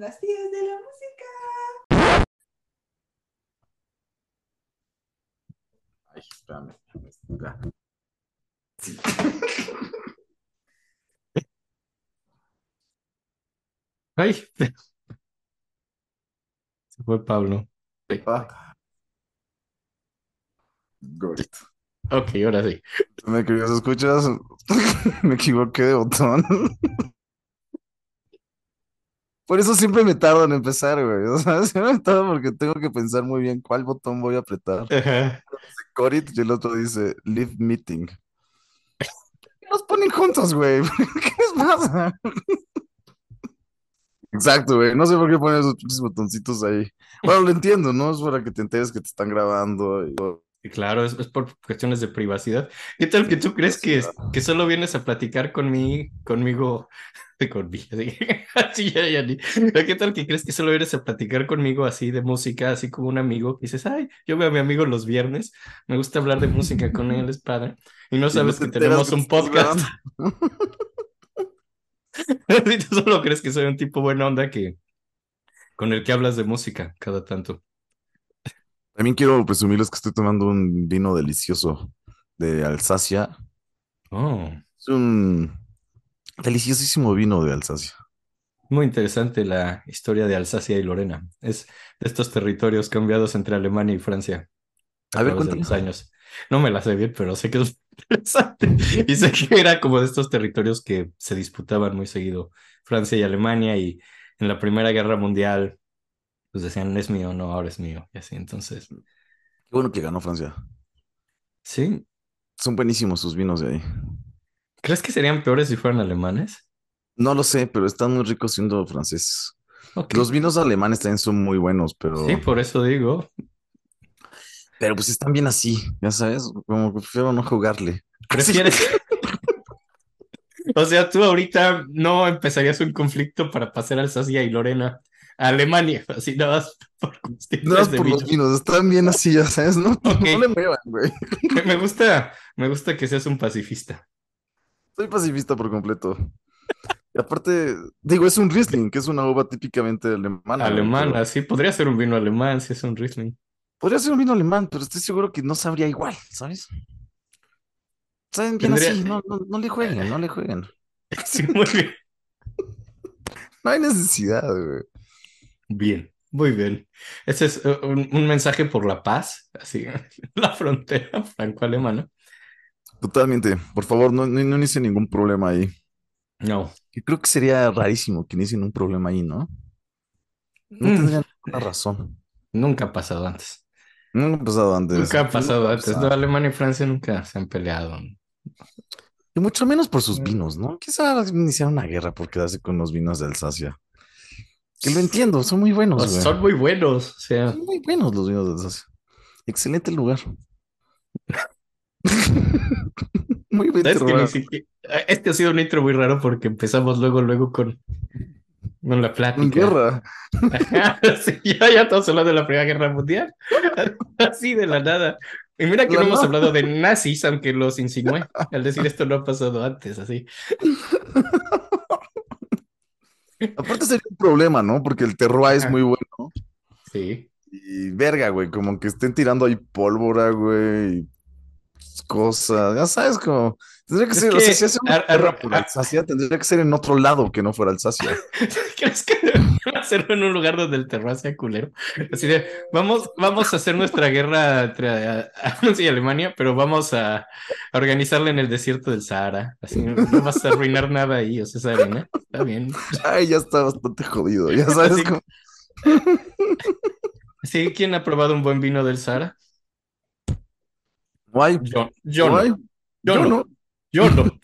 Las tías de la música. Ay, espérame. Ya. Sí. Ay, se fue Pablo. Sí. Ah, got it. Ok, ahora sí. Me queridos escuchas, me equivoqué de botón. Por eso siempre me tardo en empezar, güey. O sea, siempre me tardo porque tengo que pensar muy bien cuál botón voy a apretar. Ajá. Got it, y el otro dice Leave Meeting. Los ponen juntos, güey. ¿Qué les pasa? Exacto, güey. No sé por qué ponen esos pinches botoncitos ahí. Bueno, lo entiendo, ¿no? Es para que te enteres que te están grabando y todo. Y claro, es por cuestiones de privacidad. ¿Qué tal que tú crees que solo vienes a platicar conmigo, conmigo, así, así ya ni. ¿Qué tal que crees que solo vienes a platicar conmigo así de música, así como un amigo? Y dices, ay, yo veo a mi amigo los viernes, me gusta hablar de música con él, es padre. Y no Y no sabes te que enteras tenemos que te un estás podcast. grabando. Y tú solo crees que soy un tipo buena onda con el que hablas de música cada tanto. También quiero presumirles que estoy tomando un vino delicioso de Alsacia. Oh. Es un deliciosísimo vino de Alsacia. Muy interesante la historia de Alsacia y Lorena. Es de estos territorios cambiados entre Alemania y Francia a A ver, través de cuéntame. los años. No me la sé bien, pero sé que es interesante. Y sé que era como de estos territorios que se disputaban muy seguido Francia y Alemania y en la Primera Guerra Mundial pues decían es mío, no, ahora es mío. Y así, entonces, Qué bueno que ganó Francia. sí. Son buenísimos sus vinos de ahí. ¿Crees que serían peores si fueran alemanes? No lo sé, pero están muy ricos siendo franceses. Ok. Los vinos alemanes también son muy buenos, Sí, pero, por eso digo. pero pues están bien así, ya sabes, como que prefiero no jugarle. Así. ¿Prefieres? O sea, tú ahorita no empezarías un conflicto para pasar a Alsacia y Lorena a Alemania, así nada más por Nada más cuestiones de por los vinos. vinos, están bien así, ya sabes, no, Ok, no le muevan, güey. me gusta que seas un pacifista. Soy pacifista por completo. Y aparte, digo, es un Riesling, que es una uva típicamente alemana, güey, pero Alemana, sí, podría ser un vino alemán si es un Riesling. podría ser un vino alemán, pero estoy seguro que no sabría igual, ¿sabes? Saben bien Tendría, así, no, no, no le jueguen, no le jueguen. sí, muy bien. No hay necesidad, güey. Bien, muy bien. Ese es un mensaje por la paz, así, la frontera franco-alemana. Totalmente. Por favor, no inicien ningún problema ahí. No, Que creo que sería rarísimo que inicien un problema ahí, ¿no? No mm, tendrían ninguna razón. nunca ha pasado antes. No ha pasado antes. Nunca ha Y no pasado va a antes. No, pasar. Alemania y Francia nunca se han peleado. Y mucho menos por sus vinos, ¿no? Quizá iniciar una guerra por quedarse con los vinos de Alsacia. Que lo entiendo, son muy buenos, güey. Son muy buenos, o sea, Son muy buenos los vinos de Alsacia. Excelente lugar. Muy bien sabes que ni terroir. siquiera. Este ha sido un intro muy raro porque empezamos luego con la En plática. guerra. Ajá, sí, ya todos hablando de la Primera Guerra Mundial. Así de la nada. Y mira De que la no hemos nada. hablado de nazis, aunque los insinué. Al decir esto no ha pasado antes, así. Aparte sería un problema, ¿no? Porque el terroir es muy Ajá, bueno. sí. Y verga, güey, como que estén tirando ahí pólvora, güey, y cosas. Ya sabes, como. Tendría que ¿Crees ser, o sea, si que hace una guerra por Alsacia, tendría que ser en otro lado que no fuera Alsacia. ¿Crees que deberían hacerlo en un lugar donde el terror sea culero? Así de, vamos a hacer nuestra guerra entre Francia y Alemania, pero vamos a organizarla en el desierto del Sahara. Así no vas a arruinar nada ahí, o sea, esa arena. Está bien. Ay, ya está bastante jodido, ya sabes, Así, como. así, ¿quién ha probado un buen vino del Sahara? Guay, Yo guay, no, yo yo no, no. yo no.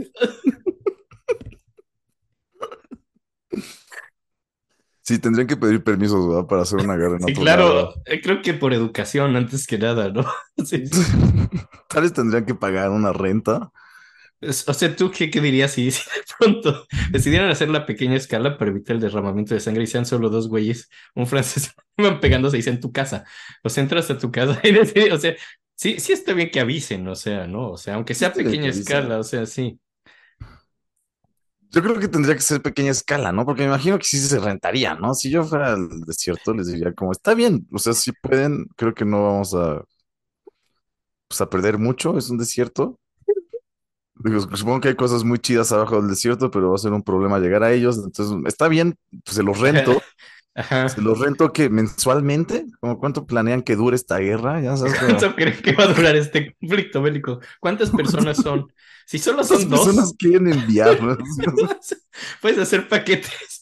Sí, tendrían que pedir permisos, ¿verdad? Para hacer una guerra en Sí, otro lado. claro, creo que por educación antes que nada, ¿no? Sí, sí. Tal vez tendrían que pagar una renta. O sea, ¿tú qué dirías si de pronto decidieran hacer la pequeña escala para evitar el derramamiento de sangre y sean solo dos güeyes, un francés van pegándose y sea en tu casa? O sea, entras a tu casa y o sea, sí, sí está bien que avisen, o sea, ¿no? O sea, aunque Sí, sea está bien pequeña que avisen. escala, o sea, sí. Yo creo que tendría que ser pequeña escala, ¿no? Porque me imagino que sí se rentaría, ¿no? Si yo fuera al desierto, les diría como, está bien, o sea, si pueden, creo que no vamos a, pues, a perder mucho, es un desierto. Digo, supongo que hay cosas muy chidas abajo del desierto, pero va a ser un problema llegar a ellos. Entonces, está bien, pues se Ajá. los rento que mensualmente, como cuánto planean que dure esta guerra, ya sabes, como, ¿Cuánto creen que va a durar este conflicto bélico? ¿Cuántas personas son? Si solo ¿cuántas son personas dos, quieren enviar? puedes hacer paquetes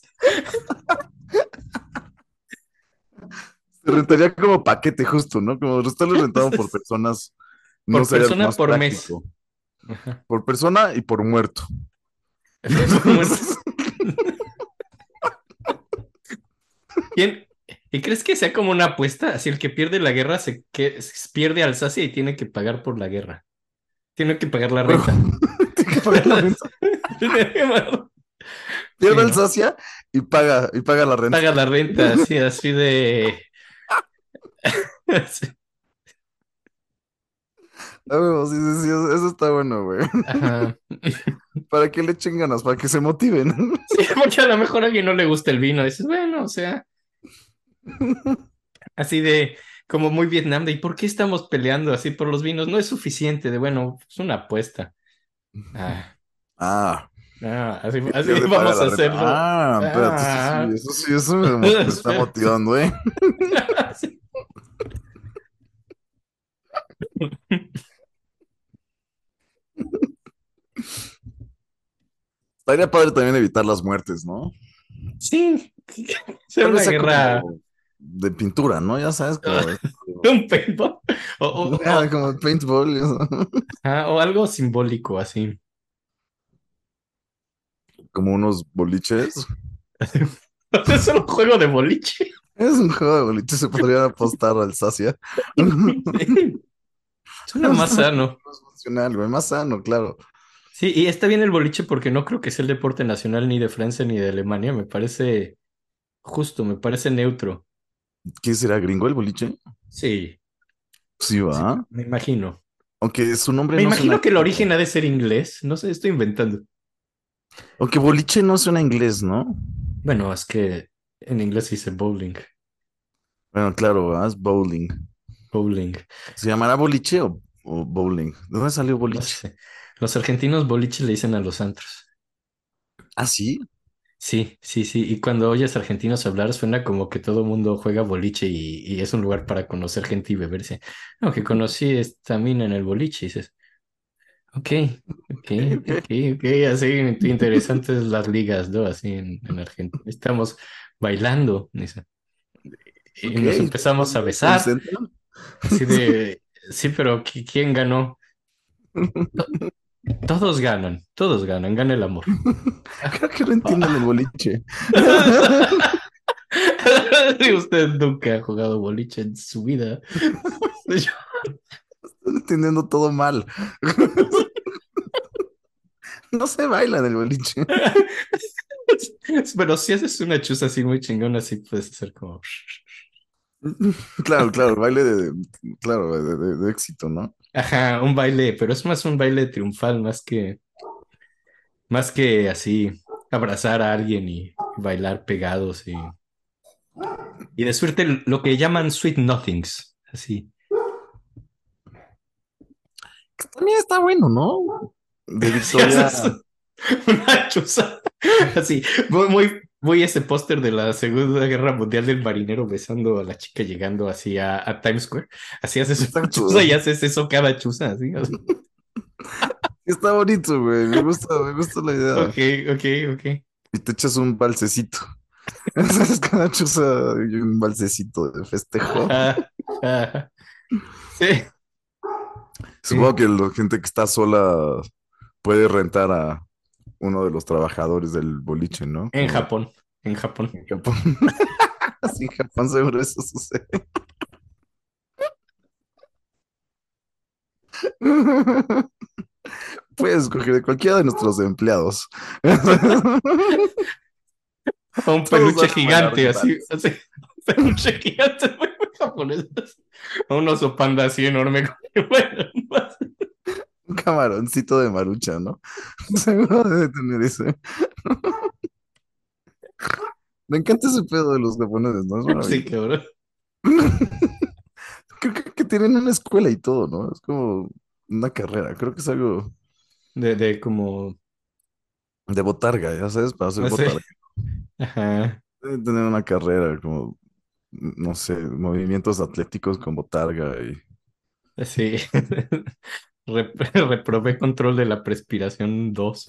Se rentaría como paquete justo, ¿no? Como estarlo rentado por personas no por sería lo persona más por mes. práctico. Ajá. Por persona y por muerto. Por muerto. ¿Quién? ¿Y crees que sea como una apuesta? Así el que pierde la guerra pierde Alsacia y tiene que pagar por la guerra. Tiene que pagar la Bueno, renta. tiene que pagar la renta. Sí, Pierde ¿no? Alsacia y paga la renta. Paga la renta, así, así de. Sí. Ah, bueno, sí, sí, sí, eso está bueno, güey. Ajá. Para que le echen ganas, para que se motiven. Sí, porque a lo mejor a alguien no le gusta el vino. Dices, bueno, o sea, así de como muy Vietnam, de ¿y por qué estamos peleando así por los vinos? No es suficiente, de bueno, es una apuesta. Ah, Ah, así, que así pierde, paga vamos a la renta. hacerlo. Ah, espérate, Ah, sí, eso me está sí. motivando, ¿eh? Sí. Estaría padre también evitar las muertes, ¿no? Sí, ser Tal vez una sea guerra, como de pintura, ¿no? Ya sabes, como, un paintball o, como el paintball y eso. o algo simbólico así. Como unos boliches. Es un juego de boliche. Es un juego de boliches, se podría apostar al Sacia. Sí, suena más Está sano. más funcional, güey, más sano, claro. Sí, y está bien el boliche porque no creo que sea el deporte nacional ni de Francia ni de Alemania. Me parece justo, me parece neutro. ¿Qué será gringo el boliche? Sí, Sí, sí, va. me imagino. Aunque su nombre Me no suena imagino que el origen gringo. ha de ser inglés. No sé, estoy inventando. Aunque boliche no suena inglés, ¿no? Bueno, es que en inglés se dice bowling. Bueno, claro, ¿verdad? Es bowling. Bowling. ¿Se llamará boliche o bowling? ¿De dónde salió No boliche? sé. Los argentinos boliche le dicen a los antros. Ah, sí. Sí, sí, sí. Y cuando oyes argentinos hablar, suena como que todo el mundo juega boliche y es un lugar para conocer gente y beberse. No, que conocí esta mina en el boliche y dices, ok, ok, Ok, ok, ok, así interesantes las ligas, ¿no? Así en Argentina. Estamos bailando, dice, y ok. nos empezamos a ¿Dónde besar, concentran? así de, sí, pero ¿quién ganó? To- todos ganan, gana el amor. Creo que no entienden el boliche. Si usted nunca ha jugado boliche en su vida. Yo- Están entendiendo todo mal. No se baila en el boliche. Pero si haces una chuza así muy chingona, así puedes hacer como. Claro, claro, baile claro, de éxito, ¿no? Ajá, un baile, pero es más un baile triunfal, más que así abrazar a alguien y bailar pegados y de suerte lo que llaman sweet nothings, así. También está bueno, ¿no? De Si Victoria. haces una chuza, así, muy ese póster de la Segunda Guerra Mundial del marinero besando a la chica llegando así a Times Square. Así haces una chuza Exacto. y haces eso cada chuza, así. Está bonito, güey. Me gusta la idea. Ok, ok, ok. Y te echas un balsecito. Es cada chuza y un balsecito de festejo. Ajá, ajá. Sí, Supongo sí. que la gente que está sola puede rentar a uno de los trabajadores del boliche, ¿no? En Como Japón, en Japón. en Japón. Sí, en Japón seguro eso sucede. Puedes escoger de cualquiera de nuestros empleados. O un Todos peluche van a bailar gigante, el así, vals. así. Un peluche gigante muy japonés. O un oso panda así enorme. Bueno, camaroncito de Marucha, ¿no? Seguro debe tener ese. Me encanta ese pedo de los japoneses, ¿no? Es Sí, maravilloso. cabrón. Creo que tienen una escuela y todo, ¿no? Es como una carrera. Creo que es algo De como, de botarga, ya sabes, para hacer no sé. botarga. Ajá. Deben tener una carrera como, no sé, movimientos atléticos con botarga y... Sí. Reprobé control de la respiración 2.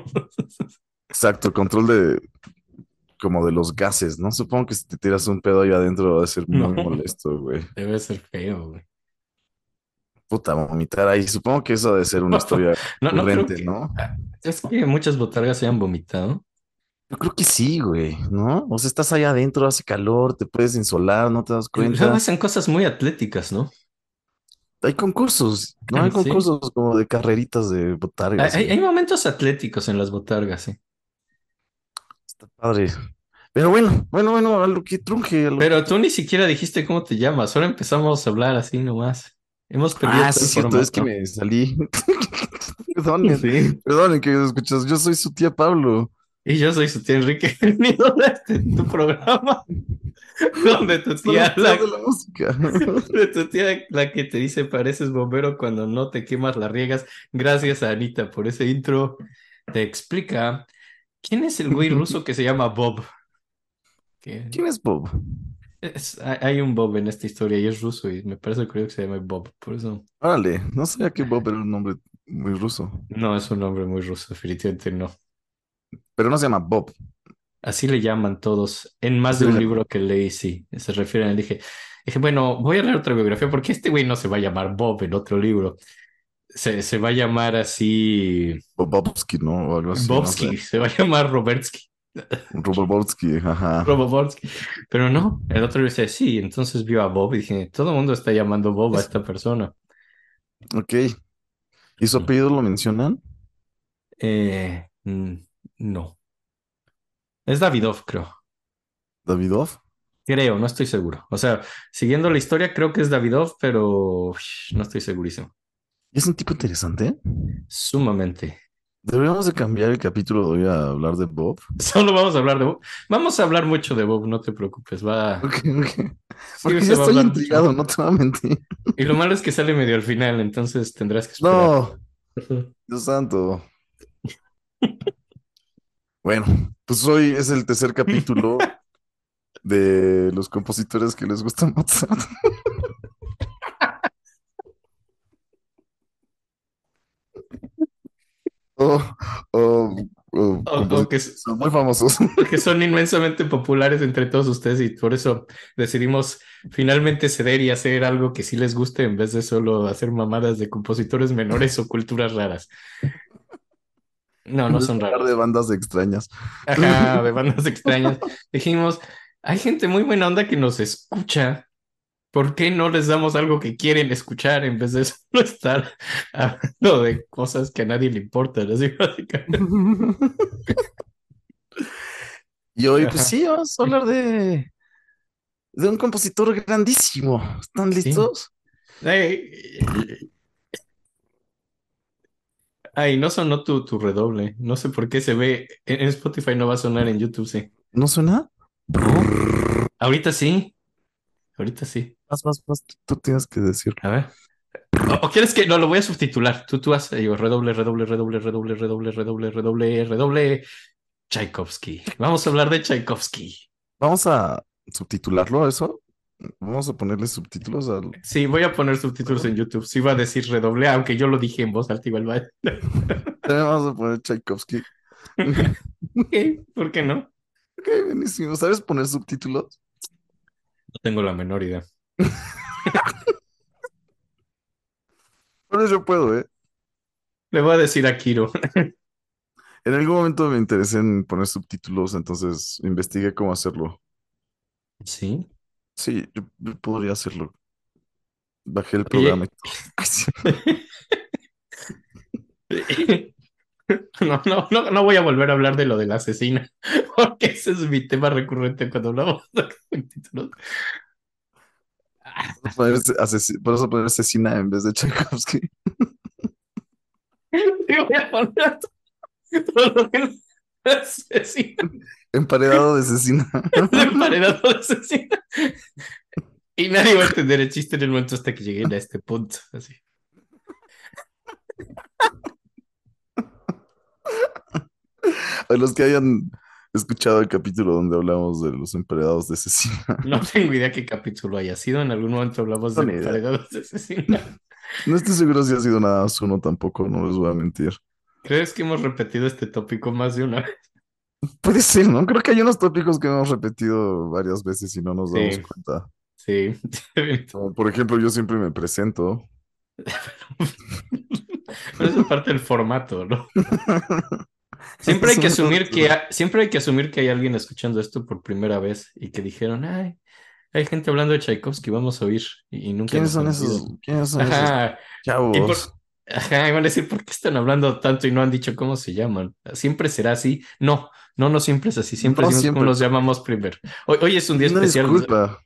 Exacto, control de, como de los gases, ¿no? Supongo que si te tiras un pedo ahí adentro va a ser No, muy molesto, güey. debe ser feo, güey. Puta, vomitar ahí. Supongo que eso ha de ser una historia No, no creo recurrente, que. ¿no? Es que muchas botargas se han vomitado. Yo creo que sí, güey, ¿no? O sea, estás ahí adentro, hace calor, te puedes insolar, no te das Luego cuenta. hacen cosas muy atléticas, ¿no? Hay concursos, ¿no? Hay Sí. concursos como de carreritas de Hay, botargas hay y hay momentos atléticos en las botargas, sí. está padre. Pero bueno, a lo que trunje, a lo que Pero tú trunje. ni siquiera dijiste cómo te llamas. Ahora empezamos a hablar así nomás. Hemos perdido Ah, todo sí, el cierto, es que formato. me salí. Perdonen, Sí. perdonen que escuchas. Yo soy su tía Pablo. Y yo soy su tía Enrique, venido de tu programa, donde tu Son tía, los tíos de la música. de tu tía, la que te dice pareces bombero cuando no te quemas las riegas. Gracias a Anita por ese intro. Te explica quién es el güey ruso que se llama Bob. Que ¿Quién es Bob? hay un Bob en esta historia y es ruso y me parece curioso que se llame Bob. Por eso Órale, no sabía que Bob era un nombre muy ruso. no es un nombre muy ruso, definitivamente no. Pero no se llama Bob. Así le llaman todos. En más Así de le un llaman. libro que leí, sí, se refieren. Dije, bueno, voy a leer otra biografía porque este güey no se va a llamar Bob en otro libro. Se va a llamar así Bobovsky, ¿no? O algo así, no sé. Bobsky, se va a llamar Robertsky, Robobovsky, ajá. Roboborsky. Pero no, el otro dice, sí, entonces vio a Bob y dije, todo el mundo está llamando Bob a Es- esta persona. ok. ¿Y su apellido lo mencionan? Eh, mm, no, es Davidov, creo. ¿Davidov? Creo, no estoy seguro. O sea, siguiendo la historia, creo que es Davidov, pero no estoy segurísimo. Es un tipo interesante. Sumamente. Deberíamos de cambiar el capítulo de hoy a hablar de Bob. Solo vamos a hablar de Bob. Vamos a hablar mucho de Bob, no te preocupes. Ok, ok. Sí, Porque ya se va a estoy hablar mucho. intrigado, no te voy a mentir. Y lo malo es que sale medio al final, entonces tendrás que esperar. No, Ujú. Dios santo. Bueno, pues hoy es el tercer capítulo de los compositores que les gusta Mozart. O, o O, o compositores que, que son muy famosos. que son inmensamente populares entre todos ustedes y por eso decidimos finalmente ceder y hacer algo que sí les guste en vez de solo hacer mamadas de compositores menores o culturas raras. No, En no vez son de hablar de raras. bandas extrañas. Ajá, de bandas extrañas. Dijimos, hay gente muy buena onda que nos escucha. ¿Por qué no les damos algo que quieren escuchar en vez de solo estar hablando de cosas que a nadie le importan? Así básicamente. Y hoy, pues Ajá. sí, vamos a hablar de un compositor grandísimo. ¿Están Sí. listos? Ay, ay, no sonó tu redoble. No sé por qué se ve. En Spotify no va a sonar en YouTube, sí. ¿No suena? ¿No? Ahorita sí. Ahorita sí. Más, tú tienes que decir. A ver. O quieres que no lo voy a subtitular? Tú haces yo, redoble, redoble, redoble, redoble, redoble, redoble, redoble, redoble. Tchaikovsky. Vamos a hablar de Tchaikovsky. Vamos a subtitularlo, eso. Vamos a ponerle subtítulos al Sí, voy a poner subtítulos juego. en YouTube. Sí va a decir redoble, aunque yo lo dije en voz alta igual va. También vamos a poner Tchaikovsky. Ok, ¿por qué no? Ok, buenísimo. ¿Sabes poner subtítulos? No tengo la menor idea. Bueno, yo puedo, ¿eh? Le voy a decir a Kiro. En algún momento me interesé en poner subtítulos, entonces investigué cómo hacerlo. Sí. Sí, yo podría hacerlo. Bajé el programa y Oye, todo. Ay, sí. no voy a volver a hablar de lo de la asesina, porque ese es mi tema recurrente cuando hablamos de subtítulos. Por eso poner asesina en vez de Tchaikovsky. Te voy a poner todo lo que asesino, Emparedado de cecina. el emparedado de asesino. Y nadie va a entender el chiste en el momento hasta que lleguen a este punto. Así. A los que hayan escuchado el capítulo donde hablamos de los emparedados de cecina. No tengo idea qué capítulo haya sido. En algún momento hablamos No, del ni idea. emparedado de asesino. No estoy seguro si ha sido nada más uno tampoco, no les voy a mentir. ¿Crees que hemos repetido este tópico más de una vez? Puede ser, ¿no? Creo que hay unos tópicos que hemos repetido varias veces y no nos damos Sí, cuenta. sí. Como, por ejemplo, yo siempre me presento. Pero eso es parte del formato, ¿no? Siempre hay Eso que no es asumir que, nuestro- siempre hay que asumir que hay alguien escuchando esto por primera vez y que dijeron, ay, hay gente hablando de Tchaikovsky, vamos a oír, y nunca ¿Quiénes nos son han esos? oído. ¿Quiénes son esos Ajá, y chavos? por, ajá, y van a decir, ¿por qué están hablando tanto y no han dicho cómo se llaman? ¿Siempre será así? No, no, no siempre es así, siempre No decimos cómo siempre. nos llamamos primero. Hoy es un día Una especial. disculpa.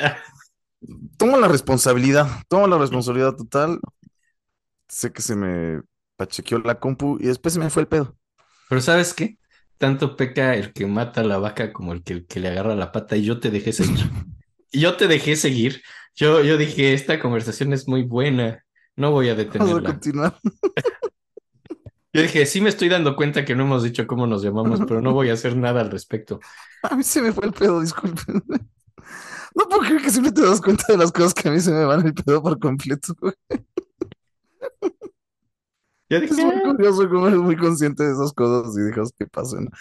Tomo la responsabilidad total. Sé que se me pachequeó la compu y después se me fue el pedo. Pero ¿sabes qué? Tanto peca el que mata a la vaca como el que le agarra la pata y yo te dejé seguir. Y yo te dejé seguir. Yo dije, esta conversación es muy buena, no voy a Vamos a detenerla. continuar. Yo dije, sí me estoy dando cuenta que no hemos dicho cómo nos llamamos, pero no voy a hacer nada al respecto. A mí se me fue el pedo, disculpen. No puedo creer que siempre te das cuenta de las cosas que a mí se me van el pedo por completo, güey. Yo Es dije, muy curioso cómo eres muy consciente de esas cosas y dejas que pasen.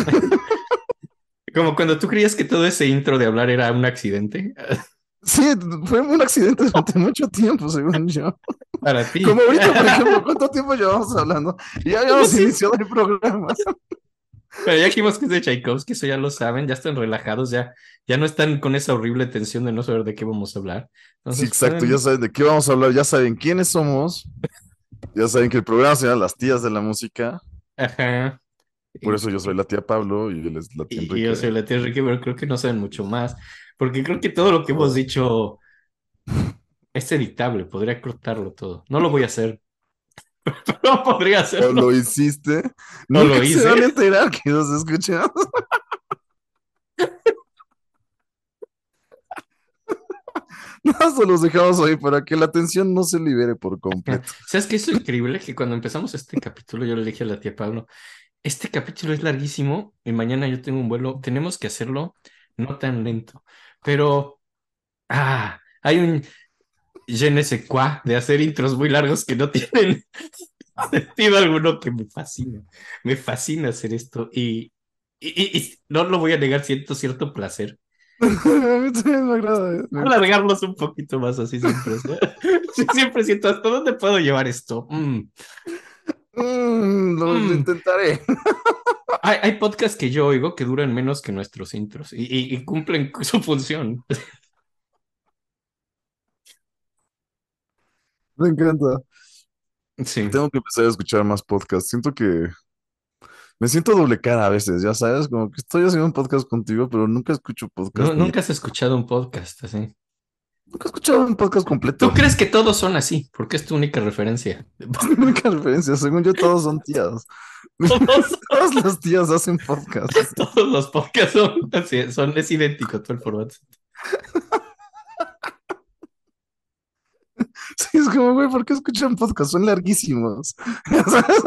como cuando tú creías que todo ese intro de hablar era un accidente. Sí, fue un accidente durante mucho tiempo, según yo. Para Como ti. ahorita, por ejemplo, ¿cuánto tiempo llevamos hablando? Y ya Como habíamos si- iniciado el programa. Pero ya dijimos que es de Tchaikovsky, eso ya lo saben, ya están relajados, ya no están con esa horrible tensión de no saber de qué vamos a hablar. Sí, Entonces exacto, ya pueden, saben de qué vamos a hablar, ya saben quiénes somos, ya saben que el programa se llama Las Tías de la Música, ajá. por eso yo soy la tía Pablo y él es la tía Y yo Enrique. soy la tía Enrique, pero creo que no saben mucho más, porque creo que todo lo que hemos Joder. dicho es editable, podría cortarlo todo. No lo voy a hacer, no podría O lo hacerlo, hiciste, no nunca lo se hice. van a enterar que nos escuchan. No, se los dejamos ahí para que la atención no se libere por completo. ¿Sabes qué es lo increíble? Que cuando empezamos este capítulo, yo le dije a la tía Pablo, este capítulo es larguísimo y mañana yo tengo un vuelo, tenemos que hacerlo no tan lento, pero hay un je ne sais quoi de hacer intros muy largos que no tienen sentido alguno que me fascina hacer esto y no lo voy a negar, siento cierto placer. A mí también me agrada. Alargarlos un poquito más así siempre. O sea, sí, siempre siento hasta dónde puedo llevar esto. Lo Mm. intentaré. Hay podcasts que yo oigo que duran menos que nuestros intros y cumplen su función. Me encanta. Sí. Tengo que empezar a escuchar más podcasts. Siento que me siento doble cara a veces, ya sabes, como que estoy haciendo un podcast contigo, pero nunca escucho No, podcast ni nunca has escuchado un podcast así. nunca he escuchado un podcast completo. ¿Tú crees que todos son así? Porque es tu única referencia. Es mi única referencia. Según yo, todos son tías. Todos, Todas las tías hacen podcast. todos los podcasts son así, es idéntico todo el formato. Sí, es como, güey, ¿por qué escuchan podcast? Son larguísimos. Ya sabes.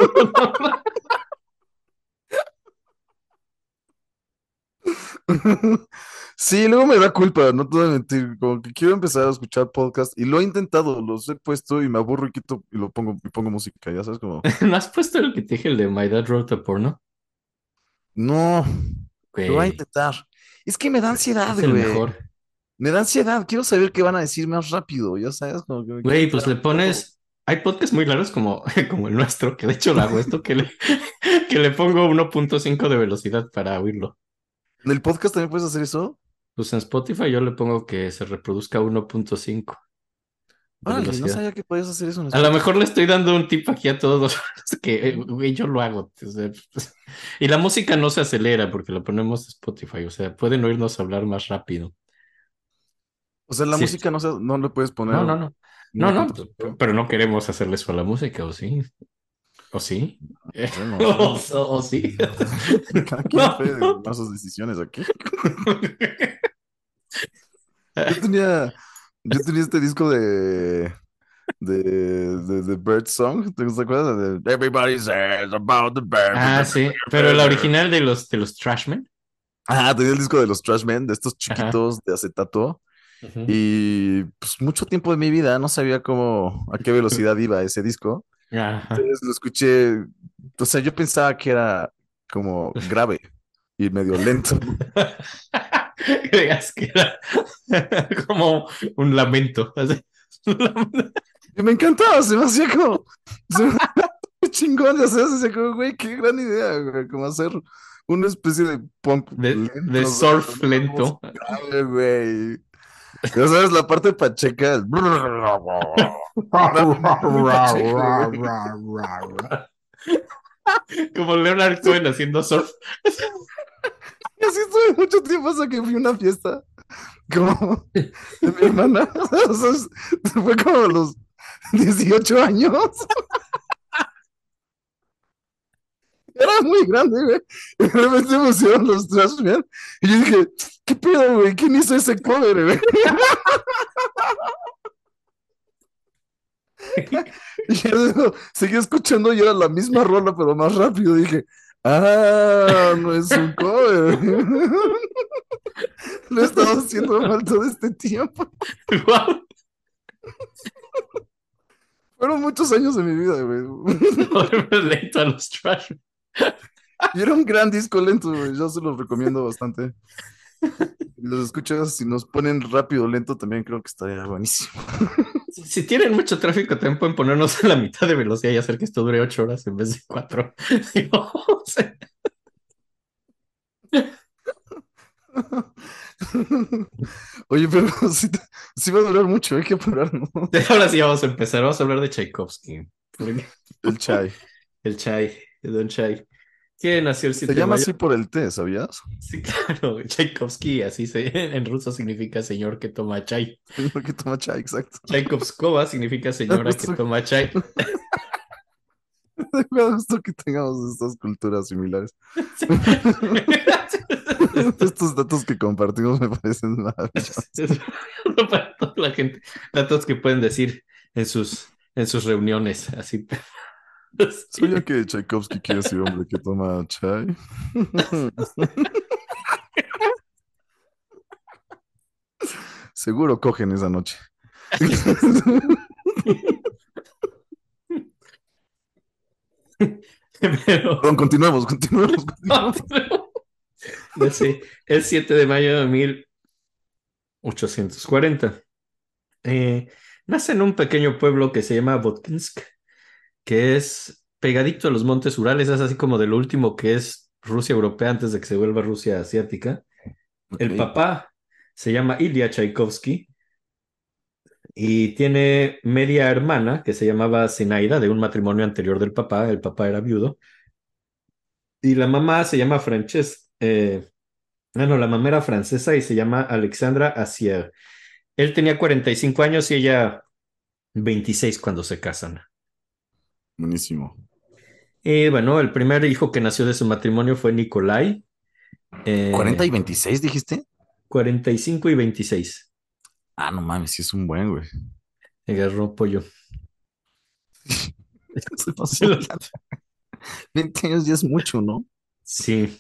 Sí, luego me da culpa, no te voy a mentir, como que quiero empezar a escuchar podcast y lo he intentado, los he puesto y me aburro y quito y lo pongo y pongo música, ya sabes, como, ¿No has puesto el que te dije, el de My Dad Wrote a Porno? no, lo voy a Güey, intentar. Es que me da ansiedad, es el güey. mejor. Me da ansiedad, quiero saber qué van a decir más rápido, ya sabes, como que me quiero Güey, pues enterar le todo. pones. Hay podcasts muy largos como, como el nuestro, que de hecho lo hago esto, que le pongo 1.5 de velocidad para oírlo. ¿En el podcast también puedes hacer eso? Pues en Spotify yo le pongo que se reproduzca 1.5 de Órale, no velocidad. sabía que podías hacer eso en A lo Spotify. mejor le estoy dando un tip aquí a todos los que, güey, yo lo hago. O sea, pues, y la música no se acelera porque la ponemos en Spotify. O sea, pueden oírnos hablar más rápido. O sea, la Sí, música no le puedes poner no, no, no. No, no, 1.5. pero no queremos hacerle eso a la música, ¿o sí? ¿O sí? No sé, no sé. ¿O sí? Cada quien puede tomar sus decisiones aquí. Yo tenía, yo tenía este disco de Bird Song. ¿Te acuerdas? De Everybody says about the bird. Ah, sí, pero el original de los Trashmen. Ah, tenía el disco de los Trashmen, de estos Ajá. chiquitos de acetato. Ujú. Y pues mucho tiempo de mi vida no sabía cómo, a qué velocidad iba ese disco. Ajá. Entonces lo escuché, o sea, yo pensaba que era como grave y medio lento. Creías que era como un lamento. Así. Y me encantaba, se me hacía como, se me hacía muy chingón, ya sabes, decía como, güey, qué gran idea, güey, como hacer una especie de punk De lento, ¿sabes? Con surf una voz lento. grave, güey. Ya sabes, la parte pacheca, el grave, muy pacheco, güey. Como Leonard Cohen haciendo surf. Y así estuve mucho tiempo hasta que fui a una fiesta, como de mi hermana, o sea, fue como a los 18 años. Era muy grande, güey. Y de repente me pusieron los Trashman. Y yo dije, ¿qué pedo, güey? ¿Quién hizo ese cover, güey? Y ya luego seguí escuchando y era la misma rola, pero más rápido. Dije, ah, no es un cover. Lo he estado haciendo mal todo este tiempo. Wow. Fueron muchos años de mi vida, güey. Lento a los trash. Y era un gran disco lento, güey. Yo se los recomiendo bastante. Si los escuchas, si nos ponen rápido o lento, también creo que estaría buenísimo. Si tienen mucho tráfico, también pueden ponernos a la mitad de velocidad y hacer que esto dure 8 horas en vez de 4. Digo, o sea, Oye, pero sí va a durar mucho, hay que apurarnos. ahora sí vamos a empezar. Vamos a hablar de Tchaikovsky. Porque El chai. el Chai, el Don Chai, que nació el Se 7 de llama mayo. así por el té, ¿sabías? Sí, claro, Tchaikovsky, en ruso significa señor que toma chai. Señor que toma chai, exacto. Tchaikovskova significa Me da señora que gusto, toma chai. me da gusto que tengamos estas culturas similares. Estos datos que compartimos me parecen maravillosos. Es para toda la gente, datos que pueden decir en sus reuniones, así. ¿Sabía que Tchaikovsky quiere decir hombre que toma chai? Seguro cogen esa noche. Pero Perdón, continuemos. sí, el 7 de mayo de 1840. Eh, nace en un pequeño pueblo que se llama Votkinsk, que es pegadito a los montes Urales, es así como de lo último que es Rusia europea antes de que se vuelva Rusia asiática. Ok, El papá se llama Ilya Tchaikovsky y tiene media hermana que se llamaba Zinaida, de un matrimonio anterior del papá. El papá era viudo. Y la mamá se llama no, la mamá era francesa y se llama Alexandra Assier. Él tenía 45 años y ella 26 cuando se casan. buenísimo. Y bueno, el primer hijo que nació de su matrimonio fue Nikolai, 40 eh, y 26, dijiste. 45 y 26. Ah, no mames, sí es un buen, güey. Agarró pollo. Se pasó. 20 años ya es mucho, ¿no? Sí,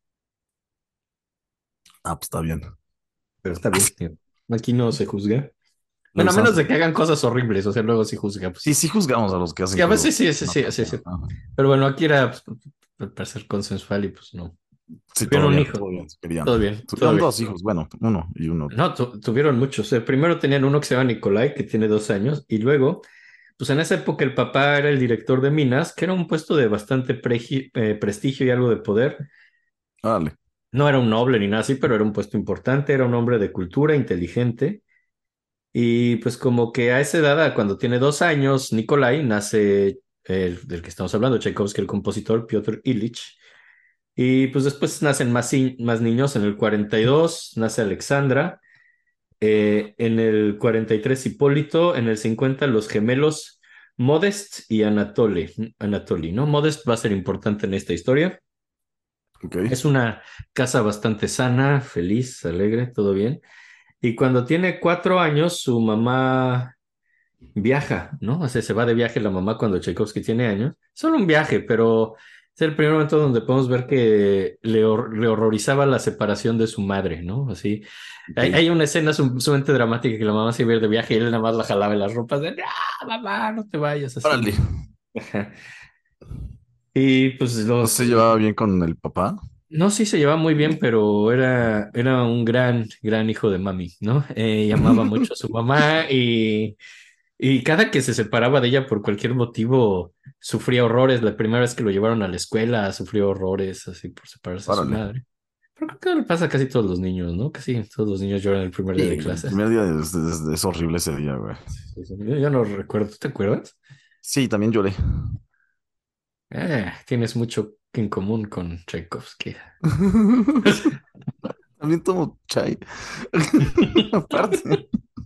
Ah, pues está bien. pero está bien. Aquí no se juzga. Bueno, a menos Rehusamos. de que hagan cosas horribles, o sea, luego sí juzga, Sí, pues. sí juzgamos a los que hacen Sí, a cosas veces sí, sí, que no sí, sí, sí. tocan. Ajá. Pero bueno, aquí era para ser consensual y pues no. Sí, Tuvieron un todo hijo. bien, se querían. Todo bien, todo Tuvieron bien. dos hijos, bueno, uno y uno. No, tuvieron muchos. Primero tenían uno que se llama Nikolai, que tiene 2 años, y luego, pues en esa época el papá era el director de minas, que era un puesto de bastante prestigio y algo de poder. Dale, No era un noble ni nada así, pero era un puesto importante, era un hombre de cultura, inteligente. Y pues como que a esa edad, cuando tiene 2 años, Nikolai nace del que estamos hablando, Tchaikovsky, el compositor Piotr Ilich. Y pues después nacen más niños. En el 42 nace Alexandra. En el 43 Hipólito. En el 50 los gemelos Modest y Anatoly, ¿no? Modest va a ser importante en esta historia. Ok. Es una casa bastante sana, feliz, alegre, todo bien. Y cuando tiene 4 años, su mamá viaja, ¿no? O sea, se va de viaje la mamá cuando Tchaikovsky tiene años. Solo un viaje, pero es el primer momento donde podemos ver que le horrorizaba la separación de su madre, ¿no? Así, Ok. hay una escena sumamente dramática que la mamá se iba a ir de viaje y él nada más la jalaba en las ropas de, ¡ah, mamá, no te vayas! Así. Órale. Ajá. Y pues ¿No se llevaba bien con el papá? no, sí se llevaba muy bien, pero era un gran, gran hijo de mami, ¿no? Llamaba mucho a su mamá y cada que se separaba de ella por cualquier motivo, sufría horrores. La primera vez que lo llevaron a la escuela, sufrió horrores así por separarse de su Órale. madre. Pero creo que le pasa a casi todos los niños, ¿no? Casi todos los niños lloran el primer día Sí, de el clases. primer día es horrible ese día, güey. Sí, sí, yo no recuerdo, ¿tú te acuerdas? Sí, también lloré. Tienes mucho en común con Tchaikovsky. También tomo chai. Aparte.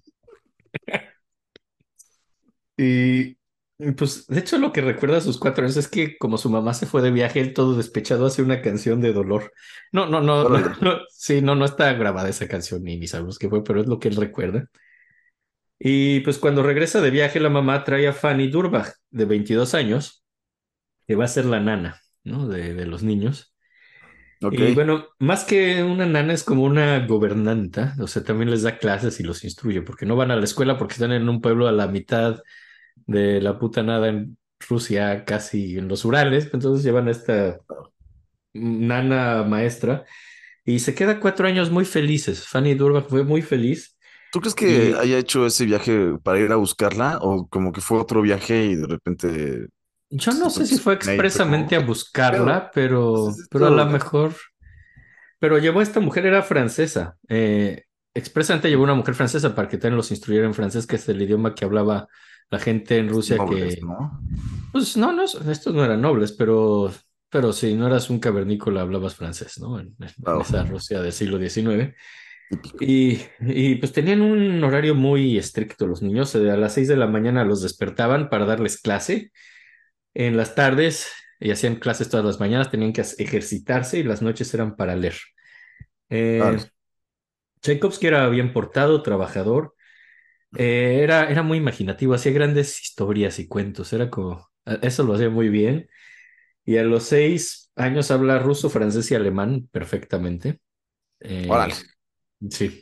Y pues, de hecho, lo que recuerda a sus 4 años es que como su mamá se fue de viaje, él todo despechado hace una canción de dolor. No, no, no, no, Órale. no, sí, no, no está grabada esa canción ni sabemos qué fue, pero es lo que él recuerda. Y pues cuando regresa de viaje, la mamá trae a Fanny Durbach, de 22 años, que va a ser la nana, ¿no? De los niños. Ok. Y bueno, más que una nana es como una gobernanta, o sea, también les da clases y los instruye, porque no van a la escuela porque están en un pueblo a la mitad de la puta nada en Rusia, casi en los Urales. Entonces llevan a esta nana maestra y se queda 4 años muy felices. Fanny Durbach fue muy feliz ¿Tú crees que y haya hecho ese viaje para ir a buscarla? ¿O como que fue otro viaje y de repente yo se no sé si tropezó fue con ella y fue como, expresamente a güey, ¿qué pedo? buscarla, ¿Qué es pero a lo esto? mejor, pero llevó a esta mujer, era francesa. Expresamente llevó a una mujer francesa para que también los instruyera en francés, que es el idioma que hablaba la gente en Los Rusia nobles, que ¿no? pues no, no, estos no eran nobles, pero si no eras un cavernícola, hablabas francés, ¿no? En Wow, esa Rusia del siglo XIX. típico. Y pues tenían un horario muy estricto los niños. A las 6 de la mañana los despertaban para darles clase. En las tardes, y hacían clases todas las mañanas, tenían que ejercitarse y las noches eran para leer. Vale. Eh, Tchaikovsky era bien portado, trabajador. Era muy imaginativo, hacía grandes historias y cuentos. Era como, eso lo hacía muy bien. Y a los 6 años habla ruso, francés y alemán perfectamente. Órale. Eh, sí,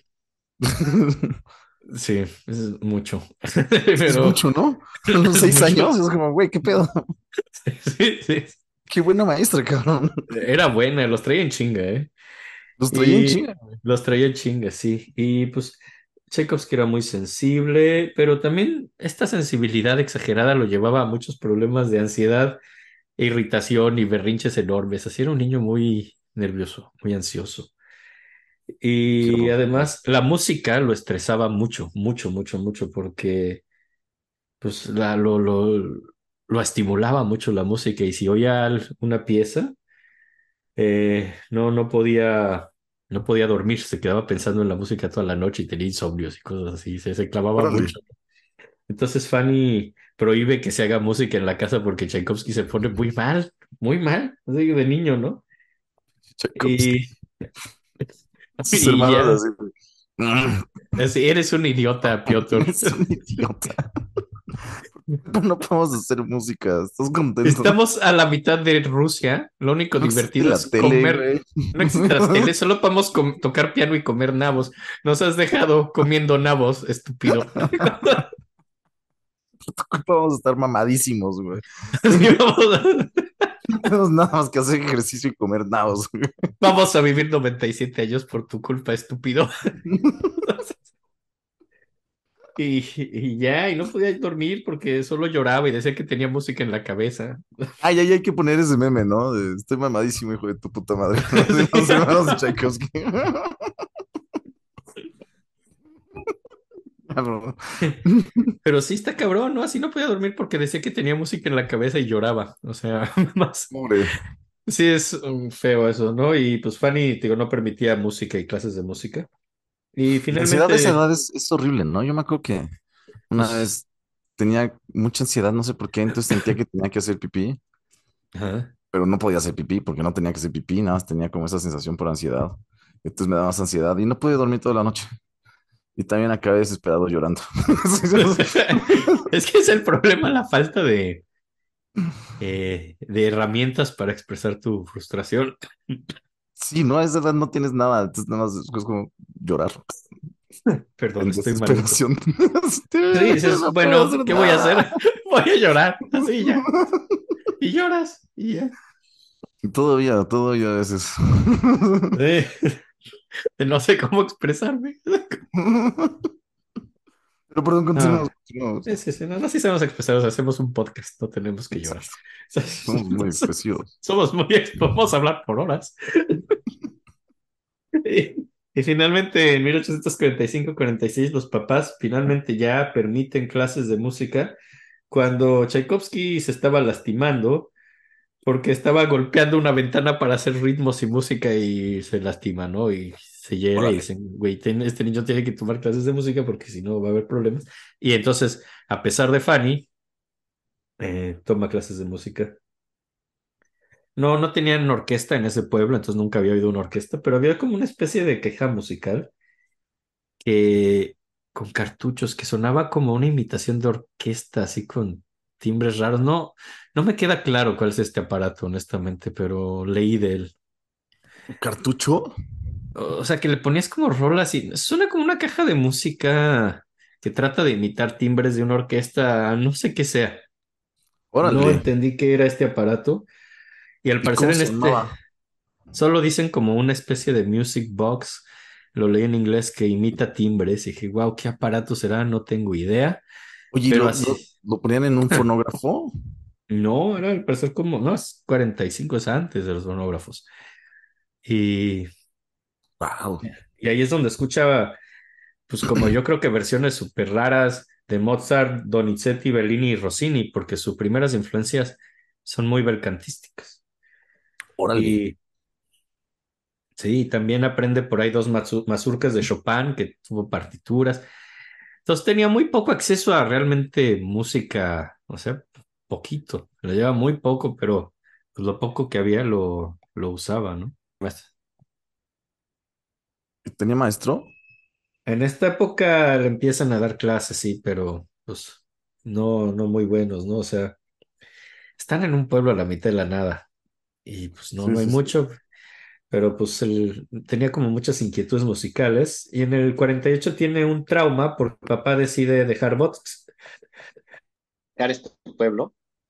sí, es mucho. Sí, es Pero mucho, ¿no? A los es seis mucho. años, es como, güey, ¿qué pedo? Sí, sí. Qué buena maestra, cabrón. Era buena, los traía en chinga, ¿eh? Los traía en Y chinga. los traía en chinga, sí. Y pues Tchaikovsky era muy sensible, pero también esta sensibilidad exagerada lo llevaba a muchos problemas de ansiedad, e irritación y berrinches enormes. Así era un niño muy nervioso, muy ansioso. Qué Y horrible. además la música lo estresaba mucho, mucho, mucho, mucho, porque pues lo estimulaba mucho la música y si oía una pieza, no podía dormir, se quedaba pensando en la música toda la noche y tenía insomnios y cosas así, se clavaba Órale. mucho. Entonces Fanny prohíbe que se haga música en la casa porque Tchaikovsky se pone muy mal, así de niño, ¿no? Tchaikovsky. Y, Sus y hermanos ya, así. "Mm, así, eres un idiota, Piotr. eres un idiota. No podemos hacer música. ¿Estás contento? Estamos a la mitad de Rusia. Lo único No existe divertido la es tele, comer. güey. No existe la tele, solo podemos tocar piano y comer nabos. Nos has dejado comiendo nabos, estúpido. Vamos a estar mamadísimos, güey. Así vamos, No tenemos nada más que hacer ejercicio y comer nabos, güey. vamos a vivir 97 años por tu culpa, estúpido. Y ya, y no podía dormir porque solo lloraba y decía que tenía música en la cabeza. Ay, ay, hay que poner ese meme, ¿no? Estoy mamadísimo, hijo de tu puta madre. Los hermanos de Tchaikovsky. Claro. Pero sí está cabrón, ¿no? Así no podía dormir porque decía que tenía música en la cabeza y lloraba. O sea, más. Pobre. Sí, es feo eso, ¿no? Y pues Fanny, digo, no permitía música y clases de música. Y La ansiedad de esa finalmente, edad es horrible, ¿no? Yo me acuerdo que una pues, vez tenía mucha ansiedad, no sé por qué, entonces sentía que tenía que hacer pipí, Ajá. pero no podía hacer pipí porque no tenía que hacer pipí, nada más tenía como esa sensación por ansiedad. Entonces me daba más ansiedad y no pude dormir toda la noche. Y también acabé desesperado llorando. Es que es el problema, la falta de herramientas para expresar tu frustración. Sí, no, a esa edad no tienes nada, entonces nada más es como llorar Perdón, en estoy malito. desesperación. Sí, dices, No puedo bueno, hacer ¿qué voy a hacer? nada. Voy a llorar, así ya. Y lloras, y ya. Todavía a veces. Eh, no sé cómo expresarme. Pero perdón, continuamos, Ah, continuamos. sí, sí, sí, no, no, sí sabemos expresar, o sea, hacemos un podcast, no tenemos que llorar. Exacto. Somos muy expresivos. Somos muy, podemos hablar por horas. Y finalmente, en 1845-46, los papás finalmente ya permiten clases de música cuando Tchaikovsky se estaba lastimando porque estaba golpeando una ventana para hacer ritmos y música y se lastima, ¿no? Y se hiere y Órale. dicen, güey, este niño tiene que tomar clases de música porque si no va a haber problemas. Y entonces, a pesar de Fanny, toma clases de música. No, no tenían orquesta en ese pueblo, entonces nunca había oído una orquesta, pero había como una especie de queja musical que con cartuchos que sonaba como una imitación de orquesta, así con timbres raros. No, no me queda claro cuál es este aparato, honestamente, pero leí de él. ¿Cartucho? O sea, que le ponías como rolas y suena como una caja de música que trata de imitar timbres de una orquesta, no sé qué sea. No Órale. entendí qué era este aparato y al ¿Y parecer cómo en este sonaba? solo dicen como una especie de music box. Lo leí en inglés que imita timbres y dije, wow, ¿qué aparato será? No tengo idea. Oye, ¿y Pero lo ponían en un fonógrafo? no, era al parecer como, no, es 45 es antes de los fonógrafos. Y, Wow. y ahí es donde escuchaba, pues como yo creo que versiones súper raras de Mozart, Donizetti, Bellini y Rossini, porque sus primeras influencias son muy belcantísticas. Órale. Y sí, también aprende por ahí dos mazurcas de Chopin, que tuvo partituras. Entonces tenía muy poco acceso a realmente música, o sea, poquito. Le llevaba muy poco, pero pues lo poco que había lo usaba, ¿no? Pues, ¿Tenía maestro? en esta época le empiezan a dar clases, sí, pero pues no, no muy buenos, ¿no? O sea, están en un pueblo a la mitad de la nada y pues no, Sí, no hay sí, sí. mucho, pero pues él tenía como muchas inquietudes musicales y en el 48 tiene un trauma porque el papá decide dejar Box, dejar este pueblo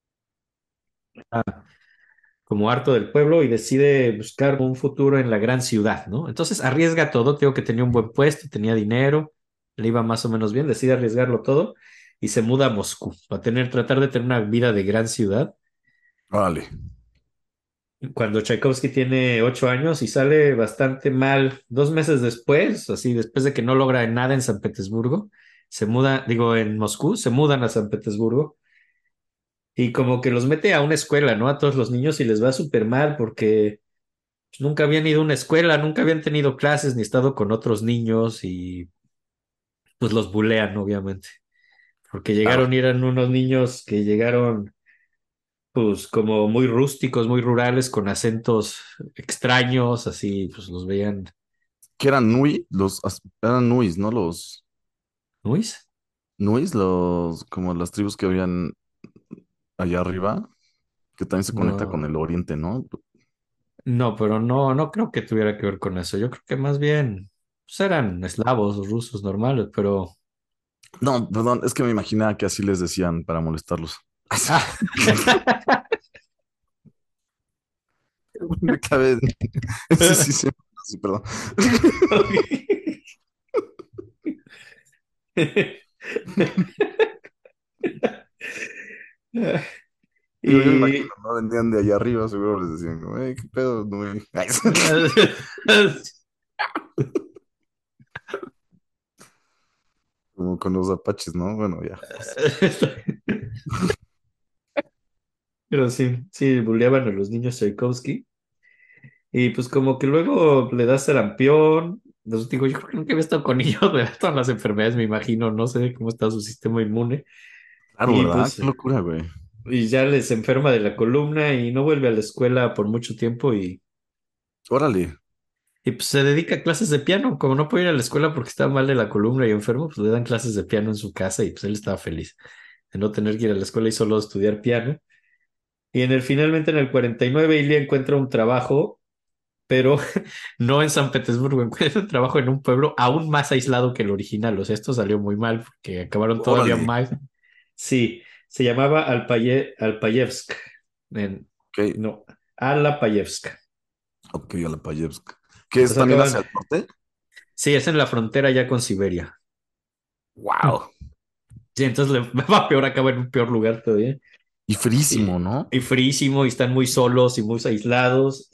como harto del pueblo y decide buscar un futuro en la gran ciudad, ¿no? Entonces arriesga todo, digo que tenía un buen puesto, tenía dinero, le iba más o menos bien, decide arriesgarlo todo y se muda a Moscú para tratar de tener una vida de gran ciudad. Órale. Cuando Tchaikovsky tiene 8 años y sale bastante mal 2 meses después, así después de que no logra nada en San Petersburgo, se muda, digo, en Moscú, se mudan a San Petersburgo y como que los mete a una escuela, ¿no? A todos los niños y les va súper mal porque nunca habían ido a una escuela, nunca habían tenido clases ni estado con otros niños y pues los bulean, obviamente, porque Claro. llegaron y eran unos niños que llegaron pues como muy rústicos, muy rurales, con acentos extraños, así pues los veían. ¿Qué eran Nui? Eran Nuis, ¿no? Los ¿Nuis? Nuis, como las tribus que habían allá arriba, que también se conecta con No, el oriente, ¿no? no, pero no, no creo que tuviera que ver con eso. Yo creo que más bien pues eran eslavos, rusos normales, pero No, perdón, es que me imaginaba que así les decían para molestarlos. ah, Me clavé. Sí, sí, sí. Sí, perdón. Digo, yo me imagino, Y ¿no? Vendían de allá arriba, seguro les decían, como, ¿qué pedo, Nui? Ay, como con los apaches, ¿no? Bueno, ya. Pero sí, sí, bulleaban a los niños Tchaikovsky. Y pues como que luego le da sarampión. Entonces digo, yo creo que nunca había estado con niños de todas las enfermedades, me imagino. No sé cómo está su sistema inmune. Claro, Y ¿verdad? pues, Qué locura, güey. y ya les enferma de la columna y no vuelve a la escuela por mucho tiempo Órale. y pues se dedica a clases de piano. Como no puede ir a la escuela porque está mal de la columna y enfermo, pues le dan clases de piano en su casa y pues él estaba feliz de no tener que ir a la escuela y solo estudiar piano. Y finalmente en el 49 Ilya encuentra un trabajo, pero no en San Petersburgo, encuentra un trabajo en un pueblo aún más aislado que el original. O sea, esto salió muy mal porque acabaron todavía Órale. más. Sí, se llamaba Alpayevsk. Ok, No, Alapayevsk. ok, a la Payevsk. ¿Qué O es sea, también acaban. hacia el norte? Sí, es en la frontera ya con Siberia. Wow. Sí, entonces le va peor, acaba en un peor lugar todavía. Y frísimo, Y, ¿no? y frísimo, y están muy solos y muy aislados.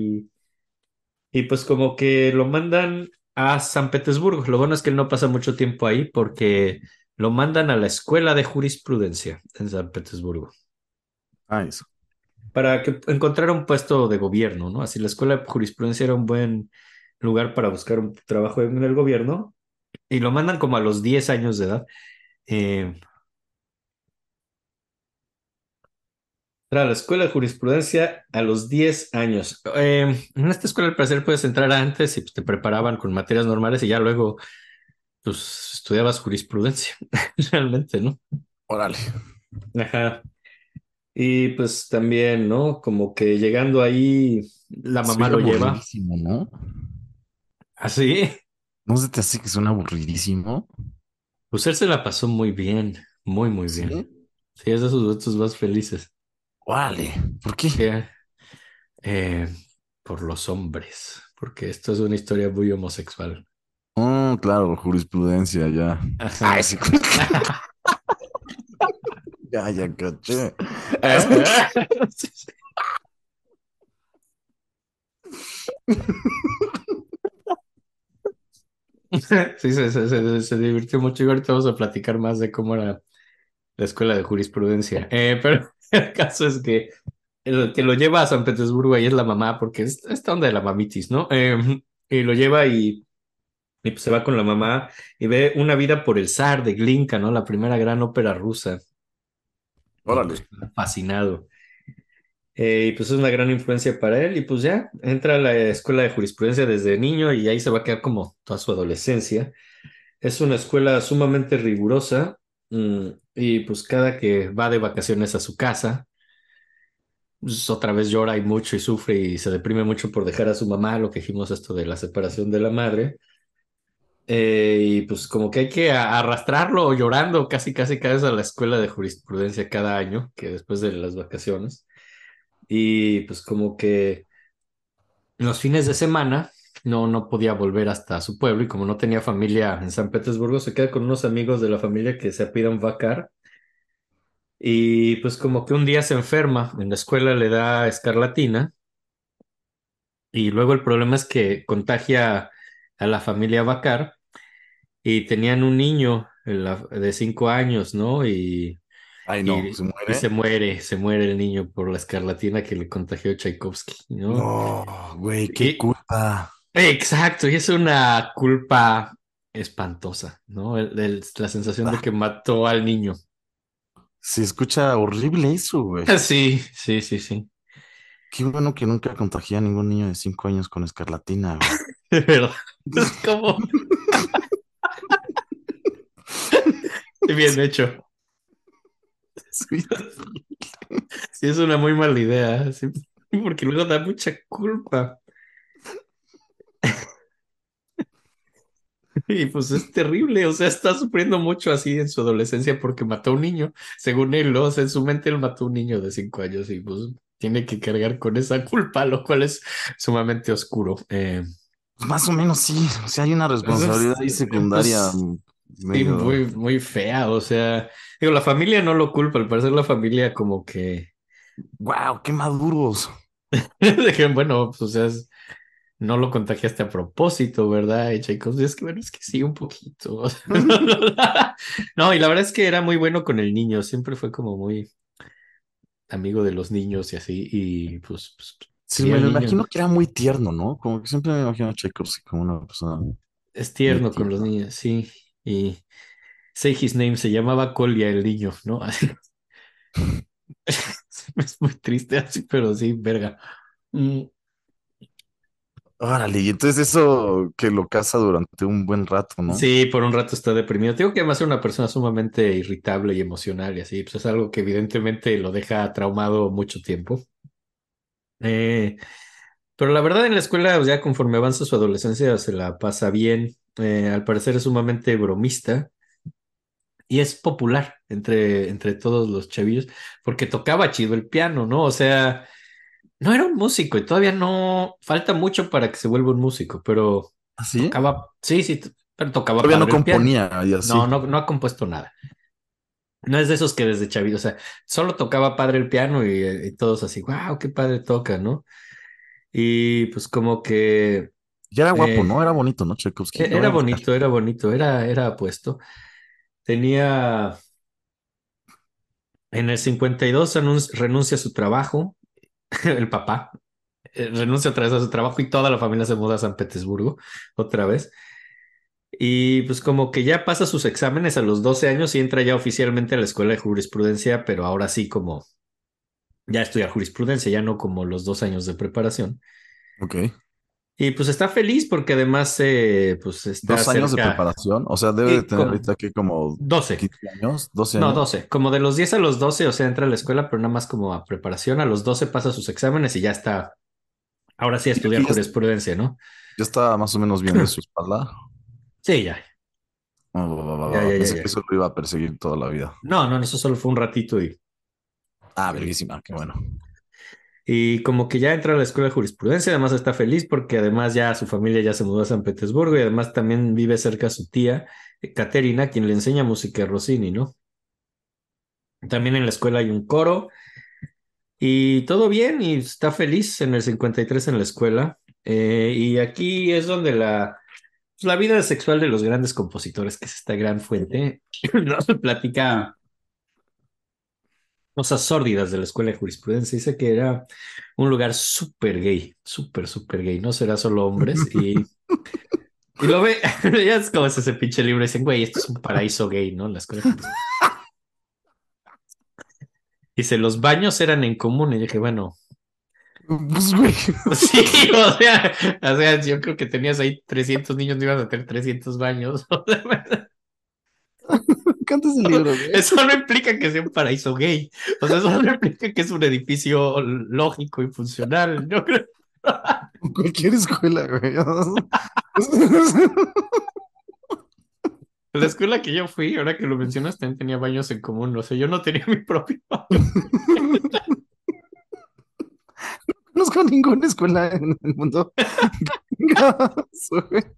Y pues como que lo mandan a San Petersburgo. Lo bueno es que él no pasa mucho tiempo ahí porque lo mandan a la escuela de jurisprudencia en San Petersburgo Ah, eso. para que encontrara un puesto de gobierno, ¿no? Así la escuela de jurisprudencia era un buen lugar para buscar un trabajo en el gobierno y lo mandan como a los 10 años de edad. Eh, Para la escuela de jurisprudencia a los 10 años. En esta escuela al parecer puedes entrar antes y pues, te preparaban con materias normales y ya luego pues estudiabas jurisprudencia, realmente, ¿no? Órale. Ajá. Y pues también, ¿no? Como que llegando ahí, la Se mamá oye lo lleva. aburridísimo, ¿no? Así. ¿No se te hace que suena aburridísimo? Pues él se la pasó muy bien, muy, muy bien. Sí. Sí, es de sus momentos más felices. Órale. ¿Por qué? Sí, eh, por los hombres, porque esto es una historia muy homosexual. Oh, claro, jurisprudencia, ya. Ay, Ajá. sí. Ya, ya caché. Ajá. Sí, se divirtió mucho y ahorita vamos a platicar más de cómo era la escuela de jurisprudencia. Pero el caso es que el que lo lleva a San Petersburgo ahí es la mamá, porque es esta onda de la mamitis, ¿no? Y lo lleva y pues se va con la mamá y ve Una vida por el zar de Glinka, ¿no? La primera gran ópera rusa. Y pues Órale. fascinado. Y pues es una gran influencia para él y pues ya entra a la escuela de jurisprudencia desde niño y ahí se va a quedar como toda su adolescencia. Es una escuela sumamente rigurosa, y pues cada que va de vacaciones a su casa, pues otra vez llora y mucho y sufre y se deprime mucho por dejar a su mamá, lo que dijimos esto de la separación de la madre. Y pues como que hay que arrastrarlo llorando casi casi cada vez a la escuela de jurisprudencia cada año, que después de las vacaciones. Y pues como que en los fines de semana no podía volver hasta su pueblo y como no tenía familia en San Petersburgo, se queda con unos amigos de la familia que se apellidan Vakar. Y pues como que un día se enferma, en la escuela le da escarlatina y luego el problema es que contagia a la familia Vakar y tenían un niño de 5 años, ¿no? Ay, no, Y, se y muere. se muere el niño por la escarlatina que le contagió Tchaikovsky, ¿no? No, güey, qué Y, culpa. exacto, y es una culpa espantosa, ¿no? La sensación de Ah, que mató al niño. se escucha horrible eso, güey. Sí, sí, sí, sí. Qué bueno que nunca contagié a ningún niño de 5 años con escarlatina, güey. De verdad. Es como bien hecho. Sí. Sí, es una muy mala idea, sí, porque luego da mucha culpa. Y pues es terrible, o sea, está sufriendo mucho así en su adolescencia porque mató a un niño. Según él, ¿no? O sea, en su mente él mató a un niño de 5 años y pues tiene que cargar con esa culpa, lo cual es sumamente oscuro. Pues más o menos sí. O sea, hay una responsabilidad Pues, ahí secundaria pues sí, medio. muy, muy fea, o sea, digo, la familia no lo culpa, al parecer la familia como que, ¡Wow! ¡Qué maduros! bueno, pues o sea, no lo contagiaste a propósito, ¿verdad? Y Tchaikovsky, es que bueno, es que sí, un poquito. O sea, no, y la verdad es que era muy bueno con el niño, siempre fue como muy amigo de los niños y así, y pues Sí, quería me al lo niño. imagino que era muy tierno, ¿no? Como que siempre me imagino a Tchaikovsky como una persona Es muy tierno con los tierna. niños, sí. Y say his name, se llamaba Colia el niño, ¿no? Así, es muy triste así, pero sí, verga. Mm, Órale, y entonces eso que lo casa durante un buen rato, ¿no? sí, por un rato está deprimido. Tengo que además ser una persona sumamente irritable y emocional y así, pues es algo que evidentemente lo deja traumado mucho tiempo. Eh, pero la verdad en la escuela, pues, ya conforme avanza su adolescencia, se la pasa bien. Al parecer es sumamente bromista y es popular entre todos los chavillos porque tocaba chido el piano, ¿no? O sea, no era un músico y todavía no falta mucho para que se vuelva un músico, pero ¿Así? tocaba, sí, sí, pero tocaba Todavía no padre el piano. componía y No, así. no ha compuesto nada. No es de esos que desde chavito, o sea, solo tocaba padre el piano y todos así, wow, qué padre toca, ¿no? Y pues como que Ya era guapo, eh, ¿no? Era bonito, ¿no? Tchaikovsky. Lo voy era a buscar. bonito, era apuesto. Tenía, en el 52 renuncia a su trabajo, el papá, renuncia otra vez a su trabajo y toda la familia se muda a San Petersburgo otra vez. Y pues como que ya pasa sus exámenes a los 12 años y entra ya oficialmente a la escuela de jurisprudencia, pero ahora sí como ya estudia jurisprudencia, ya no como los 2 años de preparación. Ok. Y pues está feliz porque además pues está 2 años de cerca, preparación. O sea, debe de y tener como ahorita que como 12, 15 años, 12 no años. 12, como de los 10 a los 12, o sea, entra a la escuela, pero nada más como a preparación, a los 12 pasa sus exámenes y ya está, ahora sí a Y estudiar aquí jurisprudencia, ¿no? ya está más o menos bien de su espalda. Sí, ya, Oh, pensé que ya. eso lo iba a perseguir toda la vida. No, no, eso solo fue un ratito Ah, verguísima, qué bueno. y como que ya entra a la escuela de jurisprudencia, además está feliz porque además ya su familia ya se mudó a San Petersburgo y además también vive cerca a su tía, Caterina, quien le enseña música a Rossini, ¿no? También en la escuela hay un coro y todo bien y está feliz en el 53 en la escuela. Y aquí es donde la vida sexual de los grandes compositores, que es esta gran fuente, no se platica cosas sórdidas de la escuela de jurisprudencia. Dice que era un lugar súper gay, súper gay, no será solo hombres. Y lo ve, ya es como es ese pinche libro, dicen, güey, esto es un paraíso gay, ¿no? La escuela de jurisprudencia. Dice, los baños eran en común. Y dije, bueno, Pues, güey, sí, o sea, yo creo que tenías ahí 300 niños, no ibas a tener 300 baños. me encanta ese libro, güey. Eso no implica que sea un paraíso gay. O sea, eso no implica que es un edificio lógico y funcional. Yo creo. En cualquier escuela, güey. La escuela que yo fui, ahora que lo mencionas, también tenía baños en común. O sea, yo no tenía mi propio baño. No conozco ninguna escuela en el mundo. Güey.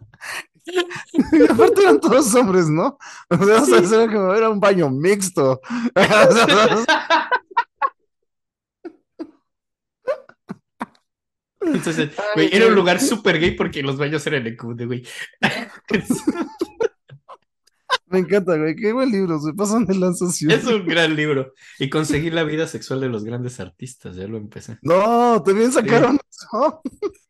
Y aparte eran todos hombres, ¿no? O Sí. sea, era como era un baño mixto. Entonces, Ay, güey, era un güey. lugar súper gay porque los baños eran en común, güey. Me encanta, güey. Qué buen libro. Se pasan de lanza Es siempre. un gran libro. Y conseguí la vida sexual de los grandes artistas, ya lo empecé. No, también Sí. sacaron eso.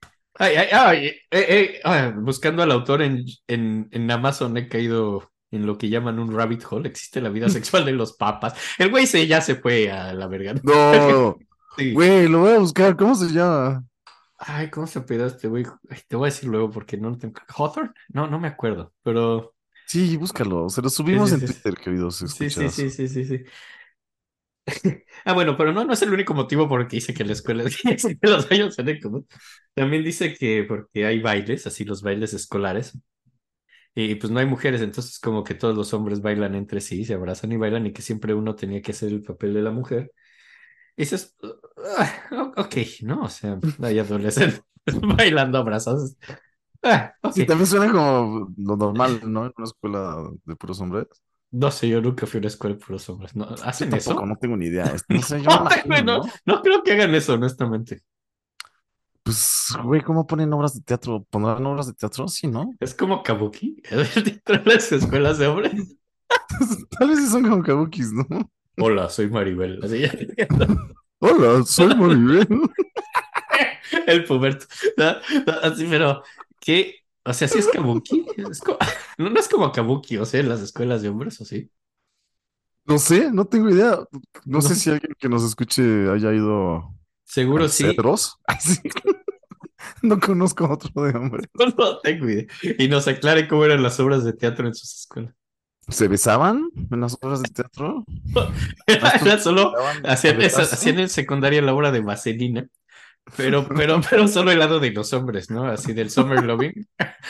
Buscando al autor en Amazon he caído en lo que llaman un rabbit hole. Existe la vida sexual de los papas. El güey ya se fue a la verga, ¿no? No, Sí. güey, lo voy a buscar. ¿Cómo se llama? Ay, ¿cómo se apellida este güey? Ay, te voy a decir luego porque no lo tengo. ¿Hawthorne? No, no me acuerdo, pero Sí, búscalo. Se lo sí, subimos sí, en sí. Twitter, queridos Sí, sí, escuchas. sí, sí, sí, sí. Bueno, pero no es el único motivo por el que dice que la escuela dice que los baños son en común. También dice que porque hay bailes, así los bailes escolares, y pues no hay mujeres, entonces como que todos los hombres bailan entre sí, se abrazan y bailan, y que siempre uno tenía que hacer el papel de la mujer. Y dices, ok, ¿no? O sea, hay adolescentes bailando abrazados. Ok. Sí, también suena como lo normal, ¿no? En una escuela de puros hombres. No sé, yo nunca fui a una escuela de puros hombres. ¿No? Yo ¿Hacen tampoco, eso? no tengo ni idea. No sé, yo me No, imagino, no, ¿no? no creo que hagan eso, honestamente. Pues, güey, ¿cómo ponen obras de teatro? ¿Pondrán obras de teatro? Sí, ¿no? Es como kabuki, dentro de las escuelas de hombres. Tal vez sí son como kabukis, ¿no? Hola, soy Maribel. Así ya. Hola, soy Maribel. El puberto. ¿No? No, así, pero qué. O sea, sí es kabuki. No, no es como kabuki, o sea, en las escuelas de hombres, ¿o sí? No sé, no tengo idea. No sé No, si alguien que nos escuche haya ido seguro al sí. Cedros. Ay, sí. No conozco otro de hombres. No tengo idea. Y nos aclare cómo eran las obras de teatro en sus escuelas. ¿Se besaban en las obras de teatro? ¿Maestros Era solo, llegaban a besarse? hacían en secundaria la obra de Vaselina, pero solo el lado de los hombres, ¿no? Así del summer loving.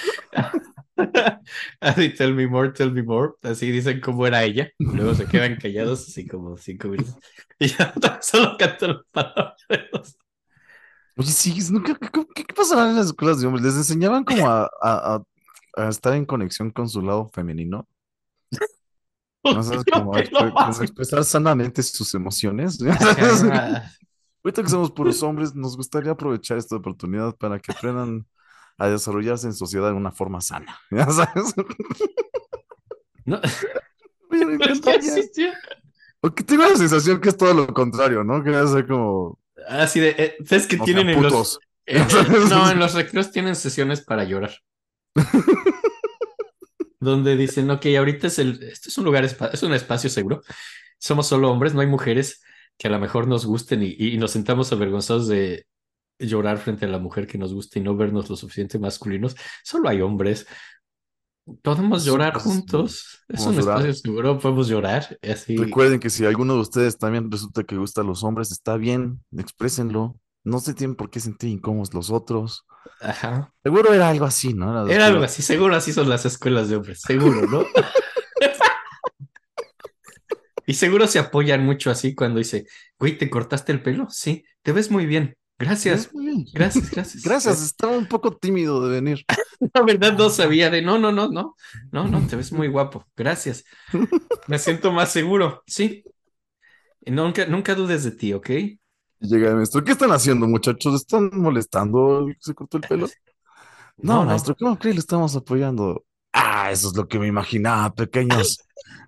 Así, tell me more. Así dicen cómo era ella. Y luego se quedan callados así como 5 minutos. Y ya solo cantan las palabras. Oye, sí, ¿qué pasará en las escuelas de hombres? ¿Les enseñaban como a estar en conexión con su lado femenino? ¿No sabes? Creo Como que lo como a hacen. expresar sanamente sus emociones. Ajá. Ahorita que somos puros hombres, nos gustaría aprovechar esta oportunidad para que aprendan a desarrollarse en sociedad de una forma sana. ¿Ya sabes? No, Oye, me es que encantaría. así, sí. Porque tengo la sensación que es todo lo contrario, ¿no? Que debe ser como, Así de, ¿sabes qué no tienen sean en los... putos. ¿Ya sabes? no, en los recreos tienen sesiones para llorar, donde dicen, ok, ahorita este es un lugar, es un espacio seguro, somos solo hombres, no hay mujeres que a lo mejor nos gusten y nos sentamos avergonzados de llorar frente a la mujer que nos gusta y no vernos lo suficiente masculinos, solo hay hombres, podemos Es un llorar espacio seguro. juntos, es Vamos un a llorar. espacio seguro, podemos llorar, así, Recuerden que si alguno de ustedes también resulta que gusta a los hombres, está bien, exprésenlo. No se tienen por qué sentir incómodos los otros. ajá. Seguro era algo así, ¿no? Las Era algo escuelas. así, seguro así son las escuelas de hombres, seguro, ¿no? Y seguro se apoyan mucho así cuando dice, güey, ¿te cortaste el pelo? Sí, te ves muy bien. ¿Ves? Gracias, Muy bien. gracias, gracias, Gracias, gracias. estaba un poco tímido de venir. La verdad no sabía de, no, no, no, no, no, no, te ves muy guapo. Gracias. Me siento más seguro. Sí, y nunca, nunca dudes de ti, ¿ok? Y llega el maestro. ¿Qué están haciendo, muchachos? ¿Están molestando? ¿Se cortó el pelo? No, No, maestro, no. ¿cómo cree? Le estamos apoyando. Ah, eso es lo que me imaginaba, pequeños.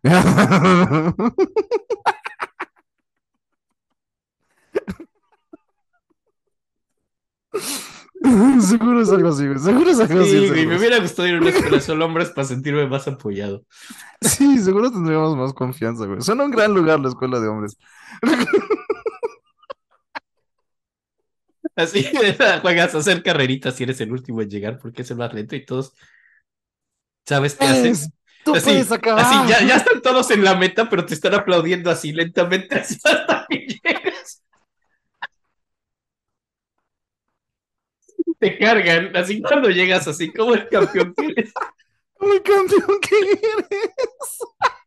Seguro es algo así, güey. Seguro es algo así, el Sí, güey, me Cedros. hubiera gustado ir a una escuela solo hombres para sentirme más apoyado. Sí, seguro tendríamos más confianza, güey. Suena un gran lugar la escuela de hombres. Así, juegas a hacer carreritas si eres el último en llegar porque es el más lento y todos, ¿sabes qué hacen? Tú puedes Así, así, acabar. ya están todos en la meta, pero te están aplaudiendo así lentamente así hasta que llegas. Te cargan, así cuando llegas así como el campeón que eres. Mi campeón, ¿qué eres?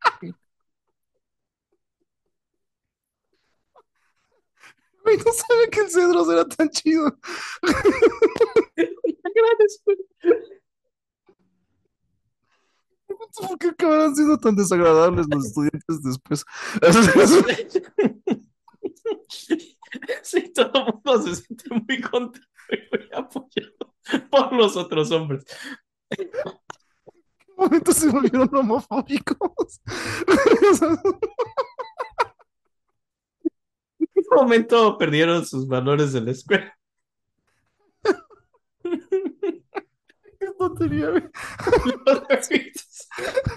Güey, no sabe que el Cedros era tan chido. ¿Por qué acabarán siendo tan desagradables los estudiantes después? Sí, todo el mundo se siente muy contento y muy apoyado por los otros hombres. En un momento se volvieron homofóbicos. En un momento perdieron sus valores de la escuela. Qué tontería, güey. Los perritos.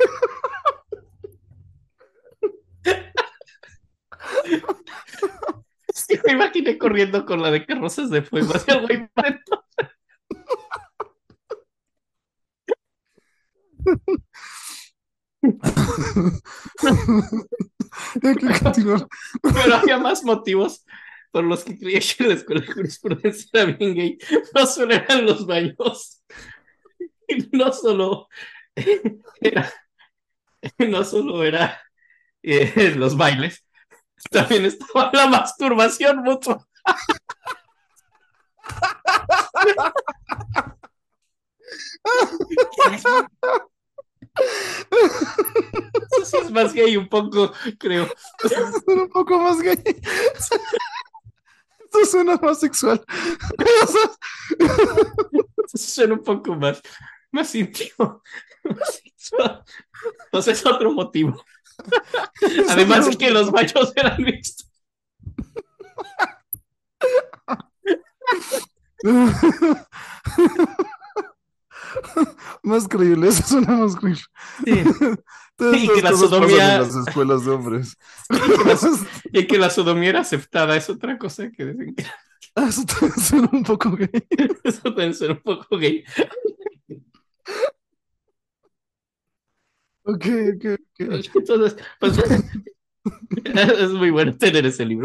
Sí, me imaginé corriendo con la de carrozas de fuego hacia el güey. Hay que continuar. Pero había más motivos por los que creía que la escuela de jurisprudencia era bien gay. No solo eran los baños, no solo era, no solo era los bailes, también estaba la masturbación mutua. Eso sí es más gay un poco, creo. Suena un poco más gay. Esto suena más sexual. Eso suena un poco más íntimo, más sexual. Entonces es otro motivo. Es Además otro de que los motivo. baños eran mixtos. Más creíble, eso suena más creíble. Sí. Todas Y que estas la cosas pasan en sodomía, las escuelas de hombres. y que y que la sodomía era aceptada, es otra cosa que dicen que Ah, eso también suena un poco gay. eso también suena un poco gay. Ok, ok, ok. Entonces, pues es muy bueno tener ese libro.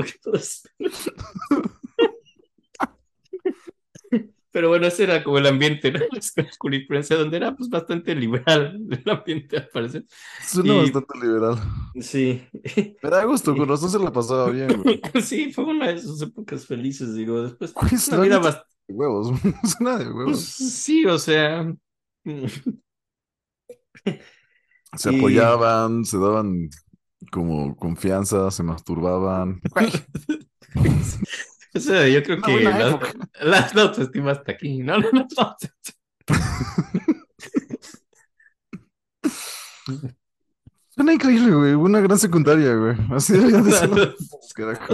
Pero bueno, ese era como el ambiente, ¿no? La escuela de jurisprudencia, donde era pues bastante liberal el ambiente, al parecer. Suena Y bastante liberal. sí, Me da gusto, con y- razón se la pasaba bien, güey. sí, fue una de sus épocas felices, digo. Después, Güey, una la vida neta, bastante, de huevos. Suena de pues huevos. sí, o sea, Se y apoyaban, se daban como confianza, se masturbaban. Güey, o sea, yo creo una que buena época. la autoestima hasta aquí, ¿no? No, no, no. Suena increíble, güey. Una gran secundaria, güey. Así deberían de ser las cosas, carajo.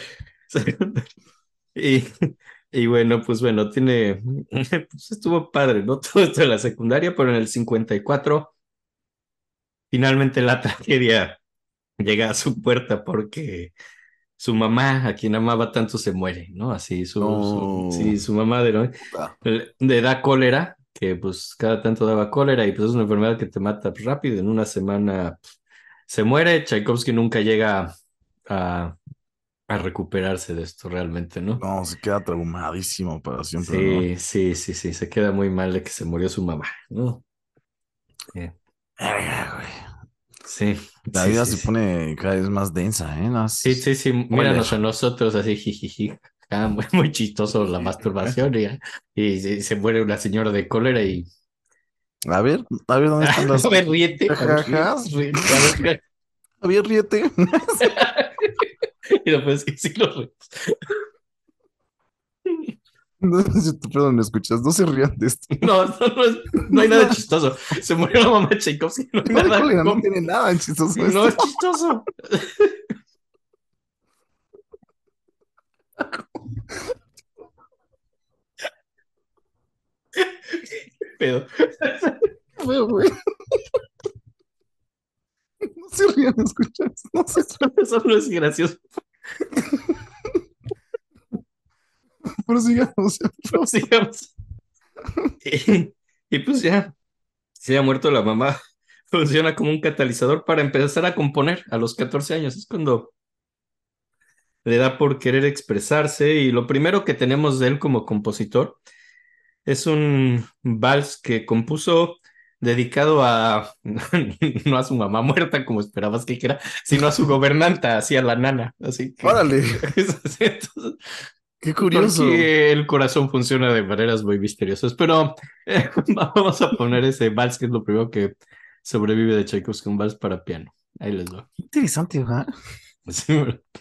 Y, y bueno, pues bueno, tiene, pues estuvo padre, ¿no? Todo esto de la secundaria, pero en el 54 finalmente la tragedia llega a su puerta porque su mamá, a quien amaba tanto, se muere, ¿no? Así, No, sí, su mamá puta. le da cólera, que pues cada tanto daba cólera y pues es una enfermedad que te mata pues, rápido, en una semana se muere, Tchaikovsky nunca llega a, a recuperarse de esto realmente, ¿no? No, se queda traumadísimo para siempre, ¿no? Sí, sí, sí, sí, se queda muy mal de que se murió su mamá, ¿no? Eh, Verga, güey. sí, La sí, vida sí, se sí. pone cada vez más densa, ¿eh? No, Sí, sí, sí, spoiler. míranos a nosotros así, jijiji, muy, muy chistoso la masturbación y se muere una señora de cólera y A ver, ¿dónde están las a ver, jajas? ríete, a ver, ríete. A ver, ríete. Y después que sí lo No sé si tú, perdón, me escuchas. No se rían de esto. no, no, no No hay es nada nada. chistoso. Se murió la mamá de Tchaikovsky, no hay La de nada cólera no cómico, tiene nada en chistoso no esto. es chistoso. Pero Feo, güey. No se rían, escuchas. No se eso no es gracioso. pero sigamos. Sigamos. Y pues ya, se ha muerto la mamá. Funciona como un catalizador para empezar a componer a los 14 años. Es cuando le da por querer expresarse y lo primero que tenemos de él como compositor es un vals que compuso dedicado a, no a su mamá muerta como esperabas que dijera, sino a su gobernanta, así a la nana. Así Órale, entonces, qué curioso. porque el corazón funciona de maneras muy misteriosas. Pero vamos a poner ese vals, que es lo primero que sobrevive de Tchaikovsky, un vals para piano. Ahí les va. Qué interesante, ¿verdad? Sí,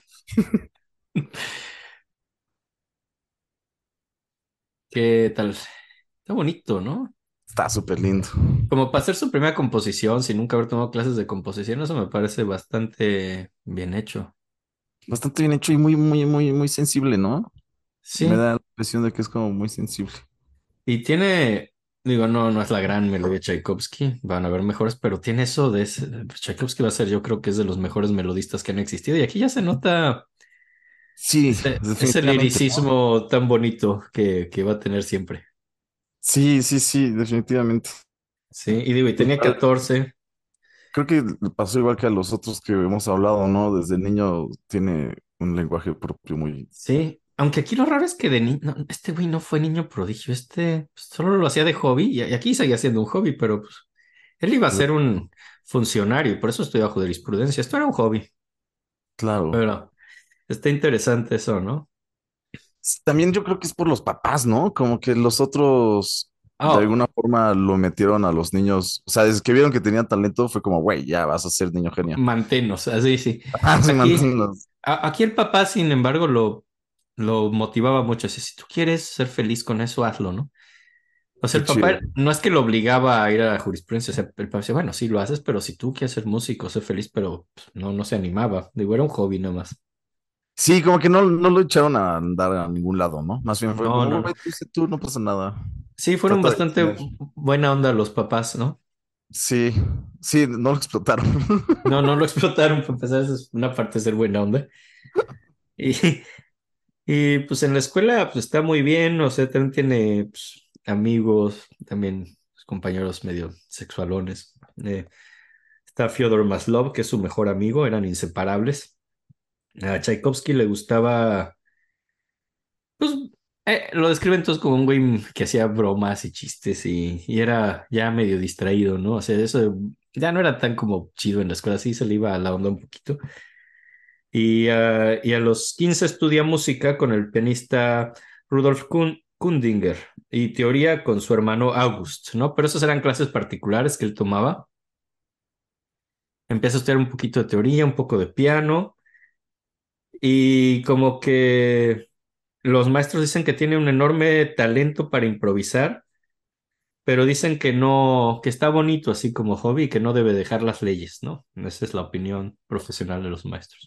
¿qué tal? Está bonito, ¿no? Está súper lindo. Como para hacer su primera composición, sin nunca haber tomado clases de composición, eso me parece bastante bien hecho. Bastante bien hecho y muy, muy, muy, muy sensible, ¿no? Me Sí, da la impresión de que es como muy sensible. y tiene, digo, no, no es la gran melodía de Tchaikovsky, van a haber mejores, pero tiene eso de pues, Tchaikovsky va a ser, yo creo que es de los mejores melodistas que han existido, y aquí ya se nota Sí, ese definitivamente, ¿no? liricismo tan bonito que va a tener siempre. Sí, sí, sí, definitivamente. Sí, y digo, y tenía 14. Creo que le pasó igual que a los otros que hemos hablado, ¿no? Desde niño tiene un lenguaje propio muy... Sí, aunque aquí lo raro es que de niño, este güey no fue niño prodigio, este pues, solo lo hacía de hobby y aquí seguía siendo un hobby, pero pues, él iba a ser un funcionario, por eso estudiaba jurisprudencia, esto era un hobby, Claro. pero está interesante eso, ¿no? Sí, también yo creo que es por los papás, ¿no? Como que los otros de Oh, alguna forma lo metieron a los niños. O sea, desde que vieron que tenían talento fue como, güey, ya vas a ser niño genio. manténnos, así sí. Ah, sí, Aquí, manténlos. aquí el papá, sin embargo, lo motivaba mucho, así, si tú quieres ser feliz con eso, hazlo, ¿no? O sea, Qué el papá chido. no es que lo obligaba a ir a la jurisprudencia, o sea, el papá decía, bueno, sí lo haces, pero si tú quieres ser músico, ser feliz, pero pues, no, no se animaba. Digo, era un hobby nada más. Sí, como que no lo echaron a andar a ningún lado, ¿no? Más bien fue No, como, no, no. güey, tú sé tú, no pasa nada. Sí, fueron Trata de bastante tener. buena onda los papás, ¿no? Sí, sí, no lo explotaron. No, no lo explotaron, para empezar, esa es una parte de ser buena onda. Y, y pues en la escuela pues está muy bien, o sea, también tiene pues, amigos, también pues, compañeros medio sexualones. Está Fyodor Maslov, que es su mejor amigo, eran inseparables. A Tchaikovsky le gustaba, pues lo describen todos como un güey que hacía bromas y chistes y era ya medio distraído, ¿no? O sea, eso ya no era tan como chido en la escuela, sí se le iba a la onda un poquito. Y a los 15 estudia música con el pianista Rudolf Kundinger y teoría con su hermano August, ¿no? Pero esas eran clases particulares que él tomaba. Empieza a estudiar un poquito de teoría, un poco de piano y como que los maestros dicen que tiene un enorme talento para improvisar, pero dicen que no, que está bonito así como hobby y que no debe dejar las leyes, ¿no? Esa es la opinión profesional de los maestros.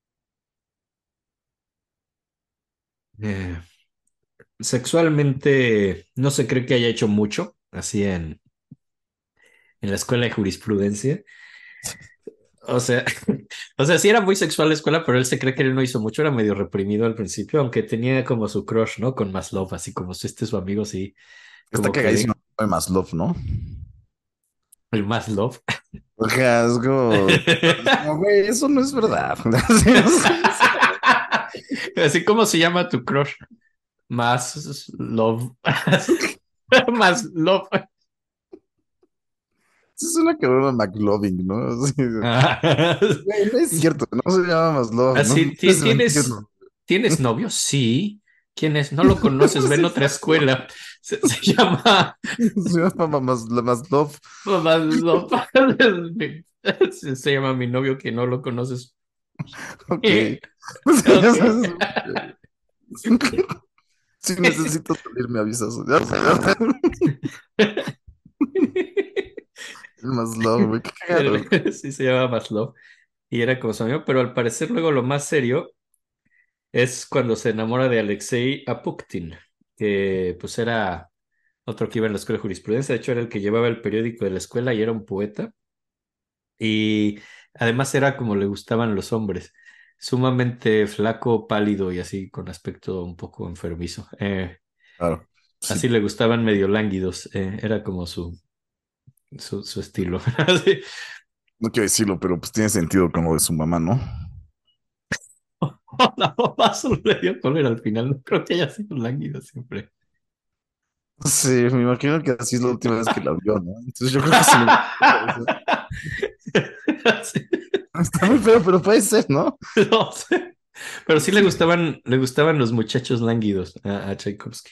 Eh, Sexualmente no se cree que haya hecho mucho, así en la escuela de jurisprudencia. O sea, o sea, sí era muy sexual la escuela, pero él se cree que él no hizo mucho, era medio reprimido al principio, aunque tenía como su crush, ¿no? Con Maslov, así como si este es su amigo, sí, Está como que cagadísimo de Maslov, ¿no? el Maslov. O sea, es como, güey, eso no es verdad. Así, o sea, Así como se llama tu crush, Maslov. Maslov. sí suena que era McLovin, ¿no? Así, güey, no es cierto, no se llama Maslov, no Así, puedes ¿tienes, mentirlo. tienes novio? Sí. ¿Quién es? No lo conoces, ve Sí, en otra escuela. Se llama se llama Maslov. Maslov. Se llama mi novio que no lo conoces. Ok. Pues, ya Ok. sabes, si necesito salir, me avisas. Ya sabes. Maslov, güey, qué cagado. Sí, se llama Maslov. Y era como su amigo, pero al parecer luego lo más serio es cuando se enamora de Alexei Apuktin, que pues era otro que iba en la escuela de jurisprudencia. De hecho, era el que llevaba el periódico de la escuela y era un poeta. Y además era como le gustaban los hombres, sumamente flaco, pálido y así con aspecto un poco enfermizo. Claro, sí, Así le gustaban medio lánguidos, era como su estilo. Así. no quiero decirlo, pero pues tiene sentido con lo de su mamá, ¿no? La mamá solo le dio cólera al final, no creo que haya sido lánguido siempre. Sí, me imagino que así es la última vez que la vio, ¿no? Entonces yo creo que se le por eso. Sí, Está muy feo, pero puede ser, ¿no? no sé. Pero sí le gustaban los muchachos lánguidos a Tchaikovsky.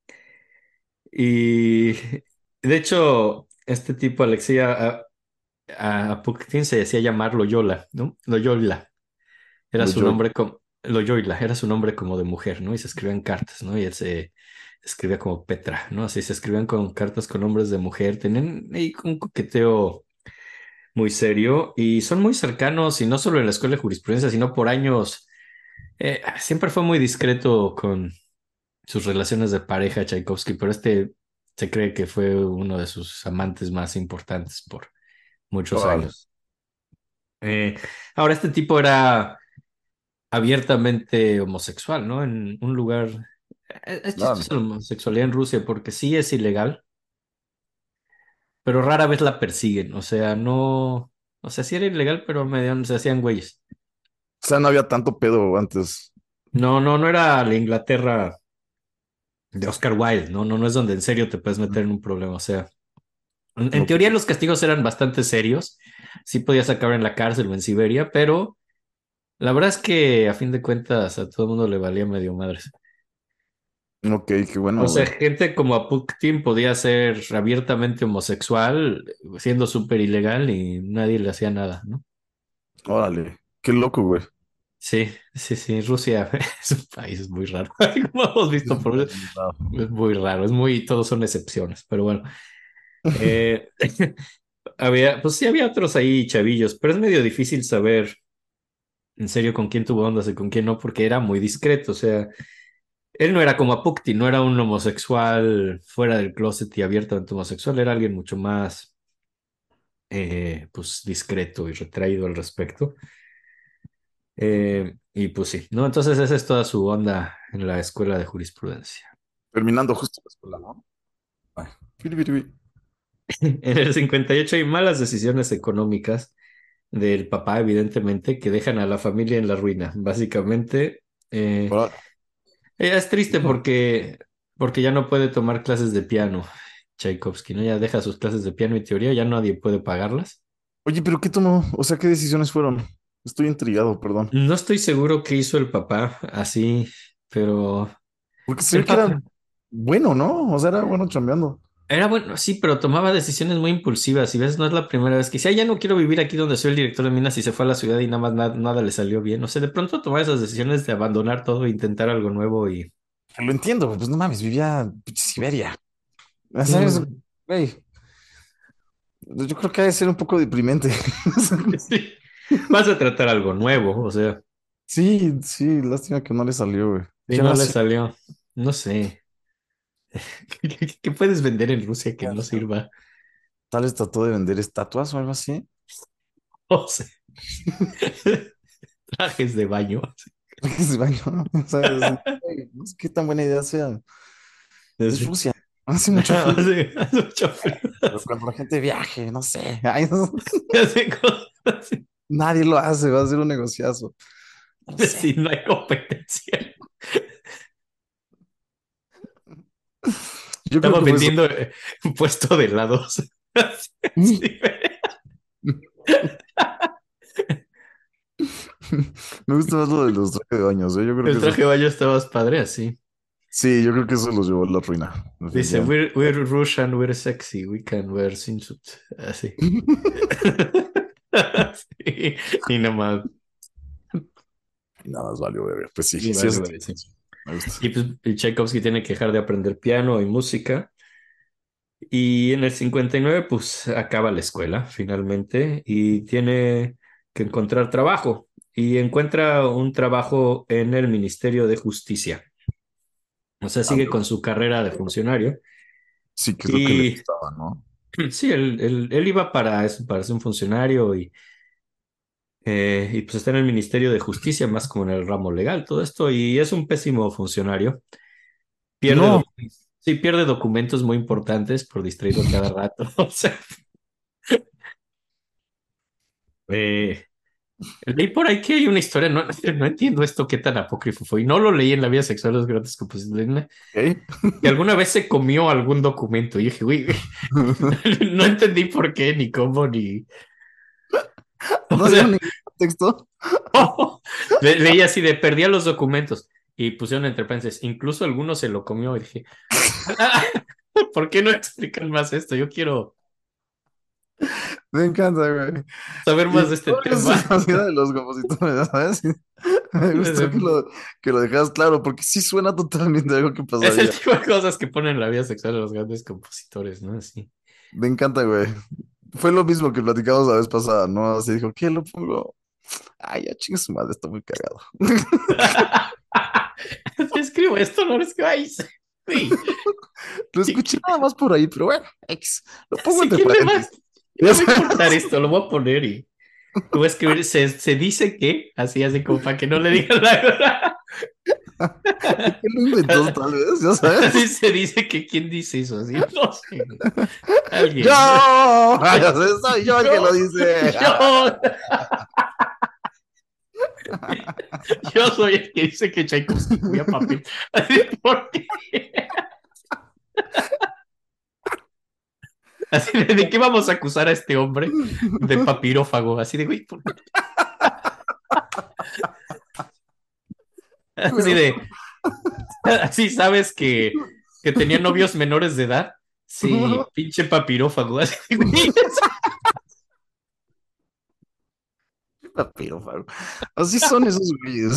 Y de hecho, este tipo, Alexei a Putin se decía llamar Loyola, ¿no? Loyola. Era Lo su yo. nombre como Loyola, era su nombre como de mujer, ¿no? Y se escribían cartas, ¿no? Y él se escribía como Petra, ¿no? Así se escribían con cartas con nombres de mujer. Tenían ahí un coqueteo muy serio y son muy cercanos, y no solo en la escuela de jurisprudencia, sino por años. Siempre fue muy discreto con sus relaciones de pareja, Tchaikovsky, pero este se cree que fue uno de sus amantes más importantes por muchos Órale. años. Eh, Ahora, este tipo era abiertamente homosexual, ¿no? En un lugar... Es Órale. chistoso la homosexualidad en Rusia porque sí es ilegal, pero rara vez la persiguen. O sea, no... O sea, sí era ilegal, pero medio se hacían güeyes. O sea, no había tanto pedo antes. No, no, no era la Inglaterra de Oscar Wilde, no, no, no es donde en serio te puedes meter en un problema. O sea, en Ok. teoría los castigos eran bastante serios. Sí podías acabar en la cárcel o en Siberia, pero la verdad es que a fin de cuentas a todo el mundo le valía medio madres. Ok, qué O bueno, sea, güey. gente como Apukhtin podía ser abiertamente homosexual, siendo súper ilegal y nadie le hacía nada, ¿no? Órale. Qué loco, güey. Sí, sí, sí, Rusia es un país muy raro. Como hemos visto, es muy raro, es muy, todos son excepciones, pero bueno. Eh, pues sí, había otros ahí chavillos, pero es medio difícil saber en serio con quién tuvo ondas y con quién no, porque era muy discreto. O sea, Él no era como Apukti, no era un homosexual fuera del closet y abiertamente homosexual, era alguien mucho más pues discreto y retraído al respecto. Y pues sí, ¿no? Entonces esa es toda su onda en la escuela de jurisprudencia. Terminando justo la escuela, ¿no? Ay, piri, piri, piri. En el 58 hay malas decisiones económicas del papá, evidentemente, que dejan a la familia en la ruina. Básicamente, eh, Ahora, ella es triste no. porque ya no puede tomar clases de piano. Tchaikovsky, ¿no? Ya deja sus clases de piano y teoría, ya nadie puede pagarlas. Oye, pero ¿qué tomó? O sea, ¿qué decisiones fueron? Estoy intrigado, perdón. No estoy seguro qué hizo el papá así, pero Porque se el ve que era papá bueno, ¿no? O sea, era bueno chambeando. era bueno, sí, pero tomaba decisiones muy impulsivas. Y ves, no es la primera vez que dice, "Ah, ya no quiero vivir aquí donde soy el director de minas", y se fue a la ciudad y nada más nada le salió bien. O sea, de pronto tomar esas decisiones de abandonar todo e intentar algo nuevo y Lo entiendo, pues no mames, vivía en pinche Siberia. ¿Sabes? no, Güey, yo creo que ha de ser un poco deprimente. sí, vas a tratar algo nuevo, o sea, Sí, sí, lástima que no le salió, güey. y ¿Qué no habrá le sido? salió. No sé. ¿Qué puedes vender en Rusia que no sirva? Tal vez trató de vender estatuas o algo así. O sea, trajes de baño. Que se bañó, ¿sabes? Güey, no sé qué tan buena idea sea. Es Así. Rusia, hace mucho frío. Hace mucho frío. Pero cuando la gente viaje, no sé, ay, no, Hace cosas así. nadie lo hace, va a ser un negociazo. No sé. Si no hay competencia. Yo creo Estamos que fue eso. vendiendo un puesto de helados. Sí, Me gusta más lo de los trajes de baños, ¿eh? Yo creo que el eso. traje de baño está más padre así. Sí, yo creo que eso los llevó a la ruina, Dice, definitivamente. we're Russian, we're sexy, we can wear swimsuit. Así. Sí. Y nada más. Y nada más valió, bebé. Pues sí, Y sí, vale, eso vale, sí. me gusta. Y pues y Tchaikovsky tiene que dejar de aprender piano y música. Y en el 59 pues acaba la escuela finalmente y tiene que encontrar trabajo. Y encuentra un trabajo en el Ministerio de Justicia. O sea, Ah, sigue con su carrera de funcionario. sí, que es lo que le Y gustaba, ¿no? sí, él iba para eso, para ser un funcionario y pues está en el Ministerio de Justicia, más como en el ramo legal, todo esto. Y es un pésimo funcionario. Pierde, No, sí, pierde documentos muy importantes por distraído cada rato. O sea, eh, leí por ahí que hay una historia, no entiendo esto qué tan apócrifo fue, y no lo leí en La vida sexual de los grandes compositores, ¿ok? que alguna vez se comió algún documento, y dije, güey, no entendí por qué, ni cómo, ni... O ¿No dieron sea, ningún contexto? leí así de perdía los documentos, y pusieron entre paréntesis, incluso algunos se lo comió, y dije, "Ah, ¿por qué no explican más esto? Yo quiero Me encanta, güey. saber Y más de este no, yo soy tema." de los compositores, ¿sabes? Me gustó que lo dejas claro, porque sí suena totalmente algo que Es el pasaría. tipo de cosas que ponen en la vida sexual de los grandes compositores, ¿no? Así. Me encanta, güey. Fue lo mismo que platicamos la vez pasada, ¿no? Así dijo, ¿qué lo pongo? Ay, ya chingue su madre, está muy cagado. Si escribo esto, no lo escribáis. Sí. Lo escuché nada más por ahí, pero bueno, X. Lo pongo Así, entre paréntesis. quién Ya le va a sabes, importar esto? Lo voy a poner y voy a escribir, se dice que, así como para que no le digan la verdad. ¿quién lo inventó tal vez? Ya Así sabes. se dice que, ¿quién dice eso? Así, no sé, ¡Yo! alguien. Ya sé, soy yo el que lo Yo, dice. yo, yo soy el que dice que Tchaikovsky comía papel. Así, ¿por qué? Así ¿de qué vamos a acusar a este hombre de papirófago? Así de, güey, así Pero, de, así sabes que tenía novios menores de edad. Sí, pinche papirófago. Así de, güey, pero, así son esos güeyes.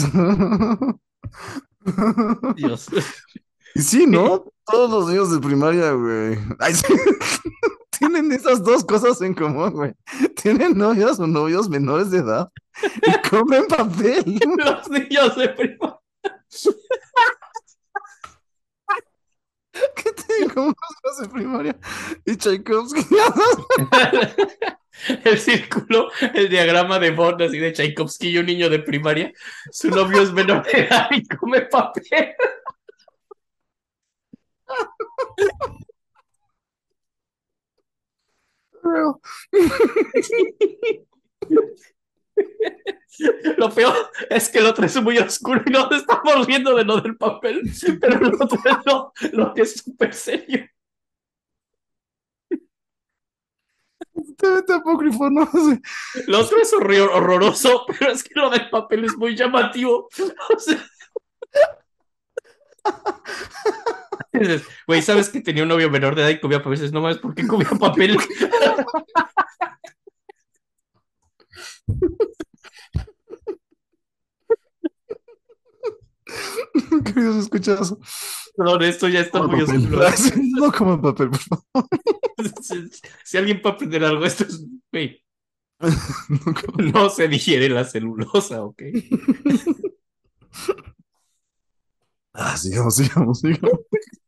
Dios. Y sí, ¿no? Todos los niños de primaria, güey. Ay, sí. Tienen esas dos cosas en común, güey. Tienen novias o novios menores de edad y comen papel. Los niños de primo. como nosotros en primaria. Y Tchaikovsky. El círculo, el diagrama de Von, así de Tchaikovsky y un niño de primaria. Su novio es menor de edad y come papel. Lo peor es que el otro es muy oscuro y nos estamos riendo de lo del papel, pero el otro es lo que es súper serio. Te apócrifo, no sé. Lo otro es horroroso, pero es que lo del papel es muy llamativo. O sea, dices, güey, ¿sabes que tenía un novio menor de edad y comía papel? Dices, no mames, ¿por qué comía papel? Queridos escuchas, Perdón, esto ya está como muy papel. oscuro. No como papel, por favor. Si alguien puede aprender algo, esto es, güey, No como- no se digiere la celulosa, ¿ok? Sigamos, sigamos, sigamos.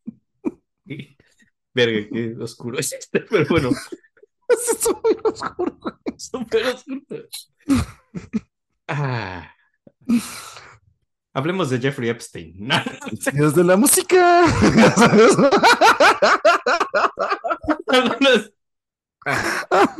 Verga, qué oscuro es este, pero bueno, Esto es muy oscuro. súper oscuro. Ah, hablemos de Jeffrey Epstein. Dios de la música. Ya sabes. Ah.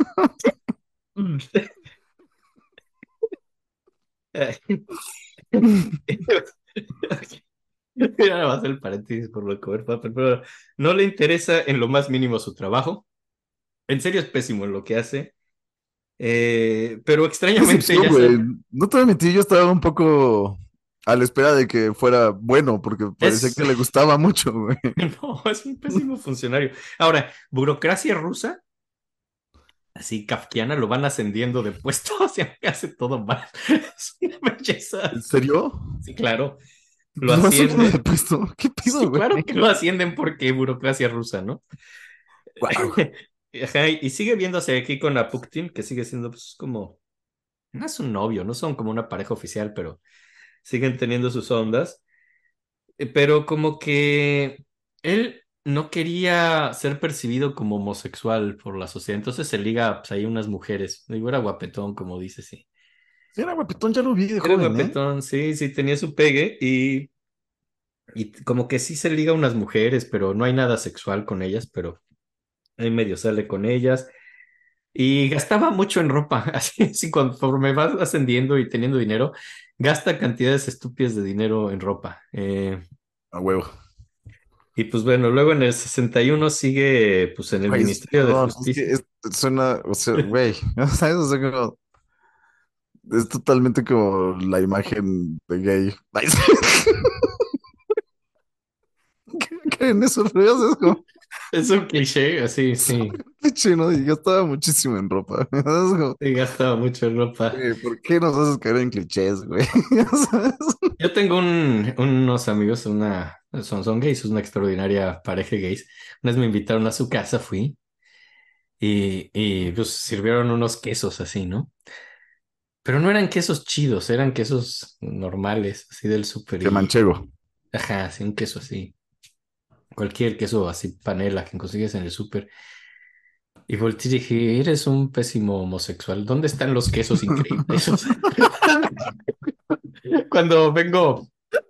Ahora va a hacer el paréntesis por lo de comer papel, pero no le interesa en lo más mínimo su trabajo. En serio es pésimo en lo que hace. Pero extrañamente Decepción, ya güey. se... No te voy a mentir, yo estaba un poco a la espera de que fuera bueno, porque parecía Es, que le gustaba mucho, güey. no, es un pésimo funcionario. Ahora, burocracia rusa, así kafkiana, lo van ascendiendo de puesto, hacia que hace todo mal. Es una belleza. ¿En serio? Sí, claro, lo Pues lo han subido de ascienden. puesto. ¿Qué pido, Sí, güey? claro que lo ascienden porque burocracia rusa, ¿no? Wow. Ajá, y sigue viéndose aquí con la Putin, que sigue siendo pues, como, no es un novio, no son como una pareja oficial, pero siguen teniendo sus ondas. Pero como que él no quería ser percibido como homosexual por la sociedad, entonces se liga pues, ahí unas mujeres. Digo, era guapetón, como dice, sí. Sí, era guapetón, ya lo vi de Era joven, ¿eh? guapetón, sí, sí, tenía su pegue y como que sí se liga a unas mujeres, pero no hay nada sexual con ellas, pero ahí medio sale con ellas. Y gastaba mucho en ropa, así, así conforme vas ascendiendo y teniendo dinero, gasta cantidades estúpidas de dinero en ropa. A huevo. Y pues bueno, luego en el 61 sigue pues en el Güey, Ministerio de perdón, es que Justicia. suena, o sea, güey, ¿sabes? O sea, es totalmente como la imagen de gay. Ay, sí. ¿Qué en eso? Pero ya sabes, como Es un cliché, así, sí. cliché, ¿no? Y gastaba muchísimo en ropa. ¿Sabes? Como, Sí, gastaba mucho en ropa. güey, ¿por qué nos haces caer en clichés, güey? ¿Ya sabes? Yo tengo unos amigos, son gays, es una extraordinaria pareja de gays. Una vez me invitaron a su casa, fui, y pues sirvieron unos quesos así, ¿no? Pero no eran quesos chidos, eran quesos normales, así del súper Que y, manchego. ajá, así un queso así. Cualquier queso así panela que consigues en el súper. Y volteé y dije, eres un pésimo homosexual. ¿Dónde están los quesos increíbles? O sea, cuando vengo,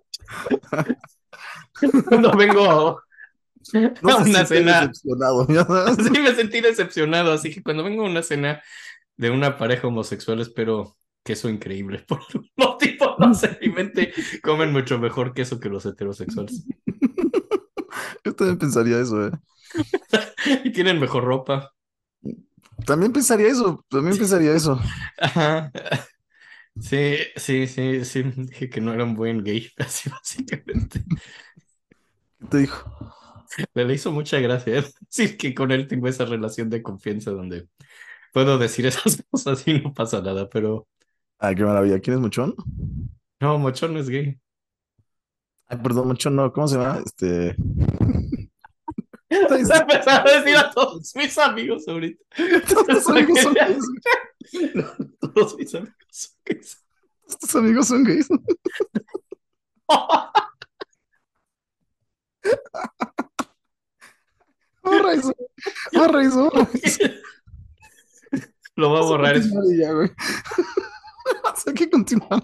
cuando vengo No a se una siente cena, decepcionado, ¿ya sabes? sí me sentí decepcionado. Así que cuando vengo a una cena de una pareja homosexual, espero queso increíble. Por algún motivo, no sé, mi mente comen mucho mejor queso que los heterosexuales. Yo también pensaría eso, ¿eh? Y tienen mejor ropa. También pensaría eso, también pensaría eso. Ajá. Sí, sí, sí, sí. Dije que no era un buen gay, así básicamente. ¿Qué te dijo? Le hizo mucha gracia decir que con él tengo esa relación de confianza donde puedo decir esas cosas y no pasa nada, pero Ay, qué maravilla. ¿Quién es Muchón? no, Mochón no es gay. Ay, perdón, Muchón, no, ¿cómo se llama? Ay, sí, Empezar a decir a todos mis amigos ahorita. todos tus amigos son gays. No, todos mis amigos son gays. Todos tus amigos son gays. Borra eso, borra eso, borra eso. Lo va a Vamos a borrar. continuar y ya, güey. Hay que continuar.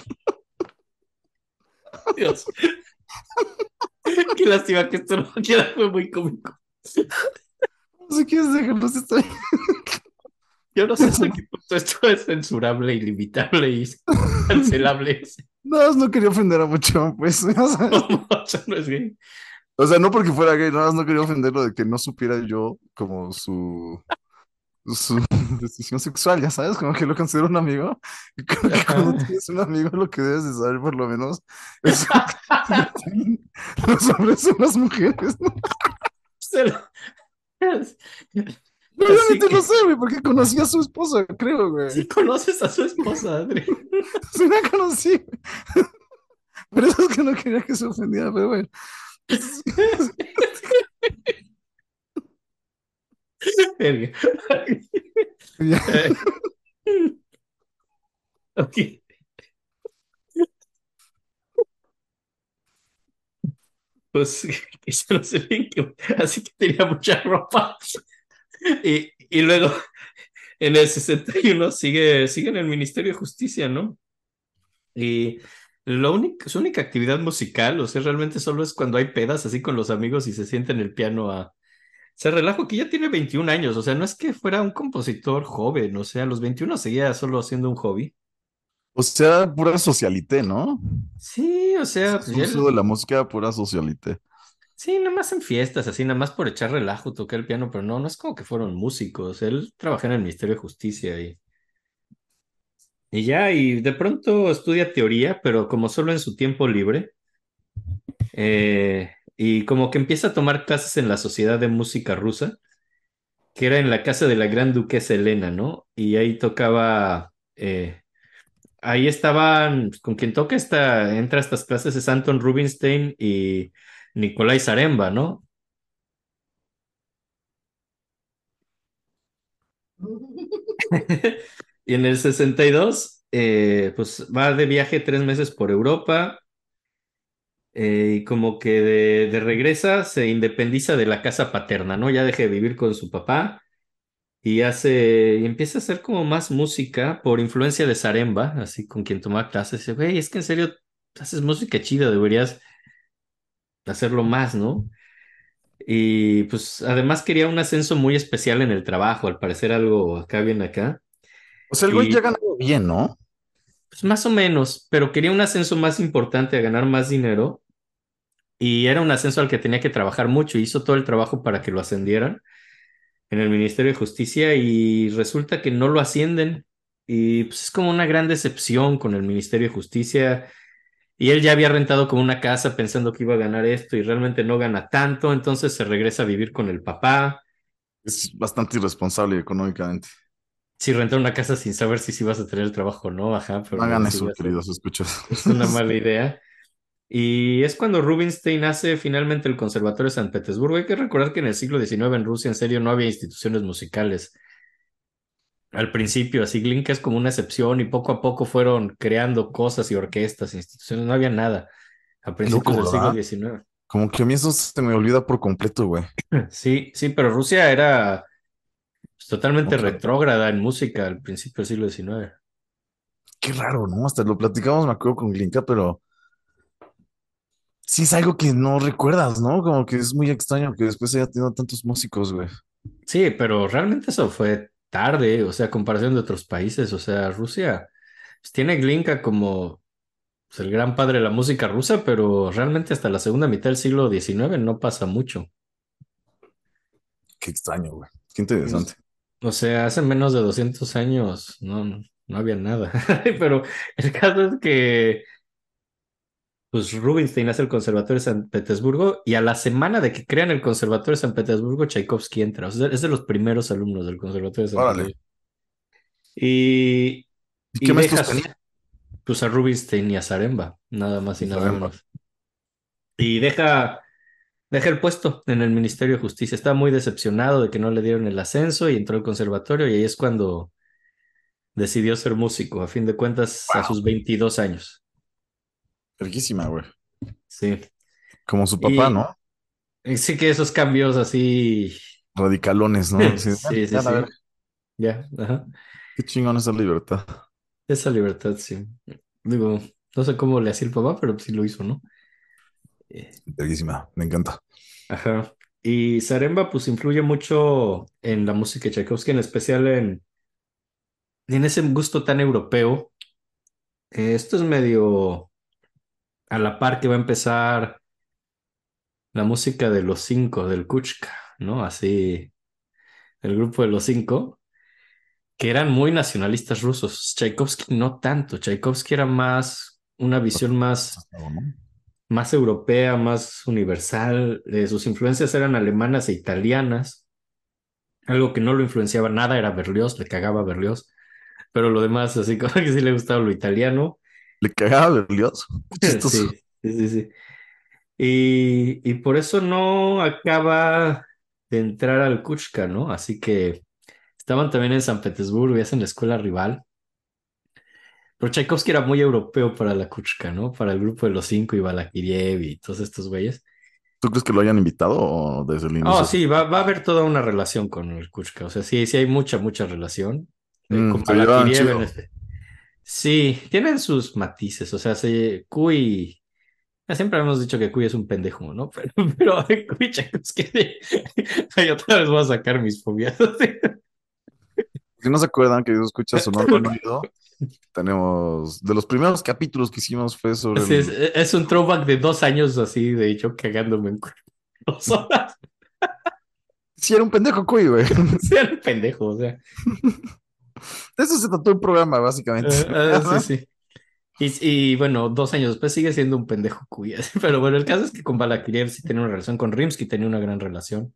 Dios, qué lástima que esto no queda, fue muy cómico. No sé qué es dejarlos estar. Yo no sé hasta qué punto esto es censurable, ilimitable y cancelable. No, no quería ofender a mucho, pues. O sea, no es gay. O sea, no porque fuera gay, nada más no quería ofenderlo de que no supiera yo como su decisión sexual, ya sabes, como que lo considero un amigo. Y creo que cuando Ajá. tienes un amigo, lo que debes de saber, por lo menos, es que tienen los hombres son las mujeres, ¿no? Se lo- Así Obviamente lo que sé, güey, porque conocí a su esposa, creo, güey. sí conoces a su esposa, Adri. Sí la conocí. Por eso es que no quería que se ofendiera, pero bueno. Verga. Ya. Eh, ok, pues eso no sé bien así que tenía mucha ropa. Y luego en el 61 sigue en el Ministerio de Justicia, ¿no? Y su única actividad musical, o sea, realmente solo es cuando hay pedas así con los amigos y se sienta en el piano a se relajo, que ya tiene 21 años, o sea, no es que fuera un compositor joven, o sea, a los 21 seguía solo haciendo un hobby. O sea, pura socialité, ¿no? Sí, o sea, pues Su ya uso de la música, pura socialité. sí, nada más en fiestas, así, nada más por echar relajo, toqué el piano, pero no, no es como que fueron músicos. Él trabaja en el Ministerio de Justicia y ya, y de pronto estudia teoría, pero como solo en su tiempo libre, y como que empieza a tomar clases en la Sociedad de Música Rusa, que era en la casa de la Gran Duquesa Elena, ¿no? Y ahí tocaba, ahí estaban, con quien toca entra a estas clases es Anton Rubinstein y Nikolai Zaremba, ¿no? Y en el 62, pues va de viaje 3 meses por Europa y como que de regresa se independiza de la casa paterna, ¿no? Ya deja de vivir con su papá y empieza a hacer como más música por influencia de Zaremba, así con quien toma clases. Dice, güey, es que en serio haces música chida, deberías hacerlo más, ¿no? Y pues además quería un ascenso muy especial en el trabajo, al parecer algo acá bien acá. O sea, el güey ya Y ganaba bien, ¿no? pues más o menos, pero quería un ascenso más importante, a ganar más dinero. Y era un ascenso al que tenía que trabajar mucho. Hizo todo el trabajo para que lo ascendieran en el Ministerio de Justicia y resulta que no lo ascienden. Y pues es como una gran decepción con el Ministerio de Justicia. Y él ya había rentado como una casa pensando que iba a ganar esto y realmente no gana tanto. Entonces se regresa a vivir con el papá. Es bastante irresponsable económicamente. Si renta una casa sin saber si vas a tener el trabajo o no, ajá, pero No lo hagan decide eso, hacer. queridos escuchas. Es una mala idea. Y es cuando Rubinstein hace finalmente el Conservatorio de San Petersburgo. Hay que recordar que en el siglo XIX en Rusia en serio no había instituciones musicales. Al principio, así Glinka es como una excepción y poco a poco fueron creando cosas y orquestas, instituciones, no había nada a Qué principios loco, del siglo ¿verdad? XIX. Como que a mí eso se me olvida por completo, güey. Sí, sí, pero Rusia era pues, Como totalmente que, retrógrada en música al principio del siglo XIX. qué raro, ¿no? Hasta lo platicamos, me acuerdo con Glinka, pero sí es algo que no recuerdas, ¿no? Como que es muy extraño que después haya tenido tantos músicos, güey. Sí, pero realmente eso fue tarde, o sea, a comparación de otros países, o sea, Rusia pues, tiene Glinka como pues, el gran padre de la música rusa, pero realmente hasta la segunda mitad del siglo XIX no pasa mucho. Qué extraño, güey. Qué O interesante. o sea, hace menos de 200 años no había nada. Pero el caso es que pues Rubinstein hace el Conservatorio de San Petersburgo y a la semana de que crean el Conservatorio de San Petersburgo, Tchaikovsky entra. O sea, es de los primeros alumnos del Conservatorio de San Órale. Petersburgo. Y, ¿Y qué y maestros dejas tenía? pues a Rubinstein y a Zaremba, nada más y Y nada Zaremba. menos. Y deja el puesto en el Ministerio de Justicia. Estaba muy decepcionado de que no le dieron el ascenso y entró al conservatorio y ahí es cuando decidió ser músico, a fin de cuentas, a Wow. sus 22 años. Riquísima, güey. Sí. Como su papá, Y, ¿no? y sí que esos cambios así. radicalones, ¿no? Así, "Ah, Sí, sí, ya la verga, sí. Ya, ajá. qué chingón esa libertad. Esa libertad, sí. Digo, no sé cómo le hacía el papá, pero sí lo hizo, ¿no? Eh, Verguísima, me encanta. Ajá. Y Zaremba, pues influye mucho en la música de Tchaikovsky, en especial en ese gusto tan europeo. Esto es medio a la par que va a empezar la música de los cinco, del Kuchka, ¿no? Así, el grupo de los cinco, que eran muy nacionalistas rusos. Tchaikovsky no tanto. Tchaikovsky era más una visión ¿No? más europea, más universal. Sus influencias eran alemanas e italianas. Algo que no lo influenciaba nada era Berlioz, le cagaba a Berlioz. Pero lo demás, así como que sí le gustaba lo italiano. Le cagaba Berlioz, qué chistoso. Sí, sí, sí, sí. Y por eso no acaba de entrar al Kuchka, ¿no? Así que estaban también en San Petersburgo y hacen la escuela rival. Pero Tchaikovsky era muy europeo para la Kuchka, ¿no? Para el grupo de los cinco y Balakiriev y todos estos güeyes. ¿Tú crees que lo hayan invitado o desde el Oh, inicio? sí, va a haber toda una relación con el Kuchka. O sea, sí, sí hay mucha, mucha relación. Con Se llevaban Balakiriev chido. Sí, tienen sus matices. O sea, Cuy. Siempre hemos dicho que Cuy es un pendejo, ¿no? Pero Cuy Tchaikovsky. Ay, otra vez voy a sacar mis fobias. Si no se acuerdan, que escuchas o no lo han oído, tenemos, de los primeros capítulos que hicimos fue sobre Sí, el... es un throwback de 2 años así, de hecho, cagándome en 2 horas. Sí, era un pendejo cuy, güey. Sean pendejos, o sea. De eso se trató el programa, básicamente. Sí, sí. Bueno, 2 años después sigue siendo un pendejo Cuy. Pero bueno, el caso es que con Balakiriev sí tenía una relación, con Rimsky tenía una gran relación.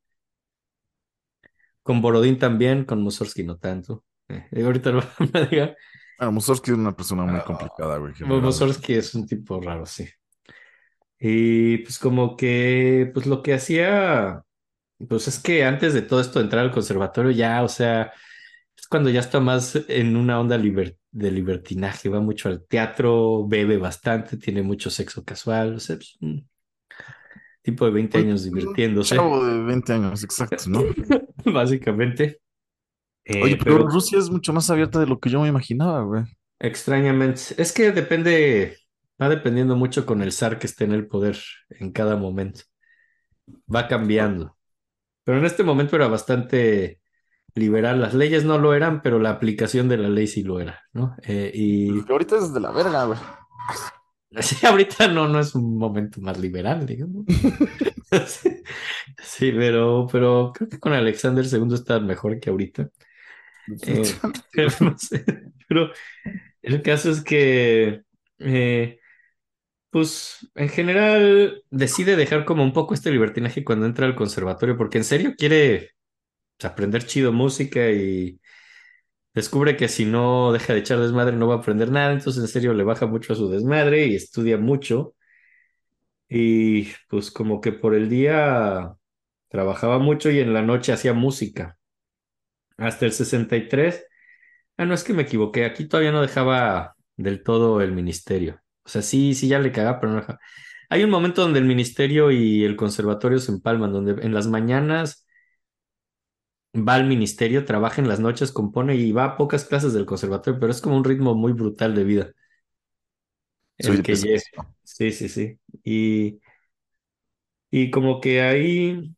Con Borodín también, con Mussorgsky no tanto. Ahorita lo me diga. Bueno, Mussorgsky es una persona muy Ah, complicada, güey, en general. Mussorgsky es un tipo raro, sí. Y pues como que, pues lo que hacía, pues es que antes de todo esto de entrar al conservatorio ya, o sea, es cuando ya está más en una onda de libertinaje, va mucho al teatro, bebe bastante, tiene mucho sexo casual, o sea, pues, un tipo de 20 años Un divirtiéndose, chavo de 20 años, exacto, ¿no? básicamente. Oye, pero Pero Rusia es mucho más abierta de lo que yo me imaginaba, güey. extrañamente, es que depende, va dependiendo mucho con el zar que esté en el poder en cada momento, va cambiando. Pero en este momento era bastante liberal. Las leyes no lo eran, pero la aplicación de la ley sí lo era, ¿no? Pues Y que ahorita es de la verga, güey. sí, ahorita no es un momento más liberal, digamos. Sí, sí, pero creo que con Alexander II está mejor que ahorita. Eh, Definitivamente, pero, güey. no sé, pero el caso es que, eh, pues, en general decide dejar como un poco este libertinaje cuando entra al conservatorio, porque en serio quiere pues, aprender chido música y descubre que si no deja de echar desmadre no va a aprender nada, entonces en serio le baja mucho a su desmadre y estudia mucho. Y pues como que por el día trabajaba mucho y en la noche hacía música. Hasta el 63. Ah, no, es que me equivoqué. Aquí todavía no dejaba del todo el ministerio. O sea, sí, sí, ya le cagaba, pero no dejaba. Hay un momento donde el ministerio y el conservatorio se empalman, donde en las mañanas va al ministerio, trabaja en las noches, compone y va a pocas clases del conservatorio, pero es como un ritmo muy brutal de vida Se el oye que lleva. pesadísimo. Sí, sí, sí. Y como que ahí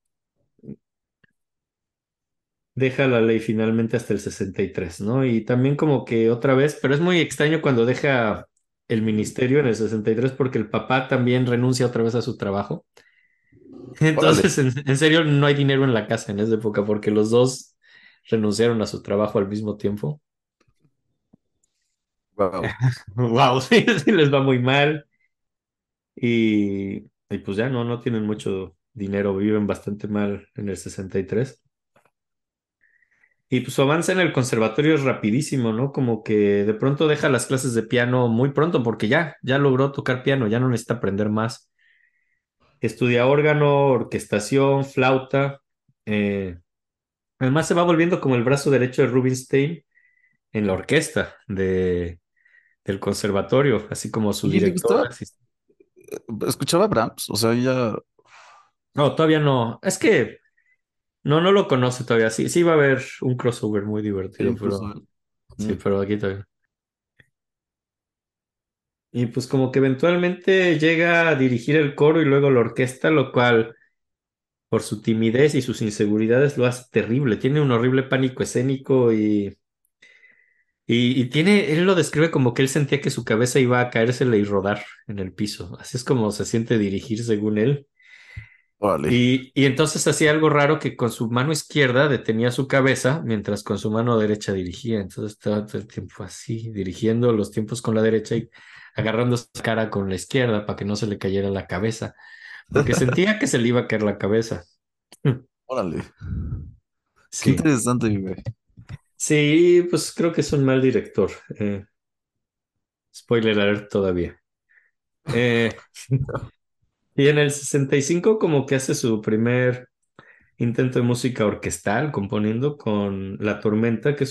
deja la ley finalmente hasta el 63, ¿no? Y también como que otra vez, pero es muy extraño cuando deja el ministerio en el 63 porque el papá también renuncia otra vez a su trabajo. Órale. Entonces, en serio, no hay dinero en la casa en esa época porque los dos renunciaron a su trabajo al mismo tiempo. Wow. Wow, sí, sí les va muy mal y pues ya no tienen mucho dinero, viven bastante mal en el 63. Y pues su avance en el conservatorio es rapidísimo, ¿no? Como que de pronto deja las clases de piano muy pronto porque ya logró tocar piano, ya no necesita aprender más. Estudia órgano, orquestación, flauta. eh, Además se va volviendo como el brazo derecho de Rubinstein en la orquesta del conservatorio, así como su Oye, ¿le director. gustaba? Escuchaba Brahms, o sea, ya... No, todavía no. Es que No, no lo conoce todavía. Sí, sí va a haber un crossover muy divertido, Incluso. pero sí, pero aquí todavía no. Y pues como que eventualmente llega a dirigir el coro y luego la orquesta, lo cual por su timidez y sus inseguridades lo hace terrible. Tiene un horrible pánico escénico y tiene, él lo describe como que él sentía que su cabeza iba a caérsele y rodar en el piso. Así es como se siente dirigir según él. Órale. Y entonces hacía algo raro que con su mano izquierda detenía su cabeza mientras con su mano derecha dirigía. Entonces estaba todo el tiempo así, dirigiendo los tiempos con la derecha y agarrando su cara con la izquierda para que no se le cayera la cabeza, porque sentía que se le iba a caer la cabeza. Órale. Qué Sí, interesante, güey. sí, pues creo que es un mal director. Spoiler alert todavía. Eh, y en el 65 como que hace su primer intento de música orquestal componiendo con La Tormenta, que es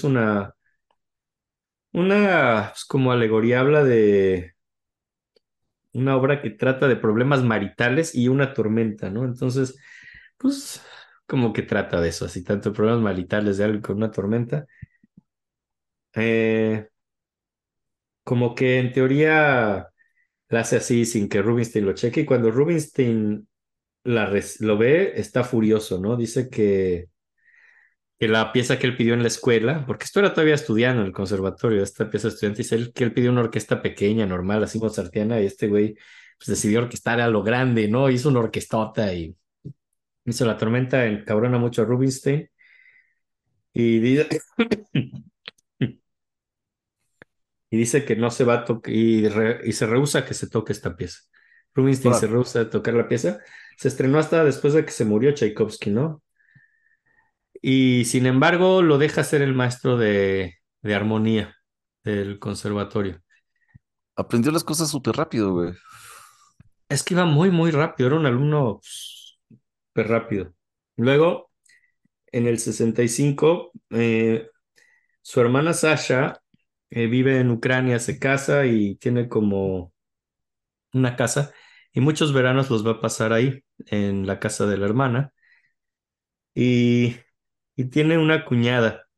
una pues, como alegoría, habla de una obra que trata de problemas maritales y una tormenta, ¿no? Entonces, pues como que trata de eso, así tanto problemas maritales de algo con una tormenta, eh, como que en teoría la hace así sin que Rubinstein lo cheque y cuando Rubinstein lo ve, está furioso, ¿no? Dice que la pieza que él pidió en la escuela, porque esto era todavía estudiando en el conservatorio, esta pieza estudiante, dice él que él pidió una orquesta pequeña, normal, así mozartiana, y este güey pues decidió orquestar a lo grande, ¿no? Hizo una orquestota y hizo La Tormenta, encabrona mucho a Rubinstein y dice, y dice que no se va a tocar y se rehúsa a que se toque esta pieza. Rubinstein se Órale. rehúsa a tocar la pieza. Se estrenó hasta después de que se murió Tchaikovsky, ¿no? Y sin embargo lo deja ser el maestro de armonía del conservatorio. Aprendió las cosas súper rápido, güey. Es que iba muy, muy rápido, era un alumno súper rápido. Luego, en el 65, su hermana Sasha vive en Ucrania, se casa y tiene como una casa y muchos veranos los va a pasar ahí, en la casa de la hermana. Y, y tiene una cuñada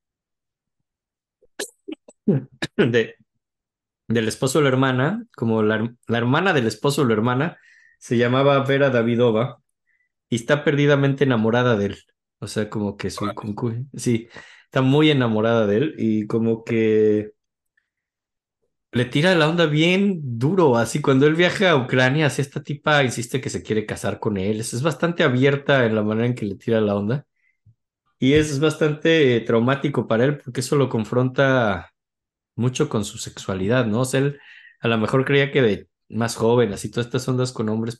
de, del esposo de la hermana, como la hermana del esposo de la hermana, se llamaba Vera Davidova y está perdidamente enamorada de él. O sea, como que su sí, está muy enamorada de él y como que le tira la onda bien duro. Así cuando él viaja a Ucrania, así esta tipa insiste que se quiere casar con él. Es bastante abierta en la manera en que le tira la onda y es bastante traumático para él porque eso lo confronta mucho con su sexualidad, ¿no? O sea, él a lo mejor creía que de más joven, así todas estas ondas con hombres,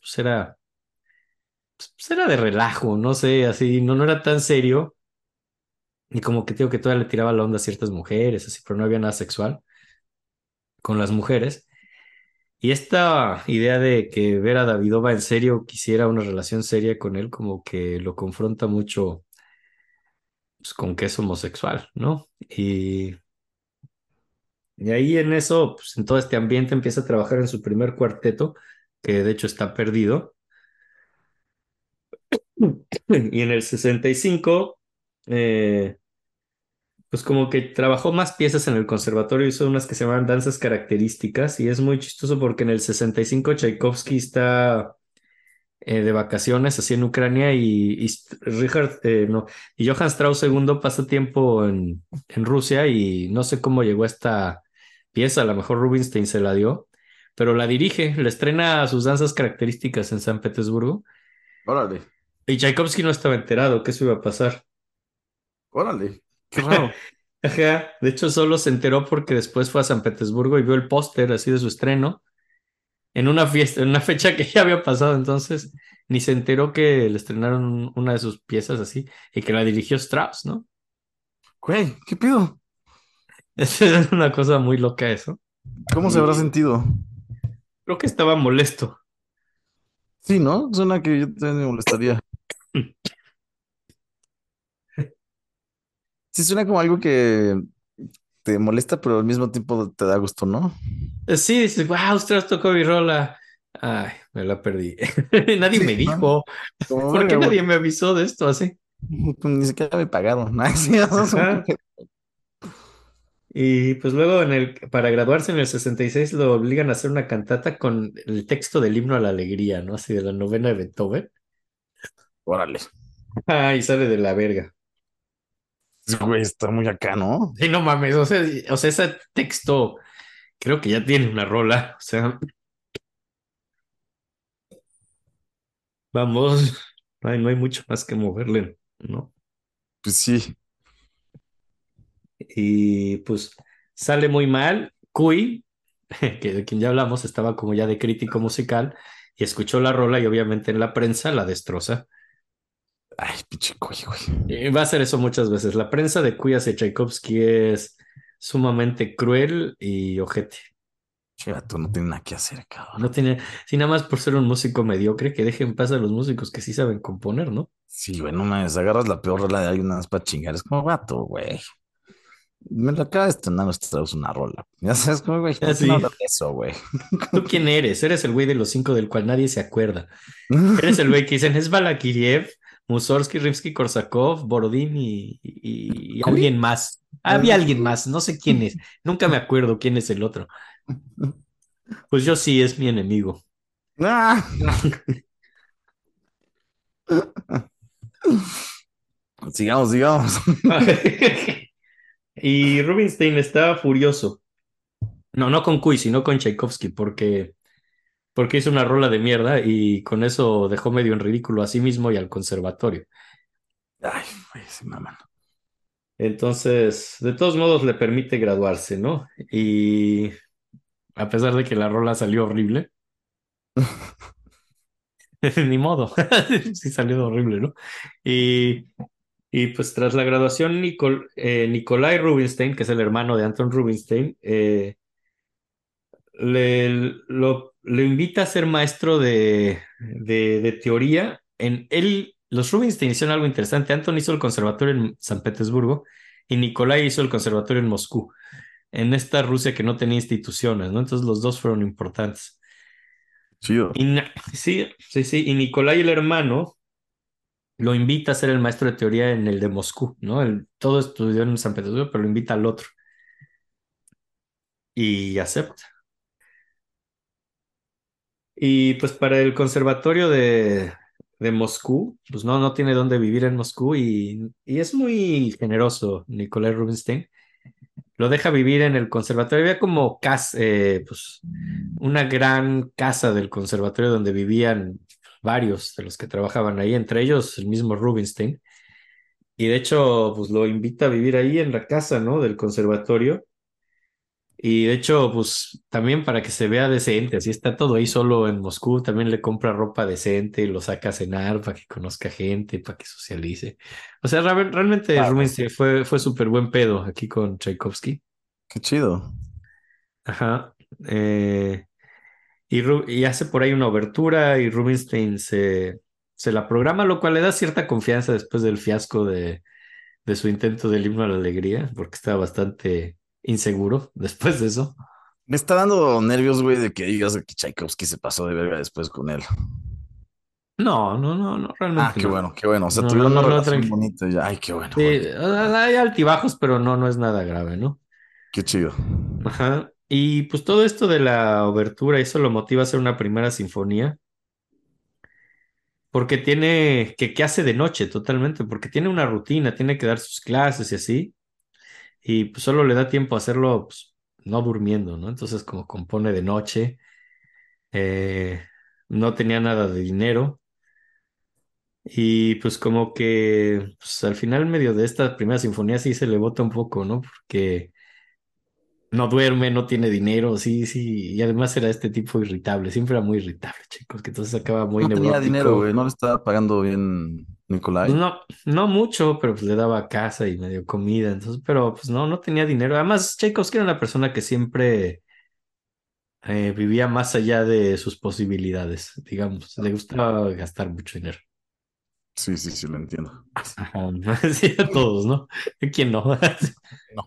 pues era de relajo, no sé, así, no, no era tan serio. Y como que digo que todavía le tiraba la onda a ciertas mujeres, así, pero no había nada sexual con las mujeres. Y esta idea de que Vera Davidova en serio quisiera una relación seria con él, como que lo confronta mucho pues, con que es homosexual, ¿no? Y ahí en eso, pues en todo este ambiente empieza a trabajar en su primer cuarteto, que de hecho está perdido. Y en el 65, eh, pues como que trabajó más piezas en el conservatorio, hizo unas que se llaman danzas características y es muy chistoso porque en el 65 Tchaikovsky está de vacaciones así en Ucrania Richard, no, y Johann Strauss II pasa tiempo en Rusia y no sé cómo llegó a esta pieza, a lo mejor Rubinstein se la dio, pero la dirige, le estrena sus danzas características en San Petersburgo Órale. y Tchaikovsky no estaba enterado que eso iba a pasar. Órale. Qué raro. Ajá, de hecho solo se enteró porque después fue a San Petersburgo y vio el póster así de su estreno en una fiesta, en una fecha que ya había pasado, entonces ni se enteró que le estrenaron una de sus piezas así y que la dirigió Strauss, ¿no? Güey, ¿qué pido? Es una cosa muy loca eso. ¿Cómo se habrá Y sentido? creo que estaba molesto. Sí, ¿no? Suena que yo también me molestaría. Sí, suena como algo que te molesta, pero al mismo tiempo te da gusto, ¿no? Sí, dices, wow, Strauss tocó mi rola. Ay, me la perdí. Nadie Sí, me ¿no? dijo. Como ¿Por qué verga, güey. nadie me avisó de esto así? Pues ni siquiera me pagaron. Ay, sí, eso es Ajá. Y pues luego para graduarse en el 66 lo obligan a hacer una cantata con el texto del himno a la alegría, ¿no? Así de la novena de Beethoven. Órale. Ay, sale de la verga. Sí, güey, está muy acá, ¿no? Sí, no mames, o sea, ese texto creo que ya tiene una rola. O sea, vamos, no hay mucho más que moverle, ¿no? Pues sí. Y pues sale muy mal. Cui, que de quien ya hablamos, estaba como ya de crítico musical y escuchó la rola y obviamente en la prensa la destroza. Ay, pinche güey, güey. Va a hacer eso muchas veces. La prensa de Cuy hacia Tchaikovsky es sumamente cruel y ojete. Che, tú no tienes nada que hacer, No cabrón. tiene, si nada más por ser un músico mediocre, que dejen pasar a los músicos que sí saben componer, ¿no? Sí, güey, no mames, agarras la peor rola de alguien nada más para chingar. Es como vato, güey. Me lo acaba de estrenar, nos traes una rola. Ya sabes, como, güey, ¿por qué no Así. hablas de eso, güey? ¿Tú quién eres? Eres el güey de los cinco del cual nadie se acuerda. Eres el güey que dicen es Balakiriev, Mussorgsky, Rimsky-Korsakov, Borodín y ¿Cuy? alguien más. Había alguien más, no sé quién es. Nunca me acuerdo quién es el otro. Pues yo sí, es mi enemigo. Ah. Sigamos, sigamos. Y Rubinstein estaba furioso. No, no con Cui, sino con Tchaikovsky, porque hizo una rola de mierda y con eso dejó medio en ridículo a sí mismo y al conservatorio. Ay, güey, sí, mamá. Entonces, de todos modos, le permite graduarse, ¿no? Y a pesar de que la rola salió horrible, ni modo, sí salió horrible, ¿no? Y, y pues tras la graduación, Nikolai Rubinstein, que es el hermano de Anton Rubinstein, lo invita a ser maestro de teoría. Los Rubinstein hicieron algo interesante. Anton hizo el conservatorio en San Petersburgo y Nikolai hizo el conservatorio en Moscú, en esta Rusia que no tenía instituciones, ¿no? Entonces los dos fueron importantes. Chido. Sí, sí, sí. Y Nikolai, el hermano, lo invita a ser el maestro de teoría en el de Moscú, ¿no? Todo estudió en San Petersburgo, pero lo invita al otro y acepta. Y pues para el conservatorio de Moscú, pues no, no tiene dónde vivir en Moscú y es muy generoso Nikolai Rubinstein. Lo deja vivir en el conservatorio. Había como casa, pues una gran casa del conservatorio donde vivían varios de los que trabajaban ahí, entre ellos el mismo Rubinstein. Y de hecho, pues lo invita a vivir ahí en la casa, ¿no? Del conservatorio. Y de hecho, pues también para que se vea decente, así está todo ahí solo en Moscú, también le compra ropa decente, lo saca a cenar para que conozca gente, para que socialice. O sea, realmente Ah, güey, Rubinstein fue súper buen pedo aquí con Tchaikovsky. qué chido. Ajá. Eh, y hace por ahí una obertura y Rubinstein se la programa, lo cual le da cierta confianza después del fiasco de su intento del himno a la alegría, porque estaba bastante inseguro después de eso. Me está dando nervios, güey, de que digas que Tchaikovsky se pasó de verga después con él. No, no, no, no, Ah, realmente qué no. bueno, qué bueno. O sea, No, no, tuvieron no, una no, relación tranqui. bonita y ya. Ay, qué bueno, güey. Sí, hay altibajos, pero no, no es nada grave, ¿no? Qué chido. Ajá. Y pues todo esto de la obertura, eso lo motiva a hacer una primera sinfonía, porque que hace de noche totalmente, porque tiene una rutina, tiene que dar sus clases y así, y pues solo le da tiempo a hacerlo, pues, no durmiendo, ¿no? Entonces como compone de noche, eh, no tenía nada de dinero. Y pues como que pues, al final medio de esta primera sinfonía sí se le bota un poco, ¿no? Porque no duerme, no tiene dinero, sí, sí, y además era este tipo irritable, siempre era muy irritable, chicos, que entonces acaba muy No tenía dinero, neurótico. güey. No le estaba pagando bien Pues Nicolai. no, no mucho, pero pues le daba casa y medio comida, entonces, pero pues no, no tenía dinero. Además, Tchaikovsky era una persona que siempre vivía más allá de sus posibilidades, digamos, le gustaba gastar mucho dinero. Sí, sí, sí, lo entiendo. Ay, sí. Ajá, sí, a todos, ¿no? ¿Quién no? No.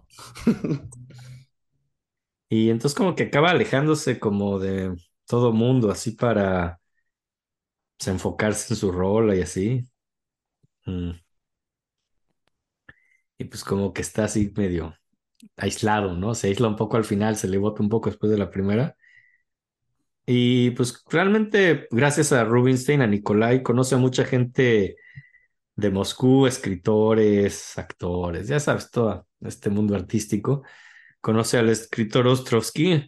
Y entonces como que acaba alejándose como de todo mundo, así para pues, enfocarse en su rol y así. Mm. y pues como que está así medio aislado, ¿no? Se aísla un poco al final, se le bota un poco después de la primera. Y pues realmente, gracias a Rubinstein, a Nikolai, conoce a mucha gente de Moscú, escritores, actores, ya sabes, todo este mundo artístico. Conoce al escritor Ostrovsky,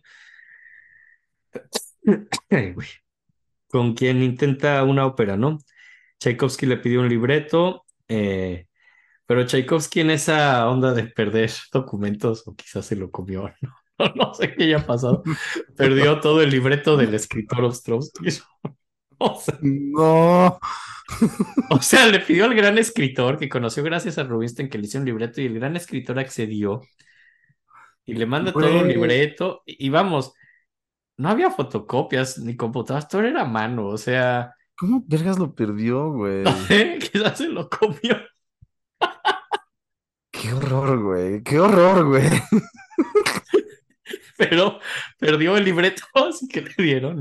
ay, güey, con quien intenta una ópera, ¿no? Tchaikovsky le pidió un libreto, pero Tchaikovsky en esa onda de perder documentos, o quizás se lo comió, ¿no? No sé qué haya pasado, perdió todo el libreto del escritor Ostrovsky. O sea, No, le pidió al gran escritor que conoció gracias a Rubinstein que le hizo un libreto y el gran escritor accedió y le manda todo un güey, libreto y vamos, no había fotocopias ni computadoras, todo era a mano, o sea, ¿cómo vergas lo perdió, güey? quizás se lo comió, Qué horror, güey, qué horror, güey. pero perdió el libreto, así que le dieron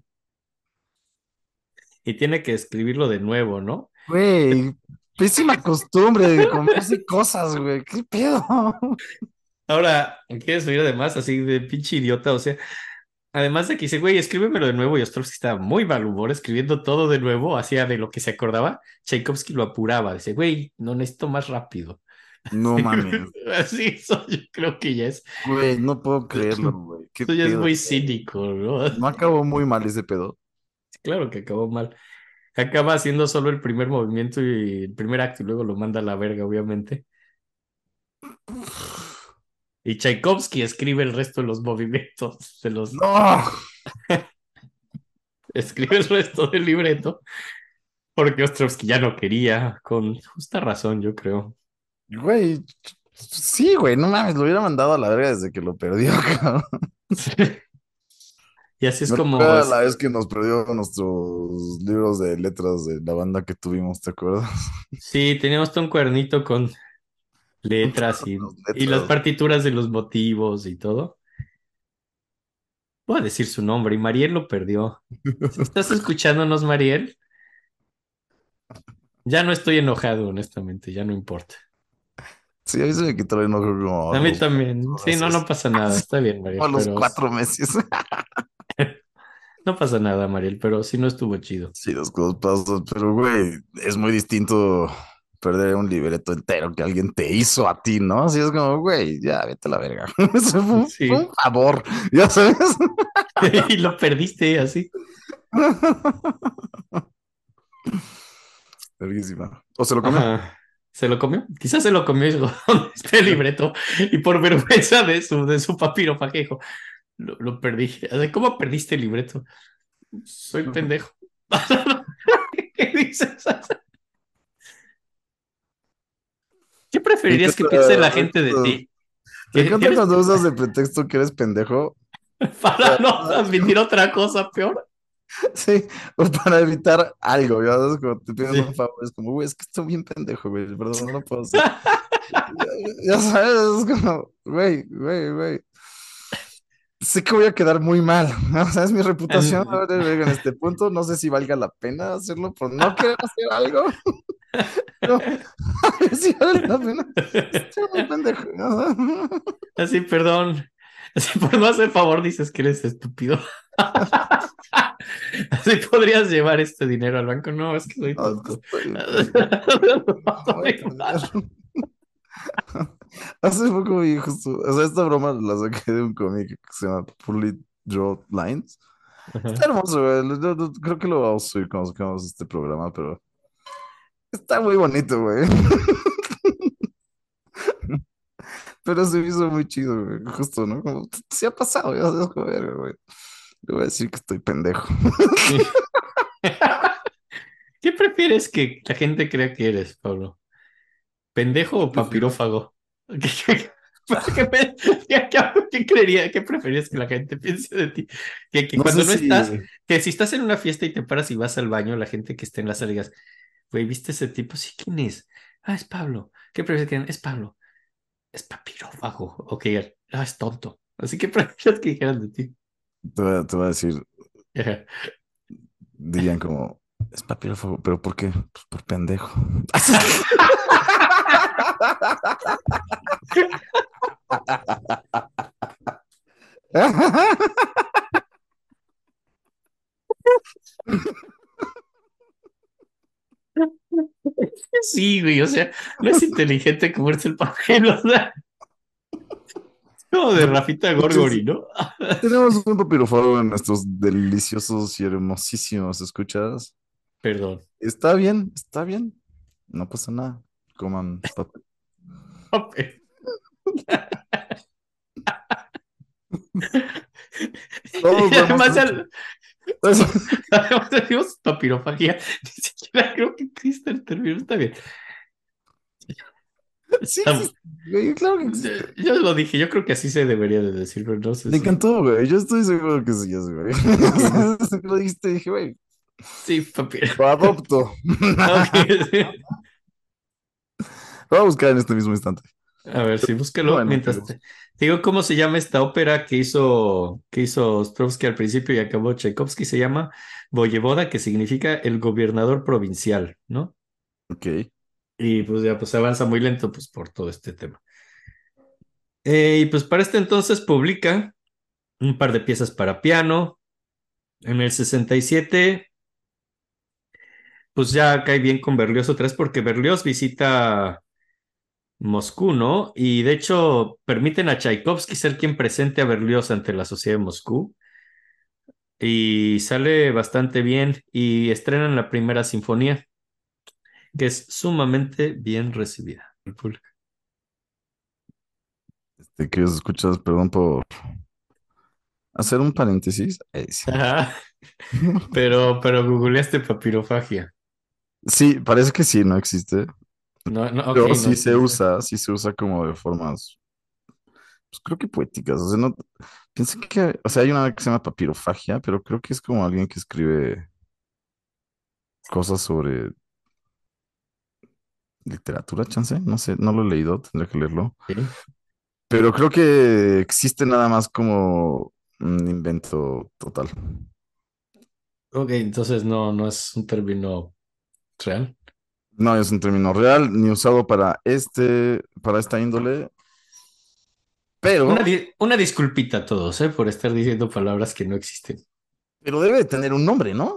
y tiene que escribirlo de nuevo, ¿no? Güey, pésima costumbre de comerse cosas, güey, qué pedo. Ahora, quiere subir además así de pinche idiota, o sea, además de que dice, güey, escríbemelo de nuevo y Ostrovsky estaba muy mal humor escribiendo todo de nuevo, hacía de lo que se acordaba, Tchaikovsky lo apuraba, dice, güey, no necesito más rápido. No mames, Así, eso yo creo que ya es, güey, no puedo creerlo, güey, qué eso ya es pedo. muy cínico, ¿no? No acabó muy mal ese pedo. Claro que acabó mal. Acaba haciendo solo el primer movimiento y el primer acto y luego lo manda a la verga, obviamente. Y Tchaikovsky escribe el resto de los movimientos, No, escribe el resto del libreto, porque Ostrovsky ya no quería, con justa razón, yo creo. güey, sí, güey, no mames, lo hubiera mandado a la verga desde que lo perdió, cabrón. Y así es Me como recuerda la es. vez que nos perdió nuestros libros de letras de la banda que tuvimos, ¿te acuerdas? Sí, teníamos todo un cuadernito con letras Las y las letras. partituras de los motivos y todo. Voy a decir su nombre y Mariel lo perdió. Si estás escuchándonos, Mariel, ya no estoy enojado, honestamente, ya no importa. Sí, a mí se me quitó el enojo como a A mí los también. 4 Sí, no, no meses. pasa nada. Está bien, Como a Mariel, los pero 4 meses. no pasa nada, Mariel, pero sí no estuvo chido. Sí, los cosas pasan, pero güey, es muy distinto perder un libreto entero que alguien te hizo a ti, ¿no? Así es como, güey, ya vete a la verga. Eso fue Sí. un favor, ya sabes. Y lo perdiste así. Verguísima. O se lo comió. Ajá. ¿Se lo comió? Quizás se lo comió y dijo, ¿dónde está el libreto? Y por vergüenza de su papirofaje dijo, lo perdí. Así, ¿cómo perdiste el libreto? Soy pendejo. ¿Qué dices? ¿Qué Me preferirías que encanta, piense la me gente de encanta, ti? me ¿Que encanta eres cuando usas de pretexto que eres pendejo. para no admitir otra cosa peor? Sí, o para evitar algo, ya sabes, como te piden un Sí. favor, es como, güey, es que estoy bien pendejo, güey, perdón, no lo puedo hacer. Ya, ya sabes, es como, güey, sé que voy a quedar muy mal, ¿no? O sea, es mi reputación, a ver, en este punto, no sé si valga la pena hacerlo por no querer hacer algo, pero a ver si vale la pena. Estoy muy pendejo, ¿no? Así, perdón. Así, por no hacer favor, dices que eres estúpido. Así podrías llevar este dinero al banco. No, es que soy No, es que tonto. estoy no voy a perder. Hace poco vi justo, o sea, esta broma la saqué de un cómic que se llama Poorly Drawn Lines. Está Ajá. hermoso, güey. Creo que lo vamos a subir cuando sacamos este programa, pero está muy bonito, güey. Pero se me hizo muy chido, güey. Justo, ¿no? Como, se ha pasado, ya sabes, como, verga, güey. Le voy a decir que estoy pendejo. ¿Qué prefieres que la gente crea que eres, Pablo? ¿Pendejo o Prefiero. papirófago? ¿Qué creería, qué preferirías que la gente piense de ti? Que No sé cuando no si. estás, que si estás en una fiesta y te paras y vas al baño, la gente que esté en la sala digas, güey, ¿viste ese tipo? Sí, ¿quién es? Ah, es Pablo. ¿Qué prefieres que digan? Es Pablo. Es papirófago. Ok, es tonto. Así que prefieres que dijeran de ti. Te voy a decir, Ajá. dirían como, es papel, pero ¿por qué? Pues por pendejo. Sí, güey, o sea, no es inteligente comerse el papel, o sea, como de Rafita Entonces, Gorgori, ¿no? tenemos un papirofago en nuestros deliciosos y hermosísimos escuchas. Perdón. Está bien, está bien. No pasa nada. Coman papel. Papel. Todos Y lo hemos además, hecho. Pues, además decimos papirofagia, ni siquiera creo que existe el término, está bien. sí Está- existe, güey, claro que existe. Yo lo dije, yo creo que así se debería de decir, pero no sé Me si. encantó, güey. Yo estoy seguro que sí es, güey. Ok, Lo dijiste, dije, güey, sí, papiro. lo adopto. Ok, sí. Lo voy a buscar en este mismo instante. A ver, sí, búscalo Bueno, mientras te digo cómo se llama esta ópera que hizo Ostrovsky al principio y acabó Tchaikovsky. Se llama Voyevoda, que significa el gobernador provincial, ¿no? ok. Y pues ya pues avanza muy lento pues por todo este tema. Y pues para este entonces publica un par de piezas para piano. En el 67 pues ya cae bien con Berlioz otra vez porque Berlioz visita Moscú, ¿no? Y de hecho permiten a Tchaikovsky ser quien presente a Berlioz ante la sociedad de Moscú y sale bastante bien y estrenan la primera sinfonía, que es sumamente bien recibida. El público. Que escuchas, perdón por hacer un paréntesis. Sí. Ajá, pero googleaste papirofagia. Sí, parece que sí, no existe. No, no, ok, Pero no existe. sí se usa como de formas, pues creo que poéticas. O sea, no, pensé que, o sea, hay una que se llama papirofagia, pero creo que es como alguien que escribe cosas sobre literatura, chance. No sé, no lo he leído, tendré que leerlo. Ok, Pero creo que existe nada más como un invento total. ok, entonces no, no es un término real. No es un término real ni usado para esta índole, Una, pero, una disculpita a todos, por estar diciendo palabras que no existen. pero debe de tener un nombre, ¿no?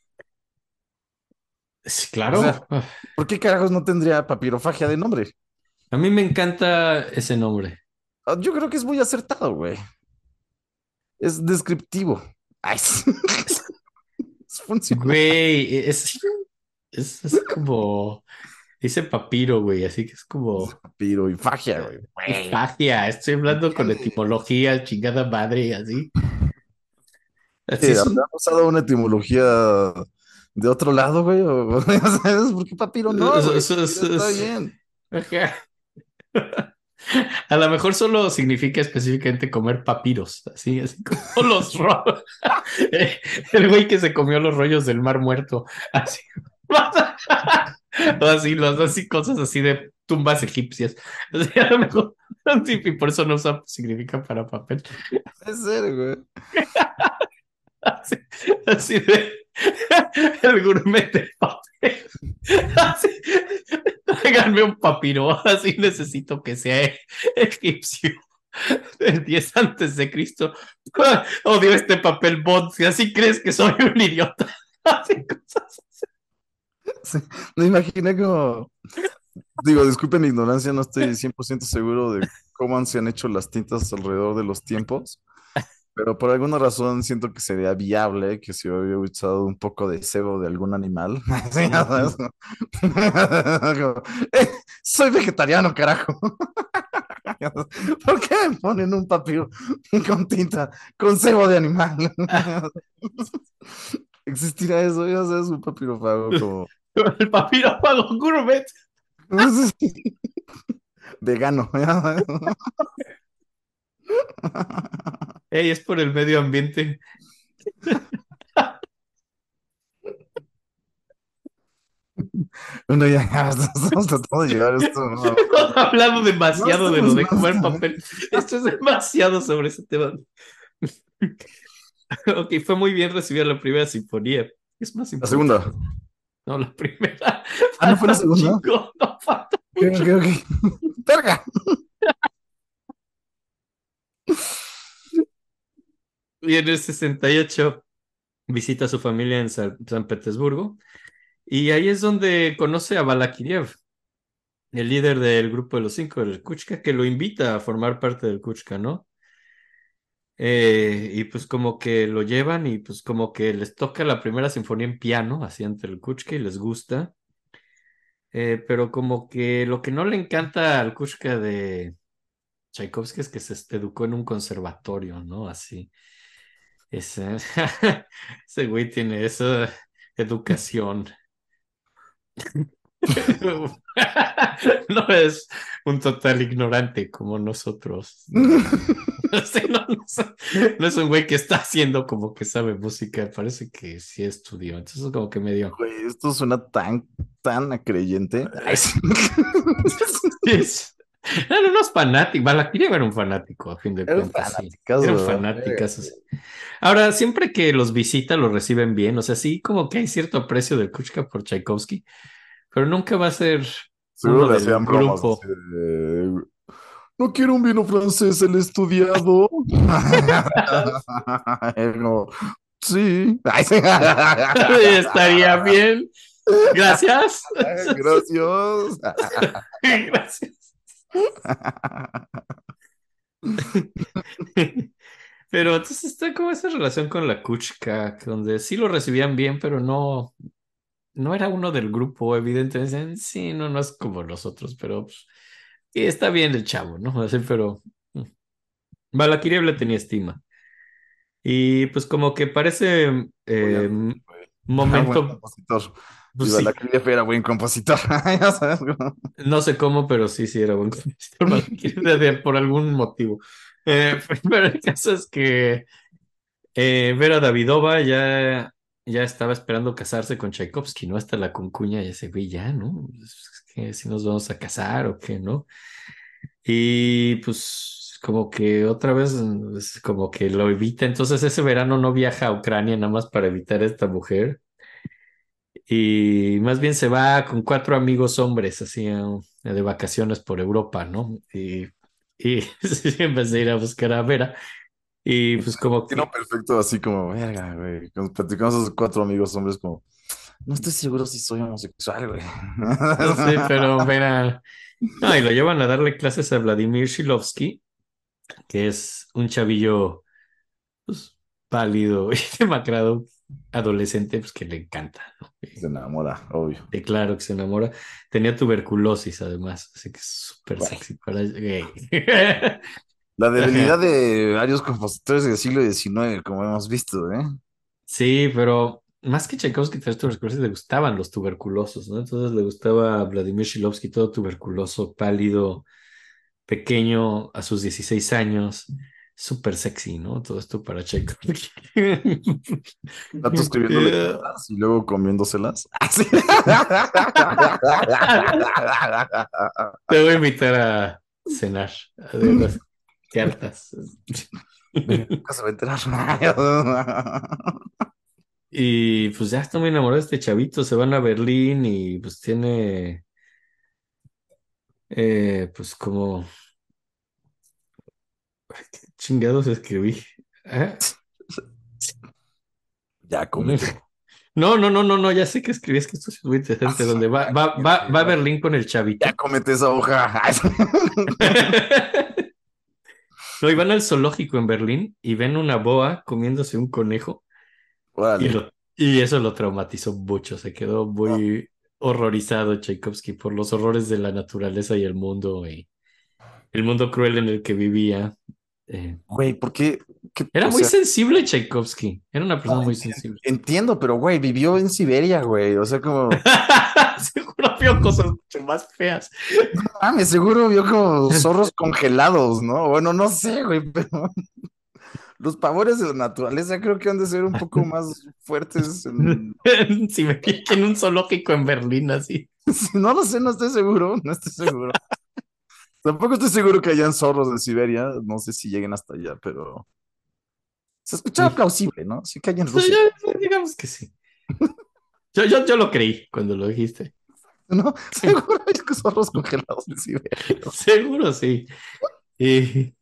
Sí, O sea, claro. ¿por qué carajos no tendría papirofagia de nombre? A mí me encanta ese nombre. Yo creo que es muy acertado, güey. Es descriptivo. Ay, sí. Es funcional. Güey, es como, dice papiro, güey, así que es Es como, papiro y fagia, güey. Güey, fagia, estoy hablando con ¿entiendes? etimología, chingada madre, así. Así ¿Qué, es ¿habrán un, usado una etimología de otro lado, güey? ¿Sabes por qué papiro no, es- güey? es- es- Papiro está es- bien. ajá. A lo mejor solo significa específicamente comer papiros, así como los rollos. El güey que se comió los rollos del Mar Muerto, así. O así, así cosas así de tumbas egipcias. O sea, a lo mejor, sí, y por eso no usa, significa para papel. Es ser, güey. Así, así de el gourmet de papel. Así, tráiganme un papiro, así necesito que sea egipcio. El 10 antes de Cristo. Odio este papel bond, si así crees que soy un idiota. Así cosas. Sí, me imaginé como, digo, disculpen mi ignorancia, no estoy 100% seguro de cómo se han hecho las tintas alrededor de los tiempos, pero por alguna razón siento que sería viable que si hubiera usado un poco de sebo de algún animal. Sí, ya sabes, Ujú. como, como, soy vegetariano, carajo. ¿Por qué me ponen un papiro con tinta, con sebo de animal? Ah, ¿Existirá eso? Ya sabes, un papirofago como el papiro gourmet. vegano. Ey, es por el medio ambiente. Bueno, ya estamos tratando de llevar esto. No, Hemos hablado no demasiado de lo estamos de comer más. papel. Esto es demasiado sobre ese tema. Ok, fue muy bien recibida la primera sinfonía. Es más La segunda. importante. No, la primera. Ah, ¿no fue la Falta un segunda? chingo. No falta. ok, ok. Verga. Y en el 68 visita a su familia en San Petersburgo y ahí es donde conoce a Balakiriev, el líder del grupo de los cinco, del Kuchka, que lo invita a formar parte del Kuchka, ¿no? Y pues como que lo llevan y pues como que les toca la primera sinfonía en piano, así ante el Kuchka y les gusta. Pero como que lo que no le encanta al Kuchka de Tchaikovsky es que se educó en un conservatorio, ¿no? Así. Ese, ese güey tiene esa educación. No es un total ignorante como nosotros. No, sí, no es un güey que está haciendo como que sabe música, parece que sí estudió. Entonces, es como que medio. Güey, esto suena tan acreyente. Ay, sí. Es- no es fanático. Balakirev era un fanático, a fin de Eran cuentas, sí. Eran fanaticazo, ¿verdad? Verga, fanáticas. güey. Ahora, siempre que los visita, los reciben bien. O sea, sí, como que hay cierto aprecio del Kuchka por Tchaikovsky, pero nunca va a ser Seguro uno le del hacían bromas así grupo. no quiero un vino francés, el estudiado. No, sí. Ay, sí. Estaría bien. Gracias. Gracias. Gracias. Pero entonces está como esa relación con la Kuchka, donde sí lo recibían bien, pero no era uno del grupo, evidentemente. Decían, sí, no es como nosotros, pero pues, sí, está bien el chavo, ¿no? Así, pero Balakirev le tenía estima. Y pues como que parece Obviamente, güey. Buen momento, compositor. pues Viva la sí, Cruyff era buen compositor. Ya sabes, ¿no? no sé cómo, pero sí era buen compositor Balakirev por algún motivo. Pero el caso es que Vera Davidova ya estaba esperando casarse con Tchaikovsky, ¿no? Hasta la concuña ya se ve ya, ¿no? Es que si nos vamos a casar o qué, ¿no? Y pues como que otra vez es como que lo evita. Entonces ese verano no viaja a Ucrania nada más para evitar a esta mujer. Y más bien se va con cuatro amigos hombres, así de vacaciones por Europa, ¿no? Y sí, en vez de ir a buscar a Vera. Y pues como Tiene que, perfecto, así como, verga, güey. Platicamos a esos cuatro amigos hombres, como, no estoy seguro si soy homosexual, güey. no sé, pero Vera. No, y lo llevan a darle clases a Vladimir Shilovsky, que es un chavillo pues, pálido y demacrado, adolescente, pues que le encanta, ¿no? Se enamora, obvio. Y claro que se enamora. Tenía tuberculosis, además, así que es súper Güey. sexy para gay. La debilidad Ajá. de varios compositores del siglo XIX, como hemos visto, ¿eh? Sí, pero más que Tchaikovsky tenía tuberculosis, le gustaban los tuberculosos, ¿no? Entonces le gustaba a Vladimir Shilovsky, todo tuberculoso, pálido, pequeño, a sus 16 años, súper sexy, ¿no? Todo esto para Tchaikovsky. Tato escribiéndole cartas y luego comiéndoselas. Así. Te voy a invitar a cenar, de las cartas. Verga, nunca se va a enterar. Y pues ya estoy muy enamorado de este chavito, se van a Berlín y pues tiene, pues como, ¿qué chingados escribí? Ah, Ya, cómete. no, ya sé que escribí, es que esto es muy interesante, donde va a Berlín con el Ya chavito. cómete esa hoja. No, y van al zoológico en Berlín y ven una boa comiéndose un conejo Órale. y eso lo traumatizó mucho, se quedó muy horrorizado Tchaikovsky por los horrores de la naturaleza y el mundo cruel en el que vivía. Eh, Güey, ¿por qué? Era O muy sea, sensible Tchaikovsky, era una no, persona muy sensible. entiendo, pero güey, vivió en Siberia, güey. O sea, como, Seguro vio cosas mucho más feas. mames, seguro vio como zorros congelados, ¿no? Bueno, no sé, güey, pero los pavores de la naturaleza creo que han de ser un poco más fuertes. Si me vi en un zoológico en Berlín así. Si no lo sé, no estoy seguro, no estoy seguro. Tampoco estoy seguro que hayan zorros en Siberia. No sé si lleguen hasta allá, pero se escuchaba plausible, ¿no? Sí que hay en Sí, Rusia. digamos que sí. Yo lo creí cuando lo dijiste. ¿no? Seguro hay zorros congelados en Siberia. Seguro sí. Y,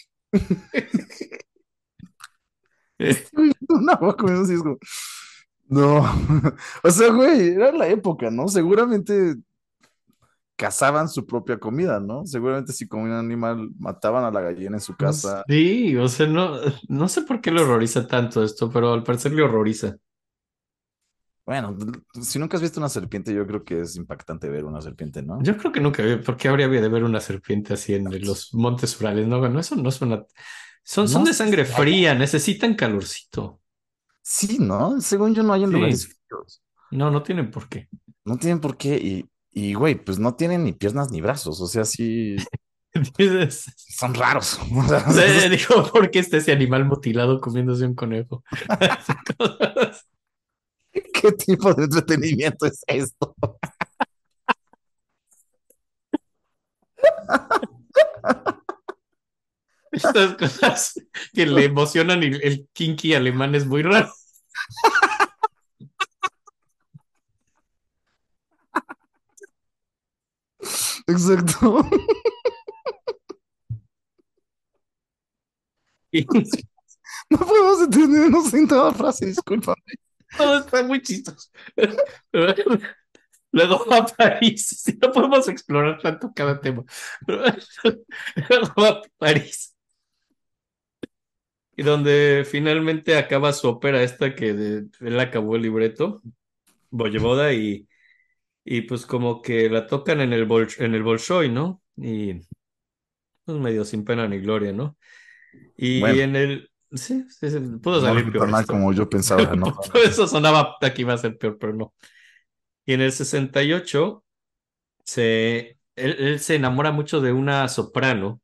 Estoy viendo un agua comiendo así, es como, no. O sea, güey, era la época, ¿no? Seguramente cazaban su propia comida, ¿no? Seguramente si comían animal, mataban a la gallina en su casa. sí, o sea, no sé por qué le horroriza tanto esto, pero al parecer le horroriza. Bueno, si nunca has visto una serpiente, yo creo que es impactante ver una serpiente, ¿no? Yo creo que nunca vi, ¿por qué habría de ver una serpiente así en los montes Urales? No, bueno, eso no suena. Son No de sé sangre si haya. fría, necesitan calorcito. Sí, ¿no? Según yo no hay en lugares Sí, fríos. no tienen por qué. No tienen por qué. Güey, pues no tienen ni piernas ni brazos. O sea, sí, Dices, son raros. O sea, dijo, ¿por qué está ese animal mutilado comiéndose un conejo? ¿qué tipo de entretenimiento es esto? Estas cosas que le emocionan y el kinky alemán es muy raro. Exacto. Y No podemos detenernos en toda frase, disculpa. todo está muy chistoso. Luego va a París. Si no podemos explorar tanto cada tema. Luego va a París. Y donde finalmente acaba su ópera esta él acabó el libreto, Voyevoda, y pues como que la tocan en en el Bolshoi, ¿no? Y pues medio sin pena ni gloria, ¿no? Y Bueno, en el... Sí, sí, sí, pudo no le salir fue tan peor mal esto. como yo pensaba, ¿no? Todo eso sonaba que iba a ser peor, pero no. Y en el 68 él se enamora mucho de una soprano,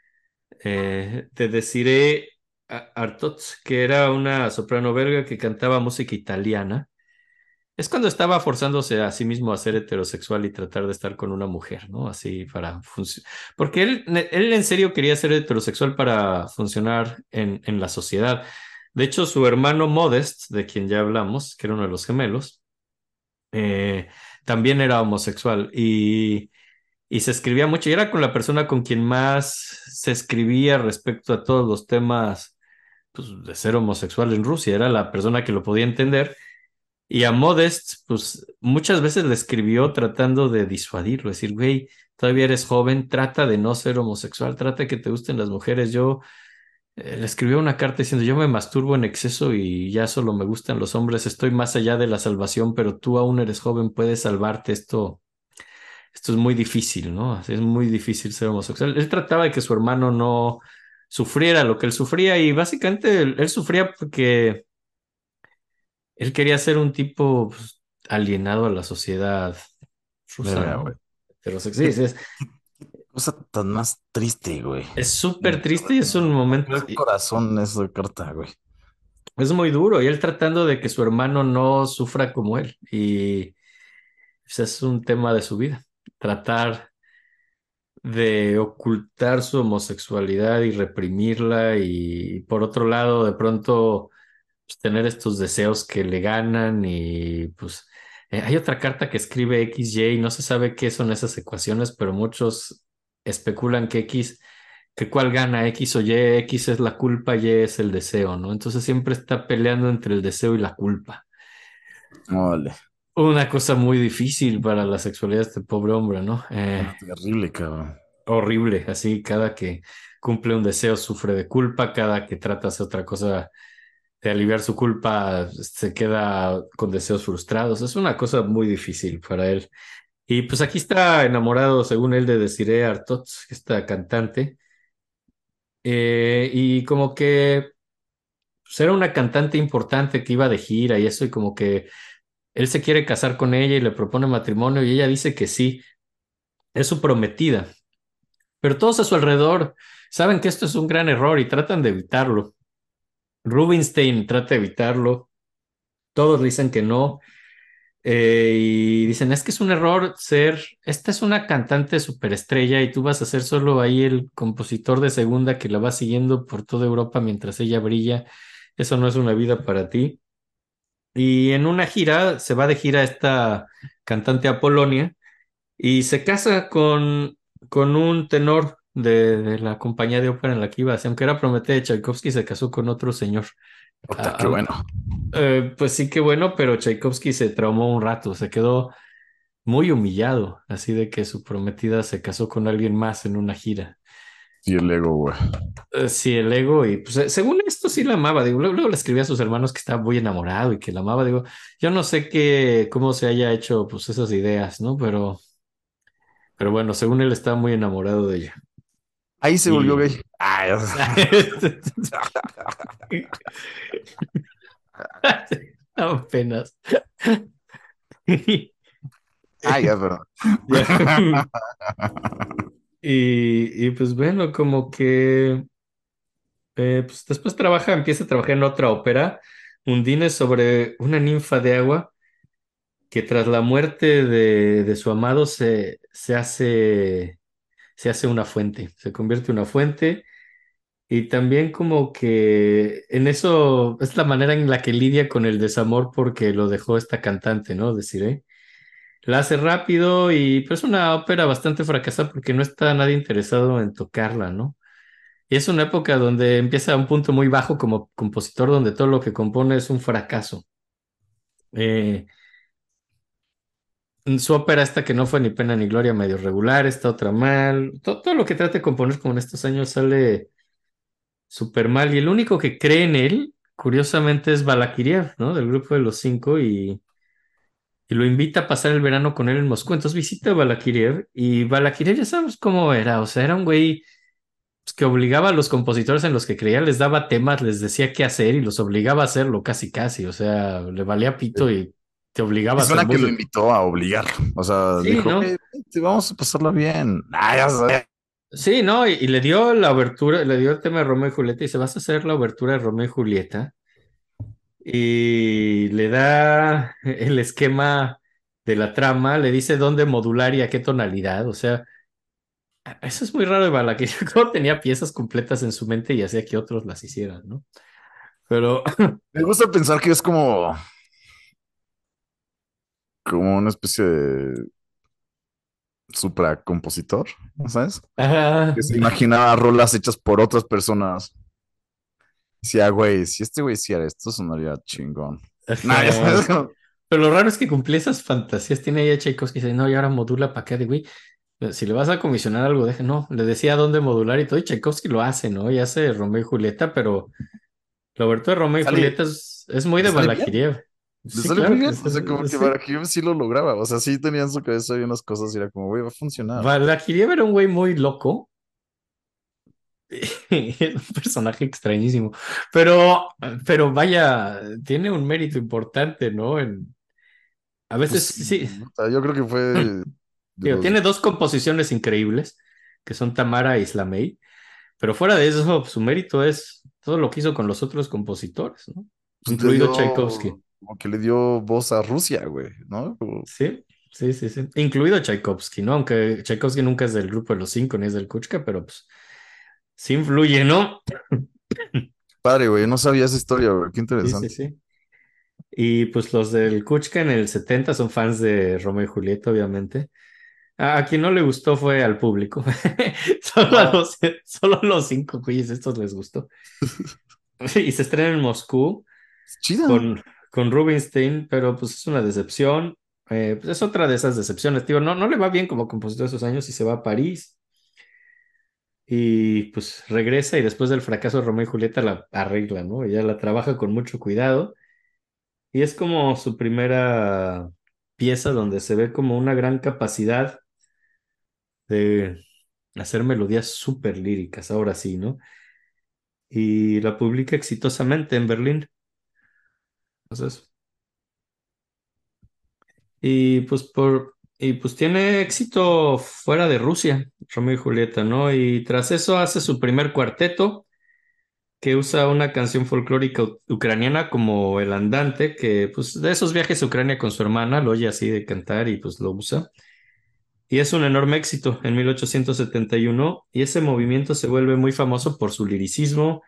de Desiree Artot, que era una soprano belga que cantaba música italiana. Es cuando estaba forzándose a sí mismo a ser heterosexual y tratar de estar con una mujer, ¿no? Así para funcionar. Porque él en serio quería ser heterosexual para funcionar en la sociedad. De hecho, su hermano Modest, de quien ya hablamos, que era uno de los gemelos, eh, también era homosexual y se escribía mucho. Y era con la persona con quien más se escribía respecto a todos los temas, pues, de ser homosexual en Rusia. Era la persona que lo podía entender y a Modest, pues muchas veces le escribió tratando de disuadirlo, decir, güey, todavía eres joven, trata de no ser homosexual, trata de que te gusten las mujeres. Le escribió una carta diciendo, yo me masturbo en exceso y ya solo me gustan los hombres, estoy más allá de la salvación, pero tú aún eres joven, puedes salvarte. Esto es muy difícil, ¿no? Así es muy difícil ser homosexual. Él trataba de que su hermano no sufriera lo que él sufría y básicamente él sufría porque él quería ser un tipo, pues, alienado a la sociedad rusa, Verga, güey. ¿no? Heterosexual. Qué, Sí, qué cosa tan más triste, güey. es Me, súper triste y es un me momento, rompió el corazón esa carta, güey. es muy duro. Y él tratando de que su hermano no sufra como él. Y pues, es un tema de su vida. Tratar de ocultar su homosexualidad y reprimirla. Y por otro lado, de pronto, pues, tener estos deseos que le ganan. Y pues hay otra carta que escribe XY y no se sabe qué son esas ecuaciones, pero muchos especulan que que cuál gana, X o Y, X es la culpa, Y es el deseo, ¿no? Entonces siempre está peleando entre el deseo y la culpa. Órale. Una cosa muy difícil para la sexualidad de este pobre hombre, ¿no? Suena terrible, cabrón. Horrible, así cada que cumple un deseo sufre de culpa, cada que trata de hacer otra cosa de aliviar su culpa se queda con deseos frustrados. Es una cosa muy difícil para él. Y pues aquí está enamorado, según él, de Desiree Artot, esta cantante. Y como que pues, era una cantante importante que iba de gira y eso, y como que él se quiere casar con ella y le propone matrimonio y ella dice que sí, es su prometida. Pero todos a su alrededor saben que esto es un gran error y tratan de evitarlo. Rubinstein trata de evitarlo, todos le dicen que no. Y dicen, es que es un error esta es una cantante superestrella y tú vas a ser solo ahí el compositor de segunda que la va siguiendo por toda Europa mientras ella brilla. Eso no es una vida para ti. Y en una gira, se va de gira esta cantante a Polonia y se casa con un tenor de la compañía de ópera en la que iba. Aunque era prometido de Tchaikovsky, se casó con otro señor. Puta, qué Ah, bueno. pues sí, qué bueno, pero Tchaikovsky se traumó un rato, se quedó muy humillado, así de que su prometida se casó con alguien más en una gira. Sí, el ego, güey. Sí, el ego, y pues según esto sí la amaba, digo, luego le escribí a sus hermanos que estaba muy enamorado y que la amaba, digo, yo no sé cómo se haya hecho pues esas ideas, ¿no? Pero bueno, según él estaba muy enamorado de ella. Ahí se volvió Y gay. Ay, apenas. ay, ya, perdón. Ya. Y pues bueno, como que pues después empieza a trabajar en otra ópera, Undine, sobre una ninfa de agua que tras la muerte de su amado se hace una fuente, se convierte en una fuente y también como que en eso es la manera en la que lidia con el desamor porque lo dejó esta cantante, ¿no? Deciré. La hace rápido y pues es una ópera bastante fracasada porque no está nadie interesado en tocarla, ¿no? Y es una época donde empieza a un punto muy bajo como compositor, donde todo lo que compone es un fracaso. Eh, Su ópera esta que no fue ni pena ni gloria, medio regular, esta otra mal. Todo lo que trate de componer como en estos años sale súper mal. Y el único que cree en él, curiosamente, es Balakiriev, ¿no? Del grupo de los cinco y lo invita a pasar el verano con él en Moscú. Entonces visita a Balakiriev y Balakiriev ya sabes cómo era. O sea, era un güey pues, que obligaba a los compositores en los que creía, les daba temas, les decía qué hacer y los obligaba a hacerlo casi casi. O sea, le valía pito y te obligaba Me a hacer suena que lo música. invitó a obligarlo. O sea, le Sí, dijo, ¿no? güey, vente, vamos a pasarla bien. Ay, ya sé. Sí, ¿no? Y le dio la obertura, le dio el tema de Romeo y Julieta y se vas a hacer la obertura de Romeo y Julieta y le da el esquema de la trama, le dice dónde modular y a qué tonalidad. O sea, eso es muy raro de Balaguer. Como tenía piezas completas en su mente y hacía que otros las hicieran, ¿no? Pero, Me gusta pensar que es como una especie de supracompositor, ¿no ¿sabes? ajá, Que se imaginaba rolas hechas por otras personas. Decía, güey, si este güey hiciera esto, sonaría chingón. Nah, ya ajá. sabes. Como, Pero lo raro es que cumplía esas fantasías. Tiene ahí a Tchaikovsky y dice, no, y ahora modula para acá de güey. Si le vas a comisionar algo, deja, no, le decía dónde modular y todo, y Tchaikovsky lo hace, ¿no? Y hace Romeo y Julieta, pero Roberto de Romeo y sale, Julieta es muy le de sale bien. Balakiriev. Le Sí, sale muy claro que bien. O sea, como que sí. para que sí lo lograba. O sea, sí tenía en su cabeza y unas cosas y era como, güey, va a funcionar. Balakiriev era un güey muy loco. Es un personaje extrañísimo. Pero, pero vaya, tiene un mérito importante, ¿no? A Pues veces sí. sí, o sea, yo creo que fue de Digo, los tiene dos composiciones increíbles, que son Tamara e Islamey. Pero fuera de eso, su mérito es todo lo que hizo con los otros compositores, ¿no? pues le Incluido dio, Tchaikovsky. como que le dio voz a Rusia, güey, ¿no? Sí, sí, sí, sí. Incluido Tchaikovsky, ¿no? Aunque Tchaikovsky nunca es del grupo de los cinco ni es del Kuchka, pero pues sí influye, ¿no? Padre, güey, no sabía esa historia, güey, qué Sí, sí, interesante. sí. Y pues los del Kuchka en el 70 son fans de Romeo y Julieta, obviamente. A quien no le gustó fue al público. Solo a No, solo a los cinco güeyes estos les gustó. Y se estrena en Moscú es chida. con Rubinstein, pero pues es una decepción. Pues es otra de esas decepciones, tío. No, no le va bien como compositor de esos años y se va a París y pues regresa y después del fracaso de Romeo y Julieta la arregla, ¿no? Ella la trabaja con mucho cuidado y es como su primera pieza donde se ve como una gran capacidad de hacer melodías súper líricas, ahora sí, ¿no? Y la publica exitosamente en Berlín. Entonces, y pues tiene éxito fuera de Rusia, Romeo y Julieta, ¿no? Y tras eso hace su primer cuarteto que usa una canción folclórica ucraniana como el andante, que pues de esos viajes a Ucrania con su hermana, lo oye así de cantar y pues lo usa. Y es un enorme éxito en 1871 y ese movimiento se vuelve muy famoso por su liricismo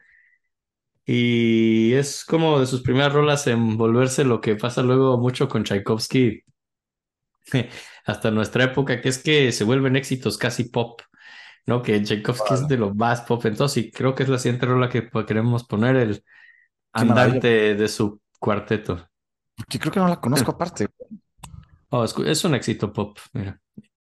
y es como de sus primeras rolas en volverse lo que pasa luego mucho con Tchaikovsky hasta nuestra época, que es que se vuelven éxitos casi pop, ¿no? Que Tchaikovsky es Vale. de lo más pop, entonces, y creo que es la siguiente rola que queremos poner, el Qué maravilla, andante de su cuarteto. porque creo que no la conozco aparte. Oh, es un éxito pop, mira.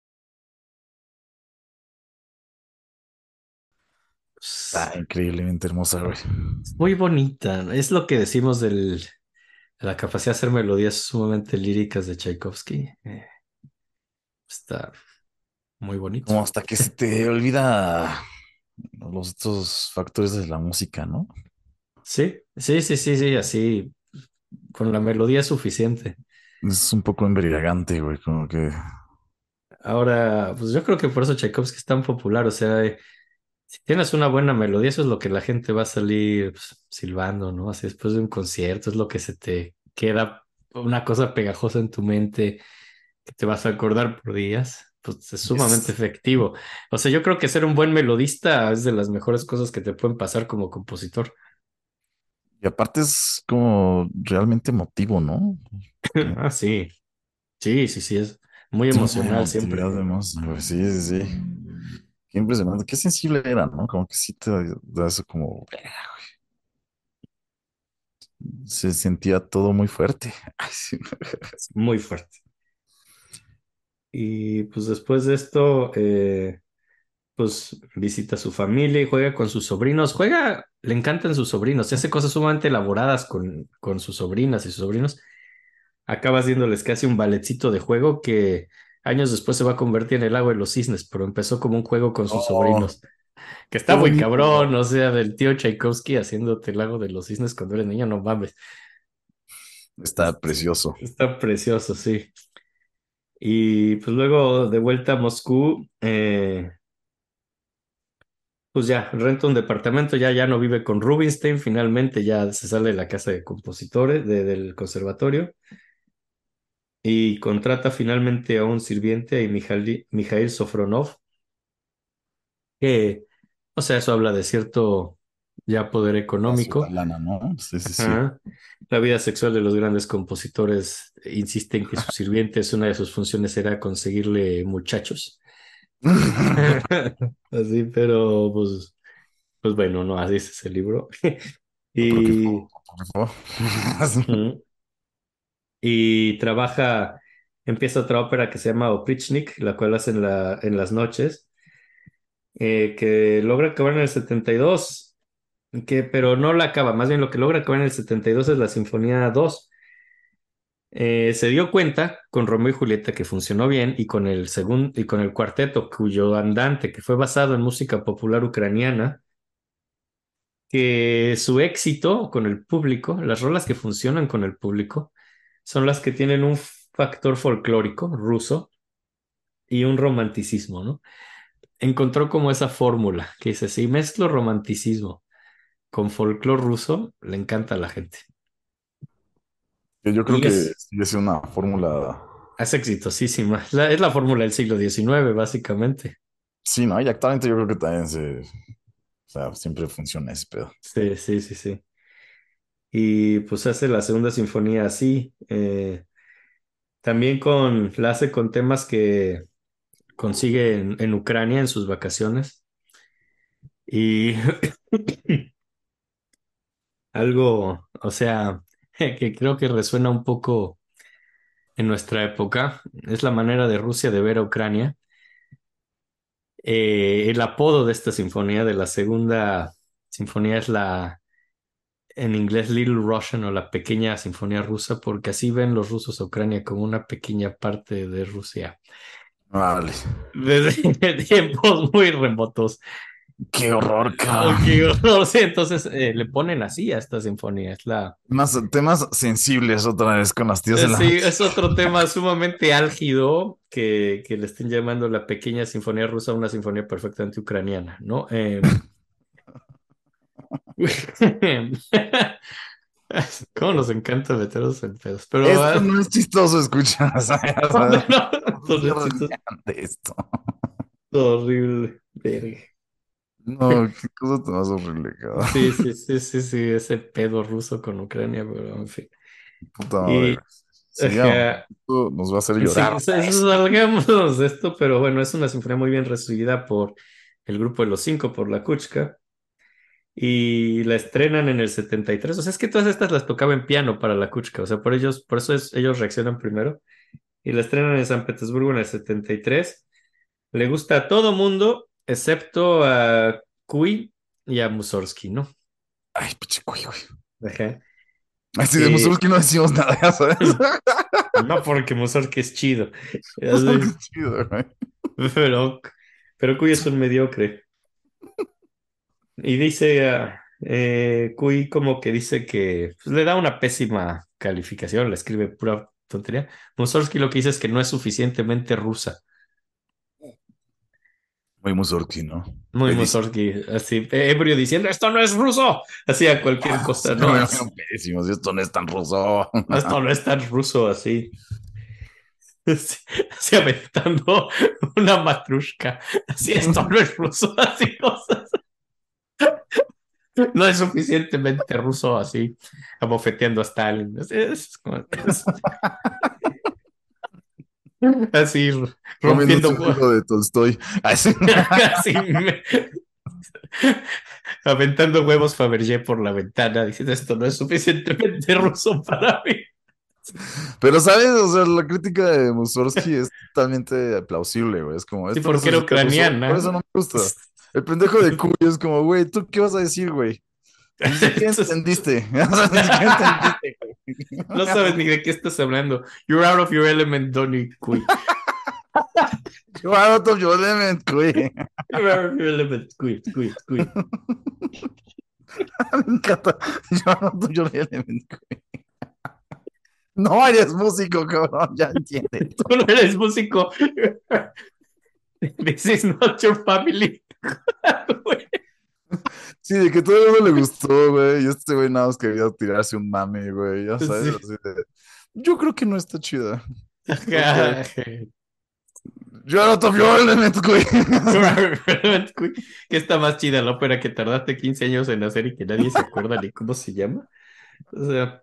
Está increíblemente hermosa, güey. Es muy bonita, ¿no? Es lo que decimos de la capacidad de hacer melodías sumamente líricas de Tchaikovsky. Está muy bonito. Como hasta que se te olvida los otros factores de la música, ¿no? Sí, sí, sí, sí, sí, así, con la melodía es suficiente. Es un poco embriagante, güey, como que Ahora, pues yo creo que por eso Tchaikovsky es tan popular, o sea, si tienes una buena melodía, eso es lo que la gente va a salir pues, silbando, ¿no? Así después de un concierto, es lo que se te queda una cosa pegajosa en tu mente que te vas a acordar por días, pues es sumamente es, efectivo. O sea, yo creo que ser un buen melodista es de las mejores cosas que te pueden pasar como compositor. y aparte es como realmente emotivo, ¿no? Como Ah, sí, sí, sí, sí, es muy tiene una emocional siempre. emotividad además, güey. Sí, sí, sí. Qué impresionante, qué sensible era, ¿no? Como que sí te da eso como se sentía todo muy fuerte. Ay, sí. Es muy fuerte. Y pues después de esto, pues visita a su familia y juega con sus sobrinos. Juega, le encantan sus sobrinos, y hace cosas sumamente elaboradas con sus sobrinas y sus sobrinos. Acaba haciéndoles casi un balletcito de juego que años después se va a convertir en el lago de los cisnes, pero empezó como un juego con sus Oh, sobrinos, que qué está muy bonito. cabrón, o sea, del tío Tchaikovsky haciéndote el lago de los cisnes cuando eres niño, no mames. Está precioso. Está precioso, sí. Y pues luego de vuelta a Moscú, pues ya renta un departamento, ya no vive con Rubinstein, finalmente ya se sale de la casa de compositores, del conservatorio, y contrata finalmente a un sirviente, a Mikhail Sofronov, que, o sea, eso habla de cierto ya poder A su económico. lana, ¿no? Sí, sí, sí. Ajá. La vida sexual de los grandes compositores insiste en que su sirviente, una de sus funciones era conseguirle muchachos. Así, pero pues bueno, no, así es ese libro. Apócrifo, Y, apócrifo. ujú, y empieza otra ópera que se llama Oprichnik, la cual hace en las noches, que logra acabar en el 72, pero no la acaba, más bien lo que logra acabar en el 72 es la Sinfonía 2. Se dio cuenta con Romeo y Julieta que funcionó bien y con el segundo y con el cuarteto, cuyo andante, que fue basado en música popular ucraniana, que su éxito con el público, las rolas que funcionan con el público, son las que tienen un factor folclórico ruso y un romanticismo, ¿no? Encontró como esa fórmula que dice, si mezclo romanticismo con folclore ruso, le encanta a la gente. Que yo creo Y que sí es una fórmula. es exitosísima. Es la fórmula del siglo XIX, básicamente. Sí, ¿no? Y actualmente yo creo que también o sea, siempre funciona ese pedo. Sí, sí, sí, sí. Y pues hace la segunda sinfonía así. También la hace con temas que consigue en Ucrania en sus vacaciones. Y algo, o sea, que creo que resuena un poco en nuestra época, es la manera de Rusia de ver a Ucrania. El apodo de esta sinfonía, de la segunda sinfonía, es en inglés, Little Russian o la pequeña sinfonía rusa, porque así ven los rusos a Ucrania como una pequeña parte de Rusia, Vale. desde tiempos muy remotos. Qué horror, Ok, cabrón. o sea, entonces le ponen así a esta sinfonía. Más temas sensibles otra vez con las tías de la Sí, es música. otro tema sumamente álgido que le estén llamando la pequeña sinfonía rusa, una sinfonía perfectamente ucraniana, ¿no? Cómo nos encanta meternos en pedos, pero Esto no es chistoso, escucha. O sea, ya no, sabes, no, es pobrecito, horripilante esto. horrible, verga. No, qué cosa tan más horrible, cabrón. Sí, sí, sí, sí, sí, ese pedo ruso con Ucrania, pero en fin. Puta madre, Y, güey. Sigamos. Ajá. Esto nos va a hacer Sí, llorar. salgamos de esto, pero bueno, es una sinfonía muy bien recibida por el grupo de los cinco, por la Kuchka, y la estrenan en el 73. O sea, es que todas estas las tocaba en piano para la Kuchka, o sea, por eso ellos reaccionan primero, y la estrenan en San Petersburgo en el 73. Le gusta a todo mundo, excepto a Cui y a Mussorgsky, ¿no? Ay, pinche cuy, güey. Ajá. Así de Eh, Mussorgsky no decimos nada, ya sabes. no porque Mussorgsky es chido, Mussorgsky así, es chido, güey. pero, pero Cui es un mediocre. Y dice, Cui como que dice que pues, le da una pésima calificación, le escribe pura tontería. Mussorgsky lo que dice es que no es suficientemente rusa. Muy Mussorgsky, ¿no? Muy Pedísimo. Mussorgsky, así, ebrio diciendo, esto no es ruso, hacía cualquier cosa, Sí, ¿no? bueno, pésimos. Esto no es tan ruso. Esto no es tan ruso así. Así, así aventando una matrushka. Así, esto no es ruso, así cosas. No es suficientemente ruso así, abofeteando a Stalin. Así Comiéndose rompiendo, un libro de Tolstoy. Así. así aventando huevos Fabergé por la ventana, diciendo esto no es suficientemente ruso para mí. Pero, ¿sabes? O sea, la crítica de Mussorgsky es totalmente plausible, güey. Es como, Sí, esto no es porque era suficiente ruso, por ucraniana. eso no me gusta. El pendejo de Cuy es como, güey, ¿tú qué vas a decir, güey? Ni siquiera Entonces, entendiste. O sea, ni siquiera entendiste, güey. no sabes ni de qué estás hablando. You're out of your element, Donny Cui. You are out of your element, güey. You're out of your element, Cui, Cui, Cui. Me encanta. You are out of your element, güey. No eres músico, cabrón, ya entiendes. Tú no eres músico. This is not your family. Sí, de que todo el mundo le gustó, güey. Y este güey nada más quería tirarse un mame, güey. Ya sabes, Sí. así de. Yo creo que no está chida. Ok. You are out of your element, güey. ¿Qué está más chida la ópera que tardaste 15 años en hacer y que nadie se acuerda ni cómo se llama? O sea,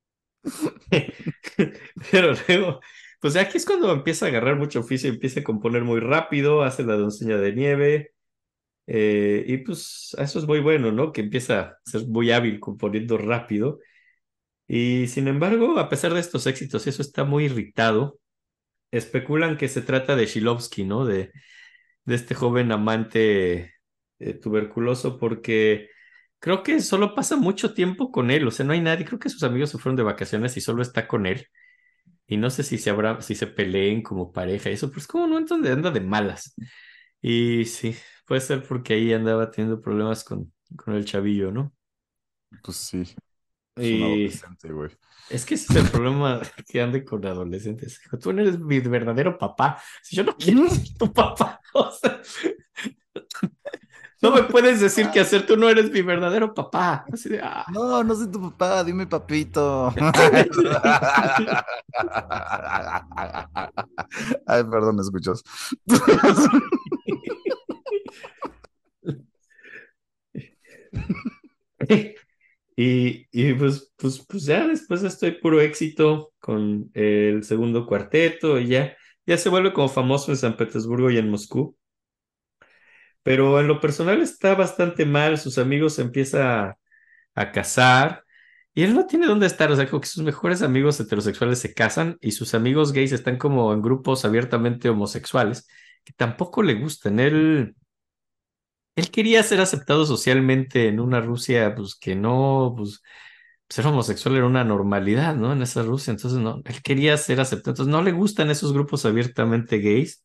pero luego, pues aquí es cuando empieza a agarrar mucho oficio, empieza a componer muy rápido, hace la doncella de nieve, y pues eso es muy bueno, ¿no? Que empieza a ser muy hábil componiendo rápido. Y sin embargo, a pesar de estos éxitos, y eso está muy irritado, especulan que se trata de Shilovsky, ¿no? De este joven amante tuberculoso, porque creo que solo pasa mucho tiempo con él, o sea, no hay nadie, creo que sus amigos se fueron de vacaciones y solo está con él. Y no sé si se peleen como pareja y eso, pues como no anda de malas. Y sí, puede ser porque ahí andaba teniendo problemas con el chavillo, ¿no? Pues sí, es un Y adolescente, güey. es que ese es el problema que ande con adolescentes. Tú no eres mi verdadero papá. Si yo no quiero ser tu papá, o sea, no me puedes decir qué hacer, tú no eres mi verdadero papá. Así de, ah. No, no soy tu papá, dime papito. Ay, perdón, ¿me escuchas? Pues ya después estoy puro éxito con el segundo cuarteto y ya se vuelve como famoso en San Petersburgo y en Moscú. Pero en lo personal está bastante mal, sus amigos se empieza a casar y él no tiene dónde estar, o sea, como que sus mejores amigos heterosexuales se casan y sus amigos gays están como en grupos abiertamente homosexuales que tampoco le gustan. Él quería ser aceptado socialmente en una Rusia, pues que no, pues ser homosexual era una normalidad, ¿no? En esa Rusia, entonces no, él quería ser aceptado, entonces no le gustan esos grupos abiertamente gays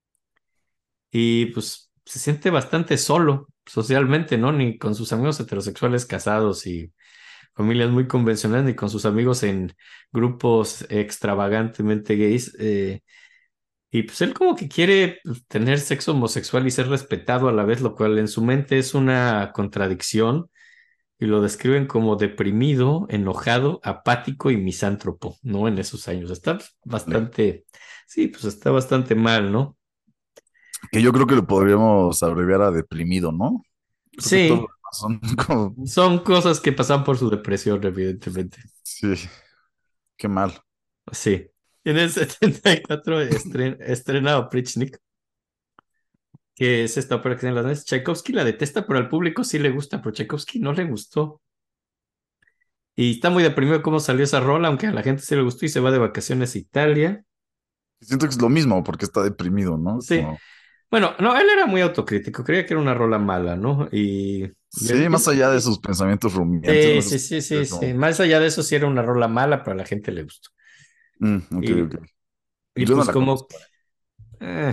y pues se siente bastante solo socialmente, ¿no? Ni con sus amigos heterosexuales casados y familias muy convencionales, ni con sus amigos en grupos extravagantemente gays. Y pues él como que quiere pues, tener sexo homosexual y ser respetado a la vez, lo cual en su mente es una contradicción y lo describen como deprimido, enojado, apático y misántropo, ¿no? En esos años. Está bastante, sí, pues está bastante mal, ¿no? Que yo creo que lo podríamos abreviar a deprimido, ¿no? Creo que todo lo Sí, demás son como, son cosas que pasan por su depresión, evidentemente. sí, qué mal. Sí. En el 74 estrena Oprichnik, que es esta ópera que tiene las nueve. Tchaikovsky la detesta, pero al público sí le gusta, pero Tchaikovsky no le gustó. Y está muy deprimido cómo salió esa rola, aunque a la gente sí le gustó y se va de vacaciones a Italia. Siento que es lo mismo porque está deprimido, ¿no? Sí. Como, Bueno, no, él era muy autocrítico, creía que era una rola mala, ¿no? Y sí, más allá de sus pensamientos rumiantes, sí, no sé, sí, sí, sí, es sí. como, Más allá de eso, sí era una rola mala, pero a la gente le gustó. ok, Y, ok. y Yo no pues la como, conozco. eh,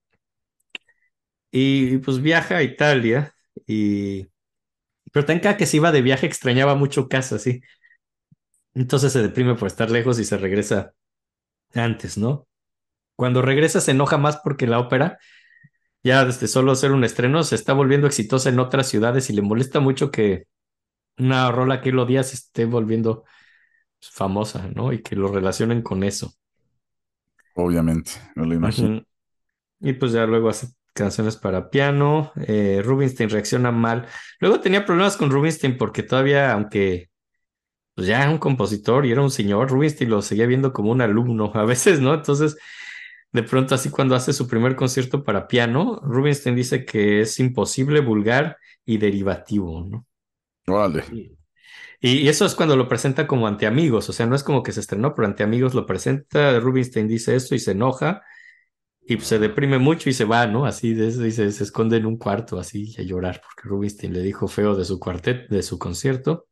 y pues viaja a Italia y, pero también cada que se iba de viaje extrañaba mucho casa, sí. Entonces se deprime por estar lejos y se regresa antes, ¿no? Cuando regresa se enoja más porque la ópera, ya desde solo hacer un estreno, se está volviendo exitosa en otras ciudades y le molesta mucho que una rola que él odia se esté volviendo famosa, ¿no? Y que lo relacionen con eso. Obviamente, me lo imagino. Ujú. Y pues ya luego hace canciones para piano. Rubinstein reacciona mal. Luego tenía problemas con Rubinstein porque todavía, aunque pues ya era un compositor y era un señor, Rubinstein lo seguía viendo como un alumno a veces, ¿no? Entonces, de pronto, así cuando hace su primer concierto para piano, Rubinstein dice que es imposible, vulgar y derivativo, ¿no? Vale. Y, y eso es cuando lo presenta como ante amigos, o sea, no es como que se estrenó, pero ante amigos lo presenta. Rubinstein dice eso y se enoja. Y pues, se deprime mucho y se va, ¿no? Así de eso, y se esconde en un cuarto así a llorar porque Rubinstein le dijo feo de su cuartet, de su concierto.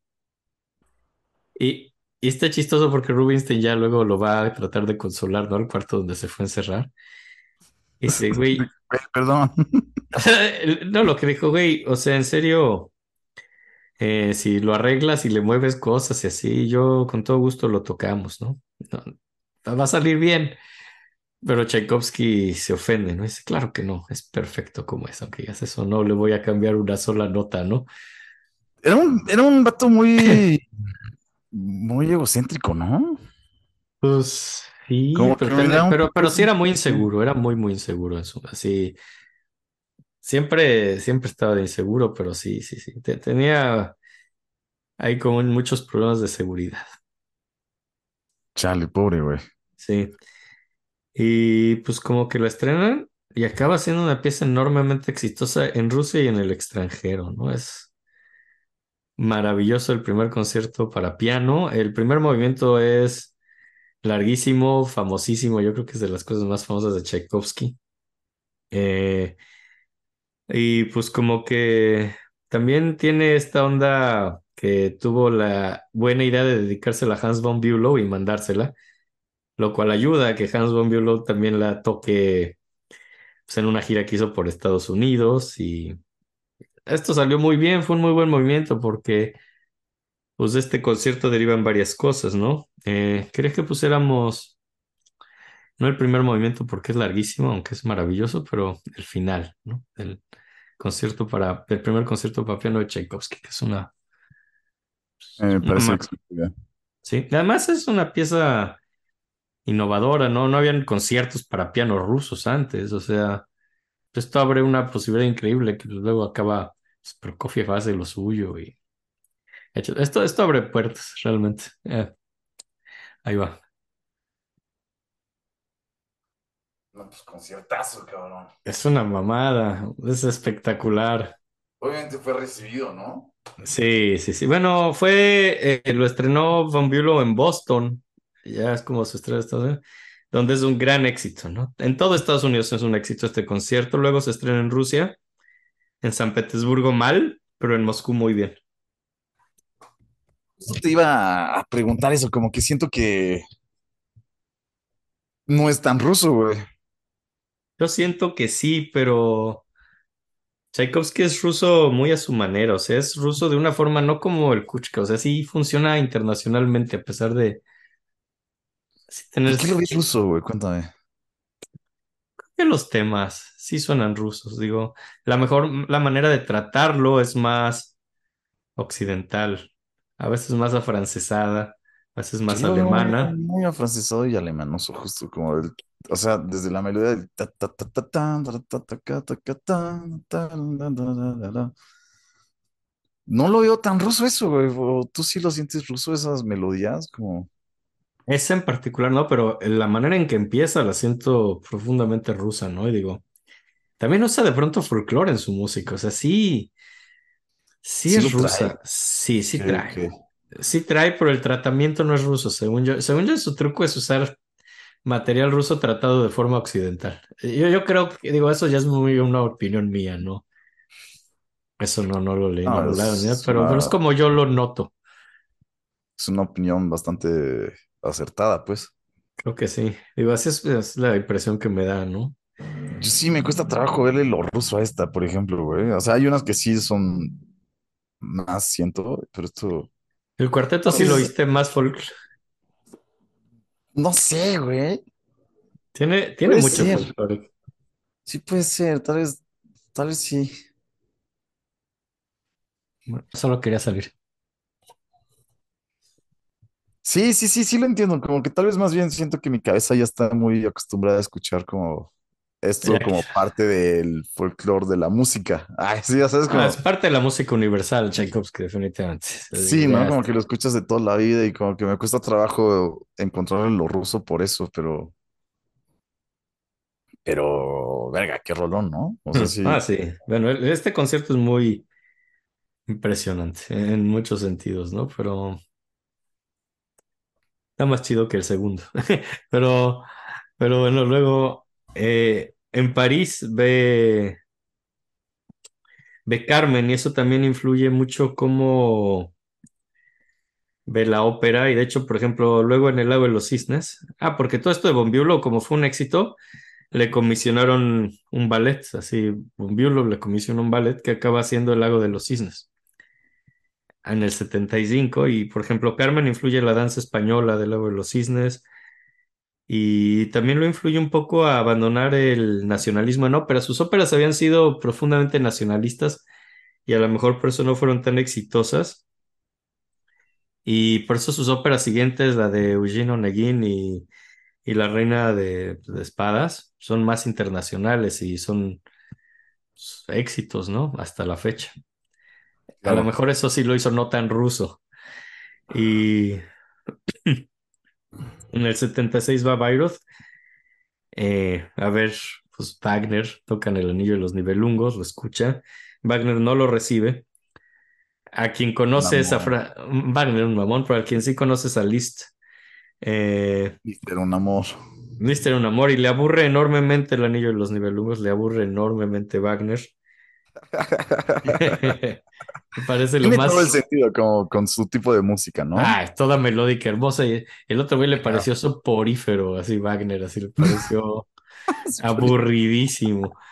Y está chistoso porque Rubinstein ya luego lo va a tratar de consolar, ¿no? Al cuarto donde se fue a encerrar. Y dice, güey, Perdón. no, lo que dijo, güey, o sea, en serio, si lo arreglas y le mueves cosas y así, yo con todo gusto lo tocamos, ¿no? Va a salir bien. Pero Tchaikovsky se ofende, ¿no? Dice, claro que no, es perfecto como es, aunque digas eso, no le voy a cambiar una sola nota, ¿no? Era un vato muy, muy egocéntrico, ¿no? Pues sí, Como que me da un poco pero esa sí era muy impresión. inseguro, era muy, muy inseguro en su, así, siempre estaba de inseguro, pero sí, sí, sí, tenía ahí como muchos problemas de seguridad, Chale, pobre, güey. sí. Y pues como que lo estrenan y acaba siendo una pieza enormemente exitosa en Rusia y en el extranjero, ¿no? Es maravilloso el primer concierto para piano. El primer movimiento es larguísimo, famosísimo. Yo creo que es de las cosas más famosas de Tchaikovsky. Eh, y pues como que también tiene esta onda que tuvo la buena idea de dedicársela a Hans von Bülow y mandársela, lo cual ayuda a que Hans von Bülow también la toque pues, en una gira que hizo por Estados Unidos. Y esto salió muy bien, fue un muy buen movimiento porque pues de este concierto derivan varias cosas, ¿no? Quería que pusiéramos, no el primer movimiento porque es larguísimo, aunque es maravilloso, pero el final, ¿no? El primer concierto para piano de Tchaikovsky, que es Me una parece excelente. sí. Además es una pieza innovadora, ¿no? No habían conciertos para piano rusos antes, o sea, esto abre una posibilidad increíble que luego acaba, pues, Prokofiev hace lo suyo y esto abre puertas, realmente. Ahí va. No, pues conciertazo, cabrón. Es una mamada, es espectacular. Obviamente fue recibido, ¿no? Sí, sí, sí. Bueno, lo estrenó Von Bülow en Boston, ya es como su estrella de Estados Unidos, donde es un gran éxito, ¿no? En todo Estados Unidos es un éxito este concierto. Luego se estrena en Rusia, en San Petersburgo mal, pero en Moscú muy bien. Justo te iba a preguntar eso, como que siento que no es tan ruso, güey. Yo siento que sí, pero Tchaikovsky es ruso muy a su manera, o sea, es ruso de una forma no como el Kuchka, o sea, sí funciona internacionalmente a pesar de sí ¿Por tener qué lo ves ruso, güey? Cuéntame. que los temas sí suenan rusos, digo, la manera de tratarlo es más occidental, a veces más afrancesada, a veces Yo más lo veo muy, alemana. muy afrancesado y alemanoso, justo como el, o sea, desde la melodía del ta ta ta ta tan, ta ta ta ca, ta ca, tan, tan, da, da, da, da, da. No lo veo tan ruso eso, güey. O tú sí lo sientes ruso esas melodías, como. esa en particular no, pero la manera en que empieza la siento profundamente rusa, ¿no? Y digo, también usa de pronto folclore en su música, o sea, sí, sí Sí es lo trae. rusa, sí, Ok, sí trae. ok. Sí trae, pero el tratamiento no es ruso, según yo. Según yo, su truco es usar material ruso tratado de forma occidental. Yo creo que, digo, eso ya es muy una opinión mía, ¿no? Eso no lo leí en No, ningún lado, ni nada, es pero es como yo lo noto. es una opinión bastante acertada, pues. Creo que sí. Digo, así es la impresión que me da, ¿no? Yo sí me cuesta trabajo verle lo ruso a esta, por ejemplo, güey. O sea, hay unas que sí son más, siento, pero esto El cuarteto tal sí lo vez, oíste más folk. no sé, güey. Tiene Puede mucho ser, folclore. sí puede ser, tal vez sí. Bueno, solo quería salir. Sí, sí, sí, sí lo entiendo. Como que tal vez más bien siento que mi cabeza ya está muy acostumbrada a escuchar como Ya esto que- como parte del folclore de la música. Ay, sí, ya sabes, Es como, parte de la música universal, Tchaikovsky, definitivamente. sí, ¿no? Ya Como está. que lo escuchas de toda la vida y como que me cuesta trabajo encontrar lo ruso por eso, verga, qué rolón, ¿no? O sea, sí, Sí. Bueno, este concierto es muy impresionante en muchos sentidos, ¿no? Pero está más chido que el segundo. Pero, pero bueno, luego en París ve Carmen y eso también influye mucho cómo ve la ópera. Y de hecho, por ejemplo, luego en El lago de los cisnes. Porque todo esto de Bonviulo, como fue un éxito, le comisionaron un ballet. Así, Bonviulo le comisionó un ballet que acaba siendo El lago de los cisnes en el 75. Y, por ejemplo, Carmen influye en la danza española del lago de los cisnes. Y también lo influye un poco a abandonar el nacionalismo en ópera. Sus óperas habían sido profundamente nacionalistas y a lo mejor por eso no fueron tan exitosas. Y por eso sus óperas siguientes, la de Eugene Onegin y La Reina de Espadas, son más internacionales y son éxitos, ¿no? Hasta la fecha. A lo claro. mejor eso sí lo hizo no tan ruso. Y en el 76 va Bayreuth a ver, pues Wagner, tocan el anillo de los Nibelungos, lo escucha. Wagner no lo recibe. A quien Un conoce esa amor, frase, Wagner, un mamón, pero a quien sí conoces a Liszt. era un amor. Liszt era un amor y le aburre enormemente el anillo de los Nibelungos, le aburre enormemente Wagner. Me parece lo Tiene todo el más. sentido como con su tipo de música, ¿no? Es toda melódica, hermosa. Y el otro güey le pareció soporífero, así Wagner, así le pareció aburridísimo.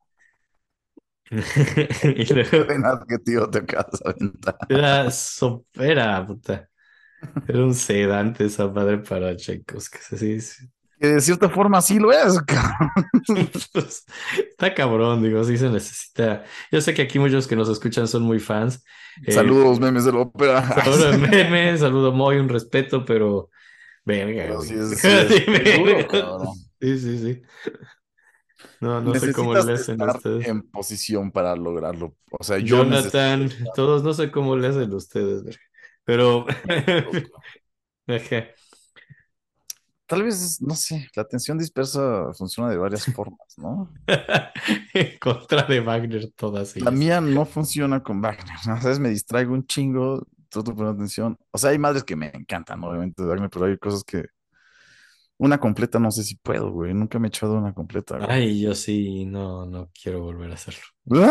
Y Qué luego buen adjetivo te acabas de aventar. era, puta. Era un sedante esa madre para Tchaikovsky. Sí, sí. Que de cierta forma sí lo es, cabrón. Pues, está cabrón, digo, sí se necesita. Yo sé que aquí muchos que nos escuchan son muy fans. Eh, Saludos, memes de la ópera. saludo meme, saludo muy, un respeto, pero verga, Pero güey. sí es duro, cabrón. Sí, sí, sí. No sé cómo Necesitas le hacen estar ustedes. en posición para lograrlo. O sea, yo necesito Jonathan, estar. todos no sé cómo le hacen ustedes, verga. Pero ajá. Tal vez, no sé, la atención dispersa funciona de varias formas, ¿no? En contra de Wagner todas La ellas. mía no funciona con Wagner, ¿no? ¿Sabes? Me distraigo un chingo, trato de poner atención. O sea, hay madres que me encantan, obviamente, de Wagner, pero hay cosas que una completa no sé si puedo, güey. Nunca me he echado una completa, güey. Ay, yo sí, no quiero volver a hacerlo.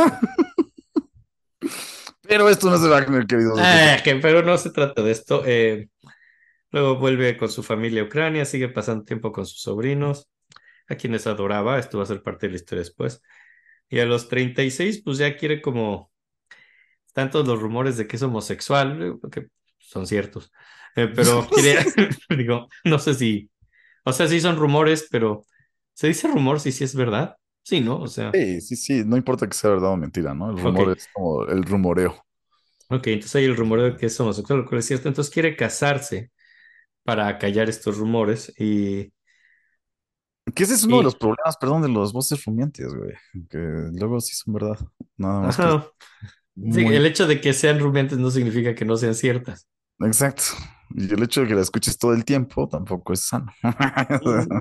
Pero esto no es de Wagner, queridos escuchas. Pero no se trata de esto. Luego vuelve con su familia a Ucrania, sigue pasando tiempo con sus sobrinos, a quienes adoraba. Esto va a ser parte de la historia después. Y a los 36 pues ya quiere como tantos los rumores de que es homosexual, que son ciertos. Pero quiere, digo, no sé si, o sea, sí son rumores, pero ¿se dice rumor si sí es verdad? Sí, ¿no? O sea, Sí, sí, sí, no importa que sea verdad o mentira, ¿no? El ok, rumor es como el rumoreo. ok, entonces hay el rumor de que es homosexual, lo cual es cierto. Entonces quiere casarse para callar estos rumores Que ese es uno de los y, problemas, perdón, de los voces rumiantes, güey. Que luego sí son verdad. Nada más que es ajá, sí, muy. el hecho de que sean rumiantes no significa que no sean ciertas. Exacto. Y el hecho de que la escuches todo el tiempo tampoco es sano. Mm.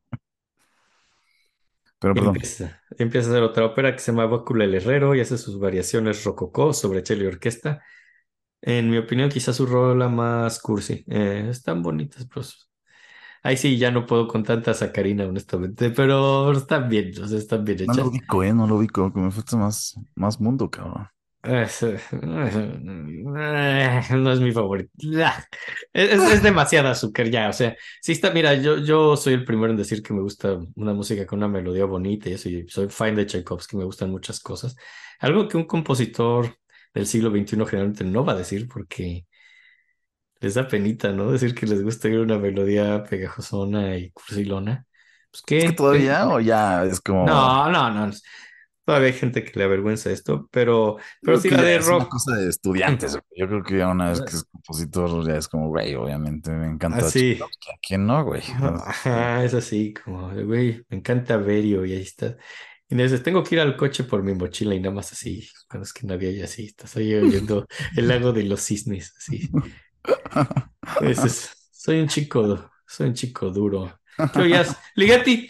Pero perdón, Empieza a hacer otra ópera que se llama Bácula el Herrero y hace sus variaciones rococó sobre cello y orquesta. En mi opinión, quizás su rola más cursi. Están bonitas, pero ahí sí ya no puedo con tanta sacarina, honestamente, pero están bien, o sea, están bien no lo hechas. ubico, no lo ubico, que me falta más mundo, cabrón. No es mi favorito. Es demasiada azúcar ya, o sea, sí está, mira, yo soy el primero en decir que me gusta una música con una melodía bonita y eso, y soy fan de Tchaikovsky, me gustan muchas cosas. Algo que un compositor del siglo XXI generalmente no va a decir porque les da penita, ¿no? Decir que les gusta oír una melodía pegajosona y cursilona. Pues Es que qué, todavía, o ya es como, no, no, no. Todavía hay gente que le avergüenza esto, yo pero creo sí que la ya de es una rock. cosa de estudiantes, güey. Yo creo que ya una vez que es compositor, ya es como, güey, obviamente me encanta Así. Tchaikovsky, ¿a quién no, güey? Ajá, es así, como, de, güey, me encanta Verio y ahí está. Y me dices, tengo que ir al coche por mi mochila y nada más así, cuando es que no había y así, estás ahí oyendo el lago de los cisnes, así. Dices, soy un chico duro. ¿Qué oías? Ligeti.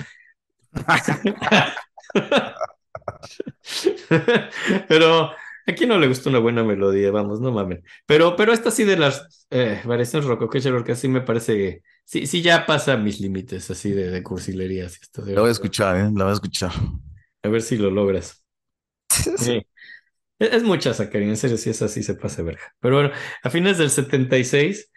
Pero a quién no le gusta una buena melodía, vamos, no mamen. Pero esta sí de las variaciones rococó que sí me parece, sí, sí ya pasa mis límites así de cursilerías y esto La voy de, a escuchar, ¿eh? La voy a escuchar. a ver si lo logras. Sí. Es mucha sacarina, en serio, si es así se pasa de verga. Pero bueno, a fines del 76,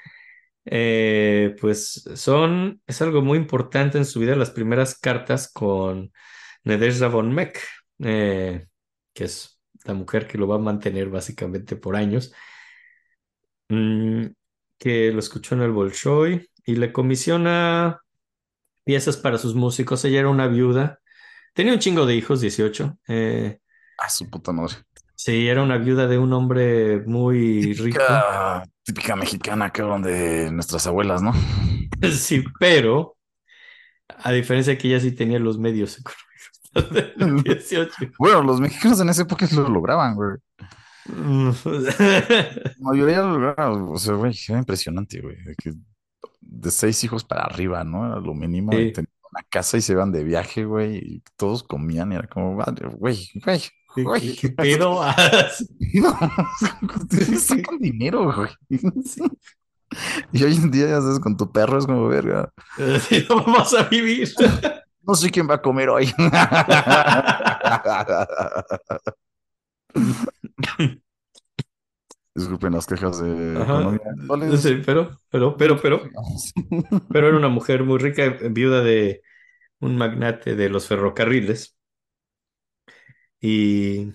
pues es algo muy importante en su vida las primeras cartas con Nadezhda von Meck, que es la mujer que lo va a mantener básicamente por años, mm, que lo escuchó en el Bolshoi y le comisiona piezas para sus músicos. Ella era una viuda, tenía un chingo de hijos, 18. A su puta madre. Sí, era una viuda de un hombre muy rico. Típica mexicana, cabrón, de nuestras abuelas, ¿no? Sí, pero a diferencia que ella sí tenía los medios económicos de los 18. Bueno, los mexicanos en esa época lo lograban, güey. La mayoría lo lograban, o sea, güey, era impresionante, güey. De 6 hijos para arriba, ¿no? Era lo mínimo y Sí, tenían una casa y se iban de viaje, güey, y todos comían y era como, madre, güey, güey, güey. ¿qué pedo? No, ¿de dónde sacan dinero, güey? Y hoy en día, ya sabes, con tu perro es como, verga, Sí, no vamos a vivir. no sé quién va a comer hoy. Disculpen las quejas de Ajá, economía actuales. sí, pero era una mujer muy rica, viuda de un magnate de los ferrocarriles y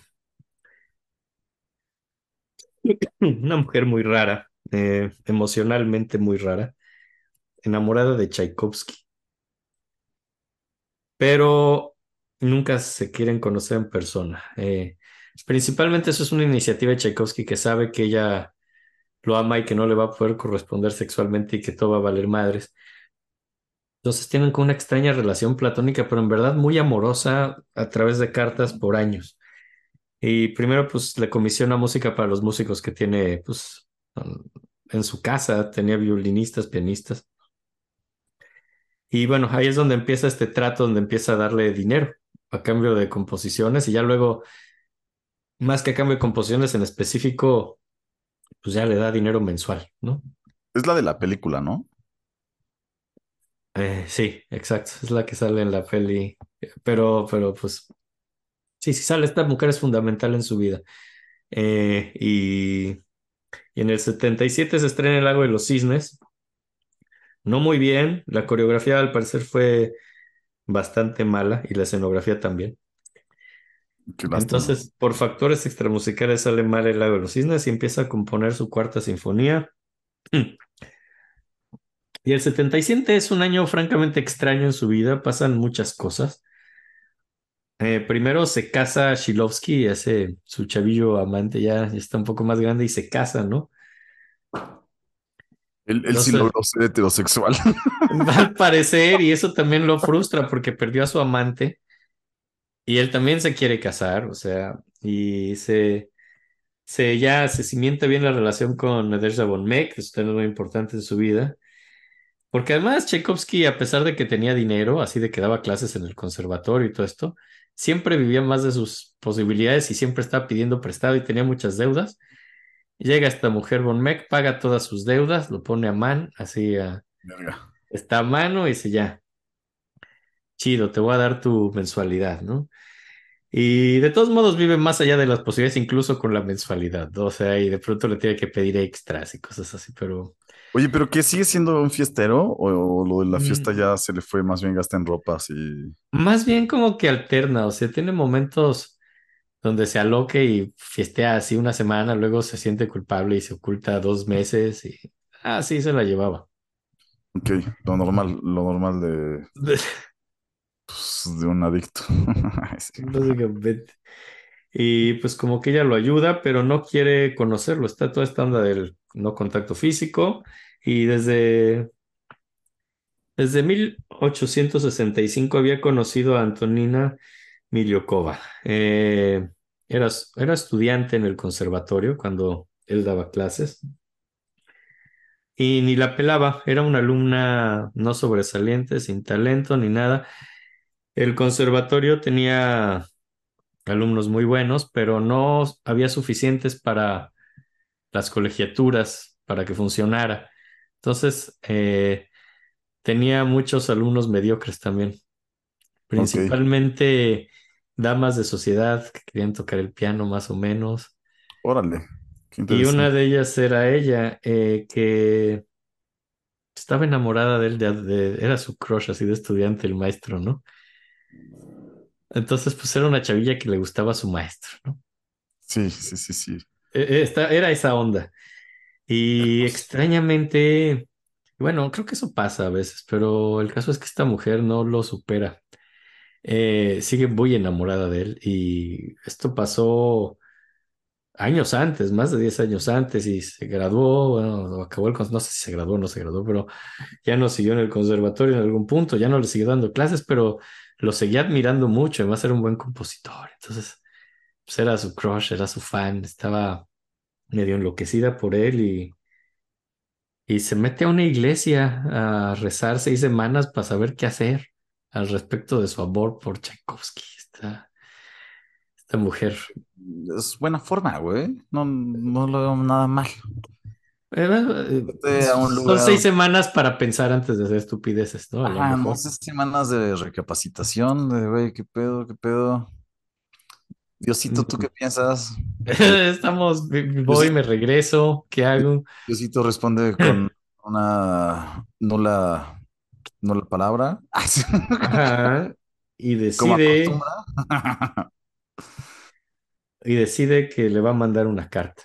una mujer muy rara, emocionalmente muy rara, enamorada de Tchaikovsky, pero nunca se quieren conocer en persona. Principalmente eso es una iniciativa de Tchaikovsky que sabe que ella lo ama y que no le va a poder corresponder sexualmente y que todo va a valer madres. Entonces tienen como una extraña relación platónica, pero en verdad muy amorosa a través de cartas por años. Y primero pues le comisiona música para los músicos que tiene pues en su casa, tenía violinistas, pianistas. Y bueno, ahí es donde empieza este trato, donde empieza a darle dinero a cambio de composiciones y ya luego, más que a cambio de composiciones en específico, pues ya le da dinero mensual, ¿no? Es la de la película, ¿no? Sí, exacto, es la que sale en la peli, pero pues sí, sí sale, esta mujer es fundamental en su vida. Y en el 77 se estrena El Lago de los Cisnes, no muy bien, la coreografía al parecer fue bastante mala y la escenografía también. Qué lástima. Entonces, por factores extramusicales sale mal El Lago de los Cisnes y empieza a componer su cuarta sinfonía. Y el 77 es un año francamente extraño en su vida, pasan muchas cosas. Primero se casa Shilovsky, hace su chavillo amante ya está un poco más grande y se casa, ¿no? Él sí Entonces, logró ser heterosexual. al parecer, y eso también lo frustra porque perdió a su amante y él también se quiere casar, o sea, y se... ya se cimienta bien la relación con Nadeja von Meck, es un tema muy importante en su vida. Porque además Tchaikovsky, a pesar de que tenía dinero, así de que daba clases en el conservatorio y todo esto, siempre vivía más de sus posibilidades y siempre estaba pidiendo prestado y tenía muchas deudas. Llega esta mujer von Meck, paga todas sus deudas, lo pone a mano, Verga. está a mano y dice ya, chido, te voy a dar tu mensualidad, ¿no? Y de todos modos vive más allá de las posibilidades, incluso con la mensualidad, ¿no? O sea, y de pronto le tiene que pedir extras y cosas así, pero Oye, pero ¿qué sigue siendo un fiestero? ¿O lo de la fiesta mm, ya se le fue más bien gasta en ropas y... más bien como que alterna, o sea, tiene momentos donde se aloque y fiestea así una semana, luego se siente culpable y se oculta 2 meses y así se la llevaba. Ok, lo normal de, pues, de un adicto. Sí. Básicamente. Y pues como que ella lo ayuda, pero no quiere conocerlo. Está toda esta onda del no contacto físico y desde 1865 había conocido a Antonina Miliokova. Era estudiante en el conservatorio cuando él daba clases y ni la pelaba. Era una alumna no sobresaliente, sin talento ni nada. El conservatorio tenía alumnos muy buenos, pero no había suficientes para las colegiaturas para que funcionara. Entonces, tenía muchos alumnos mediocres también, Ok, principalmente damas de sociedad que querían tocar el piano más o menos. órale, qué Y una interesante. de ellas era ella, que estaba enamorada de él, era su crush así de estudiante, el maestro, ¿no? Entonces, pues era una chavilla que le gustaba a su maestro, ¿no? Sí, sí, sí, sí. Era esa onda. Y Hermoso. extrañamente, bueno, creo que eso pasa a veces, pero el caso es que esta mujer no lo supera. Sigue muy enamorada de él y esto pasó años antes, más de 10 años antes y se graduó, bueno, acabó no sé si se graduó o no se graduó, pero ya no siguió en el conservatorio en algún punto, ya no le siguió dando clases, pero lo seguía admirando mucho, además era un buen compositor, entonces pues era su crush, era su fan, estaba medio enloquecida por él y se mete a una iglesia a rezar 6 semanas para saber qué hacer al respecto de su amor por Tchaikovsky. Esta mujer. Es buena forma, güey. No, no lo veo nada mal. Vete a un Son lugar, 6 semanas para pensar antes de hacer estupideces, ¿no? A lo ajá, no mejor. sé, semanas de recapacitación, de, güey, qué pedo, qué pedo. Diosito, ¿tú Mm. qué piensas? Voy, Diosito, me regreso, ¿qué hago? Diosito responde con una nula palabra. Ah, sí. Ajá. Y Como decide, acostumbra. y decide que le va a mandar una carta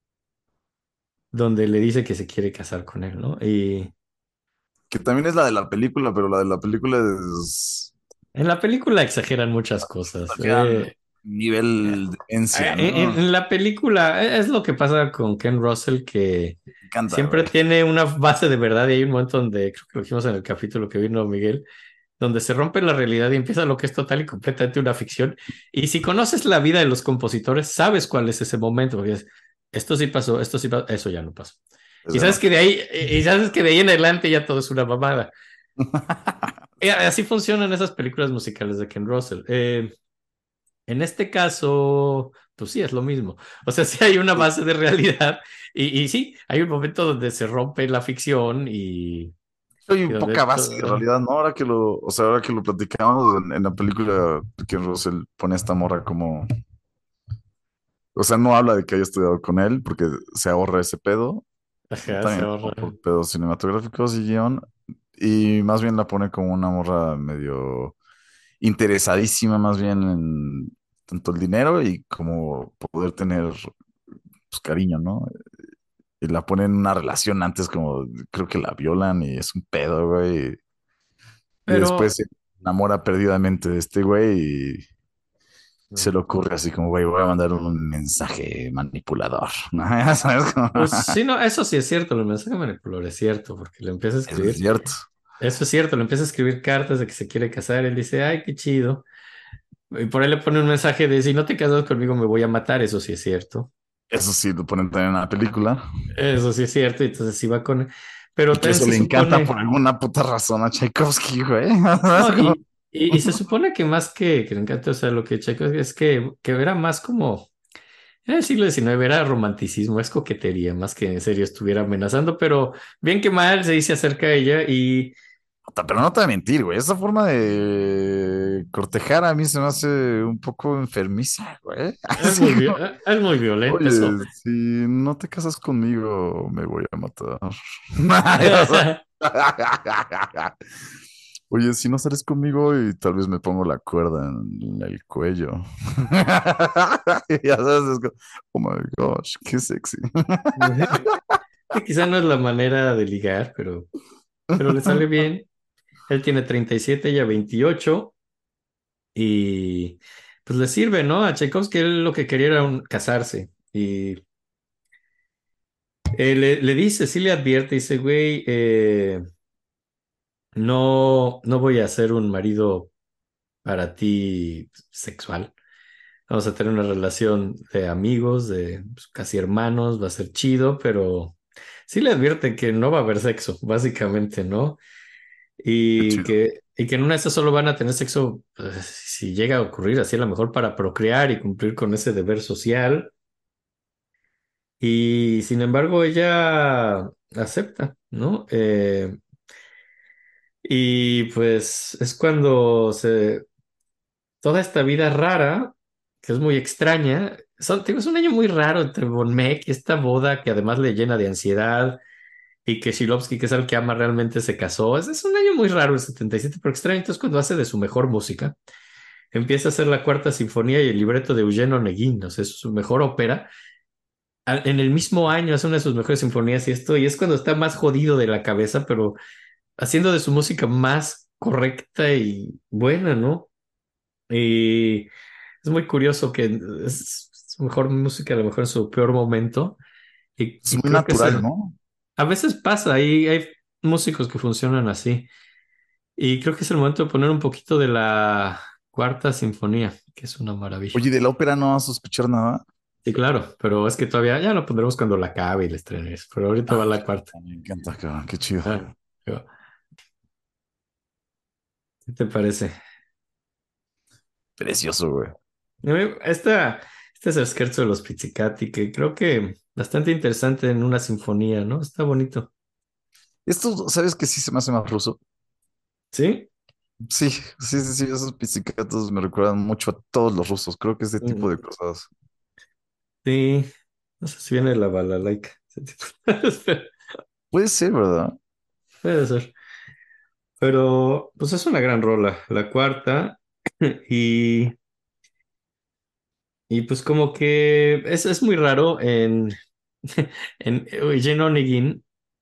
donde le dice que se quiere casar con él, ¿no? Y Que también es la de la película, pero la de la película es... en la película exageran muchas cosas. Exageran nivel de demencia, ¿no? En la película es lo que pasa con Ken Russell, que Me encanta, siempre güey. tiene una base de verdad y hay un momento donde, creo que lo dijimos en el capítulo que vino Miguel, donde se rompe la realidad y empieza lo que es total y completamente una ficción. Y si conoces la vida de los compositores, sabes cuál es ese momento, porque es, esto sí pasó, eso ya no pasó. Eso no. Y sabes que de ahí en adelante ya todo es una mamada. Así funcionan esas películas musicales de Ken Russell. En este caso, pues sí, es lo mismo. O sea, sí hay una base de realidad y sí, hay un momento donde se rompe la ficción Soy y donde poca base en realidad, ¿no? Ahora que lo, o sea, ahora que lo platicamos en la película, que Russell pone a esta morra como, o sea, no habla de que haya estudiado con él porque se ahorra ese pedo, ajá, se también ahorra. por pedos cinematográficos y guión, y más bien la pone como una morra medio interesadísima más bien en tanto el dinero y como poder tener pues, cariño, ¿no? Y la pone en una relación antes como, creo que la violan y es un pedo, güey. Y después Pero, se enamora perdidamente de este güey y se le mm, ocurre así como, güey, voy a mandar un mensaje manipulador. ¿No? Ya sabes cómo. pues sí, no, eso sí es cierto, el mensaje manipulador es cierto, porque le empieza a Eso es escribir, cierto. eso es cierto, le empieza a escribir cartas de que se quiere casar, él dice, ay, qué chido, y por ahí le pone un mensaje de, si no te casas conmigo me voy a matar, eso sí es cierto. Eso sí, lo ponen también en la película. Eso sí es cierto, y entonces sí va con... Pero Y que también eso se le encanta por supone... alguna puta razón a Tchaikovsky, güey. Es No, como- y se supone que más que le encanta, o sea, lo que Checo es que era más como... En el siglo XIX era romanticismo, es coquetería, más que en serio estuviera amenazando, pero bien que mal se dice acerca de ella y Puta, pero no te voy a mentir, güey. Esa forma de cortejar a mí se me hace un poco enfermiza, güey. Así como, es muy violenta eso. oye, si no te casas conmigo, me voy a matar. O sea, oye, si no sales conmigo y tal vez me pongo la cuerda en el cuello. Y ya sabes, es como, oh my gosh, qué sexy. Que quizá no es la manera de ligar, pero le sale bien. Él tiene 37, ella 28 y pues le sirve, ¿no? A Tchaikovsky él lo que quería era casarse y le dice, sí le advierte, dice, güey, no voy a ser un marido para ti sexual. Vamos a tener una relación de amigos, de pues, casi hermanos, va a ser chido, pero sí le advierte que no va a haber sexo, básicamente, ¿no? Qué Y chido. que en una de esas solo van a tener sexo, pues, si llega a ocurrir así, a lo mejor para procrear y cumplir con ese deber social. Y sin embargo, ella acepta, ¿no? Y pues es cuando toda esta vida rara, que es muy extraña, es un año muy raro entre Von Meck y esta boda que además le llena de ansiedad y que Shilovsky, que es el que ama, realmente se casó. Es un año muy raro el 77 pero extraño. Entonces, cuando hace de su mejor música, empieza a hacer la Cuarta Sinfonía y el libreto de Eugene Onegin, o sea, es su mejor ópera. En el mismo año hace una de sus mejores sinfonías y es cuando está más jodido de la cabeza, pero haciendo de su música más correcta y buena, ¿no? Y es muy curioso que es su mejor música, a lo mejor en su peor momento. Es Y muy creo que natural, ¿no? a veces pasa, hay músicos que funcionan así. Y creo que es el momento de poner un poquito de la Cuarta Sinfonía, que es una maravilla. Oye, de la ópera no vas a escuchar nada. Sí, claro, pero es que todavía ya lo pondremos cuando la acabe y la estrenes. Pero ahorita va Ah, la cuarta. me encanta, cabrón, qué chido. Ah, ¿qué te parece? Precioso, güey. Este es el scherzo de los Pizzicati, que creo que bastante interesante en una sinfonía, ¿no? Está bonito. Esto, ¿sabes que sí se me hace más ruso? ¿Sí? Sí, sí, sí, sí, esos pizzicatos me recuerdan mucho a todos los rusos. Creo que ese tipo de Mm, cosas. sí. No sé si viene la balalaika. Ese tipo. Puede ser, ¿verdad? Puede ser. Pero, pues es una gran rola. La cuarta. Y, y pues como que es muy raro en Eugene Onegin,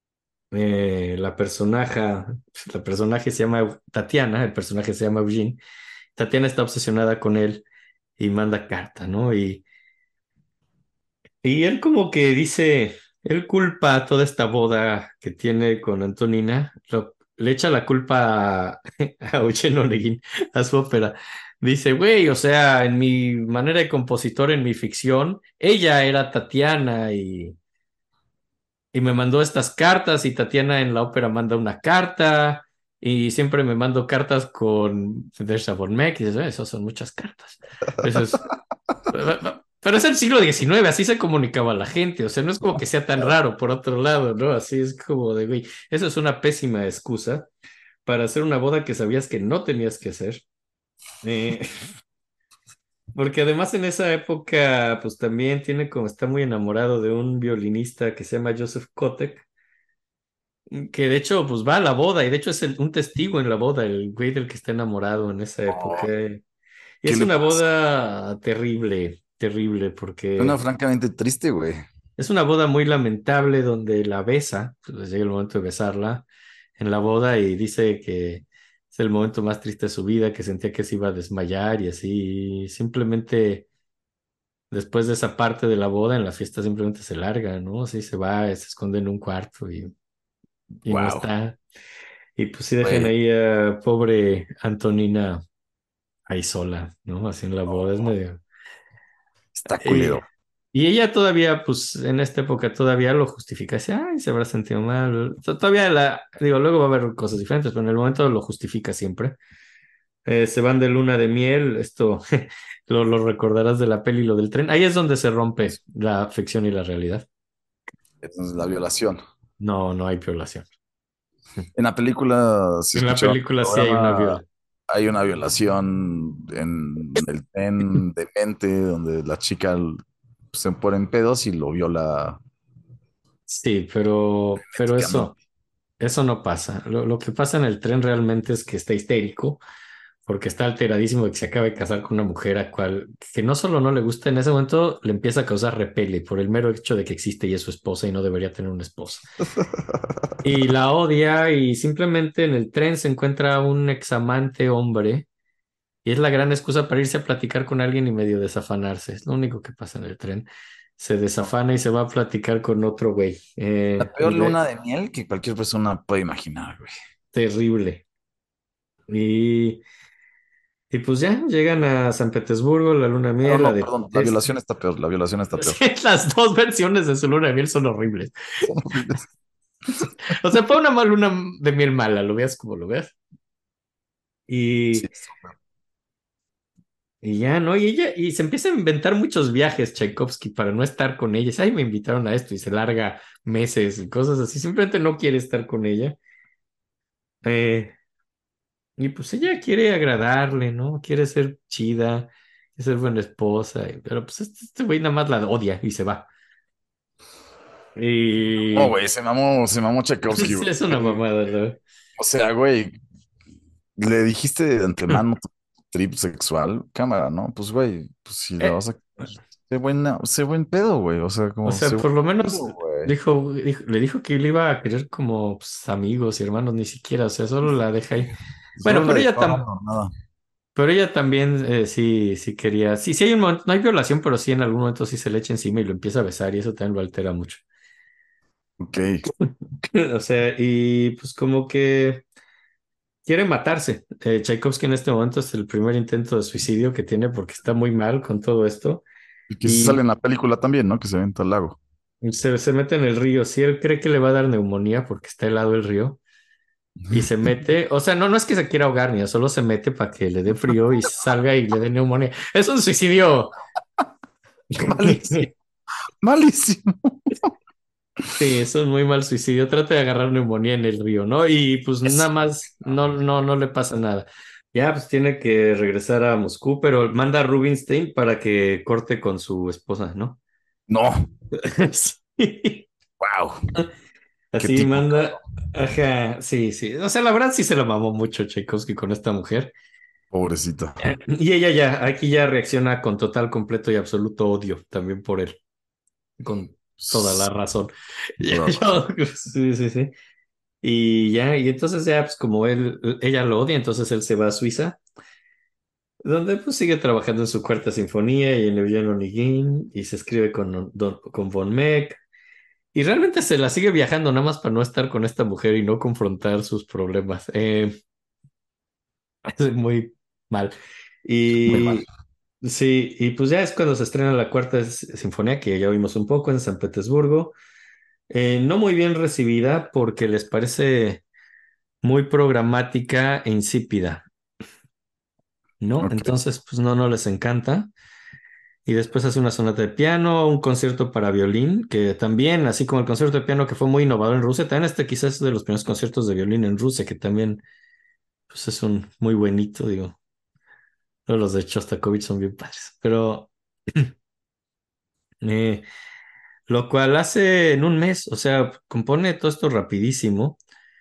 la personaje se llama Tatiana, el personaje se llama Eugene. Tatiana está obsesionada con él y manda carta, ¿no? Y él como que dice, él culpa toda esta boda que tiene con Antonina, le echa la culpa a Eugene Onegin, a su ópera. Dice, güey, o sea, en mi manera de compositor, en mi ficción, ella era Tatiana y me mandó estas cartas y Tatiana en la ópera manda una carta y siempre me mando cartas con Federica von Meck y dices, Esas son muchas cartas. Eso es, pero es el siglo XIX, así se comunicaba la gente, o sea, no es como que sea tan raro por otro lado, ¿no? Así es como de, güey, eso es una pésima excusa para hacer una boda que sabías que no tenías que hacer. Eh, porque además en esa época, pues también tiene como, está muy enamorado de un violinista que se llama Joseph Kotek, que de hecho, pues va a la boda y de hecho es un testigo en la boda, el güey del que está enamorado en esa época. Oh, Y ¿qué es le una pasa? boda terrible, terrible, Suena porque francamente triste, güey. es una boda muy lamentable donde la besa, pues llega el momento de besarla en la boda y dice que es el momento más triste de su vida, que sentía que se iba a desmayar y así, simplemente después de esa parte de la boda en la fiesta simplemente se larga, ¿no? Así se va, se esconde en un cuarto y no Wow, está. Y pues sí dejan güey. ahí a pobre Antonina ahí sola, ¿no? Así en la boda es Oh, medio... está Y, culero. Y ella todavía, pues en esta época todavía lo justifica. Dice, ay, se habrá sentido mal. Todavía digo, luego va a haber cosas diferentes, pero en el momento lo justifica siempre. Se van de luna de miel, esto lo recordarás de la peli, lo del tren. Ahí es donde se rompe la ficción y la realidad. Entonces, la violación. No, no hay violación. En la película, si En la escucharon el película sí hay una programa, viola. hay una violación en el tren de mente donde la chica se pone en pedos y lo viola Sí, pero éticamente. eso no pasa. Lo que pasa en el tren realmente es que está histérico porque está alteradísimo de que se acaba de casar con una mujer a cual que no solo no le gusta, en ese momento le empieza a causar repele por el mero hecho de que existe y es su esposa y no debería tener una esposa. Y la odia y simplemente en el tren se encuentra un examante hombre y es la gran excusa para irse a platicar con alguien y medio desafanarse. Es lo único que pasa en el tren. Se desafana y se va a platicar con otro güey. La peor luna de miel que cualquier persona puede imaginar, güey. Terrible. Y, y pues ya llegan a San Petersburgo, la luna de Pero miel, la no, perdón, la detesta. violación está peor, la violación está peor. Sí, las dos versiones de su luna de miel son horribles. Son horribles. O sea, fue una luna de miel mala, lo veas como lo veas. Sí, Y, súper. y ya, ¿no? Y ella, y se empieza a inventar muchos viajes, Tchaikovsky, para no estar con ella. Dice, ay, me invitaron a esto y se larga meses y cosas así. Simplemente no quiere estar con ella. Eh, y pues ella quiere agradarle, ¿no? Quiere ser chida, quiere ser buena esposa. Pero pues este güey nada más la odia y se va. No, Y güey, se mamó Tchaikovsky, güey. es una mamada, ¿no? O sea, güey, le dijiste de antemano tu trip sexual, cámara, ¿no? Pues, güey, pues si la Eh, vas a... sé buen pedo, güey. O sea, o como, sé sea, buen por lo pedo, menos güey. le dijo que le iba a querer como pues, amigos y hermanos, ni siquiera, o sea, solo la deja ahí. Bueno, Solo la dejó abandonada. pero ella también sí quería, sí hay un momento, no hay violación, pero sí en algún momento sí se le echa encima y lo empieza a besar y eso también lo altera mucho. Ok. O sea, y pues como que quiere matarse. Tchaikovsky en este momento es el primer intento de suicidio que tiene porque está muy mal con todo esto Y que se sale y en la película también, ¿no? Que se venta al lago. se mete en el río. Si él cree que le va a dar neumonía porque está helado el río y se mete, o sea, no es que se quiera ahogar ni nada, solo se mete para que le dé frío y salga y le dé neumonía. Es un suicidio. Malísimo, malísimo. Sí, eso es muy mal suicidio. Trata de agarrar neumonía en el río, ¿no? Y pues nada Eso. más, no le pasa nada. Ya, pues tiene que regresar a Moscú, pero manda a Rubinstein para que corte con su esposa, ¿no? No. Sí. Wow. Qué Así tipo, manda. cabrón. Ajá, sí, sí. O sea, la verdad sí se la mamó mucho Tchaikovsky con esta mujer. Pobrecita. Y ella ya, aquí ya reacciona con total, completo y absoluto odio también por él, con toda la razón. Con toda razón. Sí, sí, sí. Y ya, y entonces ya, pues como ella lo odia, entonces él se va a Suiza, donde pues sigue trabajando en su cuarta sinfonía y en Eugene Onegin, y se escribe con Von Meck, y realmente se la sigue viajando nada más para no estar con esta mujer y no confrontar sus problemas. Es muy mal. Muy mal. Y sí, y pues ya es cuando se estrena la cuarta sinfonía, que ya vimos un poco en San Petersburgo. No muy bien recibida porque les parece muy programática e insípida. ¿No? Ok. Entonces, pues no les encanta. Y después hace una sonata de piano, un concierto para violín, que también, así como el concierto de piano que fue muy innovador en Rusia, también este quizás es de los primeros conciertos de violín en Rusia, que también, pues es un muy bonito, digo. Todos los de Shostakovich son bien padres. Pero eh, lo cual hace en un mes, o sea, compone todo esto rapidísimo.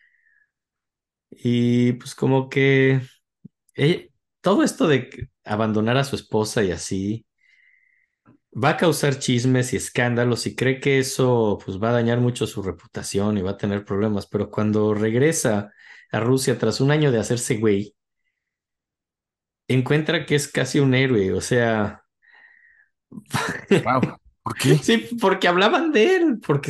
Y pues como que eh, todo esto de abandonar a su esposa y así. Va a causar chismes y escándalos y cree que eso pues va a dañar mucho su reputación y va a tener problemas, pero cuando regresa a Rusia tras un año de hacerse güey, encuentra que es casi un héroe, o sea, Wow. ¿Por qué? sí, porque hablaban de él, porque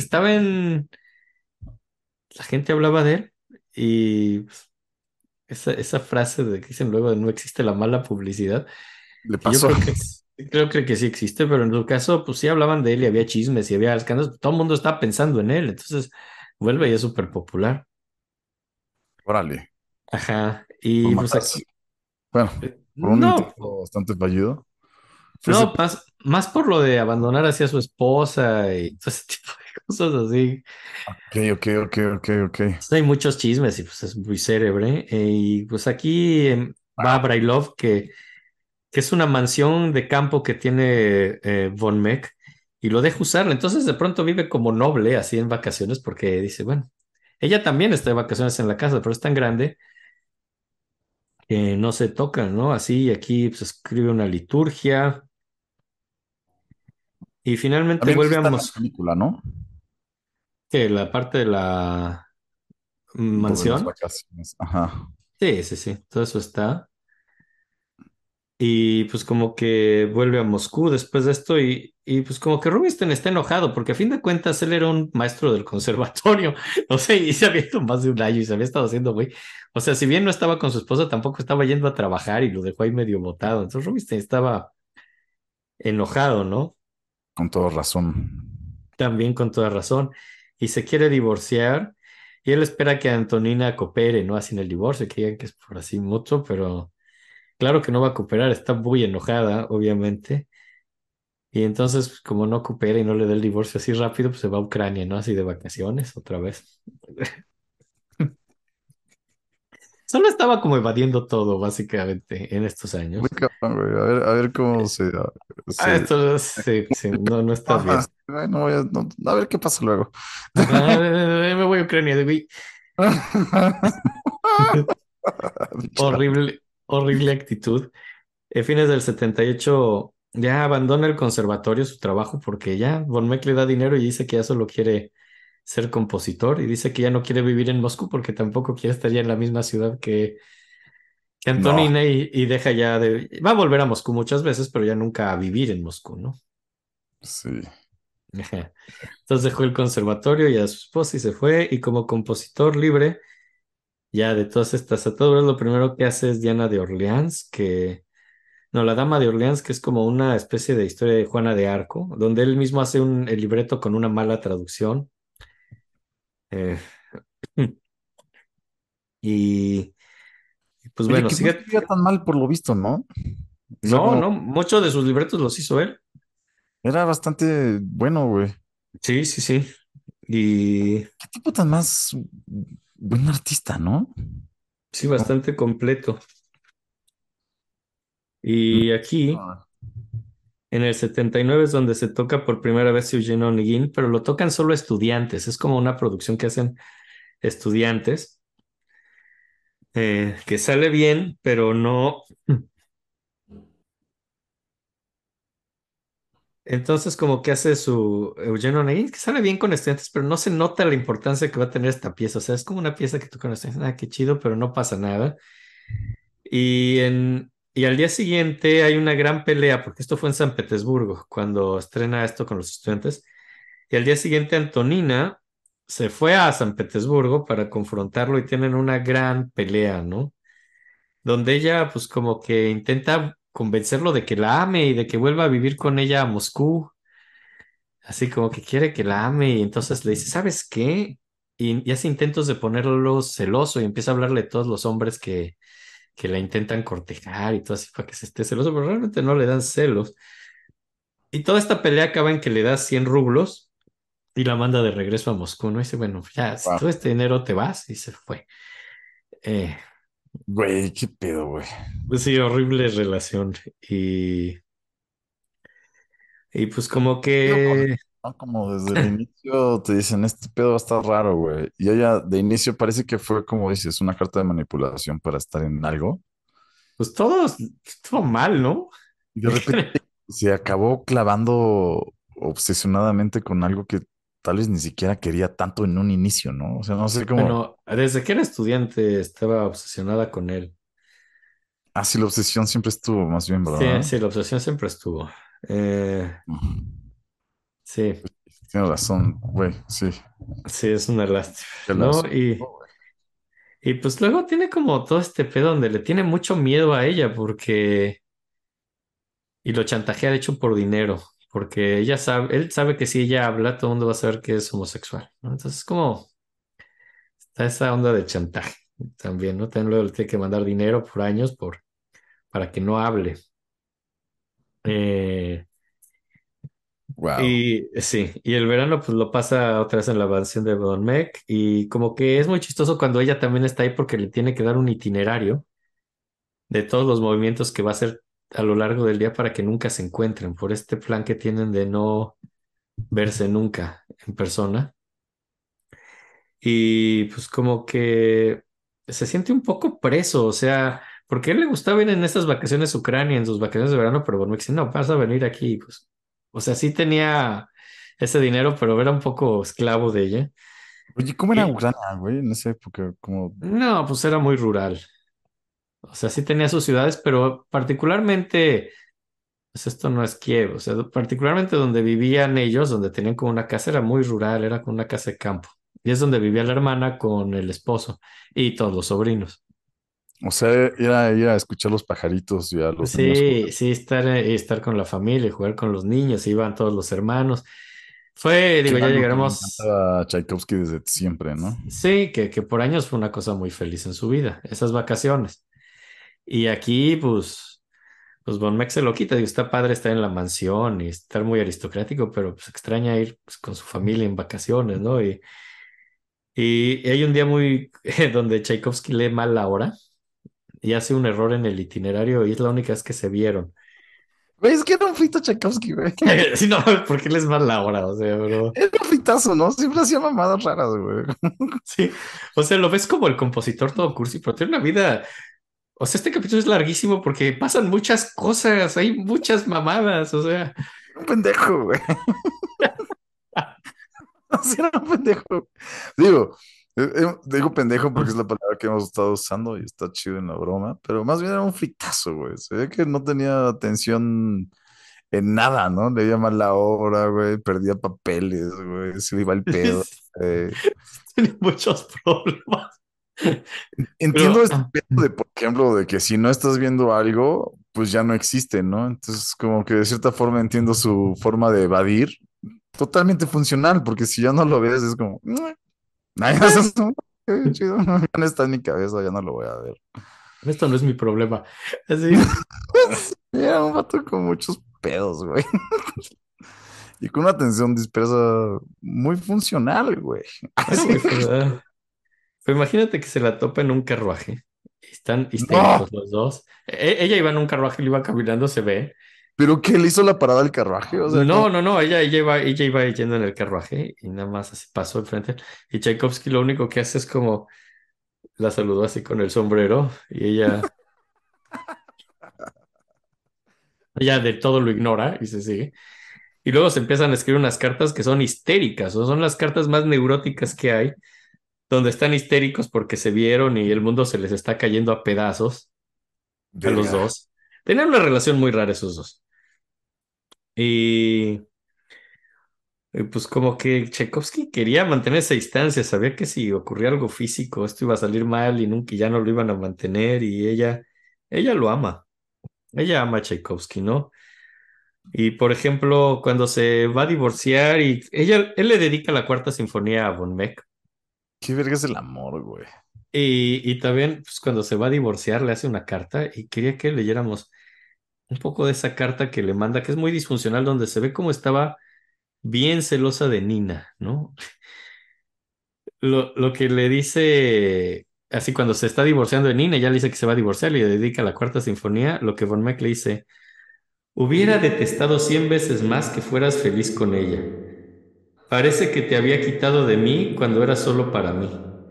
la gente hablaba de él y pues, esa frase de que dicen luego de no existe la mala publicidad, Le que yo pasó. creo que Creo que sí existe, pero en tu caso, pues sí hablaban de él y había chismes y había escándalos. Todo el mundo estaba pensando en él, entonces vuelve y es súper popular. Órale, Ajá. por Y pues matarse. Bueno, por un no, intento bastante fallido. Ese, no, más por lo de abandonar así a su esposa y todo ese tipo de cosas así. ok, ok, ok, ok, ok. Pues, hay muchos chismes y pues es muy célebre. Y pues aquí va Brailov, que es una mansión de campo que tiene Von Meck y lo deja usarla. Entonces de pronto vive como noble así en vacaciones porque dice, bueno, ella también está de vacaciones en la casa, pero es tan grande que no se toca, ¿no? Así aquí pues escribe una liturgia y finalmente También eso vuelve a está en la película, ¿no? que la parte de la Lo de las mansión. vacaciones. Ajá. Sí, sí, sí, todo eso está. Y pues como que vuelve a Moscú después de esto y pues como que Rubinstein está enojado porque a fin de cuentas él era un maestro del conservatorio, o sea, y se había ido más de un año y se había estado haciendo, güey. O sea, si bien no estaba con su esposa, tampoco estaba yendo a trabajar y lo dejó ahí medio botado. Entonces Rubinstein estaba enojado, ¿no? Con toda razón. También con toda razón. Y se quiere divorciar y él espera que Antonina coopere, ¿no? Así en el divorcio, que digan que es por así mutuo, pero claro que no va a cooperar, está muy enojada, obviamente. Y entonces, pues, como no coopera y no le da el divorcio así rápido, pues se va a Ucrania, ¿no? Así de vacaciones otra vez. Solo estaba como evadiendo todo, básicamente, en estos Muy años. cabrón, güey. A ver cómo Ah, se... esto sí, sí, no, no está Ajá, bien. bueno, a ver qué pasa luego. Ajá, me voy a Ucrania, güey. Horrible, horrible actitud. En fines del 78 ya abandona el conservatorio, su trabajo, porque ya Von Meck le da dinero y dice que ya solo quiere ser compositor y dice que ya no quiere vivir en Moscú porque tampoco quiere estar ya en la misma ciudad que No, Antonina y deja ya de... Va a volver a Moscú muchas veces, pero ya nunca a vivir en Moscú, ¿no? sí. Ajá. Entonces dejó el conservatorio y a su esposa y se fue y como compositor libre, ya de todas estas ataduras, lo primero que hace es Diana de Orleans, que... No, la Dama de Orleans, que es como una especie de historia de Juana de Arco, donde él mismo hace el libreto con una mala traducción. eh, y, y pues Oye, bueno, que no sigue... escribía tan mal por lo visto, ¿no? O sea, No, como no, muchos de sus libretos los hizo él. era bastante bueno, güey. Sí, sí, sí. Y Qué tipo tan más buen artista, ¿no? sí, Como- bastante completo. Y aquí, Ah, en el 79 es donde se toca por primera vez Eugene Onegin, pero lo tocan solo estudiantes. Es como una producción que hacen estudiantes, que sale bien, pero no. Entonces, como que hace su Eugene Onegin, que sale bien con estudiantes, pero no se nota la importancia que va a tener esta pieza. O sea, es como una pieza que tú conoces, ah, qué chido, pero no pasa nada. Y al día siguiente hay una gran pelea, porque esto fue en San Petersburgo, cuando estrena esto con los estudiantes. Y al día siguiente Antonina se fue a San Petersburgo para confrontarlo y tienen una gran pelea, ¿no? Donde ella pues como que intenta convencerlo de que la ame y de que vuelva a vivir con ella a Moscú, así como que quiere que la ame y entonces le dice, ¿sabes qué? Y hace intentos de ponerlo celoso y empieza a hablarle de todos los hombres que la intentan cortejar y todo así para que se esté celoso, pero realmente no le dan celos. Y toda esta pelea acaba en que le da 100 rublos y la manda de regreso a Moscú, ¿no? Y dice, bueno, ya, si wow. todo este dinero te vas, y se fue. Eh, Güey, qué pedo, güey. pues sí, horrible relación. Y, y pues como Digo, que, ¿no? Como desde el inicio te dicen, este pedo va a estar raro, güey. Y ella de inicio parece que fue, como dices, una carta de manipulación para estar en algo. pues todo estuvo mal, ¿no? Y de repente se acabó clavando obsesionadamente con algo que tal vez ni siquiera quería tanto en un inicio, ¿no? O sea, no sé cómo. Bueno, desde que era estudiante estaba obsesionada con él. Así la obsesión siempre estuvo, más bien, Sí, ¿verdad? sí, la obsesión siempre estuvo. Eh, Ujú. sí, Tienes razón, güey, sí. sí, es una lástima, Qué ¿no? lazo. Y pues luego tiene como todo este pedo donde le tiene mucho miedo a ella porque y lo chantajea de hecho por dinero, porque ella sabe, él sabe que si ella habla, todo el mundo va a saber que es homosexual, ¿no? Entonces, como está esa onda de chantaje también, ¿no? También luego le tiene que mandar dinero por años para que no hable. Eh, Wow. y sí, y el verano pues lo pasa otra vez en la mansión de Von Meck y como que es muy chistoso cuando ella también está ahí porque le tiene que dar un itinerario de todos los movimientos que va a hacer a lo largo del día para que nunca se encuentren, por este plan que tienen de no verse nunca en persona. Y pues como que se siente un poco preso, o sea, porque a él le gustaba ir en estas vacaciones a Ucrania, en sus vacaciones de verano, pero bueno, dice, no, vas a venir aquí, pues, o sea, sí tenía ese dinero, pero era un poco esclavo de ella. Oye, ¿cómo era Y Ucrania, güey? En esa época, como... no, pues era muy rural, o sea, sí tenía sus ciudades, pero particularmente, pues esto no es Kiev, o sea, particularmente donde vivían ellos, donde tenían como una casa, era muy rural, era como una casa de campo. Y es donde vivía la hermana con el esposo y todos los sobrinos. O sea, era ir a escuchar los pajaritos y a los niños Sí, jugar. sí, estar con la familia, jugar con los niños, iban todos los hermanos. Fue, Que digo, era ya algo que le llegaremos, encantaba a Tchaikovsky desde siempre, ¿no? sí, que por años fue una cosa muy feliz en su vida, esas vacaciones. Y aquí, pues Von Meck se lo quita, digo, está padre estar en la mansión y estar muy aristocrático, pero pues extraña ir pues, con su familia en vacaciones, ¿no? Y hay un día muy donde Tchaikovsky lee mal la hora y hace un error en el itinerario y es la única vez que se vieron. Güey, es que era un frito Tchaikovsky, güey. Sí, no, porque él es mal la hora, o sea, bro. Era un fritazo, ¿no? Siempre hacía mamadas raras, güey. Sí, o sea, lo ves como el compositor todo cursi, pero tiene una vida, o sea, este capítulo es larguísimo porque pasan muchas cosas, hay muchas mamadas, o sea, Un pendejo, güey. Así era un pendejo. Digo, digo pendejo porque es la palabra que hemos estado usando y está chido en la broma, pero más bien era un fritazo, güey. Se ve que no tenía atención en nada, ¿no? Leía mal la obra, güey, perdía papeles, güey, se le iba el pedo. eh. tiene muchos problemas. Entiendo Pero este pedo de, por ejemplo, de que si no estás viendo algo, pues ya no existe, ¿no? Entonces, como que de cierta forma entiendo su forma de evadir, totalmente funcional, porque si ya no lo ves, es como, "Ay, no, pues, no, qué chido, ya no está en mi cabeza, ya no lo voy a ver". esto no es mi problema. Así, Era un vato con muchos pedos, güey, y con una atención dispersa muy funcional, güey. era Así, muy feo. Pero imagínate que se la topa en un carruaje. Y están no, histéricos los dos. Ella iba en un carruaje, le iba caminando, se ve. pero ¿qué le hizo la parada al carruaje? O sea, como, No, no, no, ella iba yendo en el carruaje y nada más así pasó enfrente. Y Tchaikovsky lo único que hace es como la saludó así con el sombrero y ella de todo lo ignora y se sigue. Y luego se empiezan a escribir unas cartas que son histéricas, o son las cartas más neuróticas que hay, donde están histéricos porque se vieron y el mundo se les está cayendo a pedazos a los verga. dos. Tenían una relación muy rara esos dos. Y pues como que Tchaikovsky quería mantener esa distancia, sabía que si ocurría algo físico, esto iba a salir mal y nunca ya no lo iban a mantener y ella lo ama, ella ama a Tchaikovsky, ¿no? Y por ejemplo, cuando se va a divorciar y él le dedica la cuarta sinfonía a Von Meck ¿Qué verga es el amor, güey? y también pues, cuando se va a divorciar le hace una carta y quería que leyéramos un poco de esa carta que le manda, que es muy disfuncional, donde se ve cómo estaba bien celosa de Nina, ¿no? Lo que le dice, así cuando se está divorciando de Nina, ya le dice que se va a divorciar y le dedica la cuarta sinfonía, lo que Von Meck le dice, hubiera detestado 100 veces más que fueras feliz con ella. Parece que te había quitado de mí cuando era solo para mí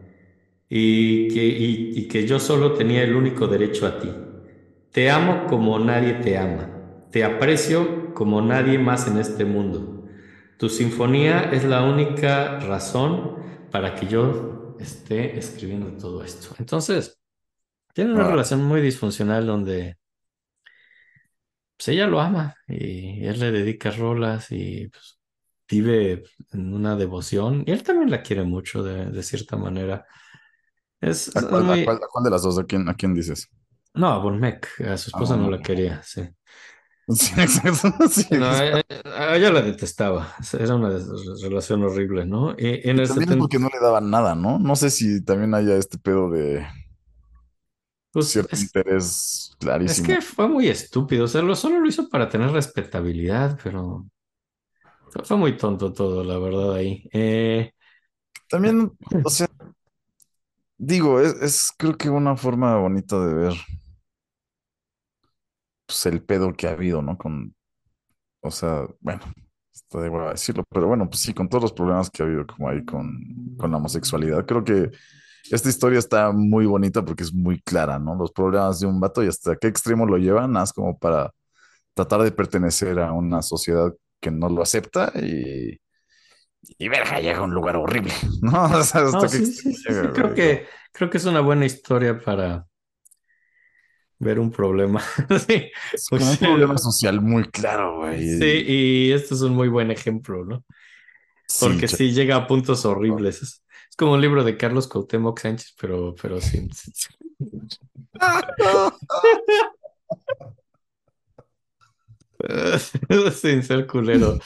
y que yo solo tenía el único derecho a ti. Te amo como nadie te ama. Te aprecio como nadie más en este mundo. Tu sinfonía es la única razón para que yo esté escribiendo todo esto. Entonces, tiene una Ah, relación muy disfuncional donde pues, ella lo ama y él le dedica rolas y pues, vive en una devoción y él también la quiere mucho de cierta manera. Es muy... a cuál de las dos? A quién dices? No, a Von Meck, a su Ah, esposa no bueno. la quería, sí. Sí, exacto. Sí, No, a ella la detestaba. Era una relación horrible, ¿no? Y en y el también es 70, porque no le daban nada, ¿no? No sé si también haya este pedo de pues cierto interés es clarísimo. que fue muy estúpido. O sea, solo lo hizo para tener respetabilidad, pero fue muy tonto todo, la verdad, ahí. También, o sea, digo, es creo que una forma bonita de ver pues, el pedo que ha habido, ¿no? O sea, bueno, está de hueva decirlo, pero bueno, pues sí, con todos los problemas que ha habido como ahí con la homosexualidad, creo que esta historia está muy bonita porque es muy clara, ¿no? Los problemas de un vato y hasta qué extremo lo llevan, más como para tratar de pertenecer a una sociedad que no lo acepta y verga, llega a un lugar horrible, ¿no? O sea, No, hasta qué sí, sí, extremo sí, llega, sí. Creo güey. No. creo que es una buena historia para ver un problema. Sí, Es o como un sea, problema social muy claro, sí, güey. y esto es un muy buen ejemplo, ¿no? Sí, Porque sí llega a puntos horribles. Es como un libro de Carlos Cuauhtémoc Sánchez, pero sin ser culero.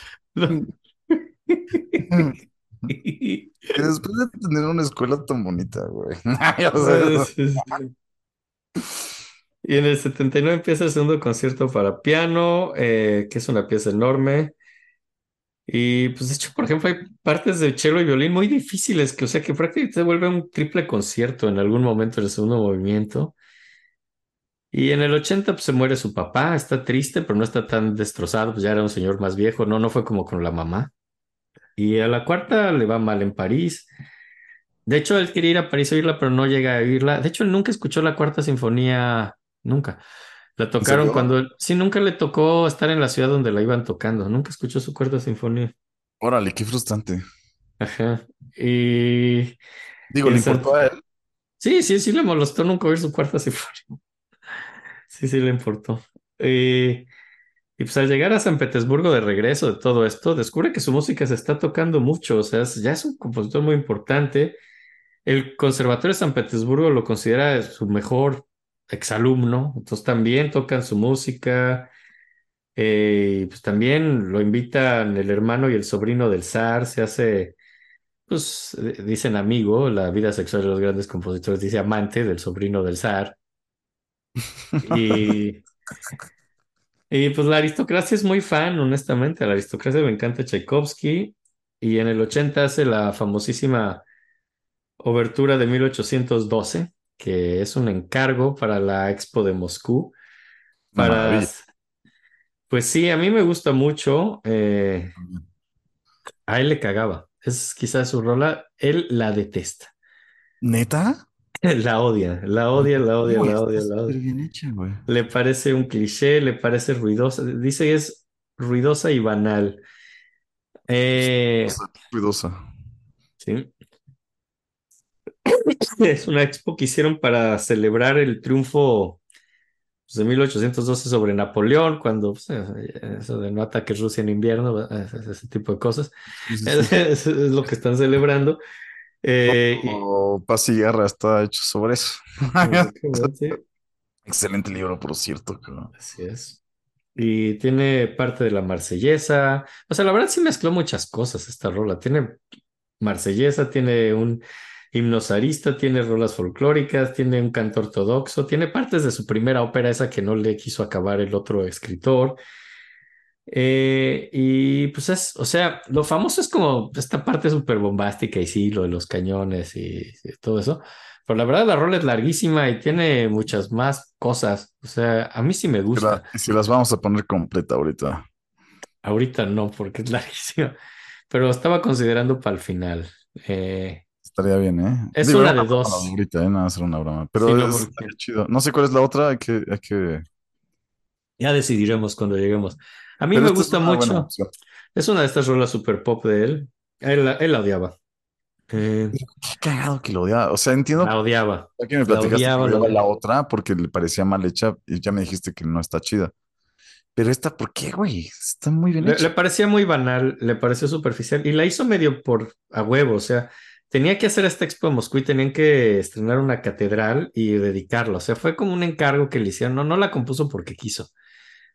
Y después de tener una escuela tan bonita, güey. O Sí, sea, sí, sí. Y en el 79 empieza el segundo concierto para piano, que es una pieza enorme. Y pues de hecho, por ejemplo, hay partes de cello y violín muy difíciles, que o sea que prácticamente se vuelve un triple concierto en algún momento del segundo movimiento. Y en el 80 pues, se muere su papá, está triste, pero no está tan destrozado, pues ya era un señor más viejo, no fue como con la mamá. Y a la cuarta le va mal en París. De hecho, él quería ir a París a oírla, pero no llega a oírla. De hecho, él nunca escuchó la cuarta sinfonía, nunca. La ¿en tocaron serio? cuando sí, nunca le tocó estar en la ciudad donde la iban tocando, nunca escuchó su cuarta sinfonía. Órale, qué frustrante. Ajá. Y, Digo, y le el Sant- importó a él. Sí, sí, sí le molestó nunca oír su cuarta sinfonía. Sí, sí le importó. Y, y pues al llegar a San Petersburgo de regreso de todo esto, descubre que su música se está tocando mucho, o sea, ya es un compositor muy importante. El Conservatorio de San Petersburgo lo considera su mejor exalumno, entonces también tocan su música, y pues también lo invitan el hermano y el sobrino del zar, se hace, pues dicen amigo, la vida sexual de los grandes compositores dice amante del sobrino del zar, y, y pues la aristocracia es muy fan, honestamente, a la aristocracia le encanta Tchaikovsky, y en el 80 hace la famosísima Obertura de 1812, que es un encargo para la Expo de Moscú. Una Para, maravilla. pues sí, a mí me gusta mucho. A él le cagaba. Es quizás su rola. Él la detesta. ¿Neta? La odia, la odia, la odia, Güey, la está odia, la súper odia. bien hecha, güey. Le parece un cliché, le parece ruidosa. Dice que es ruidosa y banal. Eh, Ruidosa. sí. Es una expo que hicieron para celebrar el triunfo pues, de 1812 sobre Napoleón, cuando pues, eso de no ataques Rusia en invierno, ese tipo de cosas, Sí, sí, sí. es lo que están celebrando. Y Todo Paz y Guerra está hecho sobre eso. básicamente, Excelente libro, por cierto, cabrón. así es. Y tiene parte de la Marsellesa. O sea, la verdad sí mezcló muchas cosas esta rola. Tiene Marsellesa, tiene un himno zarista, tiene rolas folclóricas, tiene un canto ortodoxo, tiene partes de su primera ópera, esa que no le quiso acabar el otro escritor. Y pues es, o sea, lo famoso es como esta parte súper bombástica y sí, lo de los cañones y todo eso. Pero la verdad la rola es larguísima y tiene muchas más cosas. O sea, a mí sí me gusta. Y si las vamos a poner completa ahorita, Ahorita no, porque es larguísima. Pero estaba considerando para el final. Eh, estaría bien, ¿eh? es Digo, era una una de broma la de dos. ahorita, ¿eh? Nada, más era una broma. Sí, Pero no, estaría porque chido. No sé cuál es la otra, hay que... ya decidiremos cuando lleguemos. A mí Pero me esta es gusta una buena mucho. opción. Es una de estas rolas super pop de él. Él la odiaba. Eh, Pero qué cagado que lo odiaba. O sea, entiendo, la odiaba. ya que me La platicaste que odiaba, la odiaba la odiaba. otra porque le parecía mal hecha y ya me dijiste que no está chida. Pero esta, ¿por qué, güey? Está muy bien Le hecha. parecía muy banal, le pareció superficial y la hizo medio por a huevo, o sea, tenía que hacer esta expo en Moscú y tenían que estrenar una catedral y dedicarla, o sea, fue como un encargo que le hicieron, no la compuso porque quiso,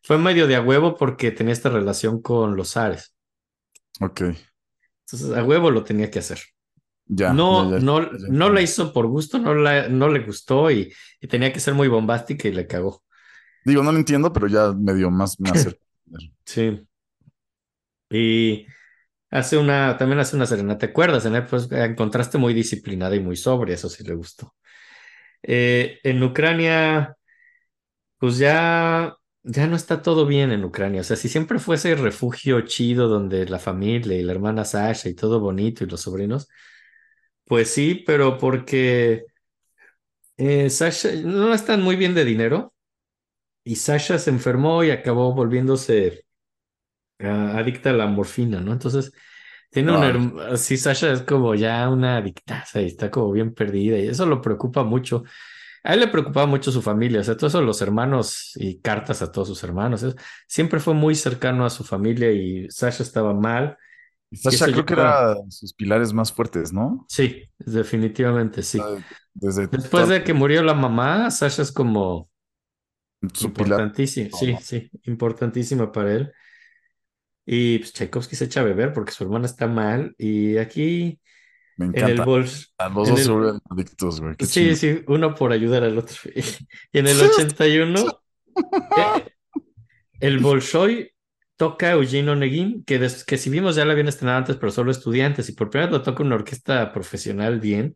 fue medio de a huevo porque tenía esta relación con los zares. Ok, Entonces, a huevo lo tenía que hacer. No, no, ya no la entiendo. hizo por gusto, no le gustó y tenía que ser muy bombástica y le cagó. Digo, no lo entiendo, pero ya medio más me acerco. Sí. Y también hace una serenata. ¿Te acuerdas? Pues encontraste muy disciplinada y muy sobria, eso sí le gustó. En Ucrania, pues ya no está todo bien en Ucrania. O sea, si siempre fuese refugio chido donde la familia y la hermana Sasha y todo bonito y los sobrinos, pues sí, pero porque Sasha no están muy bien de dinero y Sasha se enfermó y acabó volviéndose adicta a la morfina, ¿no? Entonces, tiene Órale. sí, Sasha es como ya una adictaza y está como bien perdida y eso lo preocupa mucho. A él le preocupaba mucho su familia, o sea, todos eso, los hermanos y cartas a todos sus hermanos. Siempre fue muy cercano a su familia y Sasha estaba mal Y y eso Sasha creo que lleva, era sus pilares más fuertes, ¿no? sí, definitivamente sí. Desde Después toda de que murió la mamá, Sasha es como su pilar, importantísima, todo, sí, ¿no? sí, importantísima para él. Y pues Tchaikovsky se echa a beber porque su hermana está mal y aquí Me en el encanta. bols, A los en dos se el, vuelven adictos, güey. Qué sí, chingo. sí, uno por ayudar al otro. Y en el 81 eh, el Bolshoi toca Eugene Onegin, que si vimos ya lo habían estrenado antes, pero solo estudiantes, y por primera vez lo toca una orquesta profesional bien,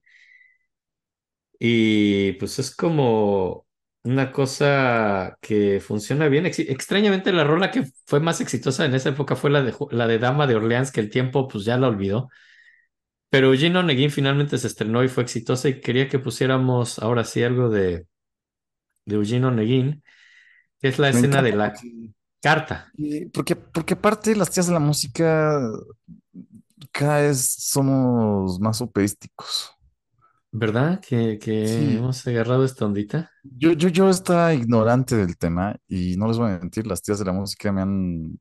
y pues es como una cosa que funciona bien. Extrañamente la rola que fue más exitosa en esa época fue la de Dama de Orleans, que el tiempo pues ya la olvidó, pero Eugene Onegin finalmente se estrenó y fue exitosa y quería que pusiéramos ahora sí algo de Eugene Onegin, que es la Me escena de encanta la porque, carta. porque aparte las tías de la música cada vez somos más operísticos. ¿Verdad? Que Sí, hemos agarrado esta ondita. yo estaba ignorante del tema y no les voy a mentir, las tías de la música me han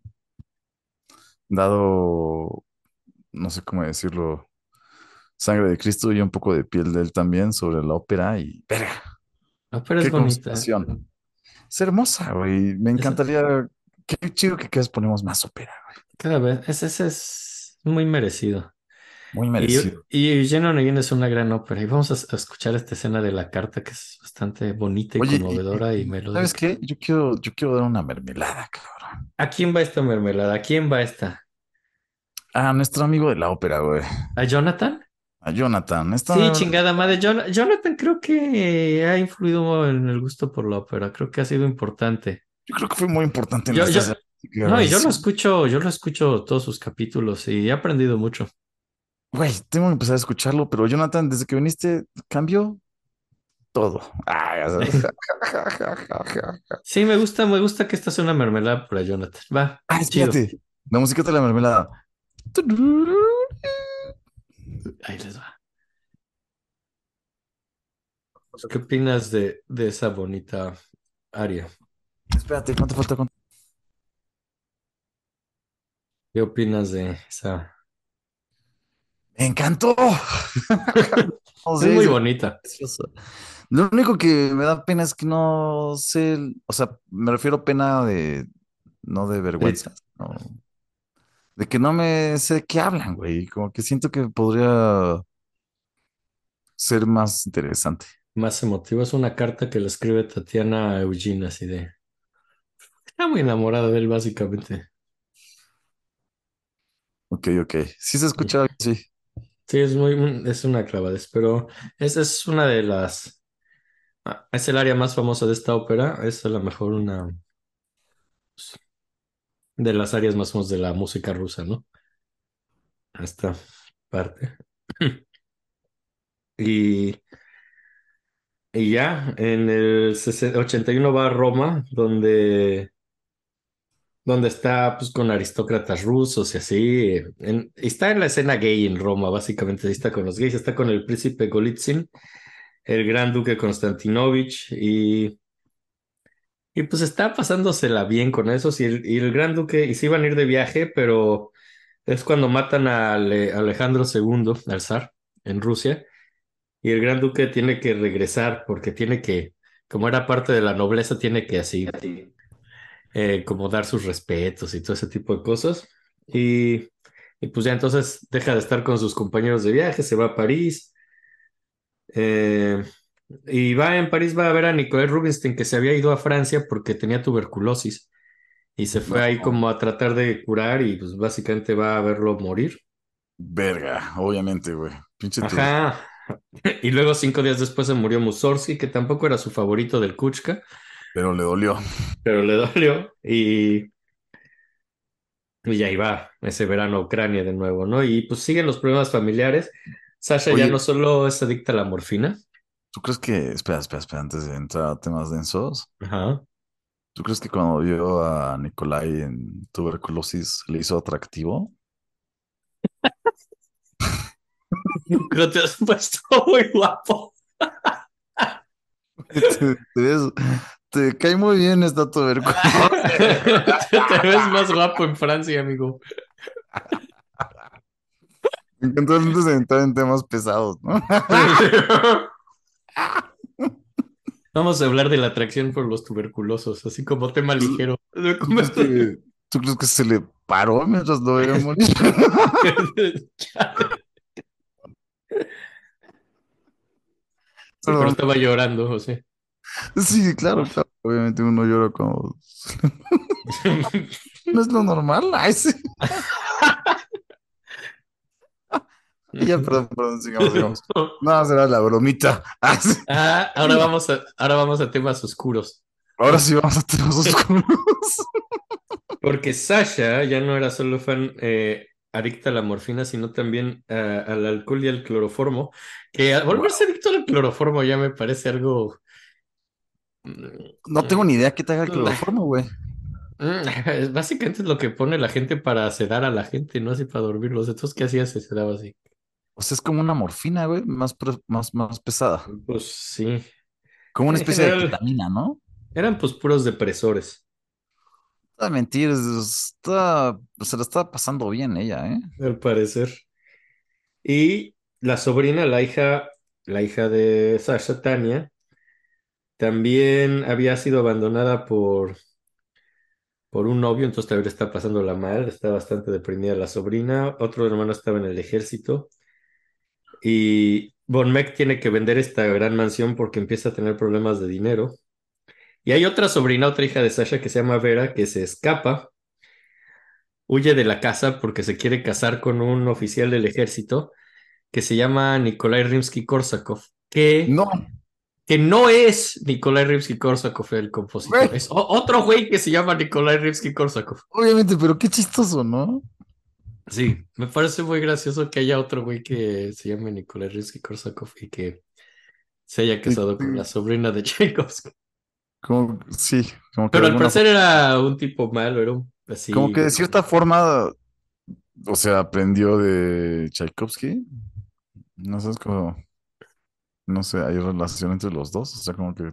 dado, no sé cómo decirlo, sangre de Cristo y un poco de piel de él también sobre la ópera y verga, La ópera es qué bonita. concentración. Es hermosa, güey. Me Es, encantaría, qué chido que cada vez ponemos más ópera, güey. cada vez, ese es muy merecido. Muy Y, merecido. y Eugene Onegin es una gran ópera. Y vamos a escuchar esta escena de la carta que es bastante bonita y Oye, conmovedora y ¿sabes melódica. qué? Yo quiero dar una mermelada, cabrón. ¿A quién va esta mermelada? ¿A quién va esta? A nuestro amigo de la ópera, güey. ¿A Jonathan? A Jonathan. Sí, Esta, chingada madre. Jonathan creo que ha influido en el gusto por la ópera. Creo que ha sido importante. yo creo que fue muy importante en Yo, las yo, tías de la música, no, y güey. Sí. yo lo escucho todos sus capítulos y he aprendido mucho. Güey, tengo que empezar a escucharlo, pero Jonathan, desde que viniste, cambió todo. Ay, o sea, Sí, me gusta que esta sea una mermelada para Jonathan. Va, ah, chido. espérate. La música de la mermelada. Ahí les va. ¿Qué opinas de esa bonita área? Espérate, ¿cuánto falta? ¿Qué opinas de esa? Me encantó. No Es sé, muy es bonita. precioso. Lo único que me da pena es que no sé, o sea, me refiero a pena de, no de Sí, vergüenza, no, de que no me sé de qué hablan, güey. Como que siento que podría ser más interesante. más emotivo. Es una carta que le escribe Tatiana a Eugene, así de. Está muy enamorada de él, básicamente. Ok, ok. Sí se escucha algo así. Sí, es una clavadez, pero esa es una de las. Es el área más famosa de esta ópera. Es a lo mejor una de las áreas más famosas de la música rusa, ¿no? Esta parte. Y, y ya, en el 81 va a Roma, donde está pues, con aristócratas rusos y así. Está en la escena gay en Roma, básicamente. Ahí está con los gays, está con el príncipe Golitsyn, el gran duque Konstantinovich, y pues está pasándosela bien con esos. Y el gran duque, y se iban a ir de viaje, pero es cuando matan a Alejandro II, al zar, en Rusia. Y el gran duque tiene que regresar porque tiene que, como era parte de la nobleza, tiene que así como dar sus respetos y todo ese tipo de cosas. Y, y pues ya entonces deja de estar con sus compañeros de viaje, se va a París. eh, y va en París, va a ver a Nicolás Rubinstein, que se había ido a Francia porque tenía tuberculosis. Y se fue ahí No, como a tratar de curar y pues básicamente va a verlo morir. verga, obviamente, güey. Pinche tur. Ajá. Y luego 5 días después se murió Mussorgsky, que tampoco era su favorito del Kuchka, Pero le dolió. pero le dolió. Y ya iba ese verano a Ucrania de nuevo, ¿no? Y pues siguen los problemas familiares. Sasha ya Oye, no solo es adicta a la morfina. ¿tú crees que, espera, antes de entrar a temas densos, Ajá. ¿tú crees que cuando vio a Nicolai en tuberculosis le hizo atractivo? Pero te has puesto muy guapo. Te, te cae muy bien esta tuberculosis. Te ves más guapo en Francia, amigo. Entonces de entrar en temas pesados, ¿no? Vamos a hablar de la atracción por los tuberculosos, así como tema ¿Tú, ligero. tú crees que, tú crees que se le paró mientras lo veía morir? Sí, pero Perdón. estaba llorando, José. Sí, claro, claro. Obviamente uno llora cuando... ¿No es lo normal? Ay, sí. Ya, perdón, sigamos. No, será la bromita. Ah, sí. Ahora vamos a temas oscuros. Ahora sí vamos a temas oscuros. Porque Sasha ya no era solo fan adicta a la morfina, sino también al alcohol y al cloroformo. Que al volverse Wow. adicto al cloroformo ya me parece algo. No tengo ni idea qué te haga el cloroformo, güey. Básicamente es lo que pone la gente para sedar a la gente, no así para dormirlos. Entonces, ¿qué hacía? Se sedaba así. O sea, es como una morfina, güey, más pesada. Pues sí. Como una En especie de general, ketamina, ¿no? eran pues puros depresores, Está mentir, se la está pasando bien ella, ¿eh? al parecer. Y la sobrina, la hija de Sasha, Tania, también había sido abandonada por un novio, entonces también está pasándola mal, está bastante deprimida la sobrina. Otro hermano estaba en el ejército y Von Meck tiene que vender esta gran mansión porque empieza a tener problemas de dinero. Y hay otra sobrina, otra hija de Sasha que se llama Vera, que se escapa, huye de la casa porque se quiere casar con un oficial del ejército que se llama Nikolai Rimsky-Korsakov, que No, que no es Nikolai Rimsky-Korsakov el compositor, güey, es otro güey que se llama Nikolai Rimsky-Korsakov. obviamente, pero qué chistoso, ¿no? Sí, me parece muy gracioso que haya otro güey que se llame Nikolai Rimsky-Korsakov y que se haya Y- casado con la y sobrina de Tchaikovsky. sí, como que de Pero al alguna parecer forma, era un tipo malo, era un como que así. de cierta forma, o sea, aprendió de Tchaikovsky. No sé, es como, no sé, hay relación entre los dos, o sea, como que,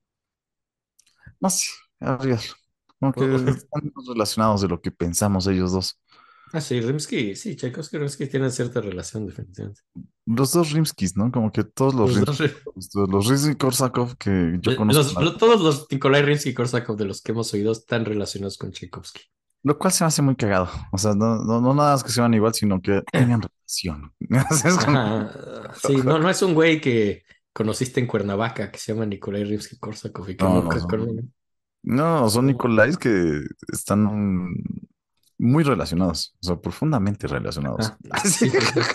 no sé, habría, como que están más relacionados de lo que pensamos ellos dos. Sí, Rimsky, sí, Tchaikovsky y Rimsky tienen cierta relación, definitivamente. Los dos Rimskis, ¿no? Como que todos los Los dos, Rimskis, los Rimsky-Korsakov que yo conozco, todos los Nikolai Rimsky-Korsakov de los que hemos oído están relacionados con Tchaikovsky. lo cual se me hace muy cagado. O sea, no nada más que se van igual, sino que tengan relación. Es como- Ajá, sí, no, no es un güey que conociste en Cuernavaca que se llama Nikolai Rimsky-Korsakov y que No, nunca con... son Nicolais que están muy relacionados, o sea, profundamente relacionados. Ajá, sí, sí, sí.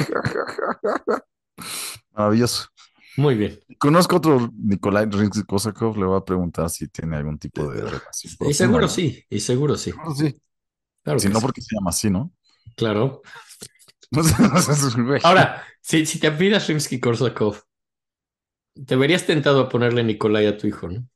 Maravilloso. Muy bien. Conozco otro Nikolai Rimsky-Korsakov, le voy a preguntar si tiene algún tipo de relación Y profunda, seguro ¿no? sí, y seguro sí. Seguro sí. Claro Si que no, sí. porque se llama así, ¿no? Claro. O sea, güey. Ahora, si te apellidas Rimsky-Korsakov, te verías tentado a ponerle Nikolai a tu hijo, ¿no?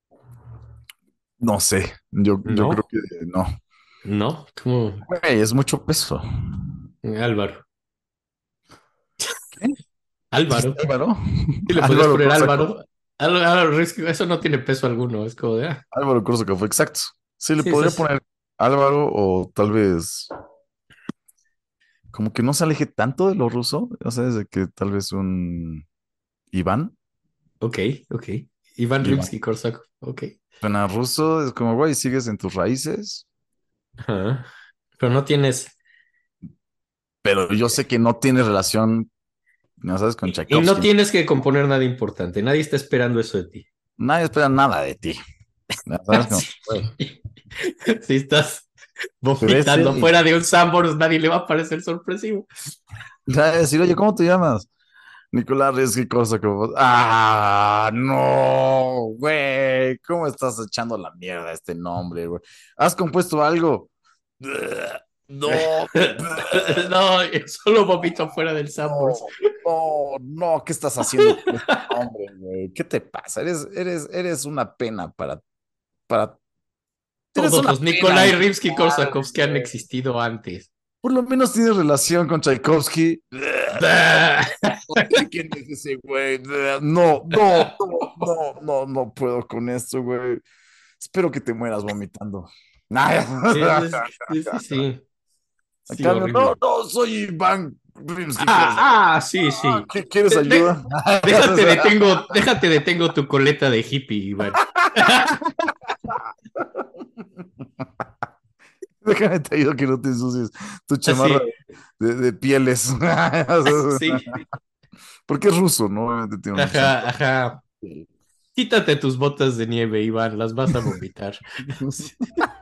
No sé, yo creo No, que no. no, como Güey, es mucho peso. Álvaro. ¿Qué? ¿Dijiste Álvaro. Álvaro? Y le podrías Álvaro poner Korsakov. Álvaro. Álvaro Rimsky, eso no tiene peso alguno, es como de, Álvaro Korsakov, exacto. Sí, le sí, eso podría es, poner Álvaro o tal vez como que no se aleje tanto de lo ruso. O sea, desde que tal vez un Iván. ok, ok. Iván Iván. Rimsky-Korsakov. Ok. Suena ruso, es como, güey, sigues en tus raíces, Ajá. Pero no tienes, pero yo sé que no tienes relación, no sabes, con y no Tchaikovsky. tienes que componer nada importante. Nadie está esperando eso de ti. Nadie espera nada de ti. Ya sabes, como, güey, Sí. Si estás crece vomitando y fuera de un Sanborns, nadie le va a parecer sorpresivo. ya decir, oye, ¿cómo te llamas? Nicolás Rizky Korsakov. Ah, no, güey. ¿Cómo estás echando la mierda a este nombre, güey? ¿Has compuesto algo? No, No, solo vomito fuera del Sanborns. no, no, no. ¿Qué estás haciendo con este nombre, güey? ¿Qué te pasa? Eres una pena para, eres Todos una los pena en Nikolai general, Rimsky-Korsakovs que han güey. existido antes. Por lo menos tienes relación con Tchaikovsky. ¿Quién es ese güey? No, no, no, no, no, no puedo con esto, güey. Espero que te mueras vomitando. Ay, Sí, sí, sí. a Sí, cambio, no, horrible. no, soy Iván Rimsky-Korsakov. Sí, sí. ¿Qué quieres De- ayuda? déjate, detengo tu coleta de hippie, Iván. Déjame te ayudo que no te ensucies tu chamarra Así, de pieles. sí. Porque es ruso, ¿no? Obviamente tiene una Ajá, chamarra. ajá. Quítate tus botas de nieve, Iván, las vas a vomitar. Sí.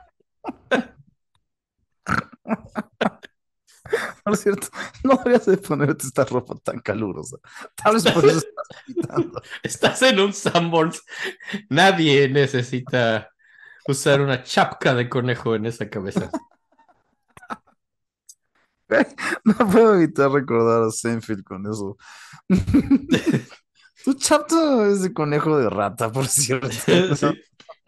Por cierto, no deberías de ponerte esta ropa tan calurosa. Tal vez por eso estás vomitando. Estás en un Sanborns. Nadie necesita usar una chapca de conejo en esa cabeza. No puedo evitar recordar a Seinfeld con eso. Tu chapto es de conejo de rata, por cierto. Sí.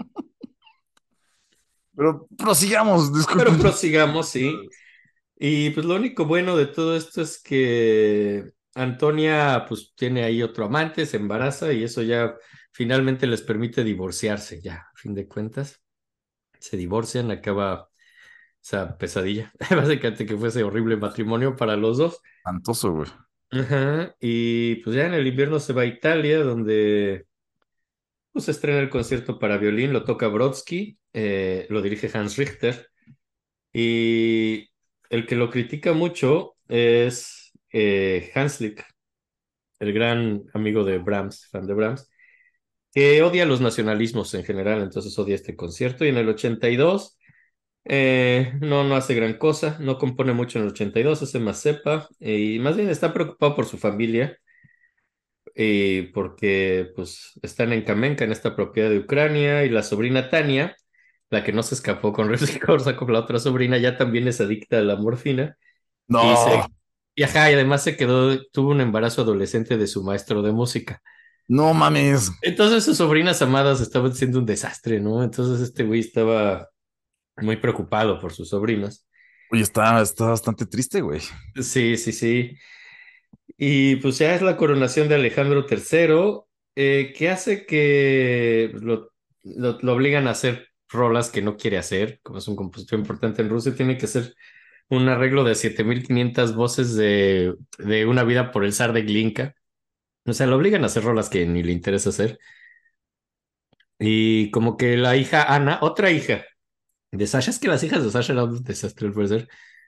Pero prosigamos, Pero disculpen. prosigamos, sí. Y pues lo único bueno de todo esto es que Antonia pues tiene ahí otro amante, se embaraza y eso ya finalmente les permite divorciarse, ya, a fin de cuentas. Se divorcian, acaba esa pesadilla, básicamente que fuese horrible matrimonio para los dos. Espantoso, güey. Ajá, y pues ya en el invierno se va a Italia, donde pues estrena el concierto para violín, lo toca Brodsky, lo dirige Hans Richter. Y el que lo critica mucho es Hanslick, el gran amigo de Brahms, fan de Brahms, que odia los nacionalismos en general, entonces odia este concierto. Y en el 82 no hace gran cosa, no compone mucho en el 82, hace más cepa, y más bien está preocupado por su familia, porque pues están en Kamenka, en esta propiedad de Ucrania, y la sobrina Tania, la que no se escapó con Rizzi-Korsakov, la otra sobrina, ya también es adicta a la morfina. Y No, se, y ajá, y además tuvo un embarazo adolescente de su maestro de música. no mames. Entonces sus sobrinas amadas estaban siendo un desastre, ¿no? Entonces este güey estaba muy preocupado por sus sobrinas. Oye, está bastante triste, güey. Sí, sí, sí. Y pues ya es la coronación de Alejandro III, que hace que lo obligan a hacer rolas que no quiere hacer, como es un compositor importante en Rusia, tiene que hacer un arreglo de 7500 voces de Una vida por el zar de Glinka. O sea, lo obligan a hacer rolas que ni le interesa hacer. Y como que la hija Ana, otra hija de Sasha, es que las hijas de Sasha eran un desastre al parecer.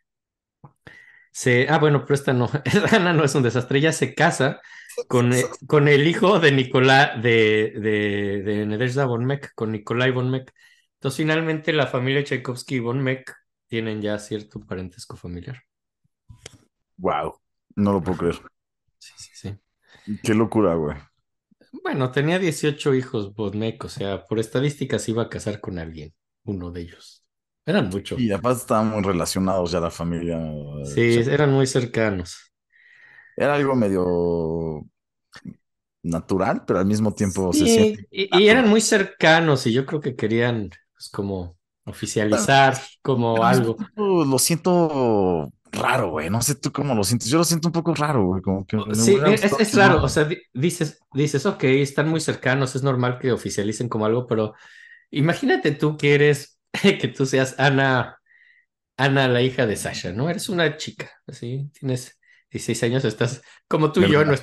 Bueno, pero esta no, Ana no es un desastre. Ella se casa con el hijo de Nicolás, de Nadezhda von Meck, con Nikolai von Meck. Entonces, finalmente, la familia Tchaikovsky y von Meck tienen ya cierto parentesco familiar. Wow, no lo puedo creer. Sí, sí, sí. Qué locura, güey. Bueno, tenía 18 hijos von Meck, o sea, por estadísticas iba a casar con alguien, uno de ellos. Eran muchos. Y aparte estaban muy relacionados ya la familia. Sí, Che. eran muy cercanos. Era algo medio natural, pero al mismo tiempo se siente Sí, y eran natural. muy cercanos y yo creo que querían pues, como Pero, oficializar como pero al mismo algo. tiempo lo siento raro, güey. No sé tú cómo lo sientes. Yo lo siento un poco raro, güey. Como que me Sí, hubiera gustado es que no. raro, o sea, dices, ok, están muy cercanos, es normal que oficialicen como algo, pero imagínate tú que eres, que tú seas Ana, la hija de Sasha, ¿no? Eres una chica, así, tienes 16 años, estás como tú y Me lo yo imagino.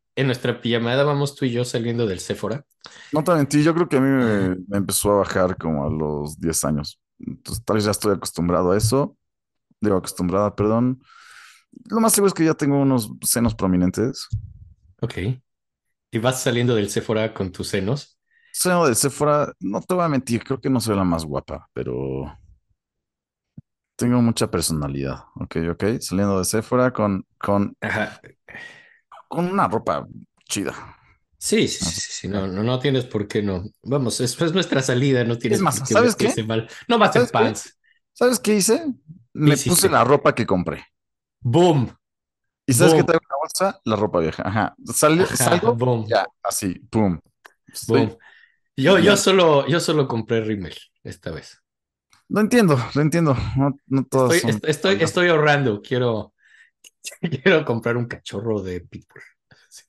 en nuestra pijamada vamos tú y yo saliendo del Sephora. No te mentí, yo creo que a mí Ajá. me empezó a bajar como a los 10 años. Entonces, tal vez ya estoy acostumbrado a eso. Digo, acostumbrada, perdón. Lo más seguro es que ya tengo unos senos prominentes. Ok. Y vas saliendo del Sephora con tus senos. Seno de Sephora, no te voy a mentir, creo que no soy la más guapa, pero tengo mucha personalidad. Ok, ok. Saliendo de Sephora Ajá. con una ropa chida. Sí, sí, Así. sí, sí, sí, no, no, no tienes por qué no. Vamos, es nuestra salida, no Es tienes más, por qué ¿sabes qué? vestirse mal. No vas en ¿Sabes qué? pants. ¿Sabes qué hice? ¿Qué Me puse hiciste? la ropa que compré. Boom, ¿Y sabes qué boom, traigo en la bolsa? La ropa vieja. Ajá. ajá, Salgo, boom, ya, así, pum. boom. Estoy Yo bien. solo compré rímel esta vez. Lo entiendo, lo entiendo. No, no todas son válidas. Estoy ahorrando. Quiero comprar un cachorro de pitbull. Sí.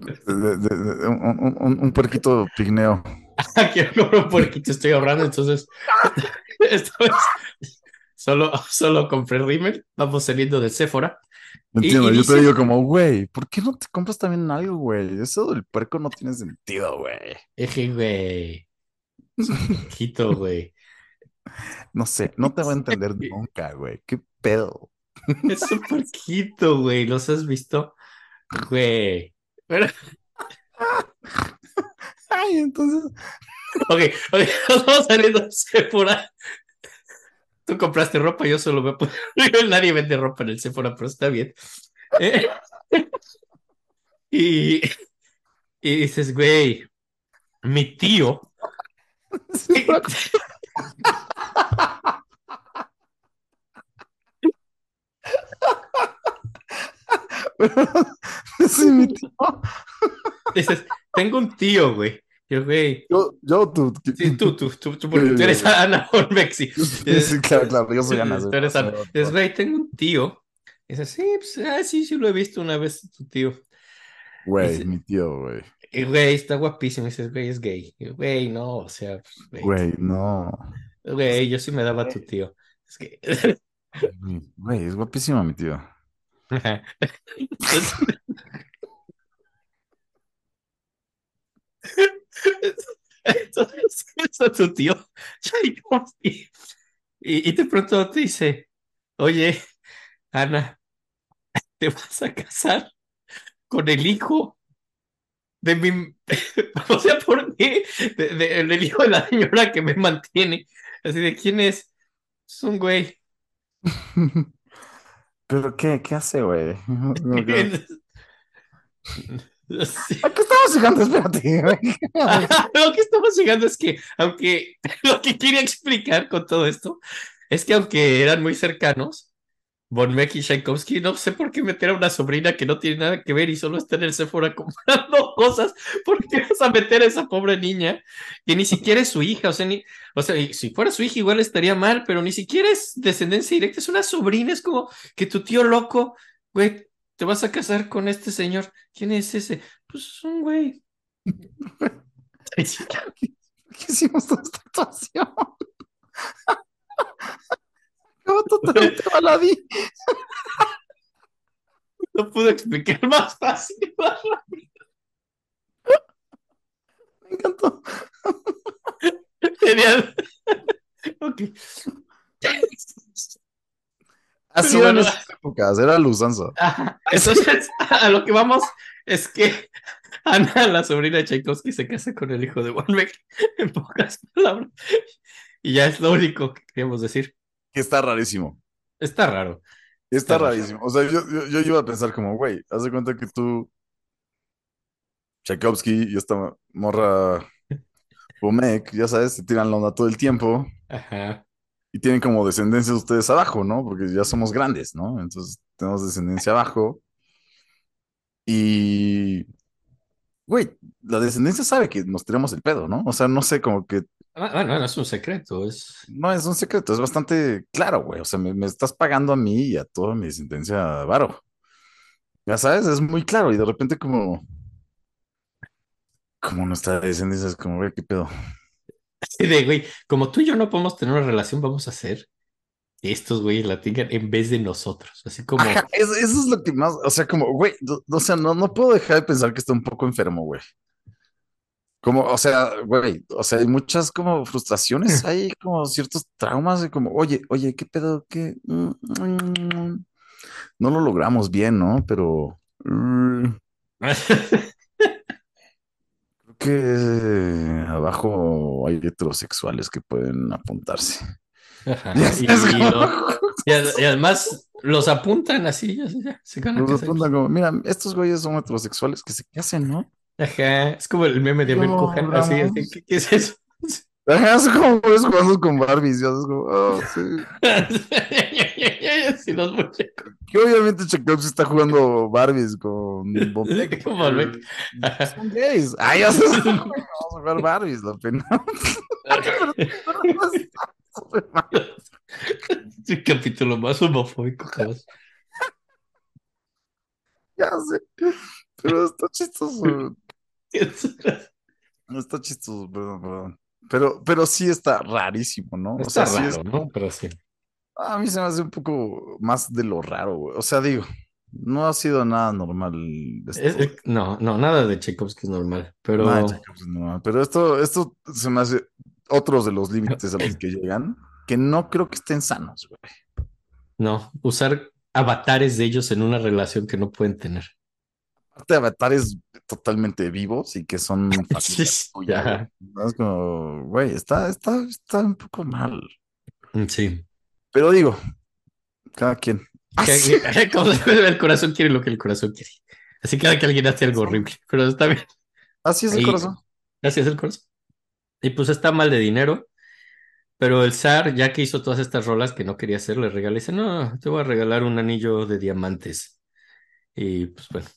Un puerquito pigmeo. Quiero comprar un puerquito, estoy ahorrando, entonces esta vez solo compré rímel. Vamos saliendo del Sephora. Lo Y entiendo. Yo te dice, digo como, güey, ¿por qué no te compras también algo, güey? Eso del puerco no tiene sentido, güey. dije, güey, es un puerquito, güey. No sé, no te voy a entender nunca, güey. ¿Qué pedo? Es un puerquito, güey. ¿Los has visto? Güey. Pero, Ay, entonces. ok, ok, nos vamos saliendo de Sephora. Tú compraste ropa, yo solo me puse. Nadie vende ropa en el Sephora, pero está bien. Eh, y, y dices, güey, mi tío. Sí, pero sí, mi tío. Dices, tengo un tío, güey. Yo, güey. Tú, Sí, tú, yo, porque yo, tú yo, eres güey. Ana Olmexi. Sí, sí, claro, claro, yo soy Ana, soy Tú eres Ana. Ana. Dices, güey, tengo un tío. Dices, sí, pues, sí, sí, lo he visto una vez, tu tío. Güey, mi tío, güey. Y, güey, está guapísimo. Y dices, güey, es gay. Y, güey, no, o sea, pues, Güey, no. güey, yo sí me daba a tu tío. Es que, Güey, es guapísimo mi tío. ajá. Entonces, entonces, eso tu tío. Tchaikovsky. Y de pronto te dice, oye, Ana, ¿te vas a casar con el hijo de mi... O sea, ¿por qué? El hijo de la señora que me mantiene. Así de, ¿quién es? Es un güey. ¿Pero qué hace, güey? Sí. ¿A qué estamos llegando? Espérate, güey. Lo que estamos llegando es que, aunque lo que quería explicar con todo esto, es que aunque eran muy cercanos, Von Meck y Tchaikovsky, no sé por qué meter a una sobrina que no tiene nada que ver y solo está en el Sephora comprando cosas. ¿Por qué vas a meter a esa pobre niña que ni siquiera es su hija? O sea, y si fuera su hija igual estaría mal, pero ni siquiera es descendencia directa, es una sobrina, es como que tu tío loco, güey, te vas a casar con este señor. ¿Quién es ese? Pues es un güey. ¿Por qué hicimos toda esta actuación? Acabo totalmente baladí. No puedo explicar más fácil. Me encantó. Genial. Ok. Así Pero eran bueno, esas épocas, era la usanza. ajá. Así. Entonces, a lo que vamos es que Ana, la sobrina de Tchaikovsky, se casa con el hijo de Wolbeck, en pocas palabras. Y ya es lo único que queríamos decir. Que está rarísimo. Está raro, está Está raro. rarísimo. O sea, yo iba a pensar como, güey, haz de cuenta que tú, Tchaikovsky y esta morra Bumek, ya sabes, se tiran la onda todo el tiempo Ajá. y tienen como descendencia ustedes abajo, ¿no? Porque ya somos grandes, ¿no? Entonces tenemos descendencia abajo y, güey, la descendencia sabe que nos tiramos el pedo, ¿no? O sea, no sé, como que Bueno, no es un secreto, es... no es un secreto, es bastante claro, güey. O sea, me estás pagando a mí y a toda mi descendencia varo. Ya sabes, es muy claro y de repente como nuestra descendencia es como, güey, ¿qué pedo? así de, güey, como tú y yo no podemos tener una relación, vamos a hacer. estos güeyes la tengan en vez de nosotros. Así como, Ajá, eso es lo que más, o sea, como, güey, o sea, no puedo dejar de pensar que está un poco enfermo, güey. Como, o sea, güey, o sea, hay muchas como frustraciones, hay como ciertos traumas, y como, oye, ¿qué pedo? ¿Qué? No lo logramos bien, ¿no? Pero creo que abajo hay heterosexuales que pueden apuntarse. Ya ajá, sabes cómo y además los apuntan así, ya, se van a nos casar. apuntan como, mira, estos güeyes son heterosexuales que se casen, ¿no? Ajá, es como el meme de Y Abel lo Cojan, así, logramos. ¿qué es eso? Ajá, es como ves jugando con Barbies, ya sabes como, oh, sí. Sí, los muñecos. Que obviamente Tchaikovsky está jugando Barbies con Bombek Como porque Malbec. Ajá. son gays. Ay, ya sabes, vamos a jugar Barbies, la pena. Pero no está súper mal. El capítulo más homofóbico jamás. Ya sé, pero está chistoso. No está chistoso, perdón. Pero sí está rarísimo, ¿no? O Está sea, sí es raro, ¿no? como, Pero sí. a mí se me hace un poco más de lo raro, güey. O sea, digo, no ha sido nada normal esto. No, no, nada de Tchaikovsky es normal, Nada de pero Jacobs, no, pero esto se me hace otros de los límites a los que llegan, que no creo que estén sanos, güey. no, usar avatares de ellos en una relación que no pueden tener. Aparte de avatares totalmente vivos y que son familia tuya, güey. Ya, ¿No? Es como, güey, está un poco mal. sí. Pero digo, cada quien. Así, Como el corazón quiere lo que el corazón quiere. Así cada que alguien hace algo horrible, pero está bien. así es el Ahí, corazón. gracias el corazón. Y pues está mal de dinero, pero el zar, ya que hizo todas estas rolas que no quería hacer, le regala y dice, no, te voy a regalar un anillo de diamantes. Y pues bueno,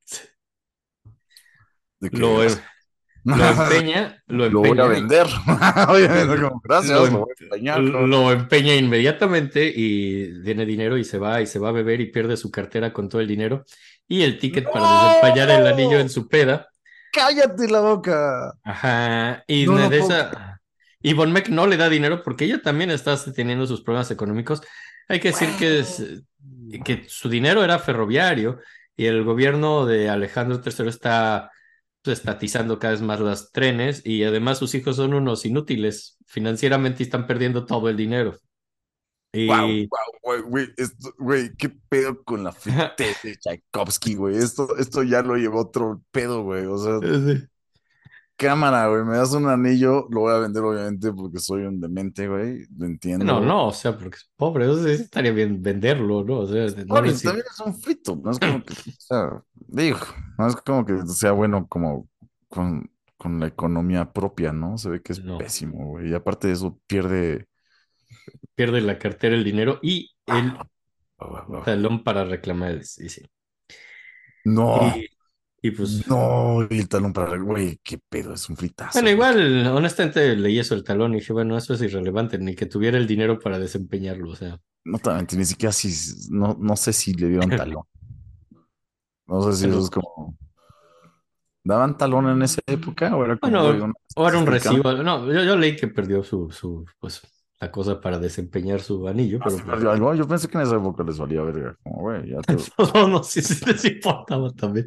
De que, lo, o em- sea, lo lo voy a empeña vender. Obviamente, como, lo, gracias, lo em- voy a empeñar, cabrón. lo empeña inmediatamente y tiene dinero y se va a beber y pierde su cartera con todo el dinero y el ticket para desempañar el anillo en ¡No! su peda. ¡Cállate la boca! Ajá, No lo puedo creer. y Von Meck no le da dinero porque ella también está teniendo sus problemas económicos. Hay que decir que su dinero era ferroviario y el gobierno de Alejandro III está pues, estatizando cada vez más los trenes y además sus hijos son unos inútiles financieramente y están perdiendo todo el dinero. Wow, Y wow, güey, güey, qué pedo con la fitez de Tchaikovsky, güey. Esto ya lo llevó otro pedo, güey. O sea, sí. cámara, güey, me das un anillo, lo voy a vender, obviamente, porque soy un demente, güey. Lo No, entiendo. no, o sea, porque es pobre, eso sí estaría bien venderlo, ¿no? O sea, no Bueno, y necesito. también es un frito, no es como que, o sea, digo, no es como que sea bueno como con la economía propia, ¿no? Se ve que es No, pésimo, güey. Y aparte de eso, pierde. pierde la cartera, el dinero y el Ah, talón para reclamar, sí, sí. no, Y, y pues, no, y el talón para, güey, qué pedo, es un fritazo, bueno, güey. igual, honestamente leí eso el talón y dije, bueno, eso es irrelevante, ni que tuviera el dinero para desempeñarlo, o sea, No te voy a mentir, ni siquiera si, no sé si le dieron talón. No sé si eso bueno, es como, ¿daban talón en esa época? O era como, güey, bueno, una o era un estoy cambio. recibo, no, yo leí que perdió pues, la cosa para desempeñar su anillo, Ah, pero sí pues, perdió algo. Yo pensé que en esa época les valía verga. Como, güey, ya te. no, no, sí, sí les importaba también.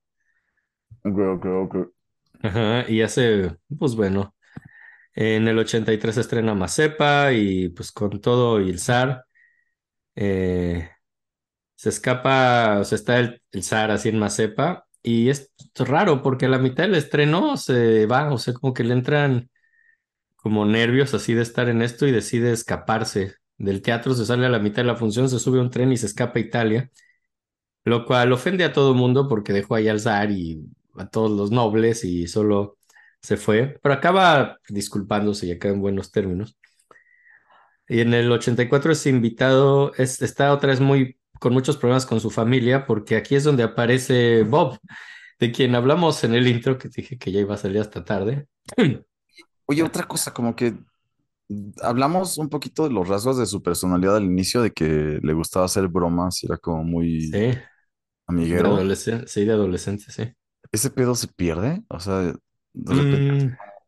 Ok. Ajá, y hace, pues bueno. En el 83 se estrena Mazepa y pues con todo y el zar eh, se escapa, o sea, está el zar así en Mazepa y es raro porque a la mitad del estreno se va, o sea, como que le entran como nervios así de estar en esto y decide escaparse del teatro, se sale a la mitad de la función, se sube a un tren y se escapa a Italia, lo cual ofende a todo mundo porque dejó ahí al zar y a todos los nobles y solo se fue, pero acaba disculpándose y acaba en buenos términos. Y en el 84 es invitado, está otra vez con muchos problemas con su familia, porque aquí es donde aparece Bob, de quien hablamos en el intro, que dije que ya iba a salir hasta tarde. Oye, otra cosa, como que hablamos un poquito de los rasgos de su personalidad al inicio, de que le gustaba hacer bromas y era como Sí, muy amiguero. de adolescente, sí. ¿Ese pedo se pierde? O sea, de repente. Mm,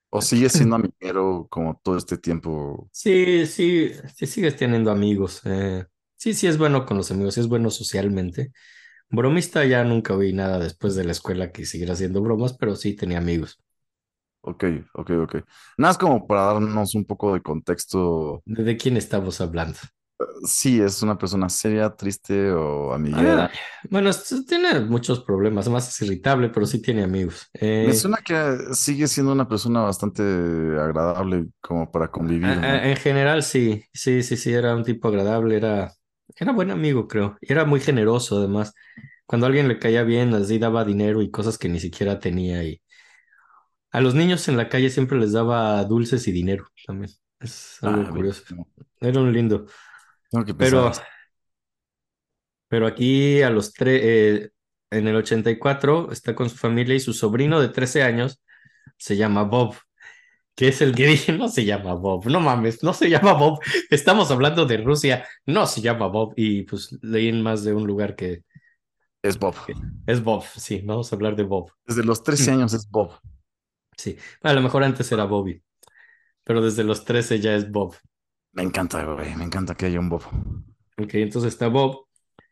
¿O sigue siendo amiguero como todo este tiempo? Sí, sí, sí sigues teniendo amigos. Sí, sí es bueno con los amigos, sí es bueno socialmente. Bromista ya nunca oí nada después de la escuela que siguiera haciendo bromas, pero sí tenía amigos. Ok, ok, ok. Nada más como para darnos un poco de contexto. ¿De quién estamos hablando? Sí, es una persona seria, triste o Ah, amiguera. bueno, tiene muchos problemas, más es irritable, pero sí tiene amigos. Me suena que sigue siendo una persona bastante agradable como para convivir, ¿no? En general, sí, sí, sí, sí, era un tipo agradable, era buen amigo, creo, y era muy generoso, además. Cuando a alguien le caía bien, así daba dinero y cosas que ni siquiera tenía. Y a los niños en la calle siempre les daba dulces y dinero también. Es algo Ah, curioso. bellísimo. Era un lindo. Tengo que pensar Pero, eso. pero aquí a los en el 84 está con su familia y su sobrino de 13 años se llama Bob. Que es el que dije, no se llama Bob, no mames, no se llama Bob, estamos hablando de Rusia, no se llama Bob, y pues leí en más de un lugar Es Bob. que es Bob, sí, vamos a hablar de Bob. Desde los Mm, 13 años es Bob. sí, a lo mejor antes era Bobby, pero desde los 13 ya es Bob. Me encanta, güey. Me encanta que haya un Bob. Ok, entonces está Bob,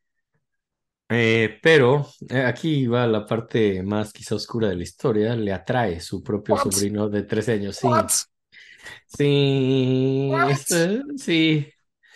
pero aquí va la parte más quizá oscura de la historia, le atrae su propio What? sobrino de 13 años, sí, What? sí, What? sí.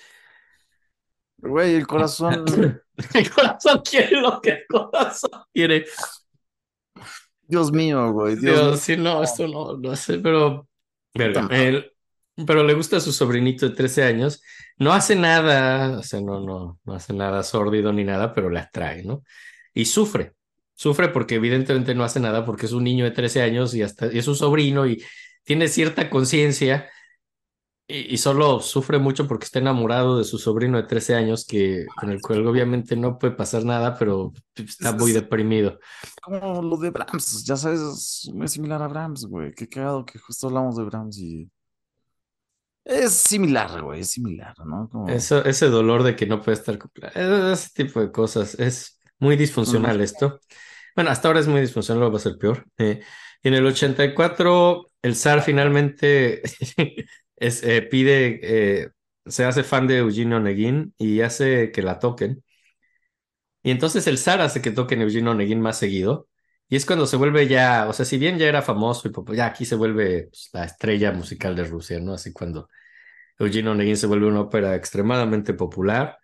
Güey, el corazón. El corazón quiere lo que el corazón quiere. Dios mío, güey. Dios mío. Dios, sí, no, esto no lo sé, pero, Puta verga, madre. pero le gusta a su sobrinito de 13 años. No hace nada, o sea, no hace nada sórdido ni nada, pero le atrae, ¿no? Y sufre, sufre porque evidentemente no hace nada porque es un niño de 13 años y hasta y es su sobrino y tiene cierta conciencia y solo sufre mucho porque está enamorado de su sobrino de 13 años que, con el cual obviamente no puede pasar nada, pero está muy Es deprimido. como lo de Brahms. Ya sabes, es muy similar a Brahms, güey. Qué cagado que justo hablamos de Brahms y. Es similar, güey. Es similar, ¿no? Como. Eso, ese dolor de que no puede estar ese tipo de cosas. Es muy Ujú. disfuncional esto. Bueno, hasta ahora es muy disfuncional, lo va a ser peor. Y en el 84 el zar finalmente pide, se hace fan de Eugene Onegin y hace que la toquen. Y entonces el zar hace que toquen Eugene Onegin más seguido. Y es cuando se vuelve ya, o sea, si bien ya era famoso y ya aquí se vuelve pues, la estrella musical de Rusia, ¿no? Así cuando Eugene Onegin se vuelve una ópera extremadamente popular.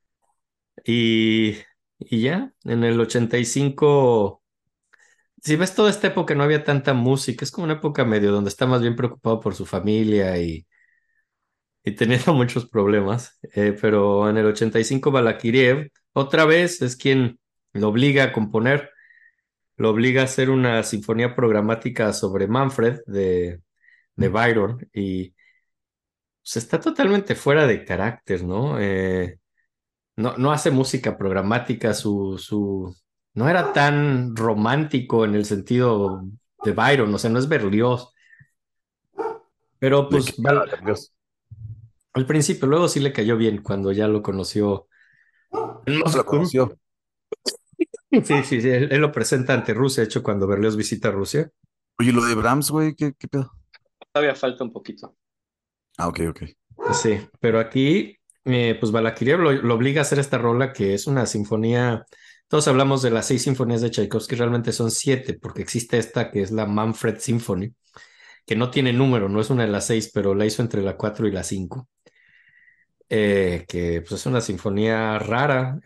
Y, y ya, en el 85 si ves toda esta época no había tanta música, es como una época medio donde está más bien preocupado por su familia y teniendo muchos problemas. Pero en el 85 Balakiriev otra vez es quien lo obliga a componer, lo obliga a hacer una sinfonía programática sobre Manfred de Byron y pues, está totalmente fuera de carácter, ¿no? No hace música programática, no era tan romántico en el sentido de Byron, o sea, no es Berlioz, pero ¿De qué pues cara, Dios? al principio, luego sí le cayó bien cuando ya lo conoció en ¿Cómo lo Moscú. conoció? Sí, sí, sí, él lo presenta ante Rusia, de hecho, cuando Berlioz visita Rusia. Oye, lo de Brahms, güey, ¿qué pedo? Todavía falta un poquito. Ah, ok, ok. Sí, pero aquí, pues Balakiriev lo obliga a hacer esta rola que es una sinfonía. Todos hablamos de las 6 sinfonías de Tchaikovsky, realmente son 7, porque existe esta que es la Manfred Symphony, que no tiene número, no es una de las 6, pero la hizo entre la 4 y la 5, que pues es una sinfonía rara,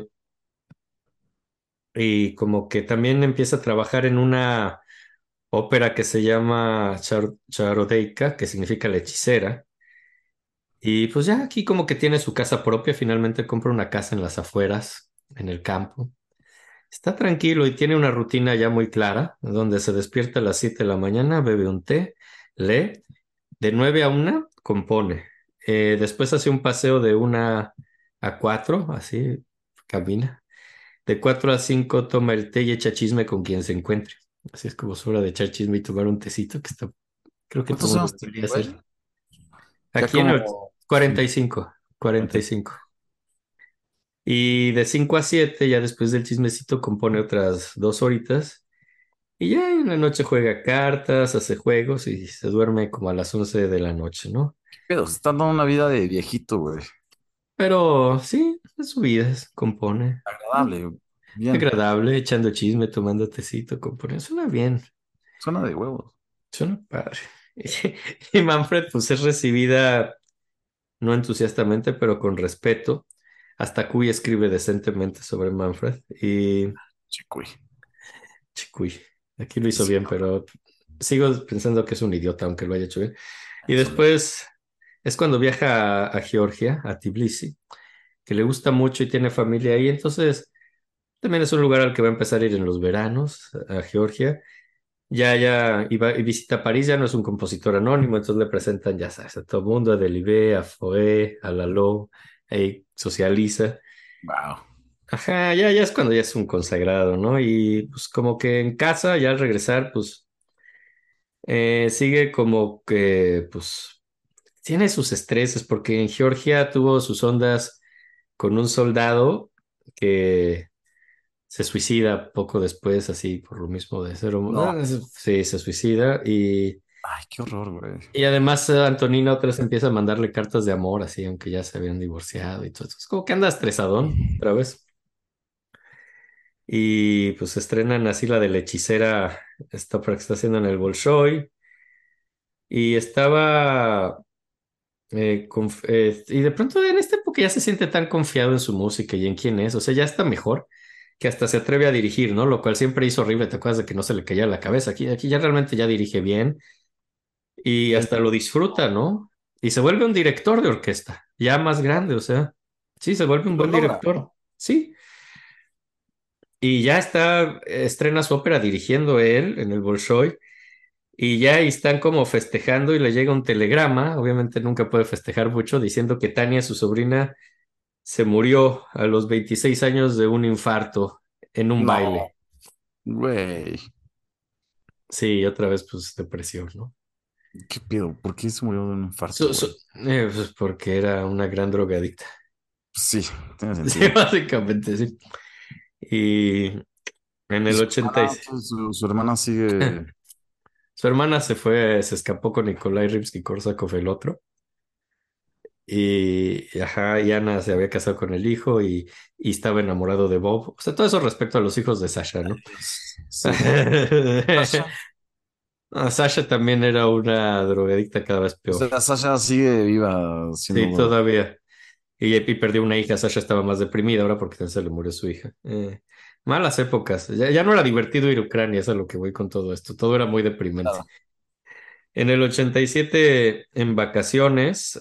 y como que también empieza a trabajar en una ópera que se llama Charodeika, que significa la hechicera. Y pues ya aquí como que tiene su casa propia, finalmente compra una casa en las afueras, en el campo. Está tranquilo y tiene una rutina ya muy clara, donde se despierta a las 7 de la mañana, bebe un té, lee, de 9 a 1 compone. Después hace un paseo de 1 a 4, así camina. De 4 a 5 toma el té y echa chisme con quien se encuentre. Así es como su hora de echar chisme y tomar un tecito, que está, creo que todo ¿Cuántos el mundo años tiene, debería hacer. güey? Ya Aquí en el como. Sí, 45, 45. 45. Y de 5 a 7, ya después del chismecito, compone otras 2 horitas. Y ya en la noche juega cartas, hace juegos y se duerme como a las 11 de la noche, ¿no? Pero se están dando una vida de viejito, güey. Pero sí, es su vida, compone. Agradable, bien. Agradable, echando chisme, tomando tecito, compone. Suena bien, Suena de huevos. suena padre. Y Manfred, pues es recibida no entusiastamente, pero con respeto. Hasta Cuy escribe decentemente sobre Manfred. Y Chicuy. Chicuy, aquí lo hizo Sí, bien, pero sigo pensando que es un idiota, aunque lo haya hecho bien. Y eso bien. después es cuando viaja a Georgia, a Tbilisi, que le gusta mucho y tiene familia ahí. Entonces, también es un lugar al que va a empezar a ir en los veranos, a Georgia. Ya iba y visita París, ya no es un compositor anónimo, entonces le presentan, ya sabes, a todo el mundo, a Delibé, a Foé, a Lalo, ahí socializa. Wow. Ajá, ya es cuando ya es un consagrado, ¿no? Y pues como que en casa, ya al regresar, pues sigue como que, pues, tiene sus estreses, porque en Georgia tuvo sus ondas con un soldado que se suicida poco después, así por lo mismo de ser No. sí, se suicida Ay, qué horror, güey. y además Antonina otra vez empieza a mandarle cartas de amor, así, aunque ya se habían divorciado y todo eso. Es como que anda estresadón otra vez. Y pues estrenan así la de la hechicera, esta obra que está haciendo en el Bolshoi. Y estaba, y de pronto en esta época ya se siente tan confiado en su música y en quién es, o sea, ya está mejor que hasta se atreve a dirigir, ¿no? Lo cual siempre hizo horrible, ¿te acuerdas de que no se le caía la cabeza? Aquí ya realmente ya dirige bien y Él, hasta lo disfruta, ¿no? Y se vuelve un director de orquesta, ya más grande, o sea, sí, se vuelve él un lo buen logra. director, sí. Y ya está, estrena su ópera dirigiendo él en el Bolshoi. Y ya ahí están como festejando y le llega un telegrama, obviamente nunca puede festejar mucho, diciendo que Tania, su sobrina, se murió a los 26 años de un infarto en un No, baile. güey. Sí, otra vez pues depresión, ¿no? ¿Qué pedo? ¿Por qué se murió de un infarto, güey? Pues porque era una gran drogadicta. Sí, tiene Sí, sentido. básicamente, sí. Y en Y el su 80 hermana, su hermana sigue. su hermana se fue, se escapó con Nikolai Rimsky-Korsakov el otro. Ajá, y Ana se había casado con el hijo y estaba enamorado de Bob. O sea, todo eso respecto a los hijos de Sasha, ¿no? Sí. Sasha. Sasha también era una drogadicta cada vez O peor. sea, Sasha sigue viva Sí, siendo. todavía. Y perdió una hija. Sasha estaba más deprimida ahora porque también se le murió su hija. Malas épocas. Ya no era divertido ir a Ucrania, eso es a lo que voy con todo esto. Todo era muy deprimente. Claro. En el 87 en vacaciones,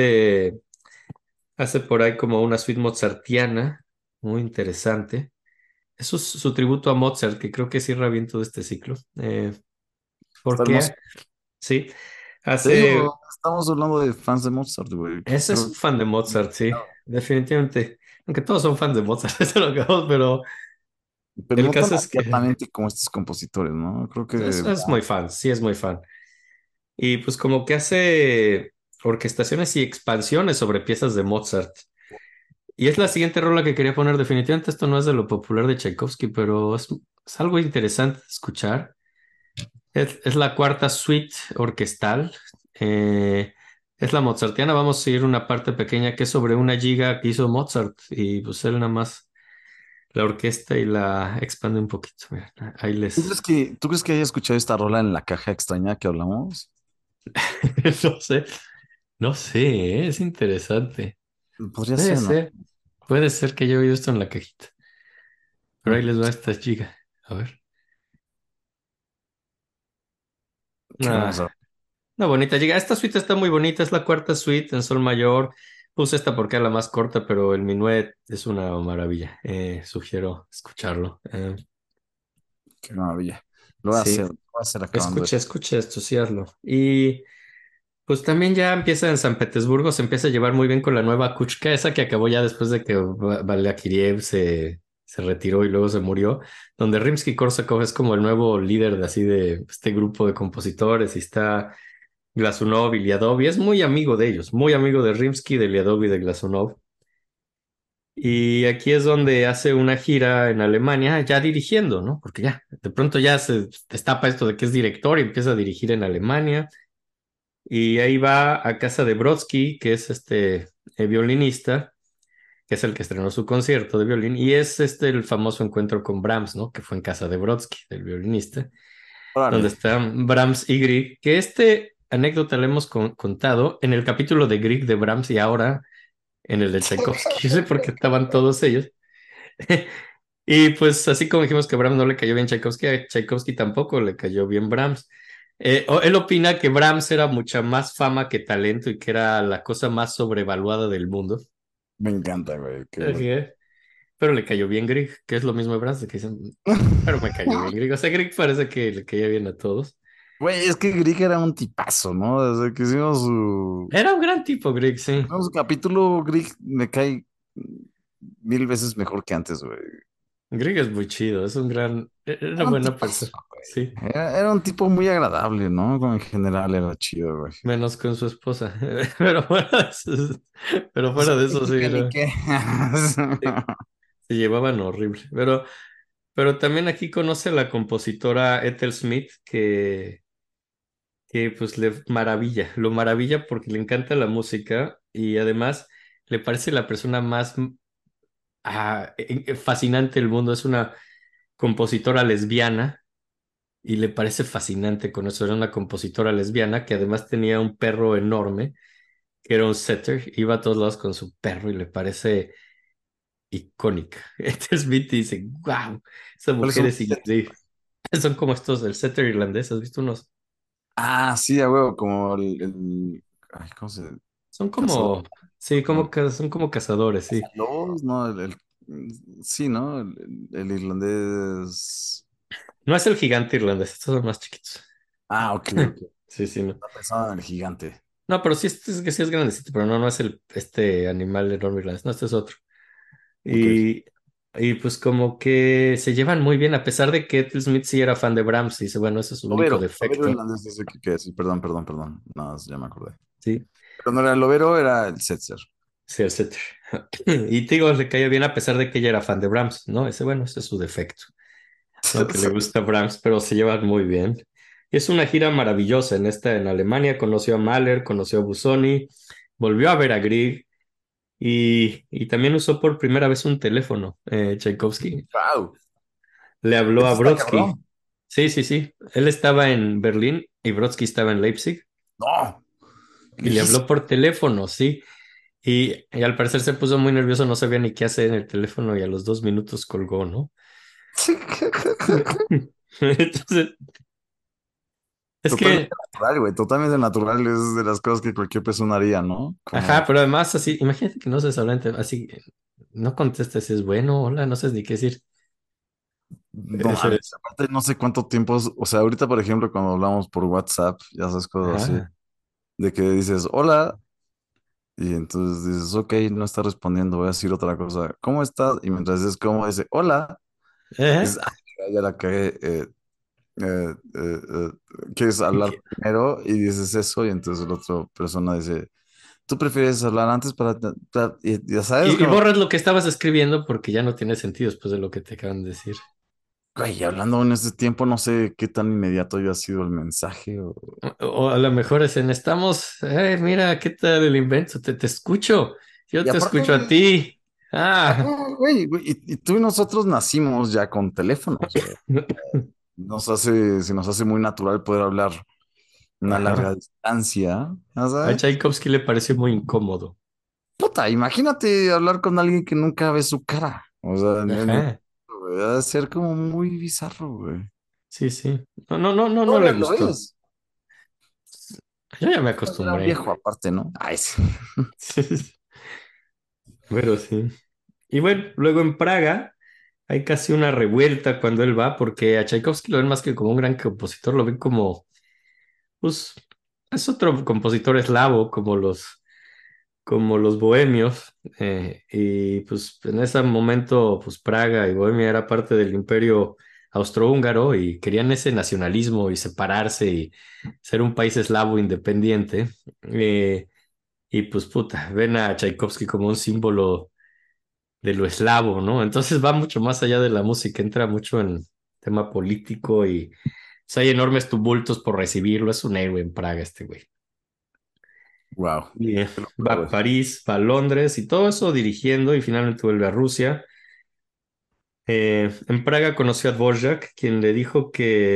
hace por ahí como una suite mozartiana, muy interesante. Eso es su tributo a Mozart, que creo que cierra bien todo este ciclo. Está hermoso. Porque, sí, Te hace... digo, estamos hablando de fans de Mozart, güey. Ese es Creo un fan de Mozart, sí, definitivamente. Aunque todos son fans de Mozart, eso lo acabamos, pero pero el no tan caso es que abiertamente como estos compositores, ¿no? Creo que es muy fan, sí es muy fan. Y pues como que hace orquestaciones y expansiones sobre piezas de Mozart. Y es la siguiente rola que quería poner. Definitivamente esto no es de lo popular de Tchaikovsky, pero es algo interesante de escuchar. Es la cuarta suite orquestal. Eh, es la mozartiana. Vamos a ir una parte pequeña que es sobre una giga que hizo Mozart. Y pues él nada más la orquesta y la expande un poquito. Mira, ahí les... ¿tú crees que haya escuchado esta rola en la caja extraña que hablamos? No sé, no sé, es interesante. Podría Puede ser, ¿no? ser, puede ser que yo he oído esto en la cajita. Pero Mm, ahí les va esta giga. A ver. que vamos a Ah. Una bonita llega. Esta suite está muy bonita, es la cuarta suite en sol mayor. Puse esta porque es la más corta, pero el minuet es una maravilla. Sugiero escucharlo. Qué maravilla. Sí, Lo voy a hacer acabando esto. escucha esto, sí hazlo. Y pues también ya empieza en San Petersburgo, se empieza a llevar muy bien con la nueva Kuchka, esa que acabó ya después de que Balakirev se retiró y luego se murió, donde Rimsky-Korsakov es como el nuevo líder de así de este grupo de compositores y está Glazunov y Liadov, y es muy amigo de ellos, muy amigo de Rimsky, de Liadov y de Glazunov. Y aquí es donde hace una gira en Alemania, ya dirigiendo, ¿no? Porque ya, de pronto ya se destapa esto de que es director y empieza a dirigir en Alemania. Y ahí va a casa de Brodsky, que es este violinista, que es el que estrenó su concierto de violín. Y es este el famoso encuentro con Brahms, ¿no? Que fue en casa de Brodsky, del violinista, donde Órale, están Brahms y Grieg, que este anécdota le hemos contado en el capítulo de Grieg de Brahms y ahora en el de Tchaikovsky. Yo sé por qué estaban todos ellos. Y pues así como dijimos que a Brahms no le cayó bien Tchaikovsky, a Tchaikovsky tampoco le cayó bien Brahms. Él opina que Brahms era mucha más fama que talento y que era la cosa más sobrevaluada del mundo. me encanta, güey, qué Así bueno. es. Pero le cayó bien Grieg, que es lo mismo de Brahms, de que dicen, pero me cayó bien Grieg. O sea, Grieg parece que le caía bien a todos. Güey, es que Grieg era un tipazo, ¿no? Desde que Era un gran tipo, Grieg, sí. hicimos su capítulo, Grieg me cae 1000 veces mejor que antes, güey. Grieg es muy chido, es un gran, era una Era un buena tipazo, persona. güey. Sí, Era un tipo muy agradable, ¿no? En general era chido, güey. menos con su esposa. Pero pero O sea, fuera de ni eso, qué, sí, ni era. qué. Sí, se llevaban horrible. Pero también aquí conoce a la compositora Ethel Smith, que pues le maravilla, lo maravilla porque le encanta la música y además le parece la persona más fascinante del mundo. Es una compositora lesbiana y le parece fascinante con eso. Era una compositora lesbiana que además tenía un perro enorme, que era un setter, iba a todos lados con su perro y le parece icónica. Ethel Smith dice, wow, esa ¿Cuáles mujer son? es increíble. Son como estos del setter irlandés, ¿has visto unos? Ah, sí, a huevo, como ay, ¿cómo se? Son Cazador, como, sí, como el son como cazadores, sí. cazalobos, ¿no? Sí, ¿no? El irlandés. No es el gigante irlandés, estos son más chiquitos. Ah, ok, ok. Sí, sí, no. Está pensando en el gigante. No, pero sí, es que sí es grandecito, pero no es este animal enorme irlandés, no, este es otro. Ok. Y, y pues como que se llevan muy bien, a pesar de que Ethel Smith sí era fan de Brahms, y dice, bueno, ese es su único Lobero defecto. irlandés, ese que decir, perdón, perdón, perdón. No, ya me acordé. Sí, Pero no era el lobero, era el Setzer. sí, el setter. Y te digo, le caía bien a pesar de que ella era fan de Brahms, ¿no? Ese, bueno, ese es su defecto. ¿No? Que le gusta Brahms, pero se llevan muy bien. Y es una gira maravillosa en Alemania. Conoció a Mahler, conoció a Busoni, volvió a ver a Grieg y también usó por primera vez un teléfono, Tchaikovsky. ¡Wow! Le habló a Esto está Brodsky. cabrón. Sí, sí, sí. Él estaba en Berlín y Brodsky estaba en Leipzig No, y le lejísimo. habló por teléfono, sí. Y al parecer se puso muy nervioso, no sabía ni qué hacer en el teléfono y a los 2 minutos colgó, ¿no? Entonces, es Totalmente que natural, güey. Totalmente natural. Es de las cosas que cualquier persona haría, ¿no? ajá, Como, pero además así, imagínate que no sabes hablar, así, no contestes, es bueno, hola, no sabes ni qué decir. no Ese, mames. Aparte, no sé cuánto tiempo. O sea, ahorita, por ejemplo, cuando hablamos por WhatsApp, ya sabes, cosas así, ajá, de que dices, hola, y entonces dices, ok, no está respondiendo, voy a decir otra cosa. ¿Cómo estás? Y mientras dices, ¿cómo? Dice, hola. ajá. Dices, ah, ya la cagué. Eh, eh, eh, quieres Y, hablar que- primero y dices eso, y entonces la otra persona dice, ¿tú prefieres hablar antes y ya sabes, y como, borras lo que estabas escribiendo porque ya no tiene sentido después de lo que te acaban de decir. güey, hablando en este tiempo, no sé qué tan inmediato haya sido el mensaje. O a lo mejor es en estamos, mira, ¿qué tal el invento? Te escucho, yo Y te aparte, escucho a ti. Ah, güey, y tú y nosotros nacimos ya con teléfonos, güey. Se nos hace muy natural poder hablar una ajá. larga distancia, ¿ya A ¿sabes? Tchaikovsky le pareció muy incómodo. Puta, imagínate hablar con alguien que nunca ve su cara. O sea, Ajá, güey, ha de ser como muy bizarro, güey. sí, sí. No, no, no, no, no le Todavía lo gustó. es. Yo ya me Era un acostumbré. viejo aparte, ¿no? Ay, sí. Pero sí. Y bueno, luego en Praga hay casi una revuelta cuando él va, porque a Tchaikovsky lo ven más que como un gran compositor, lo ven como, pues, es otro compositor eslavo, como los bohemios. Y pues en ese momento, pues Praga y Bohemia era parte del imperio austrohúngaro y querían ese nacionalismo y separarse y ser un país eslavo independiente. Y pues puta, ven a Tchaikovsky como un símbolo de lo eslavo, ¿no? Entonces va mucho más allá de la música, entra mucho en tema político y pues, hay enormes tumultos por recibirlo. Es un héroe en Praga este güey. Wow. Y Qué locura, va a güey. París, va a Londres y todo eso dirigiendo y finalmente vuelve a Rusia. En Praga conoció a Dvorak, quien le dijo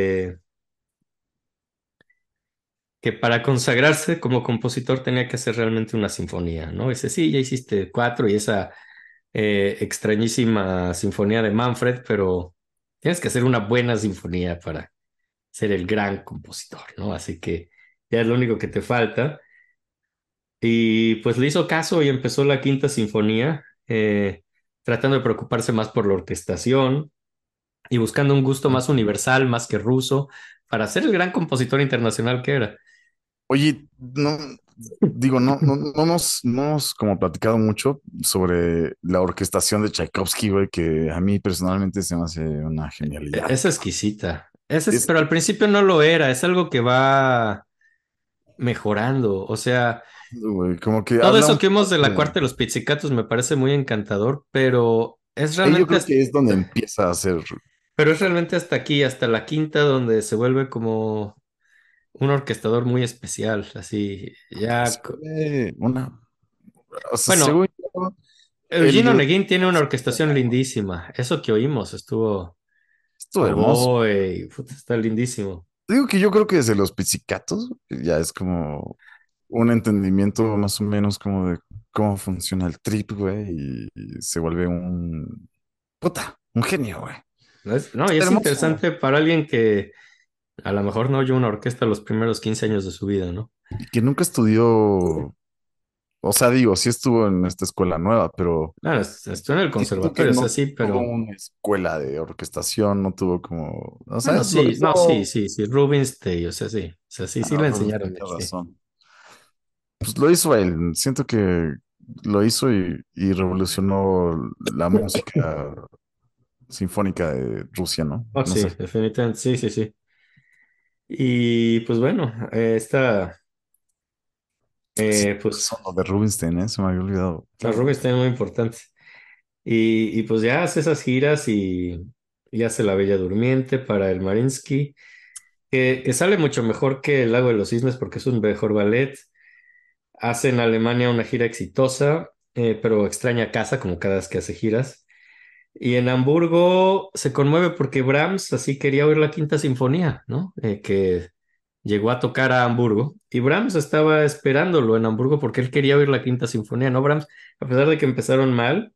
que para consagrarse como compositor tenía que hacer realmente una sinfonía, ¿no? Dice, sí, ya hiciste cuatro y esa extrañísima sinfonía de Manfred, pero tienes que hacer una buena sinfonía para ser el gran compositor, ¿no? Así que ya es lo único que te falta. Y pues le hizo caso y empezó la quinta sinfonía, tratando de preocuparse más por la orquestación y buscando un gusto más universal, más que ruso, para ser el gran compositor internacional que era. Oye, no, digo, no hemos como platicado mucho sobre la orquestación de Tchaikovsky, güey, que a mí personalmente se me hace una genialidad. Es exquisita. Es, Pero al principio no lo era, es algo que va mejorando. O sea, güey, como que todo habla eso un que vimos poco de la de... cuarta de los pizzicatos me parece muy encantador, Ahí yo creo que es donde empieza a ser... pero es realmente hasta aquí, hasta la quinta, donde se vuelve como un orquestador muy especial, así, Se ya. ve una... O sea, Bueno, según yo, el Eugene de los... Onegin tiene una orquestación lindísima. Eso que oímos estuvo Esto hermoso. oboe, y, puta, está lindísimo. Digo que yo creo que desde los pizzicatos ya es como un entendimiento más o menos como de cómo funciona el trip, güey, y se vuelve un puta, un genio, güey. No, y Está es hermoso. interesante para alguien que a lo mejor no oyó una orquesta los primeros 15 años de su vida, ¿no? Y que nunca estudió, o sea, digo, sí estuvo en esta escuela nueva, pero Claro, estuvo en el siento que conservatorio, o sea, no sí, tuvo pero una escuela de orquestación, no tuvo como, o sea, bueno, lo sí, no, sí, hizo, sí, sí, Rubinstein, o sea, sí, sí ah, le Rubens, enseñaron a él, tienes sí. razón. Pues lo hizo él, siento que lo hizo y revolucionó la música sinfónica de Rusia, ¿no? Oh, No sí, sé. definitivamente, sí, sí, sí. Y pues bueno, Sí, pues son lo de Rubinstein, ¿eh? Se me había olvidado. los Rubinstein es muy importante. Y pues ya hace esas giras y hace La Bella Durmiente para el Mariinsky, que sale mucho mejor que El Lago de los Cisnes porque es un mejor ballet. Hace en Alemania una gira exitosa, pero extraña casa como cada vez que hace giras. Y en Hamburgo se conmueve porque Brahms así quería oír la Quinta Sinfonía, ¿no? Que llegó a tocar a Hamburgo. Y Brahms estaba esperándolo en Hamburgo porque él quería oír la Quinta Sinfonía, ¿no? Brahms, a pesar de que empezaron mal,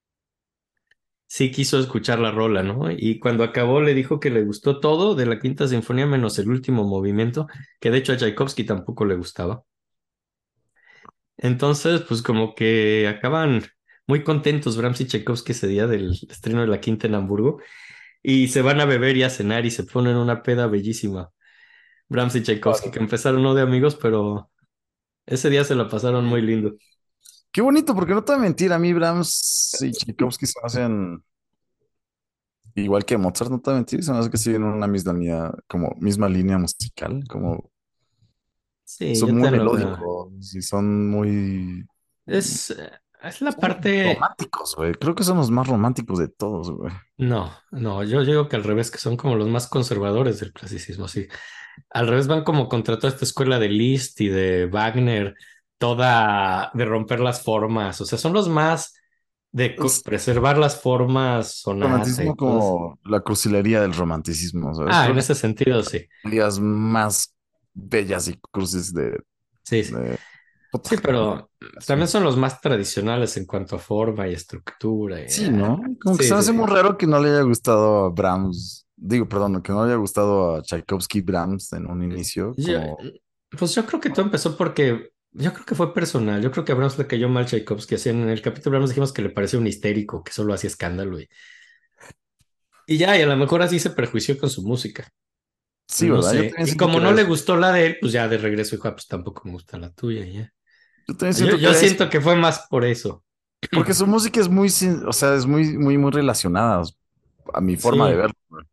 sí quiso escuchar la rola, ¿no? Y cuando acabó le dijo que le gustó todo de la Quinta Sinfonía menos el último movimiento, que de hecho a Tchaikovsky tampoco le gustaba. Entonces, pues como que acaban muy contentos Brahms y Tchaikovsky ese día del estreno de la Quinta en Hamburgo y se van a beber y a cenar y se ponen una peda bellísima. Brahms y Tchaikovsky, que empezaron no de amigos, pero ese día se la pasaron muy lindo. Qué bonito, porque no te voy a mentir, a mí Brahms y Tchaikovsky se me hacen igual que Mozart, no te voy a mentir, se me hace que siguen una misma línea musical, como Sí, son yo muy también lo veo. melódicos y son muy Es la son parte. románticos, güey. Creo que son los más románticos de todos, güey. No, no, yo digo que al revés, que son como los más conservadores del clasicismo, sí. Al revés van como contra toda esta escuela de Liszt y de Wagner, toda de romper las formas, o sea, son los más de Es preservar las formas, sonata y romanticismo todo eso. como la cursilería del romanticismo, ¿sabes? Ah, Creo en que ese sentido, sí. son las más bellas y cruces Sí, sí. de puta, Sí, pero sí. también son los más tradicionales en cuanto a forma y estructura. Sí, ¿no? Como que se Sí, me sí, hace sí. muy raro que no le haya gustado a Brahms, digo, perdón, que no le haya gustado a Tchaikovsky Brahms en un inicio, Yo- como, pues yo creo que todo empezó porque yo creo que fue personal. Yo creo que a Brahms le cayó mal Tchaikovsky. Así en el capítulo Brahms dijimos que le pareció un histérico, que solo hacía escándalo. Y ya, y a lo mejor así se perjuició con su música. sí, No ¿verdad? Yo sé. también Y siento que como era no le eso. gustó la de él, pues ya de regreso dijo, "Ah, pues tampoco me gusta la tuya, y ya. Yo también Yo, siento que yo era eso. siento que fue más por eso. Porque su música es muy, o sea, es muy relacionada a mi forma de Sí, verlo.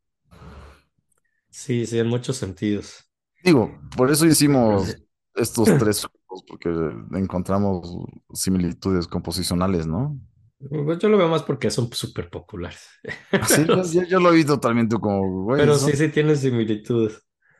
sí, sí, en muchos sentidos. Digo, por eso hicimos estos tres grupos, porque encontramos similitudes composicionales, ¿no? Pues yo lo veo más porque son súper populares. Así, yo lo vi totalmente como, güey, Pero son, sí, sí tienen similitudes.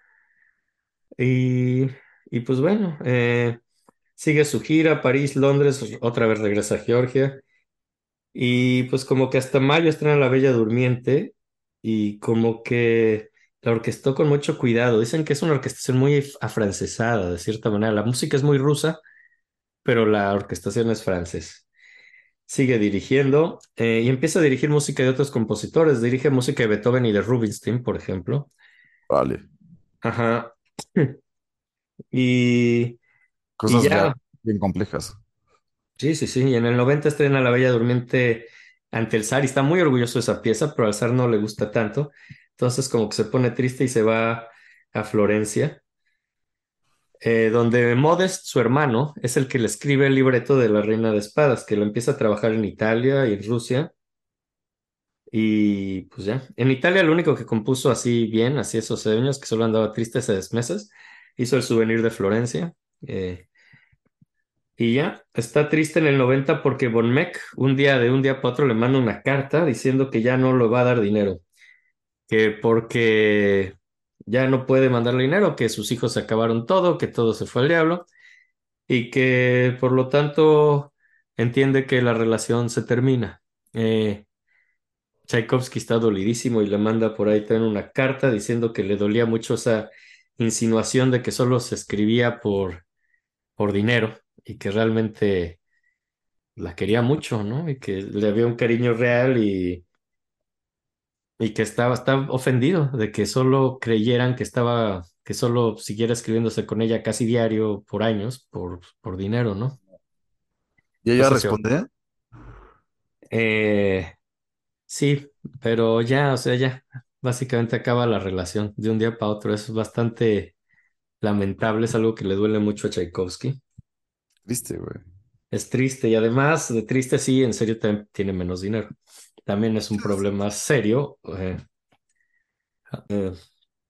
Y, y pues bueno, sigue su gira, París, Londres, otra vez regresa a Georgia. Y pues como que hasta mayo estrena La Bella Durmiente y como que la orquestó con mucho cuidado. Dicen que es una orquestación muy afrancesada, de cierta manera. La música es muy rusa, pero la orquestación es francés. Sigue dirigiendo y empieza a dirigir música de otros compositores. Dirige música de Beethoven y de Rubinstein, por ejemplo. vale, Ajá. Y, y cosas ya ya, bien complejas. sí, sí, sí. Y en el 90 estrena La Bella Durmiente ante el zar y está muy orgulloso de esa pieza, pero al zar no le gusta tanto. Entonces como que se pone triste y se va a Florencia, donde Modest, su hermano, es el que le escribe el libreto de La Reina de Espadas, que lo empieza a trabajar en Italia y en Rusia. Y pues ya, en Italia lo único que compuso así bien, así esos años, que solo andaba triste hace meses, hizo el souvenir de Florencia. Y ya, está triste en el 90 porque Von Meck de un día para otro le manda una carta diciendo que ya no le va a dar dinero, que porque ya no puede mandarle dinero, que sus hijos se acabaron todo, que todo se fue al diablo y que por lo tanto entiende que la relación se termina. Tchaikovsky está dolidísimo y le manda por ahí también una carta diciendo que le dolía mucho esa insinuación de que solo se escribía por dinero y que realmente la quería mucho, ¿no? Y que le había un cariño real y que estaba ofendido de que solo creyeran que solo siguiera escribiéndose con ella casi diario por años, por dinero, ¿no? ¿Y No ella sé si... responde? Eh, sí, pero ya, o sea, ya, básicamente acaba la relación de un día para otro. Es bastante lamentable, es algo que le duele mucho a Tchaikovsky. Triste, güey. Es triste y además de triste, sí, en serio también tiene menos dinero. También es un problema serio. Eh,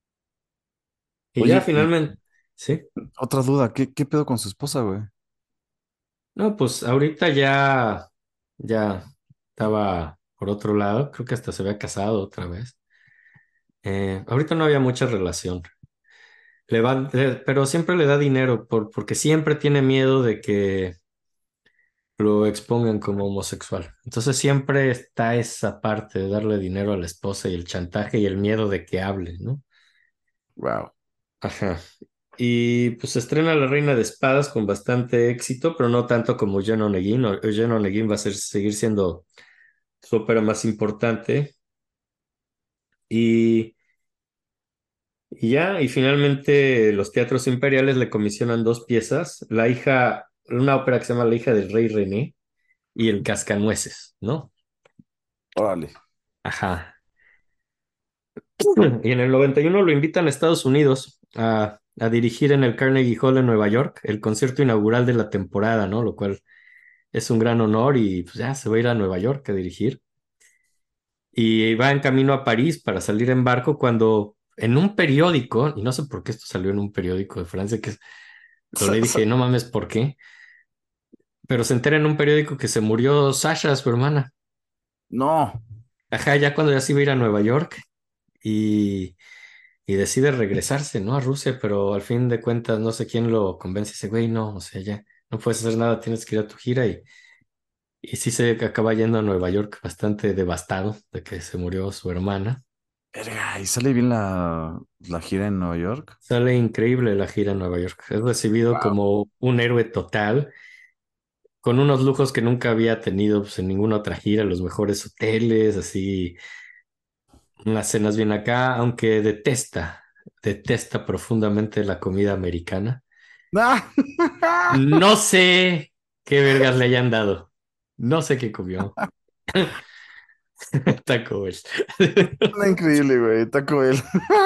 y ya Oye, y finalmente, sí. otra duda, ¿qué pedo con su esposa, güey? No, pues ahorita ya estaba por otro lado, creo que hasta se había casado otra vez. Ahorita no había mucha relación. Pero siempre le da dinero porque siempre tiene miedo de que lo expongan como homosexual. Entonces siempre está esa parte de darle dinero a la esposa y el chantaje y el miedo de que hable, ¿no? Wow. Ajá. Y pues se estrena La Reina de Espadas con bastante éxito, pero no tanto como Eugene Onegin. Eugene Onegin va a seguir siendo su ópera más importante. Y, y ya, y finalmente los teatros imperiales le comisionan dos piezas, una ópera que se llama La hija del rey René y El Cascanueces, ¿no? Órale. Ajá. Y en el 91 lo invitan a Estados Unidos a dirigir en el Carnegie Hall en Nueva York el concierto inaugural de la temporada, ¿no? Lo cual es un gran honor y pues ya se va a ir a Nueva York a dirigir. Y va en camino a París para salir en barco cuando en un periódico, y no sé por qué esto salió en un periódico de Francia, lo leí y dije, no mames, ¿por qué? Pero se entera en un periódico que se murió Sasha, su hermana. No. Ajá, ya cuando ya se iba a ir a Nueva York y, y decide regresarse, ¿no? A Rusia, pero al fin de cuentas no sé quién lo convence. Dice, güey, no, o sea, ya no puedes hacer nada, tienes que ir a tu gira y sí se acaba yendo a Nueva York bastante devastado de que se murió su hermana. Verga, ¿y sale bien la gira en Nueva York? Sale increíble la gira en Nueva York. Es recibido Wow. como un héroe total, con unos lujos que nunca había tenido pues, en ninguna otra gira, los mejores hoteles, así, unas cenas bien acá, aunque detesta profundamente la comida americana. ¡Ah! No sé qué vergas le hayan dado. No sé qué comió. Taco Bell. Suena increíble, güey. Taco Bell.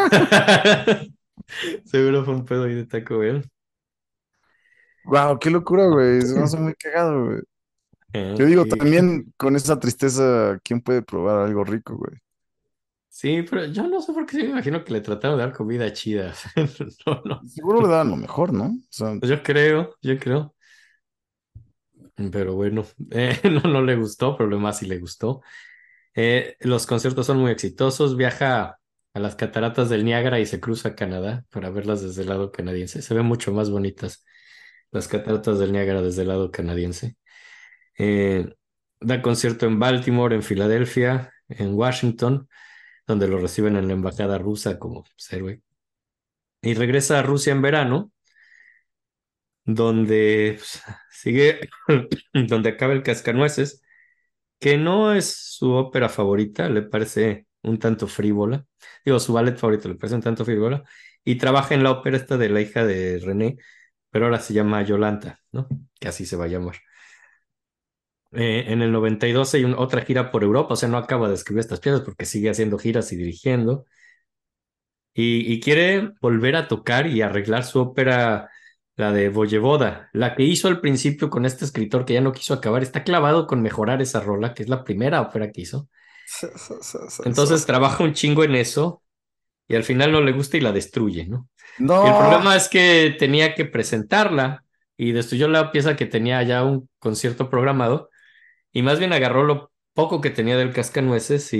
Seguro fue un pedo ahí de Taco Bell. Wow, qué locura, güey. Se me hace muy cagado, güey. Yo digo, Y también con esa tristeza, ¿quién puede probar algo rico, güey? sí, pero yo no sé por qué sí me imagino que le trataron de dar comida chida. No, no. Seguro le daban lo mejor, ¿no? O sea, Yo creo. pero bueno, no, no le gustó, pero lo demás sí le gustó. Los conciertos son muy exitosos. Viaja a las cataratas del Niágara y se cruza a Canadá para verlas desde el lado canadiense. Se ven mucho más bonitas las cataratas del Niágara desde el lado canadiense. Eh, Da concierto en Baltimore, en Filadelfia, en Washington, donde lo reciben en la embajada rusa como pues, héroe. Y regresa a Rusia en verano, donde pues, sigue, donde acaba el Cascanueces, que no es su ópera favorita, le parece un tanto frívola. Digo, su ballet favorito le parece un tanto frívola. Y trabaja en la ópera esta de la hija de René, pero ahora se llama Yolanta, ¿no? Que así se va a llamar. En el 92 hay otra gira por Europa, o sea, no acaba de escribir estas piezas porque sigue haciendo giras y dirigiendo. Y quiere volver a tocar y arreglar su ópera, la de Voyevoda, la que hizo al principio con este escritor que ya no quiso acabar. Está clavado con mejorar esa rola, que es la primera ópera que hizo. Entonces trabaja un chingo en eso y al final no le gusta y la destruye, ¿no? Y el No, problema es que tenía que presentarla y destruyó la pieza que tenía ya un concierto programado y más bien agarró lo poco que tenía del Cascanueces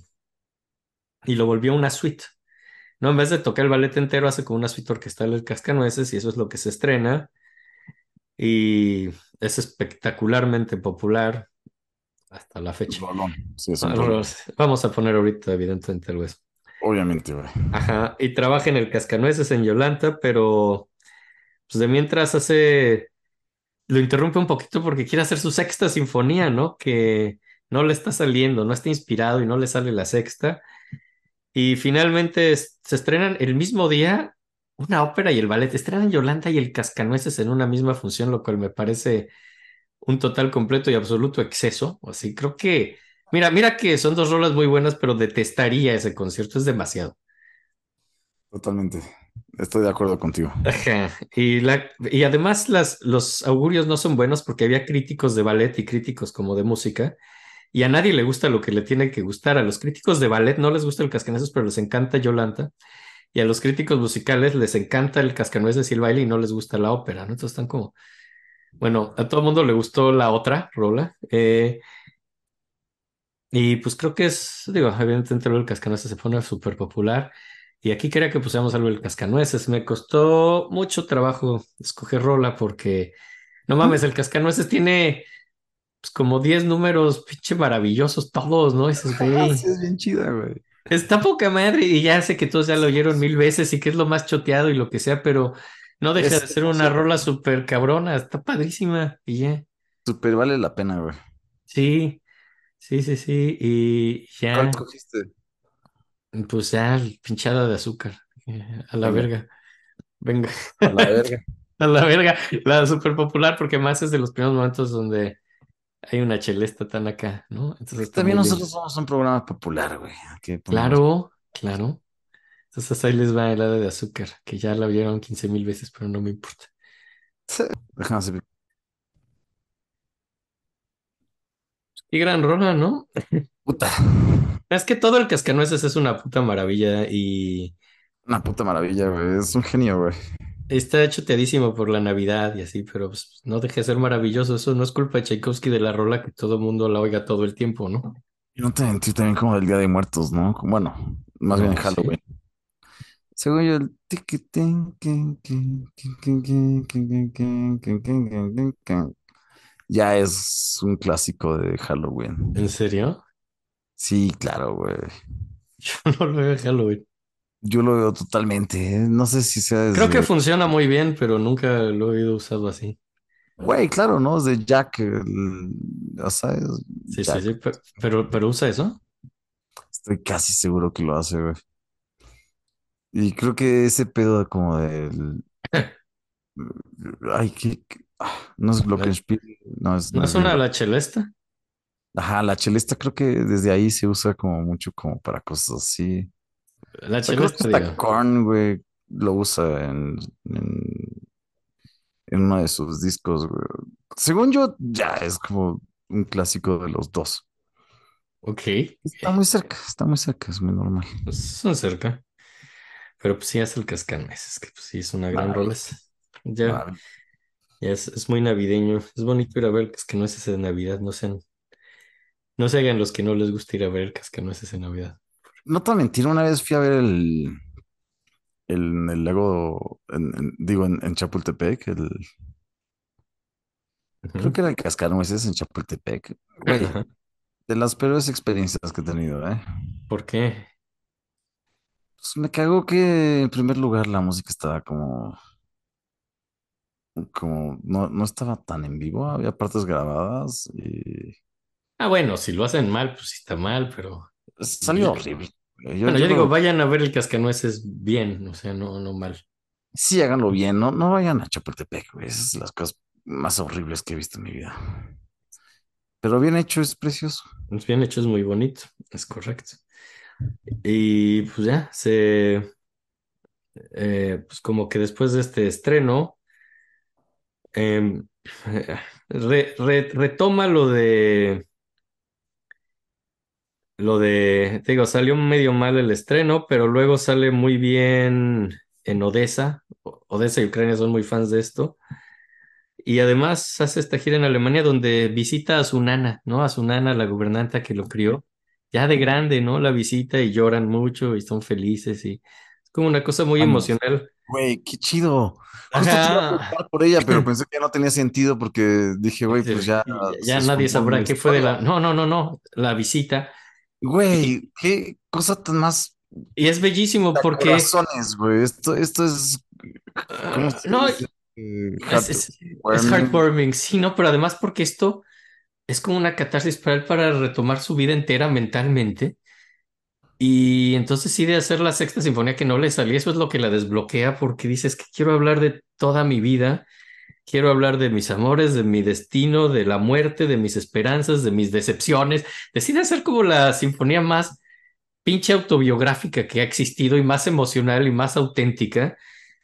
y lo volvió una suite. No, en vez de tocar el ballet entero, hace como una suite orquestal del Cascanueces y eso es lo que se estrena y es espectacularmente popular hasta la fecha. rolón, sí, es un rolón. Vamos a poner ahorita, evidentemente, algo eso. Obviamente, güey. Ajá, y trabaja en el Cascanueces en Yolanta, pero pues de mientras hace, lo interrumpe un poquito porque quiere hacer su sexta sinfonía, ¿no? Que no le está saliendo, no está inspirado y no le sale la sexta. Y finalmente se estrenan el mismo día una ópera y el ballet. Estrenan Yolanda y el Cascanueces en una misma función, lo cual me parece un total completo y absoluto exceso. Así creo que, mira que son dos rolas muy buenas, pero detestaría ese concierto, es demasiado. Totalmente. Estoy de acuerdo contigo. Ajá. Y además los augurios no son buenos porque había críticos de ballet y críticos como de música. Y a nadie le gusta lo que le tiene que gustar. A los críticos de ballet no les gusta el Cascanueces, pero les encanta Yolanda. Y a los críticos musicales les encanta el Cascanueces y el baile y no les gusta la ópera, ¿no? Entonces están como, bueno, a todo el mundo le gustó la otra rola. Y pues creo que es, digo, evidentemente lo del Cascanueces se pone súper popular. Y aquí quería que pusiéramos algo del Cascanueces. Me costó mucho trabajo escoger rola porque, no mames, el Cascanueces tiene pues, como 10 números pinche maravillosos todos, ¿no? Y dices, Sí, güey. es bien chida, güey. Está poca madre y ya sé que todos ya lo oyeron mil veces y que es lo más choteado y lo que sea, pero no deja de Es ser una hermoso. rola súper cabrona, está padrísima y ya. Súper vale la pena, güey. Sí, sí, sí, sí, y ¿Cuál ya, escogiste? pues ya, pinchada de azúcar, a la Venga, verga, venga, a la verga. a la verga, la súper popular porque más es de los primeros momentos donde hay una chelesta tan acá, ¿no? Entonces Es que está también muy bien. nosotros somos un programa popular, güey. Aquí ponemos. Claro, claro. Entonces ahí les va helada de azúcar, que ya la vieron 15,000 veces, pero no me importa. Sí. Déjame hacer. Y gran rola, ¿no? Puta. Es que todo el Cascanueces es una puta maravilla y Una puta maravilla, güey. Es un genio, güey. está choteadísimo por la Navidad y así, pero pues, no deje de ser maravilloso. Eso no es culpa de Tchaikovsky de la rola que todo el mundo la oiga todo el tiempo, ¿no? Y no te mentí también como del Día de Muertos, ¿no? Bueno, más bien No, sí. Halloween. Según yo, el ya es un clásico de ¿En Halloween. serio? Sí, claro, güey. Yo no lo veo en Halloween. Yo lo veo totalmente, ¿eh? No sé si sea Creo que desde. funciona muy bien, pero nunca lo he oído usado así. Güey, claro, ¿no? Es de Jack. Ya sabes, Sí, sí, sí, Jack. pero usa eso. Estoy casi seguro que lo hace, güey. Y creo que ese pedo como del. Ay, no es La- Glockenspiel. No, ¿No no es es bien. una la chelesta? Ajá, la chelesta creo que desde ahí se usa como mucho como para cosas así. La O sea, creo que chelesta, hasta digo. Korn, güey, lo usa en uno de sus discos, güey. Según yo, ya es como un clásico de los dos. Ok, Está muy cerca, es muy normal. pues son cerca. Pero pues sí es el Cascanueces, que pues sí es una gran rola. Maravilloso, Ya, maravilloso. Es muy navideño. Es bonito ir a ver el cascanueces de Navidad. No se hagan los que no les gusta ir a ver el cascanueces de Navidad. No te voy a mentir, una vez fui a ver el lago, digo, en Chapultepec, creo Ujú. que era el Cascanueces en Chapultepec. Güey, Ajá. de las peores experiencias que he tenido, ¿eh? ¿Por qué? Pues me cagó que en primer lugar la música estaba como no estaba tan en vivo, había partes grabadas y Ah, bueno, si lo hacen mal, pues sí está mal, pero salió yo- horrible. Yo, bueno, yo yo creo digo, que vayan a ver el cascanueces bien, o sea, no mal. sí, háganlo bien, no vayan a Chapultepec, güey. Esas son las cosas más horribles que he visto en mi vida. Pero bien hecho, es precioso. Es bien hecho, es muy bonito, es correcto. Y pues ya, pues como que después de este estreno, em, retoma te digo, salió medio mal el estreno, pero luego sale muy bien en Odessa. Odessa y Ucrania son muy fans de esto. Y además hace esta gira en Alemania donde visita a su nana, ¿no? A su nana, la gobernanta que lo crió. Ya de grande, ¿no? La visita y lloran mucho y son felices y es como una cosa muy Manos. emocional. Güey, qué chido. Justo te iba a Ajá. preguntar por ella, pero pensé que no tenía sentido porque dije, güey, pues ya Ya se nadie descompone sabrá la qué fue de historia. la... No, no, no, no. La visita. Y, Güey, qué cosa tan más y es bellísimo de porque... corazones, güey. Esto es, ¿cómo se no, dice? es, es, es Heartwarming. heartwarming, sí, ¿no? Pero además porque esto es como una catarsis para él para retomar su vida entera mentalmente. Y entonces sí de hacer la sexta sinfonía que no le salía, eso es lo que la desbloquea porque dices que quiero hablar de toda mi vida, quiero hablar de mis amores, de mi destino, de la muerte, de mis esperanzas, de mis decepciones. Decide hacer como la sinfonía más pinche autobiográfica que ha existido y más emocional y más auténtica.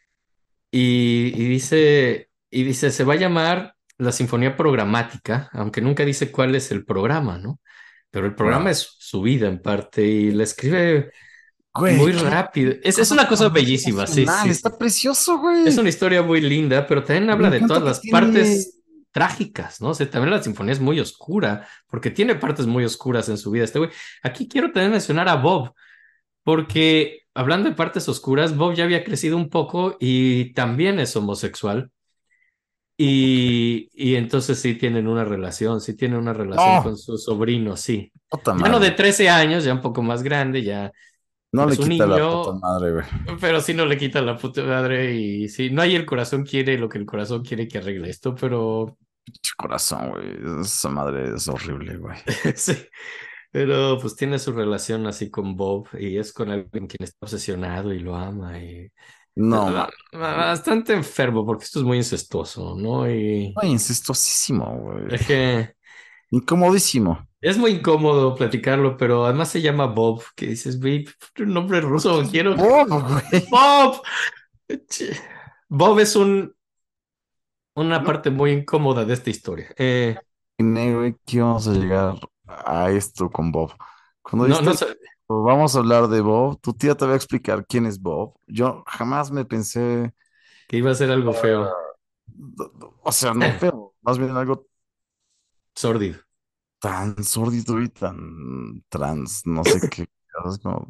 Y dice, se va a llamar la sinfonía programática, aunque nunca dice cuál es el programa, ¿no? Pero el programa Claro. es su vida en parte y la escribe muy Güey, rápido. qué Es cosa una cosa tan más bellísima, sí, emocional. sí, sí. Está precioso, Es güey. una historia muy linda, pero también Me habla de encanta todas que las tiene. partes trágicas, ¿no? O sea, también la sinfonía es muy oscura, porque tiene partes muy oscuras en su vida. Este güey, aquí quiero también mencionar a Bob, porque hablando de partes oscuras, Bob ya había crecido un poco y también es homosexual. Y entonces sí tienen una relación No, con su sobrino, sí. puta Ya no de madre. 13 años, ya un poco más grande, ya No no le es un quita la puta niño, madre, güey. pero sí no le quita la puta madre y sí, no hay el corazón quiere lo que el corazón quiere que arregle esto, pero Pinche corazón, güey. Esa madre es horrible, güey. sí, pero pues tiene su relación así con Bob y es con alguien quien está obsesionado y lo ama y No, man. bastante enfermo porque esto es muy incestuoso, ¿no? Y Ay, incestuosísimo, güey. es que Incomodísimo. es muy incómodo platicarlo, pero además se llama Bob, que dices, güey, un nombre Porque ruso, es quiero bobo, güey. Bob. Che. Bob es una No parte muy incómoda de esta historia. imaginé, güey, que íbamos a llegar a esto con Bob. Cuando No, diste no el... sé, Vamos a hablar de Bob. Tu tía te va a explicar quién es Bob. Yo jamás me pensé, que iba a ser algo feo, o sea, no feo, más bien algo sórdido. tan sórdido y tan trans, no sé qué, es como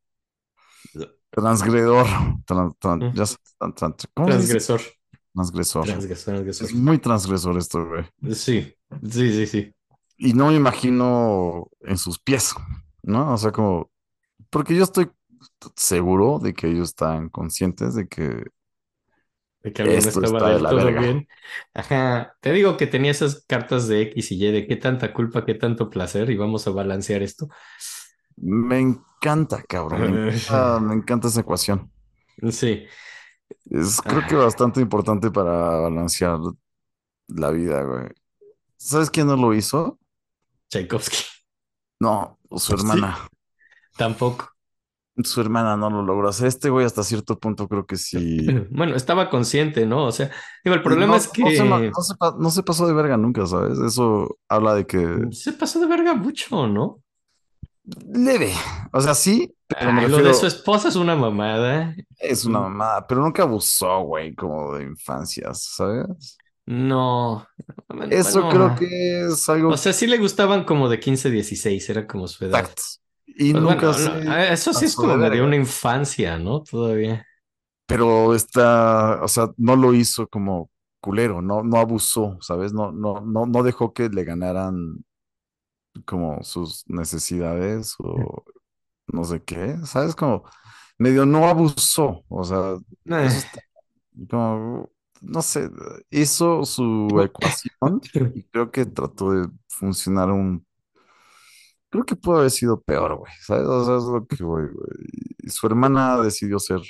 transgredor, ya sabes, ¿cómo se dice? Transgresor, Transgresor. transgresor. Es muy transgresor esto, güey. Sí, sí, sí, sí. Y no me imagino en sus pies, ¿no? O sea, como, porque yo estoy seguro de que ellos están conscientes de que De que algo no esto estaba está de del la todo verga. bien. Ajá, te digo que tenía esas cartas de X y Y, de qué tanta culpa, qué tanto placer, y vamos a balancear esto. Me encanta, cabrón, me encanta esa ecuación. Sí. Es creo que Ah, bastante importante para balancear la vida, güey. ¿Sabes quién no lo hizo? Tchaikovsky. No, su Sí. hermana. Tampoco. Su hermana no lo logró hacer. Este güey hasta cierto punto creo que sí. Bueno, estaba consciente, ¿no? O sea, digo, el Y problema es que no se pasó de verga nunca, ¿sabes? Eso habla de que se pasó de verga mucho, ¿no? leve. O sea, sí, pero me Ay, lo de su refiero, esposa es una mamada. es una mamada, pero nunca abusó, güey, como de infancias, ¿sabes? No, Eso creo bueno, que es o algo sea, sí le gustaban como de 15, 16, era como su edad. exacto. Y Pues nunca bueno, se eso sí es pasó de como medio verga. una infancia, ¿no? Todavía. Pero está, o sea, no lo hizo como culero, no abusó, ¿sabes? No dejó que le ganaran como sus necesidades o no sé qué, ¿sabes? Como medio no abusó, o sea, eso Eh. está como, no sé, hizo su ecuación y creo que trató de funcionar creo que pudo haber sido peor, güey, ¿sabes? O sea, es lo que voy, güey. Y su hermana decidió ser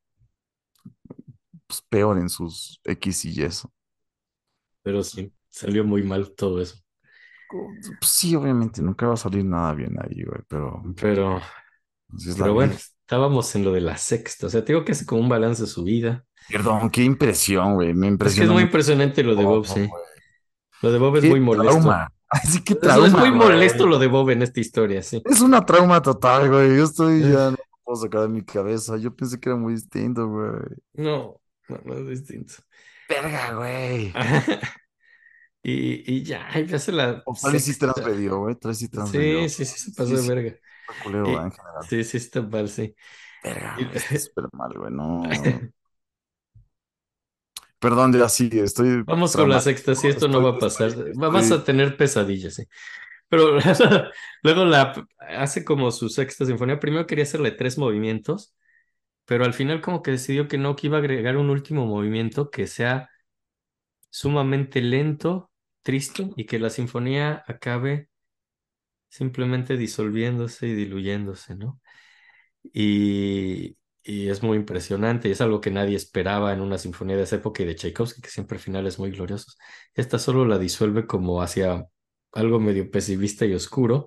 pues, peor en sus X y Y. Pero sí, salió muy mal todo eso. Pues sí, obviamente, nunca va a salir nada bien ahí, güey, pero Pero, así es la pero bueno, vida. estábamos en lo de la sexta. O sea, te digo que hace como un balance de su vida. Perdón, qué impresión, güey, me Es que es impresionó muy mucho. impresionante lo de Bob, Oh, sí. güey. Lo de Bob es Qué muy molesto. trauma, así que Es trauma, muy molesto güey. lo de Bob en esta historia, sí. Es una trauma total, güey. Yo estoy Eh, ya no lo puedo sacar de mi cabeza. Yo pensé que era muy distinto, güey. No, no, no es distinto. Verga, güey. Y ya, ay, ya se la O tal y sí sexta. transgredió, güey. Tal y sí Sí, transgredió. sí, sí, se pasó Sí, de sí, verga. fue culero, güey, Y, en general. sí, sí, está mal, sí. Verga, Y- güey, está súper mal, güey. No. Perdón, ya sí, estoy Vamos con la sexta, si traumático. esto no va a pasar. Vas a tener pesadillas, sí. Pero luego hace como su sexta sinfonía. Primero quería hacerle tres movimientos, pero al final como que decidió que no, que iba a agregar un último movimiento que sea sumamente lento, triste y que la sinfonía acabe simplemente disolviéndose y diluyéndose, ¿no? Y es muy impresionante y es algo que nadie esperaba en una sinfonía de esa época y de Tchaikovsky, que siempre finales muy gloriosos. Esta solo la disuelve como hacia algo medio pesimista y oscuro.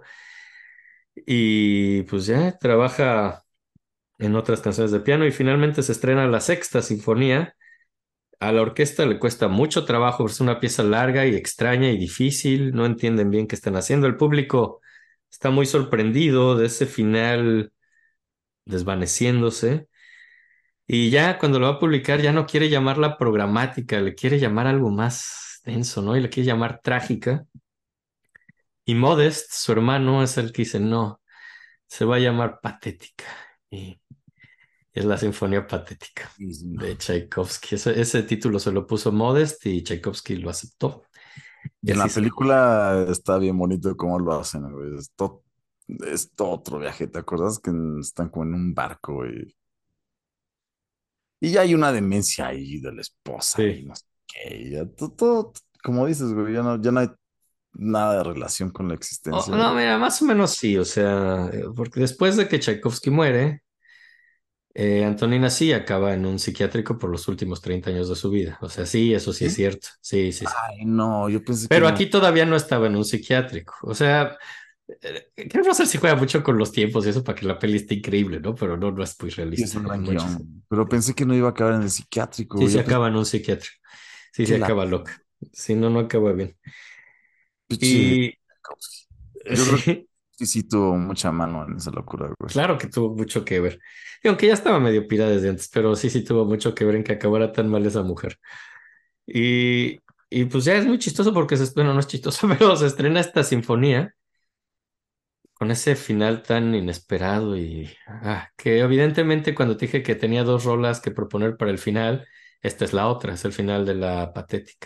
Y pues ya trabaja en otras canciones de piano y finalmente se estrena la sexta sinfonía. A la orquesta le cuesta mucho trabajo, es una pieza larga y extraña y difícil, no entienden bien qué están haciendo. El público está muy sorprendido de ese final desvaneciéndose y ya cuando lo va a publicar ya no quiere llamarla programática, le quiere llamar algo más denso, ¿no? Y le quiere llamar trágica. Y Modest, su hermano, es el que dice, no, se va a llamar patética. Y es la Sinfonía Patética de Tchaikovsky. Ese título se lo puso Modest y Tchaikovsky lo aceptó. Y Y en así la se llama. película está bien bonito cómo lo hacen, güey. Es todo otro viaje. ¿Te acuerdas que están como en un barco, güey? Y ya hay una demencia ahí de la esposa y Sí. no sé qué. Y ya como dices, güey, ya no hay nada de relación con la Oh, existencia. no, mira, más o menos sí, o sea, porque después de que Tchaikovsky muere, Antonina sí acaba en un psiquiátrico por los últimos 30 años de su vida. O sea, sí, eso sí es ¿Sí? cierto. Sí, sí, sí. Ay, no, yo pensé que Pero no. aquí todavía no estaba en un psiquiátrico. O sea, creo que no sé si juega mucho con los tiempos y eso para que la peli esté increíble, ¿no? Pero no, no es muy Sí, es realista un en gran muchas. guión. Pero pensé que no iba a acabar en el psiquiátrico, Sí, güey. se Yo pensé acaba en un psiquiátrico. Sí, que se la acaba loca. Si no, no acaba bien. pinche. Y Yo creo sí, que sí tuvo mucha mano en esa locura, güey. claro que tuvo mucho que ver. Y aunque ya estaba medio pirada desde antes, pero sí, sí tuvo mucho que ver en que acabara tan mal esa mujer. Y, y pues ya es muy chistoso porque bueno, no es chistoso, pero se estrena esta sinfonía con ese final tan inesperado y que evidentemente cuando te dije que tenía dos rolas que proponer para el final, esta es la otra, es el final de la patética.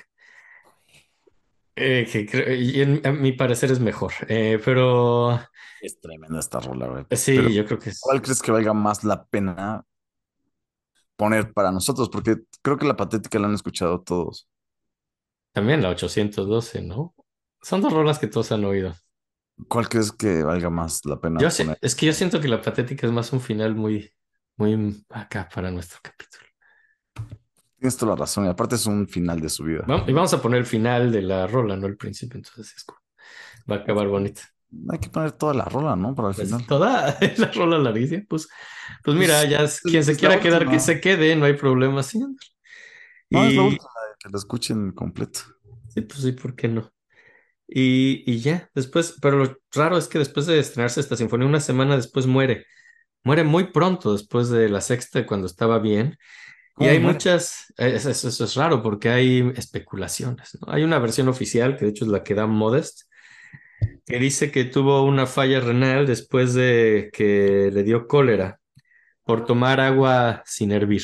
Y a mi parecer es mejor, pero Es tremenda esta rola, güey. Pero, sí, yo creo que es ¿cuál crees que valga más la pena poner para nosotros? Porque creo que la patética la han escuchado todos. también la 812, ¿no? Son dos rolas que todos han oído. ¿Cuál crees que valga más la pena poner? Es que yo siento que la patética es más un final muy, muy acá para nuestro capítulo. Tienes toda la razón. Y aparte es un final de su vida. Y vamos a poner el final de la rola, no el principio, entonces va a acabar bonito. Hay que poner toda la rola, ¿no? Para el Pues final. toda la rola larguísima, pues mira, Pues ya quien se es la quiera quedar, que última. se quede, no hay problema, sí. No, es la Y última, que la escuchen completa. sí, pues sí, ¿por qué no? Y ya, después, pero lo raro es que después de estrenarse esta sinfonía, una semana después muere. Muere muy pronto después de la sexta, cuando estaba bien. Y ¿Cómo hay muere? muchas, eso es raro porque hay especulaciones, ¿no? Hay una versión oficial, que de hecho es la que da Modest, que dice que tuvo una falla renal después de que le dio cólera por tomar agua sin hervir.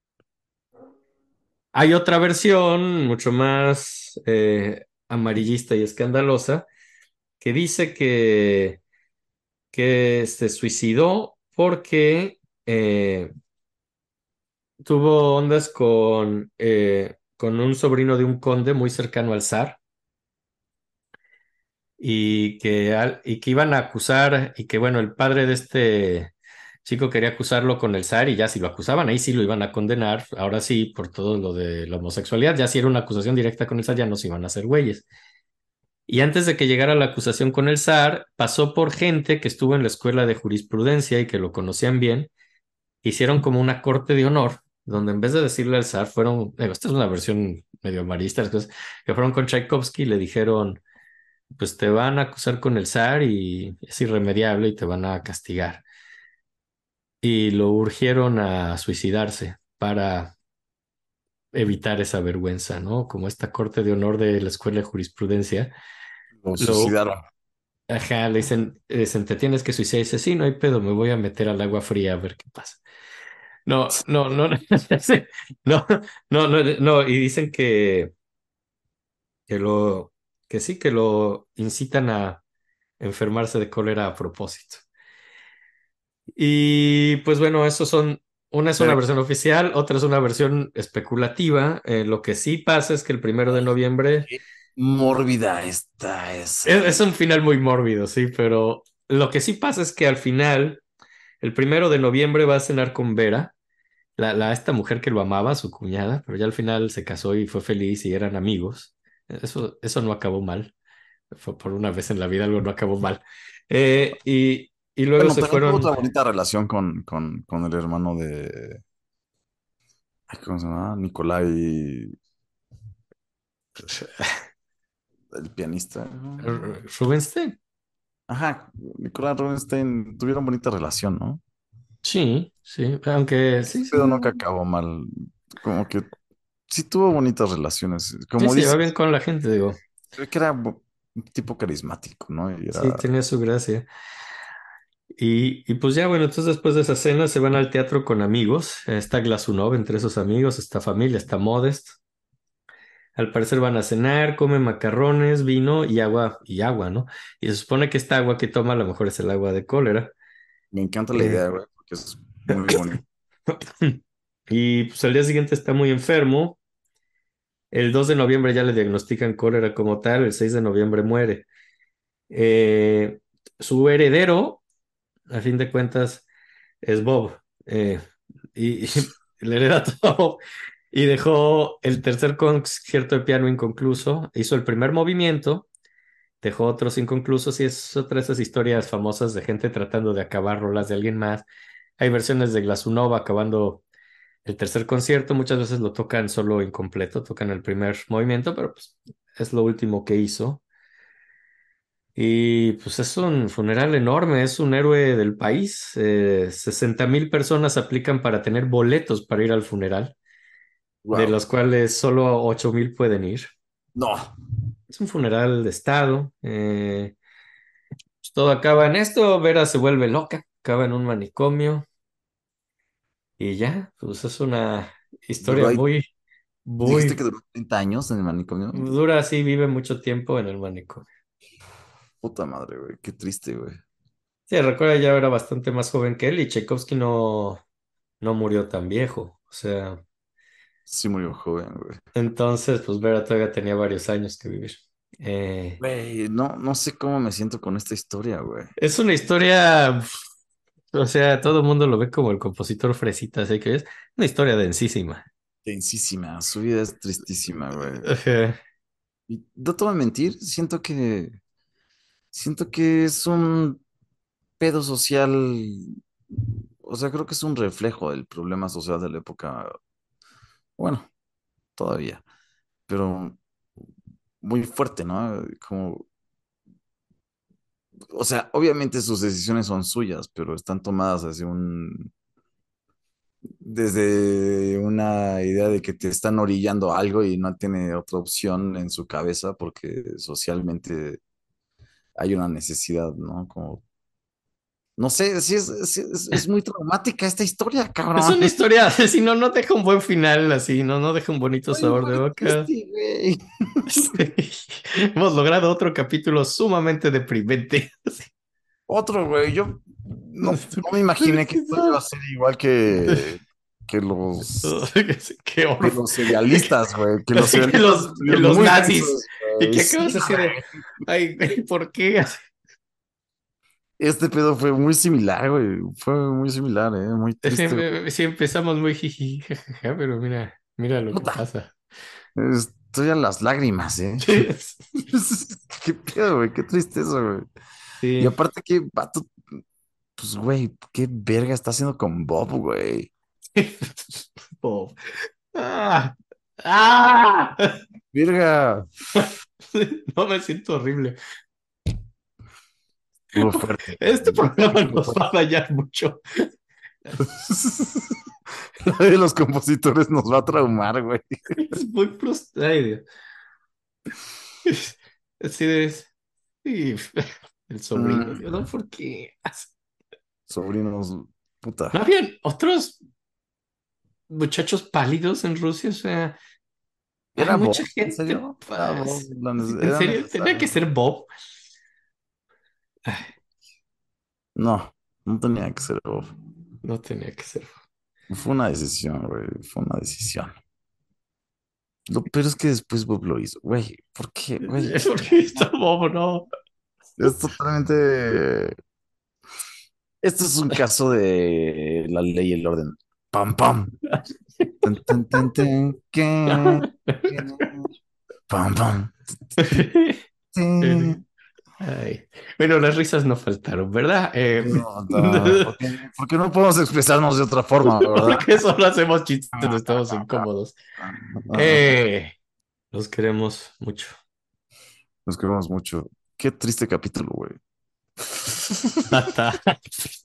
Hay otra versión mucho más amarillista y escandalosa que dice que se suicidó porque tuvo ondas con un sobrino de un conde muy cercano al zar y que iban a acusar y que bueno, el padre de este chico quería acusarlo con el zar y ya si lo acusaban ahí sí lo iban a condenar, ahora sí por todo lo de la homosexualidad, ya si era una acusación directa con el zar ya no se iban a hacer güeyes. Y antes de que llegara la acusación con el zar, pasó por gente que estuvo en la escuela de jurisprudencia y que lo conocían bien, hicieron como una corte de honor, donde en vez de decirle al zar, fueron, digo, esta es una versión medio amarista, las cosas, que fueron con Tchaikovsky y le dijeron, pues te van a acusar con el zar y es irremediable y te van a castigar. Y lo urgieron a suicidarse para evitar esa vergüenza, ¿no? Como esta corte de honor de la escuela de jurisprudencia. Lo Lo, suicidaron. ajá, le dicen, te tienes que suicidar. Y dice, sí, no hay pedo, me voy a meter al agua fría a ver qué pasa. No, no, no, no, sí, no, no, no, no, y dicen que lo, que sí, que lo incitan a enfermarse de cólera a propósito. Y pues bueno, una es una Pero versión oficial, otra es una versión especulativa. Lo que sí pasa es que el 1 de noviembre qué mórbida está esa, es un final muy mórbido, sí, pero lo que sí pasa es que al final, el 1 de noviembre va a cenar con Vera, esta mujer que lo amaba, su cuñada, pero ya al final se casó y fue feliz y eran amigos. Eso no acabó mal. Fue por una vez en la vida algo no acabó mal. Y luego Bueno, se también tuvo fueron. otra bonita relación con el hermano de, ay, ¿cómo se llama? Nicolai, el pianista. Rubinstein. Ajá, Nicolai Rubinstein tuvieron bonita relación, ¿no? Sí, sí, aunque Ese sí, sí, pedo nunca acabó mal. Como que sí tuvo bonitas relaciones. sí, Como se lleva bien dices, con la gente, digo. creo que era un tipo carismático, ¿no? Y Sí, era, tenía su gracia. Y pues ya, bueno, entonces después de esa cena se van al teatro con amigos. Está Glasunov entre esos amigos, está familia, está Modest. Al parecer van a cenar, comen macarrones, vino y agua, ¿no? Y se supone que esta agua que toma a lo mejor es el agua de cólera. me encanta la Eh, idea, güey, porque es muy bonito. y pues al día siguiente está muy enfermo. El 2 de noviembre ya le diagnostican cólera como tal, el 6 de noviembre muere. Eh, Su heredero, a fin de cuentas, es Bob. Y le hereda todo. Y dejó el tercer concierto de piano inconcluso. Hizo el primer movimiento, dejó otros inconclusos y es otra de esas historias famosas de gente tratando de acabar rolas de alguien más. Hay versiones de Glasunova acabando el tercer concierto, muchas veces lo tocan solo incompleto, tocan el primer movimiento, pero pues es lo último que hizo. Y pues es un funeral enorme, es un héroe del país. 60,000 personas aplican para tener boletos para ir al funeral, de Wow. los cuales solo 8,000 pueden ir. No, Es un funeral de estado. Pues todo acaba en esto, Vera se vuelve loca, acaba en un manicomio y ya, pues es una duró historia ahí. muy, Dijiste que muy duró 30 años en el manicomio. dura, así vive mucho tiempo en el manicomio. Puta madre, güey. Qué triste, güey. Sí, recuerda, ya era bastante más joven que él y Tchaikovsky no murió tan viejo. O sea, Sí murió joven, güey. entonces, pues Vera todavía tenía varios años que vivir. Eh, Güey, no, no sé cómo me siento con esta historia, güey. es una historia, o sea, todo el mundo lo ve como el compositor fresita, así que es una historia densísima. Tensísima. Su vida es tristísima, güey. Ajá. Y no te voy a mentir, siento que es un pedo social. O sea, creo que es un reflejo del problema social de la época. Bueno, todavía, pero muy fuerte, ¿no? Como, o sea, obviamente sus decisiones son suyas, pero están tomadas hacia un desde una idea de que te están orillando a algo y no tiene otra opción en su cabeza porque socialmente hay una necesidad, ¿no? Como, no sé, sí es muy traumática esta historia, Es cabrón. una historia, si no, no deja un buen final así, no, no deja un bonito Güey, sabor de muy boca. triste, güey. Sí. Hemos logrado otro capítulo sumamente deprimente. Otro, güey, yo no me imaginé que esto iba a ser igual que los, Qué que horror. los serialistas, güey, que los Así que serialistas que estuvieron los muy nazis. densos, Y güey. que Sí, acabas así de, güey. ay, güey, ¿por qué? Así, Este pedo fue muy similar, güey. Fue muy similar, muy triste, güey. sí, empezamos muy jiji, jajaja, pero mira, mira lo que Puta, pasa. estoy a las lágrimas, ¿eh? Sí, Qué pedo, güey, qué tristeza, güey. Y sí. aparte, qué vato, pues, güey, qué verga está haciendo con Bob, güey. Bob. Ah, ah. Verga, No me siento horrible. estuvo fuerte, Este güey. programa Estuvo nos va fuerte. a dañar mucho. La de los compositores nos va a traumar, güey. Es muy frustrante. Ay, Dios. Así es. Sí, el sobrino. Dios, no, Mm, ¿por qué? sobrinos, ¿No puta. habían otros muchachos pálidos en Rusia? O sea, hay ¿Era mucha Bob? ¿En gente. serio? Era Bob, ¿En era serio? ¿Tenía que necesario. ser Bob? Ay, No, no tenía que ser Bob. no tenía que ser. Fue una decisión, güey. Fue una decisión. Lo peor es que después Bob lo hizo. Güey, ¿por qué? Güey, ¿Por qué está Bob? No. es totalmente. Esto es un caso de la ley y el orden. Pam, pam. Tan, tan, tan, tan, que, pam, pam. Ay. Bueno, las risas no faltaron, ¿verdad? No, no, ¿por qué no podemos expresarnos de otra forma, verdad? Porque solo hacemos chistes, no estamos incómodos. Eh, los queremos mucho. Nos queremos mucho. Qué triste capítulo, güey.